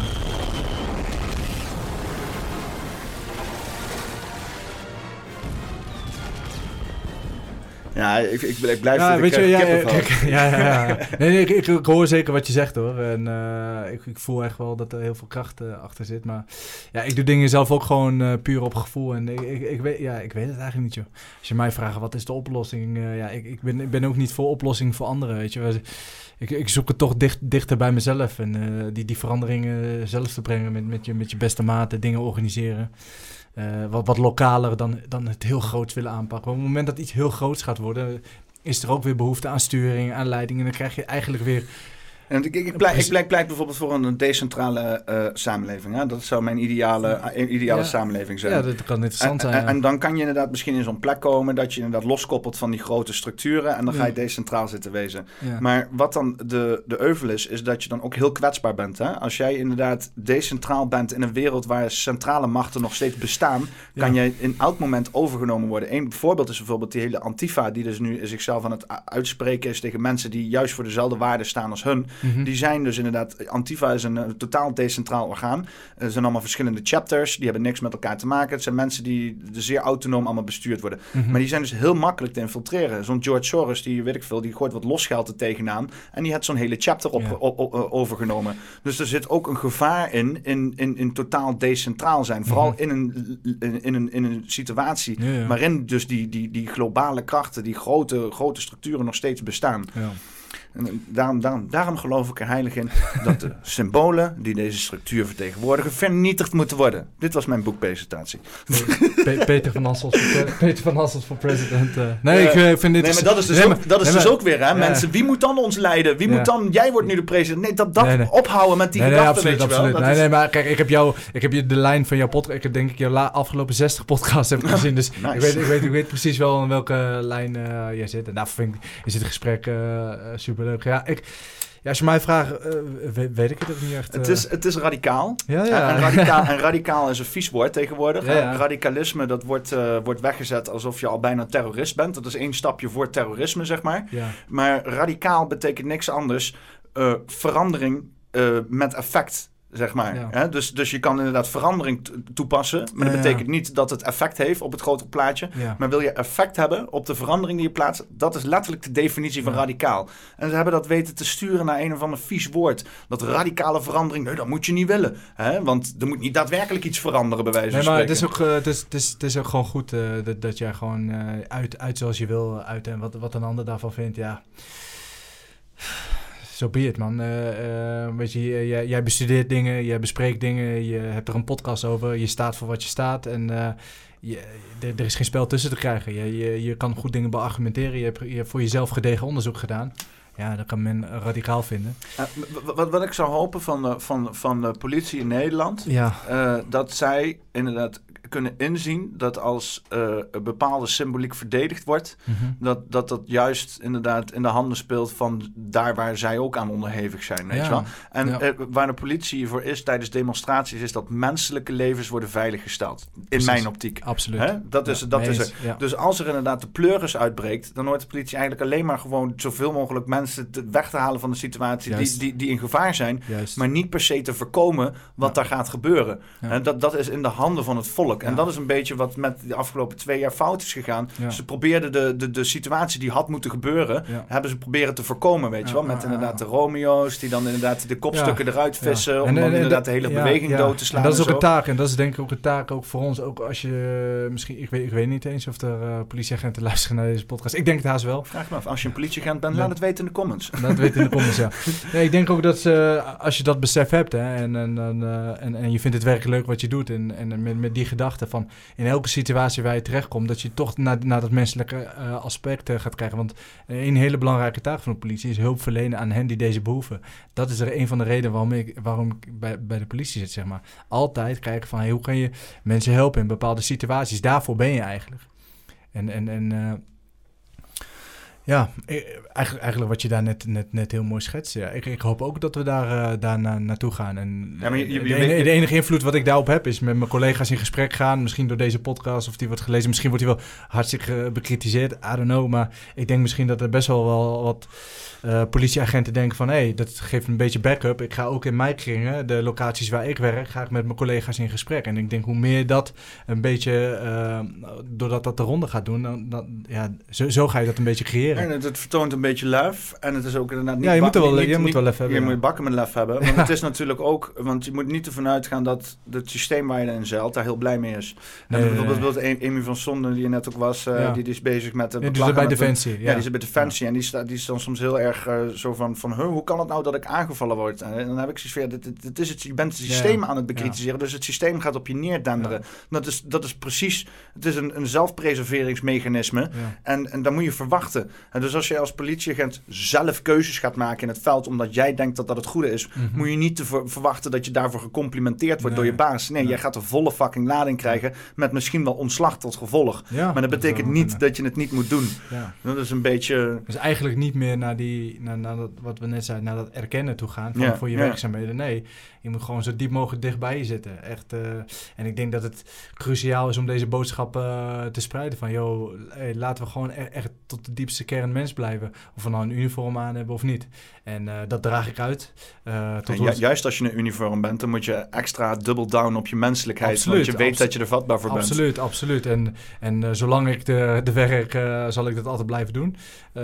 Ja, ik, ik, ik blijf ja, er weet je, ja, ja, kijk, ja, ja, ja. Nee, nee ik, ik, ik hoor zeker wat je zegt hoor. En uh, ik, ik voel echt wel dat er heel veel kracht uh, achter zit. Maar ja, ik doe dingen zelf ook gewoon uh, puur op gevoel. En ik, ik, ik, weet, ja, ik weet het eigenlijk niet, joh. Als je mij vraagt wat is de oplossing, uh, ja, ik, ik, ben, ik ben ook niet voor oplossing voor anderen, weet je. Ik, ik zoek het toch dicht, dichter bij mezelf. En uh, die, die veranderingen zelf te brengen met, met, je, met je beste maten, dingen organiseren. Uh, wat, wat lokaler dan, dan het heel groots willen aanpakken. Op het moment dat iets heel groots gaat worden, is er ook weer behoefte aan sturing, aan leiding. En dan krijg je eigenlijk weer... En ik, ik, pleit, ik pleit, pleit bijvoorbeeld voor een decentrale uh, samenleving. Hè? Dat zou mijn ideale, uh, ideale ja. samenleving zijn. Ja, dat kan interessant en, zijn. En, ja. en dan kan je inderdaad misschien in zo'n plek komen dat je inderdaad loskoppelt van die grote structuren. En dan ga je ja. decentraal zitten wezen. Ja. Maar wat dan de, de euvel is, is dat je dan ook heel kwetsbaar bent. Hè? Als jij inderdaad decentraal bent in een wereld waar centrale machten nog steeds bestaan, kan ja. jij in elk moment overgenomen worden. Een voorbeeld is bijvoorbeeld die hele Antifa, die dus nu zichzelf aan het uitspreken is tegen mensen die juist voor dezelfde waarden staan als hun. Mm-hmm. Die zijn dus inderdaad, Antifa is een, een totaal decentraal orgaan. Er zijn allemaal verschillende chapters, die hebben niks met elkaar te maken. Het zijn mensen die zeer autonoom allemaal bestuurd worden. Mm-hmm. Maar die zijn dus heel makkelijk te infiltreren. Zo'n George Soros, die weet ik veel, die gooit wat losgeld er tegenaan. En die had zo'n hele chapter op, ja. op, op, op, overgenomen. Dus er zit ook een gevaar in, in, in, in totaal decentraal zijn. Vooral mm-hmm. in, een, in, in, een, in een situatie ja, ja. waarin dus die, die, die globale krachten, die grote, grote structuren nog steeds bestaan. Ja. En daarom, daarom, daarom geloof ik er heilig in dat de symbolen die deze structuur vertegenwoordigen vernietigd moeten worden. Dit was mijn boekpresentatie. Pe- Peter van Hasselt voor, Peter van Hasselt voor president. Uh. Nee, uh, ik vind dit... Nee, maar dat is dus, nee, maar, ook, dat is nee, dus maar, ook weer, hè, ja. mensen. Wie moet dan ons leiden? Wie ja. moet dan... Jij wordt nu de president. Nee, dat, dat nee, nee. ophouden met die nee, gedachten, nee, absoluut, weet je wel. Nee, is... nee, maar kijk, ik heb jou... Ik heb je de lijn van jouw podcast... Ik heb denk ik jouw la, afgelopen zestig podcasts heb ik gezien. Dus nice. ik, weet, ik, weet, ik weet precies wel in welke lijn uh, jij zit. En daarvoor vind ik, is dit gesprek uh, superleuk. Ja, ik... Ja, als je mij vraagt, uh, weet, weet ik het ook niet echt. Uh... Het, is, het is radicaal. Ja, ja. En, radicaal. en radicaal is een vies woord tegenwoordig. Ja, ja. Radicalisme, dat wordt, uh, wordt weggezet alsof je al bijna terrorist bent. Dat is één stapje voor terrorisme, zeg maar. Ja. Maar radicaal betekent niks anders. Uh, verandering uh, met effect. Zeg maar. Ja. Hè? Dus, dus je kan inderdaad verandering t- toepassen. Maar dat ja, betekent ja. niet dat het effect heeft op het grotere plaatje. Ja. Maar wil je effect hebben op de verandering die je plaatst, dat is letterlijk de definitie van ja. radicaal. En ze hebben dat weten te sturen naar een of ander vies woord. Dat radicale verandering, nee, dat moet je niet willen. Hè? Want er moet niet daadwerkelijk iets veranderen, bij wijze van nee, maar spreken. het is ook, uh, het is, het is, het is ook gewoon goed uh, dat, dat jij gewoon uh, uit, uit zoals je wil uit. En wat, wat een ander daarvan vindt, ja... Zo so be it, man. Uh, uh, weet je, jij, jij bestudeert dingen, jij bespreekt dingen, je hebt er een podcast over, je staat voor wat je staat en uh, je, er, er is geen spel tussen te krijgen. Je, je, je kan goed dingen beargumenteren, je hebt, je hebt voor jezelf gedegen onderzoek gedaan. Ja, dat kan men radicaal vinden. Uh, wat, wat ik zou hopen van de, van, van de politie in Nederland, ja. uh, dat zij inderdaad kunnen inzien dat als uh, een bepaalde symboliek verdedigd wordt, mm-hmm. dat, dat dat juist inderdaad in de handen speelt van daar waar zij ook aan onderhevig zijn, weet ja. je wel. En ja. uh, waar de politie voor is tijdens demonstraties, is dat menselijke levens worden veiliggesteld. In Precies. mijn optiek. Absoluut. Hè? Dat is, ja, dat is er. Ja. Dus als er inderdaad de pleuris uitbreekt, dan hoort de politie eigenlijk alleen maar gewoon zoveel mogelijk mensen te, weg te halen van de situatie die, die, die in gevaar zijn, Juist. maar niet per se te voorkomen wat ja. daar gaat gebeuren. Ja. En dat, dat is in de handen van het volk. Ja. En dat is een beetje wat met de afgelopen twee jaar fout is gegaan. Ja. Ze probeerden de, de, de situatie die had moeten gebeuren, ja. hebben ze proberen te voorkomen, weet je ja, wel. Met ja, inderdaad ja. de Romeo's, die dan inderdaad de kopstukken ja. eruit vissen, ja. om en, dan en, inderdaad de hele ja, beweging ja. dood te slaan. En dat is ook en een taak. En dat is denk ik ook een taak ook voor ons. Ook als je misschien, ik weet, ik weet niet eens of er uh, politieagenten luisteren naar deze podcast. Ik denk het haast wel. Vraag me af, als je een politieagent bent, ja. laat het weten in de comments. Laat het weten in de comments, ja. Nee, ik denk ook dat ze, als je dat besef hebt, hè, en, en, en, uh, en, en je vindt het werkelijk leuk wat je doet, en, en met, met die gedachte van in elke situatie waar je terechtkomt, dat je toch naar, naar dat menselijke uh, aspect uh, gaat krijgen. Want een hele belangrijke taak van de politie is hulp verlenen aan hen die deze behoeven. Dat is er een van de redenen waarom ik, waarom ik bij, bij de politie zit, zeg maar. Altijd kijken van, hey, hoe kan je mensen helpen in bepaalde situaties? Daarvoor ben je eigenlijk. En, en, en uh, Ja, eigenlijk, eigenlijk wat je daar net, net, net heel mooi schetst. Ja. Ik, ik hoop ook dat we daar, uh, daar na, naartoe gaan. En ja, maar je, je, de, je enige, weet... de enige invloed wat ik daarop heb is met mijn collega's in gesprek gaan. Misschien door deze podcast of die wordt gelezen. Misschien wordt die wel hartstikke bekritiseerd. I don't know. Maar ik denk misschien dat er best wel, wel wat uh, politieagenten denken van... hé, hey, dat geeft een beetje backup. Ik ga ook in mijn kringen, de locaties waar ik werk, ga ik met mijn collega's in gesprek. En ik denk hoe meer dat een beetje, uh, doordat dat de ronde gaat doen, dan, dan, ja, zo, zo ga je dat een beetje creëren. En het, het vertoont een beetje lef. En het is ook inderdaad niet... Ja, je moet er wel, niet, je niet, moet wel lef hebben. Je ja. moet bakken met lef hebben. Want het is natuurlijk ook... Want je moet niet ervan uitgaan dat het systeem waar je in zeilt daar heel blij mee is. Nee, en nee, bijvoorbeeld nee. Amy van Sonden, die je net ook was, uh, ja. die, die is bezig met... het ja, die zit bij Defensie. Ja. ja, die zit bij Defensie. Ja. En die, sta, die is dan soms heel erg uh, zo van... van huh, hoe kan het nou dat ik aangevallen word? En dan heb ik zoiets van... Ja, dit, dit, dit is het, je bent het systeem ja. aan het bekritiseren. Ja. Dus het systeem gaat op je neerdenderen. Ja. Dat, is, dat is precies... Het is een, een zelfpreserveringsmechanisme. Ja. En, en dat moet je verwachten. En dus als je als politieagent zelf keuzes gaat maken in het veld... omdat jij denkt dat dat het goede is... Mm-hmm. moet je niet te ver, verwachten dat je daarvoor gecomplimenteerd wordt nee. door je baas. Nee, nee, jij gaat de volle fucking lading krijgen... met misschien wel ontslag tot gevolg. Ja, maar dat betekent dat niet kunnen. dat je het niet moet doen. Ja. Dat is een beetje... Dus eigenlijk niet meer naar, die, naar, naar dat, wat we net zeiden... naar dat erkennen toe gaan van, ja, voor je ja. werkzaamheden. Nee, je moet gewoon zo diep mogelijk dichtbij je zitten. Echt, uh, en ik denk dat het cruciaal is om deze boodschap uh, te spreiden. Van, joh, hey, laten we gewoon echt, echt tot de diepste kern mens blijven. Of we nou een uniform aan hebben of niet. En uh, dat draag ik uit. Uh, tot ju- juist als je een uniform bent, dan moet je extra double down op je menselijkheid. Absoluut, want je weet abso- dat je er vatbaar voor absoluut, bent. Absoluut, absoluut. En, en uh, zolang ik de, de werk, uh, zal ik dat altijd blijven doen.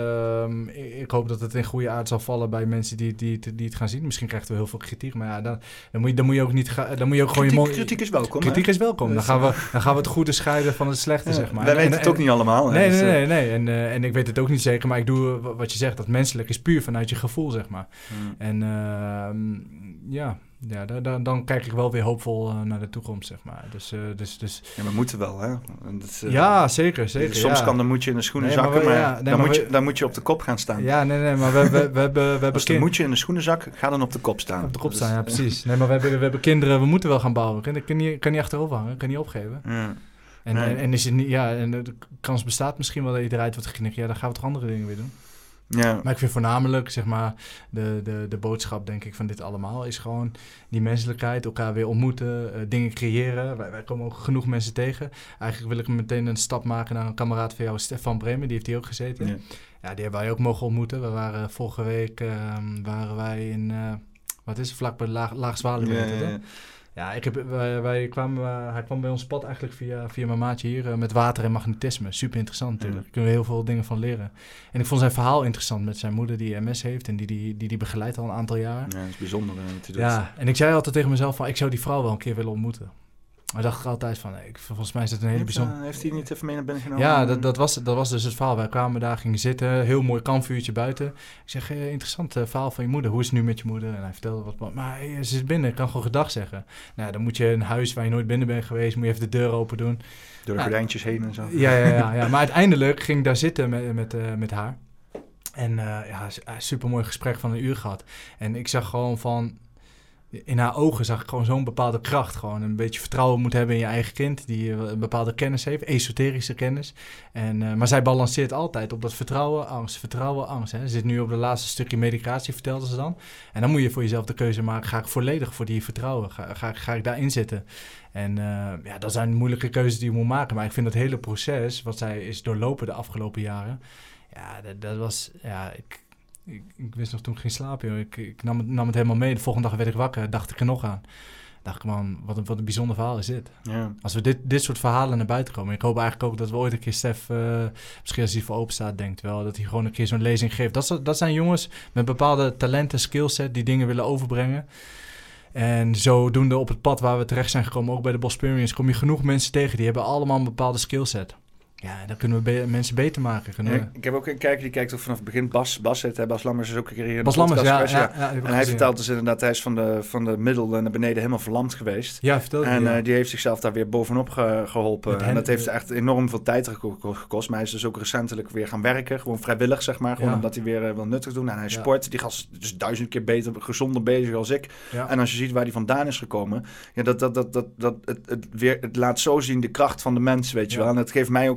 Um, ik, ik hoop dat het in goede aard zal vallen bij mensen die, die, die, die het gaan zien. Misschien krijgen we heel veel kritiek, maar ja, dan, dan, moet, je, dan moet je ook niet... Ga, dan moet je ook kritiek, gewoon je kritiek is welkom. Kritiek hè? is welkom. Dan gaan, we, dan gaan we het goede scheiden van het slechte, ja, zeg maar. Wij en, weten en, het ook en, niet allemaal. Nee, hè? nee, nee. nee. En, uh, en ik weet het ook niet zeker, maar ik doe wat je zegt. Dat menselijk is puur vanuit je gevoel, zeg maar. Hmm. En uh, ja... Ja, da- da- dan kijk ik wel weer hoopvol uh, naar de toekomst, zeg maar. Dus, uh, dus, dus... Ja, maar moeten wel, hè? Dat, uh, ja, zeker, zeker. Soms ja. kan de moedje in de schoenen nee, zakken, maar, maar, ja, ja, nee, dan, maar moet we... je, dan moet je op de kop gaan staan. Ja, nee, nee, maar we, we, we, we hebben... We hebben Als de kind... moedje in de schoenen zak, ga dan op de kop staan. Op de kop dus, staan, ja, precies. Nee, maar we hebben, we hebben kinderen, we moeten wel gaan bouwen. Ik kan niet, kan niet achterover hangen, ik kan niet opgeven. Ja. En, nee. en, en, is het niet, ja, en de kans bestaat misschien wel dat je eruit wordt geknikt. Ja, dan gaan we toch andere dingen weer doen. Ja. Maar ik vind voornamelijk, zeg maar, de, de, de boodschap, denk ik, van dit allemaal... is gewoon die menselijkheid, elkaar weer ontmoeten, uh, dingen creëren. Wij, wij komen ook genoeg mensen tegen. Eigenlijk wil ik meteen een stap maken naar een kameraad van jou, Stefan Bremen. Die heeft hier ook gezeten. Ja, ja die hebben wij ook mogen ontmoeten. We waren vorige week uh, waren wij in, uh, wat is het, vlakbij Laag, Laag Zwaluwe. Ja, ja, ja. Ja, ik heb, wij, wij kwamen, uh, hij kwam bij ons pad eigenlijk via, via mijn maatje hier... Uh, met water en magnetisme. Super interessant natuurlijk. Daar kunnen we heel veel dingen van leren. En ik vond zijn verhaal interessant met zijn moeder die M S heeft... en die die, die, die begeleidt al een aantal jaar. Ja, dat is bijzonder. Uh, ja, en ik zei altijd tegen mezelf van... ik zou die vrouw wel een keer willen ontmoeten. Maar dacht ik altijd van... Nee, ik, volgens mij is het een hele bijzondere... Uh, heeft hij niet even mee naar binnen genomen? Ja, dat, dat, was, dat was dus het verhaal. Wij kwamen daar, gingen zitten. Heel mooi kampvuurtje buiten. Ik zeg, eh, interessant uh, verhaal van je moeder. Hoe is het nu met je moeder? En hij vertelde wat. Maar hey, ze is binnen. Ik kan gewoon gedag zeggen. Nou, dan moet je een huis waar je nooit binnen bent geweest... moet je even de deur open doen. Door de gordijntjes heen en zo. Ja, ja, ja, ja. Maar uiteindelijk ging ik daar zitten met, met, uh, met haar. En uh, ja, super mooi gesprek van een uur gehad. En ik zag gewoon van... In haar ogen zag ik gewoon zo'n bepaalde kracht. Gewoon een beetje vertrouwen moet hebben in je eigen kind. Die een bepaalde kennis heeft. Esoterische kennis. En, uh, maar zij balanceert altijd op dat vertrouwen, angst. Vertrouwen, angst. Hè. Ze zit nu op het laatste stukje medicatie, vertelde ze dan. En dan moet je voor jezelf de keuze maken. Ga ik volledig voor die vertrouwen? Ga, ga, ga ik daarin zitten? En uh, ja, dat zijn moeilijke keuzes die je moet maken. Maar ik vind dat hele proces, wat zij is doorlopen de afgelopen jaren. Ja, dat, dat was... Ja, ik... Ik, ik wist nog toen ik ging slapen, joh. Ik, ik nam, het, nam het helemaal mee. De volgende dag werd ik wakker, dacht ik er nog aan. Dacht ik, man, wat een, wat een bijzonder verhaal is dit. Ja. Als we dit, dit soort verhalen naar buiten komen. Ik hoop eigenlijk ook dat we ooit een keer Stef, uh, misschien als hij voor open staat, denkt wel, dat hij gewoon een keer zo'n lezing geeft. Dat, dat zijn jongens met bepaalde talenten, skillset, die dingen willen overbrengen. En zodoende op het pad waar we terecht zijn gekomen, ook bij de Bosperians, kom je genoeg mensen tegen. Die hebben allemaal een bepaalde skillset. Ja, dan kunnen we be- mensen beter maken. Kunnen we... ja, ik heb ook een kijker die kijkt ook vanaf het begin. Bas, Bas zit, Bas Lammers is ook een keer hier in Bas de Lammers, podcast ja, geweest. Ja, ja, en hij vertelt dus inderdaad, hij is van de, van de middel naar beneden helemaal verlamd geweest. Ja, vertel En ja. uh, die heeft zichzelf daar weer bovenop ge- geholpen. Hen, en dat heeft echt enorm veel tijd gekost. Maar hij is dus ook recentelijk weer gaan werken. Gewoon vrijwillig, zeg maar. Gewoon ja. omdat hij weer uh, wil nuttig doen. En hij ja. sport. Die gast is dus duizend keer beter, gezonder bezig als ik. Ja. En als je ziet waar hij vandaan is gekomen. Ja, dat, dat, dat, dat, dat, het, het, weer, het laat zo zien de kracht van de mens, weet je ja. wel. En het geeft mij ook als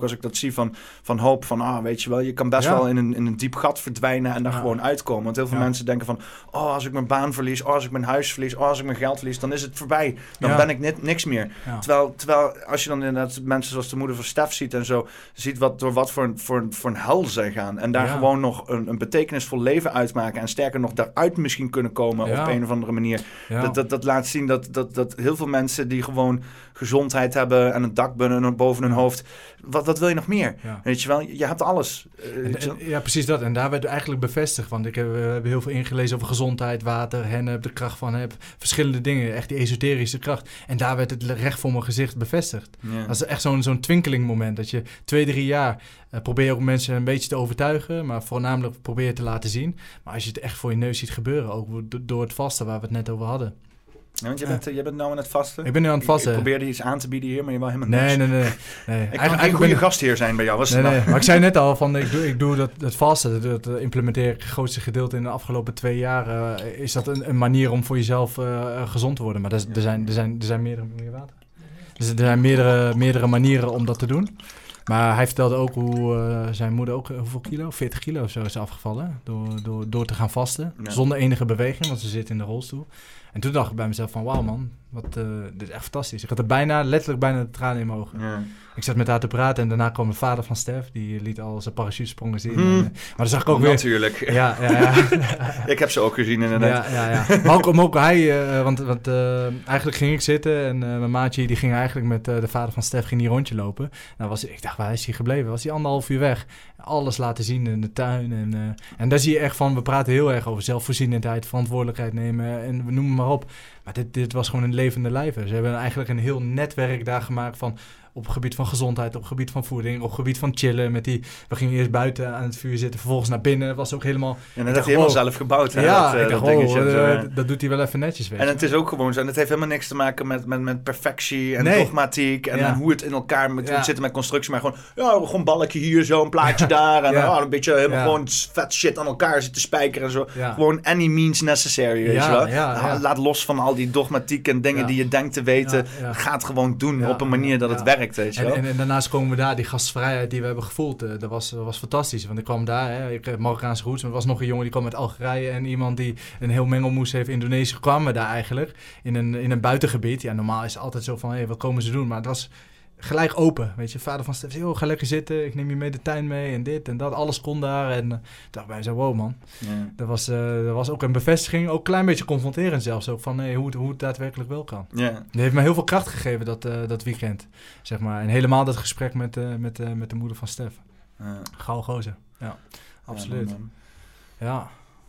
als ik dat zie van, van hoop, van ah, weet je wel, je kan best ja. wel in een, in een diep gat verdwijnen en daar ja. gewoon uitkomen. Want heel veel ja. mensen denken van, oh, als ik mijn baan verlies, oh, als ik mijn huis verlies, oh, als ik mijn geld verlies, dan is het voorbij. Dan ja. ben ik net niks meer. Ja. Terwijl, terwijl, als je dan inderdaad mensen zoals de moeder van Stef ziet en zo, ziet wat door wat voor, voor, voor een hel zij gaan. En daar ja. gewoon nog een, een betekenisvol leven uitmaken en sterker nog daaruit misschien kunnen komen ja. op een of andere manier. Ja. Dat, dat, dat laat zien dat, dat, dat heel veel mensen die gewoon gezondheid hebben en een dak boven hun hoofd, wat, wat wil je nog meer? Ja. Weet je wel, je hebt alles. En, en, ja, precies dat. En daar werd eigenlijk bevestigd, want ik heb, we hebben heel veel ingelezen over gezondheid, water, hennep, de kracht van heb, verschillende dingen, echt die esoterische kracht. En daar werd het recht voor mijn gezicht bevestigd. Ja. Dat is echt zo'n, zo'n twinkelingmoment, dat je twee, drie jaar uh, probeer je ook mensen een beetje te overtuigen, maar voornamelijk probeer je te laten zien. Maar als je het echt voor je neus ziet gebeuren, ook door het vasten waar we het net over hadden. Ja, want je bent, uh, je bent nou aan het vasten. Ik ben nu aan het vasten. Ik, ik probeerde iets aan te bieden hier, maar je wil helemaal nee, niks. Nee, nee, nee. nee. Ik kan een goede gastheer zijn bij jou. Was nee, nee. Maar ik zei net al, van, ik doe, ik doe dat, dat vasten, dat, dat implementeer ik het grootste gedeelte in de afgelopen twee jaar. Uh, is dat een, een manier om voor jezelf uh, gezond te worden? Maar er, er, zijn, er, zijn, er zijn meerdere meer water. Dus er zijn meerdere, meerdere manieren om dat te doen. Maar hij vertelde ook hoe uh, zijn moeder ook, hoeveel kilo? veertig kilo of zo is afgevallen. Door, door, door te gaan vasten. Ja. Zonder enige beweging, want ze zit in de rolstoel. En toen dacht ik bij mezelf van, wauw man, wat, uh, dit is echt fantastisch. Ik had er bijna, letterlijk bijna de tranen in mijn ogen. Ja. Ik zat met haar te praten en daarna kwam de vader van Stef. Die liet al zijn parachutesprongen zien. Hmm. En, maar dan zag ik ook weer... Natuurlijk. Ja, ja, ja. Ik heb ze ook gezien inderdaad. Ja, ja, ja. Maar ook, maar ook hij, uh, want, want uh, eigenlijk ging ik zitten en uh, mijn maatje die ging eigenlijk met uh, de vader van Stef ging die rondje lopen. Nou was, ik dacht, waar is hij gebleven? Was hij anderhalf uur weg? Alles laten zien in de tuin. En, uh, en daar zie je echt van, we praten heel erg over zelfvoorzienendheid, verantwoordelijkheid nemen en we noemen maar op. Maar dit, dit was gewoon een levende lijve. Ze hebben eigenlijk een heel netwerk daar gemaakt van op het gebied van gezondheid, op het gebied van voeding, op het gebied van chillen. Met die, we gingen eerst buiten aan het vuur zitten, vervolgens naar binnen. Dat was ook helemaal... En dat heeft hij helemaal zelf gebouwd. Hè, ja, dat, ik dacht, dat, oh, uh, dat doet hij wel even netjes. Weet en het is ook gewoon zo. En het heeft helemaal niks te maken met, met, met perfectie en nee. dogmatiek. En, ja. en hoe het in elkaar moet ja. zitten met constructie. Maar gewoon, ja, gewoon een balkje hier, zo een plaatje daar. En ja. oh, een beetje helemaal ja. gewoon vet shit aan elkaar zitten spijkeren en zo. Ja. Gewoon any means necessary, weet ja, je wel. Ja, ja. Laat los van al die dogmatiek en dingen ja. die je denkt te weten. Ja, ja. Ga het gewoon doen ja, op een manier dat ja. het werkt, weet je wel. En, en, en daarnaast komen we daar, die gastvrijheid die we hebben gevoeld, uh, dat, was, dat was fantastisch. Want ik kwam daar, hè, ik heb Marokkaanse roots, maar er was nog een jongen die kwam uit Algerije en iemand die een heel mengelmoes heeft in Indonesië, kwamen we daar eigenlijk in een, in een buitengebied. Ja, normaal is het altijd zo van, hé, hey, wat komen ze doen? Maar het was gelijk open, weet je. Vader van Stef zei, oh, ga lekker zitten, ik neem je mee de tuin mee en dit en dat. Alles kon daar en uh, dacht bij zo, wow man. Ja. Dat, was, uh, dat was ook een bevestiging, ook een klein beetje confronterend zelfs ook van hey, hoe, het, hoe het daadwerkelijk wel kan. Ja. Dat heeft me heel veel kracht gegeven dat, uh, dat weekend, zeg maar. En helemaal dat gesprek met, uh, met, uh, met de moeder van Stef. Ja. Gauw gozer. Ja, absoluut. Ja, man, man. Ja.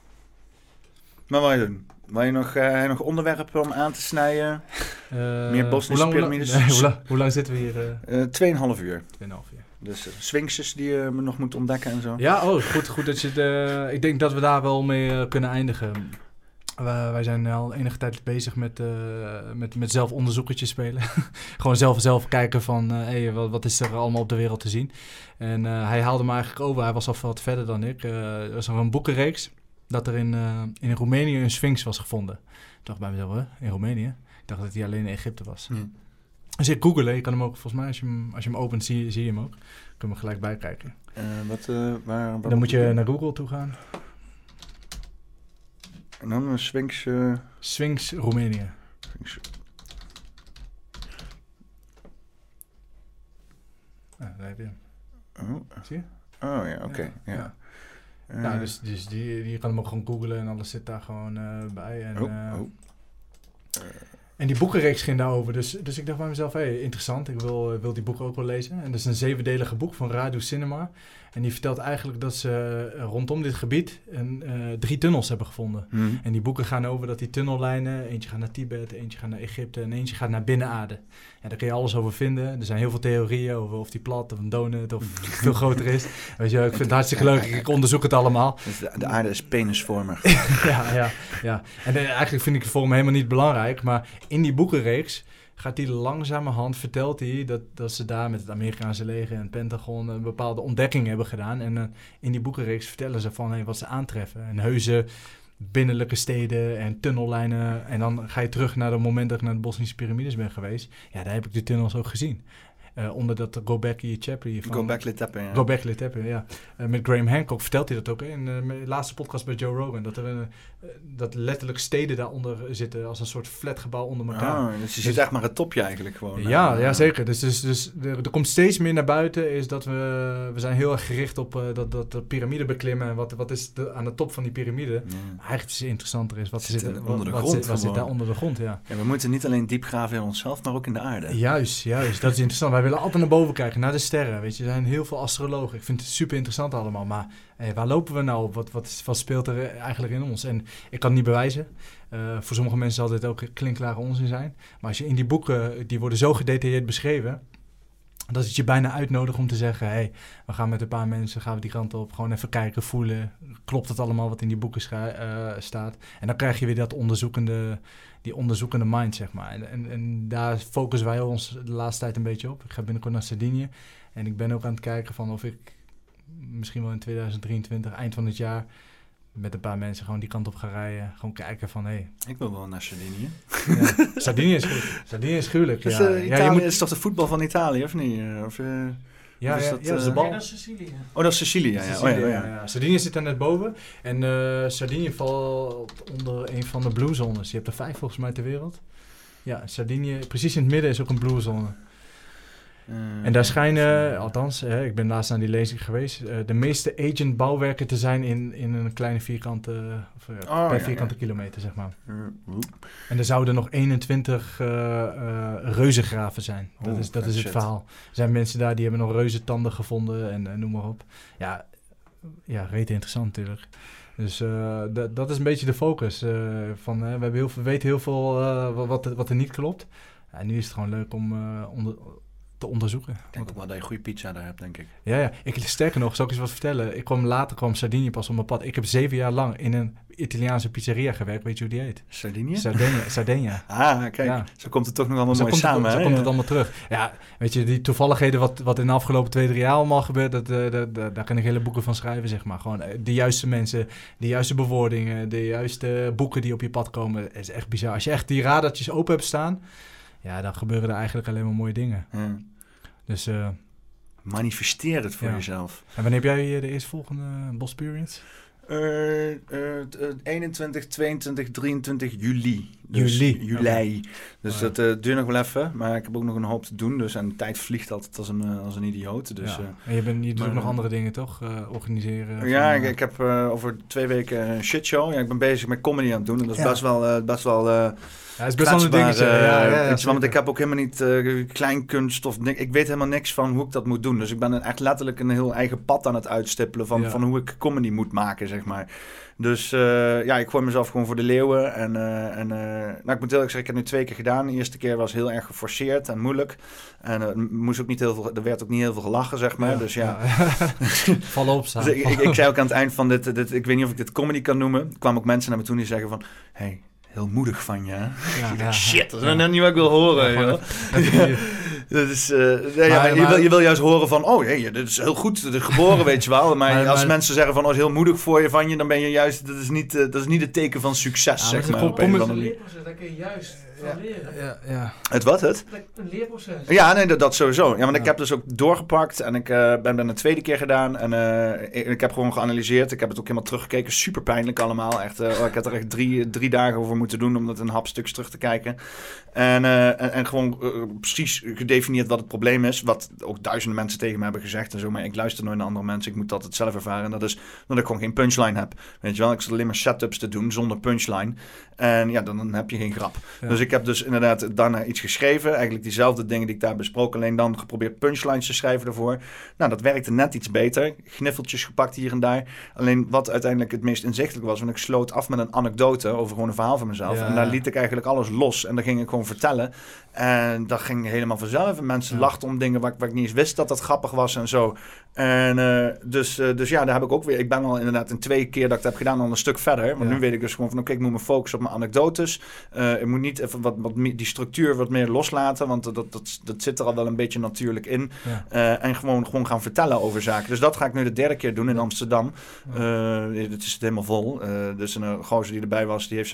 Maar wat wil je doen? Wil je nog, uh, nog onderwerpen om aan te snijden? Uh, Meer Bosnische piramides? Nee, hoe, lang, hoe lang zitten we hier? Uh? Uh, tweeënhalf uur. Tweeënhalf uur. Dus uh, sphinxes die je uh, nog moet ontdekken en zo. Ja, oh, goed, goed dat je de, ik denk dat we daar wel mee uh, kunnen eindigen. Uh, wij zijn al enige tijd bezig met, uh, met, met zelf onderzoekertjes spelen. Gewoon zelf, zelf kijken van, uh, hey, wat, wat is er allemaal op de wereld te zien. En uh, hij haalde me eigenlijk over, hij was al wat verder dan ik. Uh, er was nog een boekenreeks dat er in, uh, in Roemenië een sphinx was gevonden. Ik dacht bij mezelf, hè, in Roemenië? Ik dacht dat hij alleen in Egypte was. Hmm. Dus ik googelen, je kan hem ook, volgens mij, als je hem, als je hem opent, zie, zie je hem ook. Kun je hem gelijk bijkijken. Uh, wat, uh, waar, waar Dan moet je naar Google toe gaan. En dan een Sphinx... Uh... Sphinx Roemenië. Sphinx. Ah, daar heb je hem. Oh. Zie je? Oh ja, oké. Okay. Ja. Ja. Uh, ja, dus, dus die, die kan hem ook gewoon googlen en alles zit daar gewoon uh, bij. En, oh, uh, oh. Uh. en die boekenreeks ging daarover. Dus, dus ik dacht bij mezelf, hé, hey, interessant. Ik wil, wil die boeken ook wel lezen. En dat is een zevendelige boek van Radu Cinema. En die vertelt eigenlijk dat ze rondom dit gebied een, uh, drie tunnels hebben gevonden. Hmm. En die boeken gaan over dat die tunnellijnen, eentje gaat naar Tibet, eentje gaat naar Egypte en eentje gaat naar binnenaarde. Ja, daar kun je alles over vinden. Er zijn heel veel theorieën over of die plat of een donut of veel groter is. Weet je, ik vind het hartstikke leuk. Ik onderzoek het allemaal. Dus de, de aarde is penisvormig. ja, ja, ja. En uh, eigenlijk vind ik het voor me helemaal niet belangrijk. Maar in die boekenreeks gaat hij langzamerhand, vertelt hij dat, dat ze daar met het Amerikaanse leger en het Pentagon een bepaalde ontdekking hebben gedaan. En uh, in die boekenreeks vertellen ze van hey, wat ze aantreffen. En heuse binnenlijke steden en tunnellijnen. En dan ga je terug naar het moment dat ik naar de Bosnische piramides ben geweest. Ja, daar heb ik de tunnels ook gezien. Uh, onder dat Go Back Je Chappie van... Go Back Le Tepe, ja. Go Back Le Tepe, ja. Uh, met Graham Hancock vertelt hij dat ook hè, in uh, de laatste podcast bij Joe Rogan. Dat er uh, dat letterlijk steden daaronder zitten als een soort flatgebouw onder elkaar. Ah, dus je ziet echt maar het topje eigenlijk gewoon. Ja, ja zeker. Dus, dus, dus er, er komt steeds meer naar buiten is dat we... We zijn heel erg gericht op uh, dat, dat de piramide beklimmen. En wat, wat is de, aan de top van die piramide? Ja. Eigenlijk is het interessanter is wat zit, zit er onder de wat, grond. Wat zit, wat zit daar onder de grond, ja. Ja. We moeten niet alleen diep graven in onszelf, maar ook in de aarde. Juist, juist. Dat is interessant. Wij willen altijd naar boven kijken, naar de sterren. Weet je, er zijn heel veel astrologen. Ik vind het super interessant allemaal. Maar hey, waar lopen we nou op? Wat, wat, wat speelt er eigenlijk in ons? En ik kan het niet bewijzen. Uh, voor sommige mensen zal dit ook klinkklare onzin zijn. Maar als je in die boeken, die worden zo gedetailleerd beschreven... dat het je bijna uitnodigt om te zeggen... hey, we gaan met een paar mensen, gaan we die kant op... gewoon even kijken, voelen. Klopt het allemaal wat in die boeken scha- uh, staat? En dan krijg je weer dat onderzoekende... die onderzoekende mind, zeg maar. En, en, en daar focussen wij ons de laatste tijd een beetje op. Ik ga binnenkort naar Sardinië. En ik ben ook aan het kijken van of ik... misschien wel in tweeduizend drieëntwintig, eind van het jaar... met een paar mensen gewoon die kant op gaan rijden. Gewoon kijken van, hé... Hey. Ik wil wel naar Sardinië. Ja, Sardinië is goed. Sardinië is gruwelijk, dus, ja. Uh, Italië ja, je moet... is toch de voetbal van Italië, of niet? Of, uh, ja, of is ja, dat, ja, dat is de uh... bal. Ja, dat is Sicilië. Oh, dat is Sicilië, ja. Sicilië, oh, ja, oh, ja. ja, ja. Sardinië zit daar net boven. En uh, Sardinië valt onder een van de blue zones. Je hebt er vijf volgens mij ter wereld. Ja, Sardinië, precies in het midden is ook een blue zone. Uh, en daar schijnen, althans, hè, ik ben laatst naar die lezing geweest, uh, de meeste agent bouwwerken te zijn in, in een kleine vierkante, of, uh, oh, per ja, vierkante ja. kilometer, zeg maar. Uh, uh. En er zouden nog eenentwintig uh, uh, reuzengraven zijn. Dat, oh, is, dat is het shit. verhaal. Er zijn mensen daar die hebben nog reuzentanden gevonden en uh, noem maar op. Ja, ja, rete interessant natuurlijk. Dus uh, d- dat is een beetje de focus. Uh, van, uh, we, hebben heel veel, we weten heel veel uh, wat, wat er niet klopt. Ja, nu is het gewoon leuk om... Uh, onder, te onderzoeken. Ik denk ook wel dat je goede pizza daar hebt, denk ik. Ja, ja. Ik, sterker nog, zal ik eens wat vertellen? Ik kwam later, kwam Sardinië pas op mijn pad. Ik heb zeven jaar lang in een Italiaanse pizzeria gewerkt. Weet je hoe die heet? Sardinië? Sardinië. Sardinië. Ah, kijk. Ja. Zo komt het toch nog allemaal zo mooi samen. Het, zo hè? komt ja. het allemaal terug. Ja, weet je, die toevalligheden wat, wat in de afgelopen twee, drie jaar allemaal gebeurt, dat, dat, dat, dat, daar kan ik hele boeken van schrijven, zeg maar. Gewoon de juiste mensen, de juiste bewoordingen, de juiste boeken die op je pad komen. Het is echt bizar. Als je echt die radartjes open hebt staan, ja, dan gebeuren er eigenlijk alleen maar mooie dingen. Ja. Dus, uh, manifesteer het voor ja. jezelf. En wanneer heb jij de eerstvolgende Bosperience? Uh, uh, eenentwintig, tweeëntwintig, drieëntwintig juli. Dus juli? Juli. Okay. Dus oh, ja. dat uh, duurt nog wel even. Maar ik heb ook nog een hoop te doen. Dus en de tijd vliegt altijd als een, uh, als een idioot. Dus, ja. uh, en je, bent, je doet maar, ook nog andere dingen, toch? Uh, organiseren? Ja, van, ik, ik heb uh, over twee weken een shitshow. Ja, ik ben bezig met comedy aan het doen. En dat is ja. best wel... Uh, best wel uh, Ja, het is best wel een dingetje. Uh, ja, ja, ja, want ik heb ook helemaal niet uh, kleinkunst of niks. Ik weet helemaal niks van hoe ik dat moet doen. Dus ik ben echt letterlijk een heel eigen pad aan het uitstippelen van, ja. van hoe ik comedy moet maken, zeg maar. Dus uh, ja, ik gooi mezelf gewoon voor de leeuwen. En, uh, en uh, nou, ik moet heel erg zeggen, ik heb het nu twee keer gedaan. De eerste keer was heel erg geforceerd en moeilijk. En uh, moest ook niet heel veel, er werd ook niet heel veel gelachen, zeg maar. Ja, dus ja. ja. Val op staan. Dus ik, ik, ik zei ook aan het eind van dit, dit, ik weet niet of ik dit comedy kan noemen. Er kwamen ook mensen naar me toe die zeggen van, hey, heel moedig van je. Ja, ja, shit, dat is ja. nou niet wat ik wil horen. Ja, joh. Dat is, uh, nee, ja, maar, je, wil, je wil juist horen van, oh, hey, dit is heel goed geboren, weet je wel. Maar, maar als maar, mensen zeggen van, oh, is heel moedig voor je van je, dan ben je juist, dat is niet, uh, dat is niet het teken van succes, ja, zeg maar. Op een het leerproces, daar kun je juist van ja, leren. Ja, ja. Het wat, het? Een leerproces. Ja, nee, dat, dat sowieso. Ja, want ja. ik heb dus ook doorgepakt en ik uh, ben dan een tweede keer gedaan. En uh, ik, ik heb gewoon geanalyseerd. Ik heb het ook helemaal teruggekeken. Super pijnlijk allemaal. Echt, uh, oh, ik had er echt drie, drie dagen over moeten doen om dat een hapstukje terug te kijken. En, uh, en, en gewoon uh, precies gedefinieerd wat het probleem is. Wat ook duizenden mensen tegen me hebben gezegd en zo. Maar ik luister nooit naar andere mensen. Ik moet dat het zelf ervaren. En dat is dat ik gewoon geen punchline heb. Weet je wel, ik zat alleen maar setups te doen zonder punchline. En ja, dan, dan heb je geen grap. Ja. Dus ik heb dus inderdaad daarna iets geschreven. Eigenlijk diezelfde dingen die ik daar besproken. Alleen dan geprobeerd punchlines te schrijven ervoor. Nou, dat werkte net iets beter. Gniffeltjes gepakt hier en daar. Alleen wat uiteindelijk het meest inzichtelijk was. Want ik sloot af met een anekdote over gewoon een verhaal van mezelf. Ja. En daar liet ik eigenlijk alles los. En dan ging ik gewoon vertellen. En dat ging helemaal vanzelf. En mensen ja. lachten om dingen waar, waar ik niet eens wist dat dat grappig was en zo. En uh, dus, uh, dus ja, daar heb ik ook weer... Ik ben al inderdaad in twee keer dat ik dat heb gedaan al een stuk verder. Want ja. nu weet ik dus gewoon van... Oké, okay, ik moet me focussen op mijn anekdotes. Uh, ik moet niet even wat, wat meer, die structuur wat meer loslaten. Want dat, dat, dat zit er al wel een beetje natuurlijk in. Ja. Uh, en gewoon, gewoon gaan vertellen over zaken. Dus dat ga ik nu de derde keer doen in Amsterdam. Ja. Uh, het is helemaal vol. Uh, dus een gozer die erbij was, die heeft zijn kelder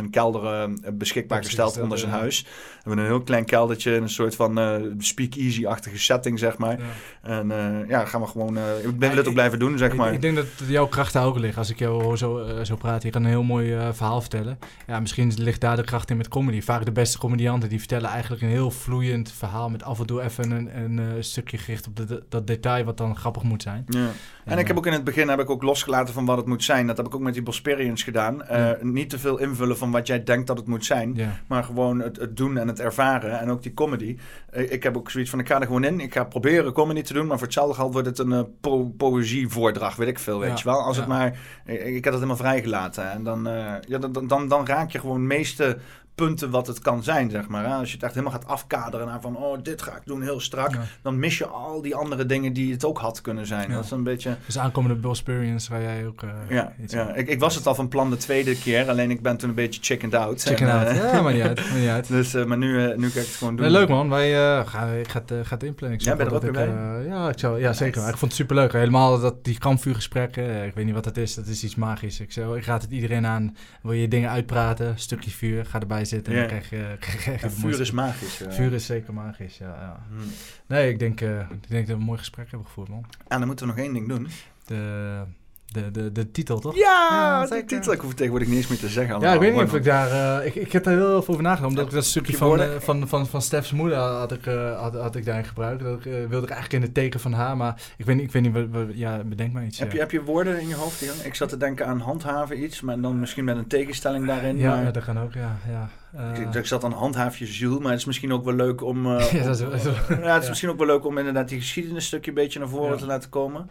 uh, beschikbaar gesteld onder zijn huis. We hebben een heel klein keldertje, een soort van uh, speakeasy-achtige setting, zeg maar. Ja. En uh, ja, gaan we gewoon... Uh, ik ben ja, dit ook blijven doen, zeg ik, maar. Ik denk dat jouw krachten ook liggen. Als ik jou hoor zo, uh, zo praten, je kan een heel mooi uh, verhaal vertellen. Ja, misschien ligt daar de kracht in met comedy. Vaak de beste comedianten, die vertellen eigenlijk een heel vloeiend verhaal met af en toe even een, een, een stukje gericht op de, de, dat detail wat dan grappig moet zijn. Ja. En, en ik heb ook in het begin heb ik ook losgelaten van wat het moet zijn. Dat heb ik ook met die Bosperians gedaan. Uh, ja. Niet te veel invullen van wat jij denkt dat het moet zijn. Ja. Maar gewoon het, het doen en het ervaren. En ook die comedy. Uh, ik heb ook zoiets van, ik ga er gewoon in. Ik ga proberen comedy te doen. Maar voor hetzelfde geld wordt het een uh, po- poëzievoordracht. Weet ik veel, weet ja. je wel. Als ja. het maar... Ik, ik heb het helemaal vrijgelaten. En dan, uh, ja, dan, dan, dan raak je gewoon meeste... punten wat het kan zijn, zeg maar. Hè? Als je het echt helemaal gaat afkaderen naar van, oh, dit ga ik doen heel strak, ja. dan mis je al die andere dingen die het ook had kunnen zijn. Ja. Dat is een beetje... Dus aankomende Bosperians waar jij ook... Uh, ja, ja. Ik, ik was het al van plan de tweede keer, alleen ik ben toen een beetje chickened out. Chickened en, out, uh, ja, maar niet uit. Maar, niet uit. Dus, uh, maar nu, uh, nu kan ik het gewoon doen. Nee, leuk man, wij uh, gaan, ik ga het, uh, ga het inplannen. Ik ja, ben je er ook weer bij? Uh, ja, ik zou, ja, zeker. Nice. Ik vond het superleuk. Helemaal dat, die kampvuurgesprekken, uh, ik weet niet wat het is, dat is iets magisch. Ik, zou, ik raad het iedereen aan. Wil je dingen uitpraten, stukje vuur, ga erbij zitten en yeah. dan krijg je... Ja, vuur is magisch. Ja. Vuur is zeker magisch, ja. ja. Hmm. Nee, ik denk, uh, ik denk dat we een mooi gesprek hebben gevoerd, man. En dan moeten we nog één ding doen. De, de, de, de titel, toch? Ja, ja de titel. Ik hoef het tegenwoordig niet eens meer te zeggen. Allemaal. Ja, ik weet niet of ik daar... Uh, ik, ik heb daar heel veel over nagedacht. Omdat ik dat stukje van, uh, van, van, van Stef's moeder had ik, uh, had, had ik daarin gebruikt. Dat uh, wilde ik eigenlijk in het teken van haar. Maar ik weet niet, ik weet niet wat, wat, ja, bedenk maar iets. Heb, ja. je, heb je woorden in je hoofd? Jan? Ik zat te denken aan handhaven iets. Maar dan misschien met een tegenstelling daarin. Ja, maar... ja dat kan ook, ja. ja. Uh, ik, ik zat aan handhaaf je ziel, maar het is misschien ook wel leuk om... Uh, ja, dat is, dat is, ja, het is ja. misschien ook wel leuk om inderdaad die geschiedenisstukje een beetje naar voren ja. te laten komen.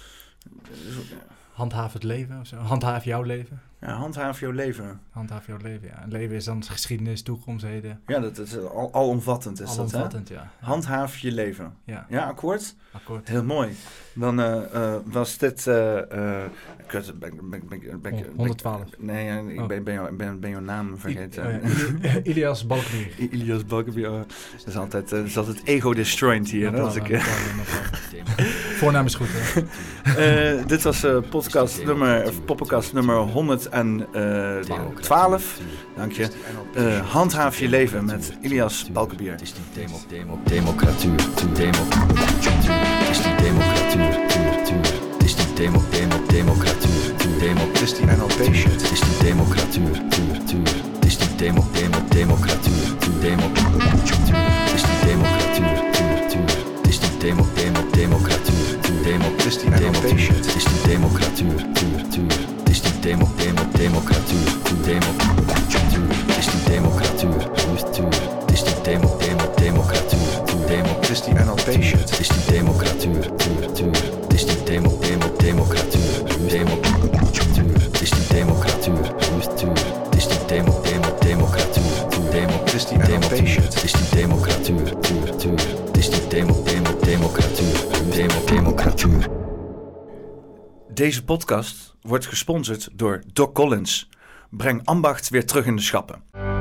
Dus, ja. Handhaaf het leven of zo? Handhaaf jouw leven? Ja, handhaaf jouw leven. Handhaaf jouw leven, ja. Leven is dan geschiedenis, toekomst, heden. Ja, dat is al, alomvattend is alomvattend, dat, hè? Alomvattend, ja. Handhaaf je leven. Ja, ja akkoord? Akkoord. Heel mooi. Dan uh, uh, was dit... Uh, uh, kut, ben, ben, ben, ben, ben, honderdtwaalf. Nee, ja, ik oh. ben, ben, jou, ben, ben jouw naam vergeten. I, uh, ja. Ilias Balkenbier. I, Ilias Balkenbier. Oh. Dat is altijd, uh, dat is altijd ego-destroyed hier. No als ik, uh, Voornaam is goed, hè? uh, dit was uh, podcast nummer, of poppenkast nummer honderdtwaalf. Dank je. Uh, handhaaf je leven met Ilias Balkenbier. Het is die demo, demo, democratuur, democratuur. Het is die democratuur, het is die demo, demo, democratuur, demo. Het is die N L P shit. Het is die democratuur, het is die demo, demo, democratuur, demo. Het is die democratuur, het is die demo, demo, democratuur, demo. Het is die N L P shit. Het is die democratuur, het is die demo, demo, democratuur, demo. Het is die democratuur, het is die demo, demo, democratuur, demo. Het is die N L P shit. Het is die democratuur, het is die demo, demo, democratuur, demo. Het is die democratuur, het is die demo, demo, democratuur, demo. Het is die N L P shit. Het is die democratuur, het is die demo, demo, democratuur, demo, democratuur. Deze podcast wordt gesponsord door Doc Collins. Breng ambacht weer terug in de schappen.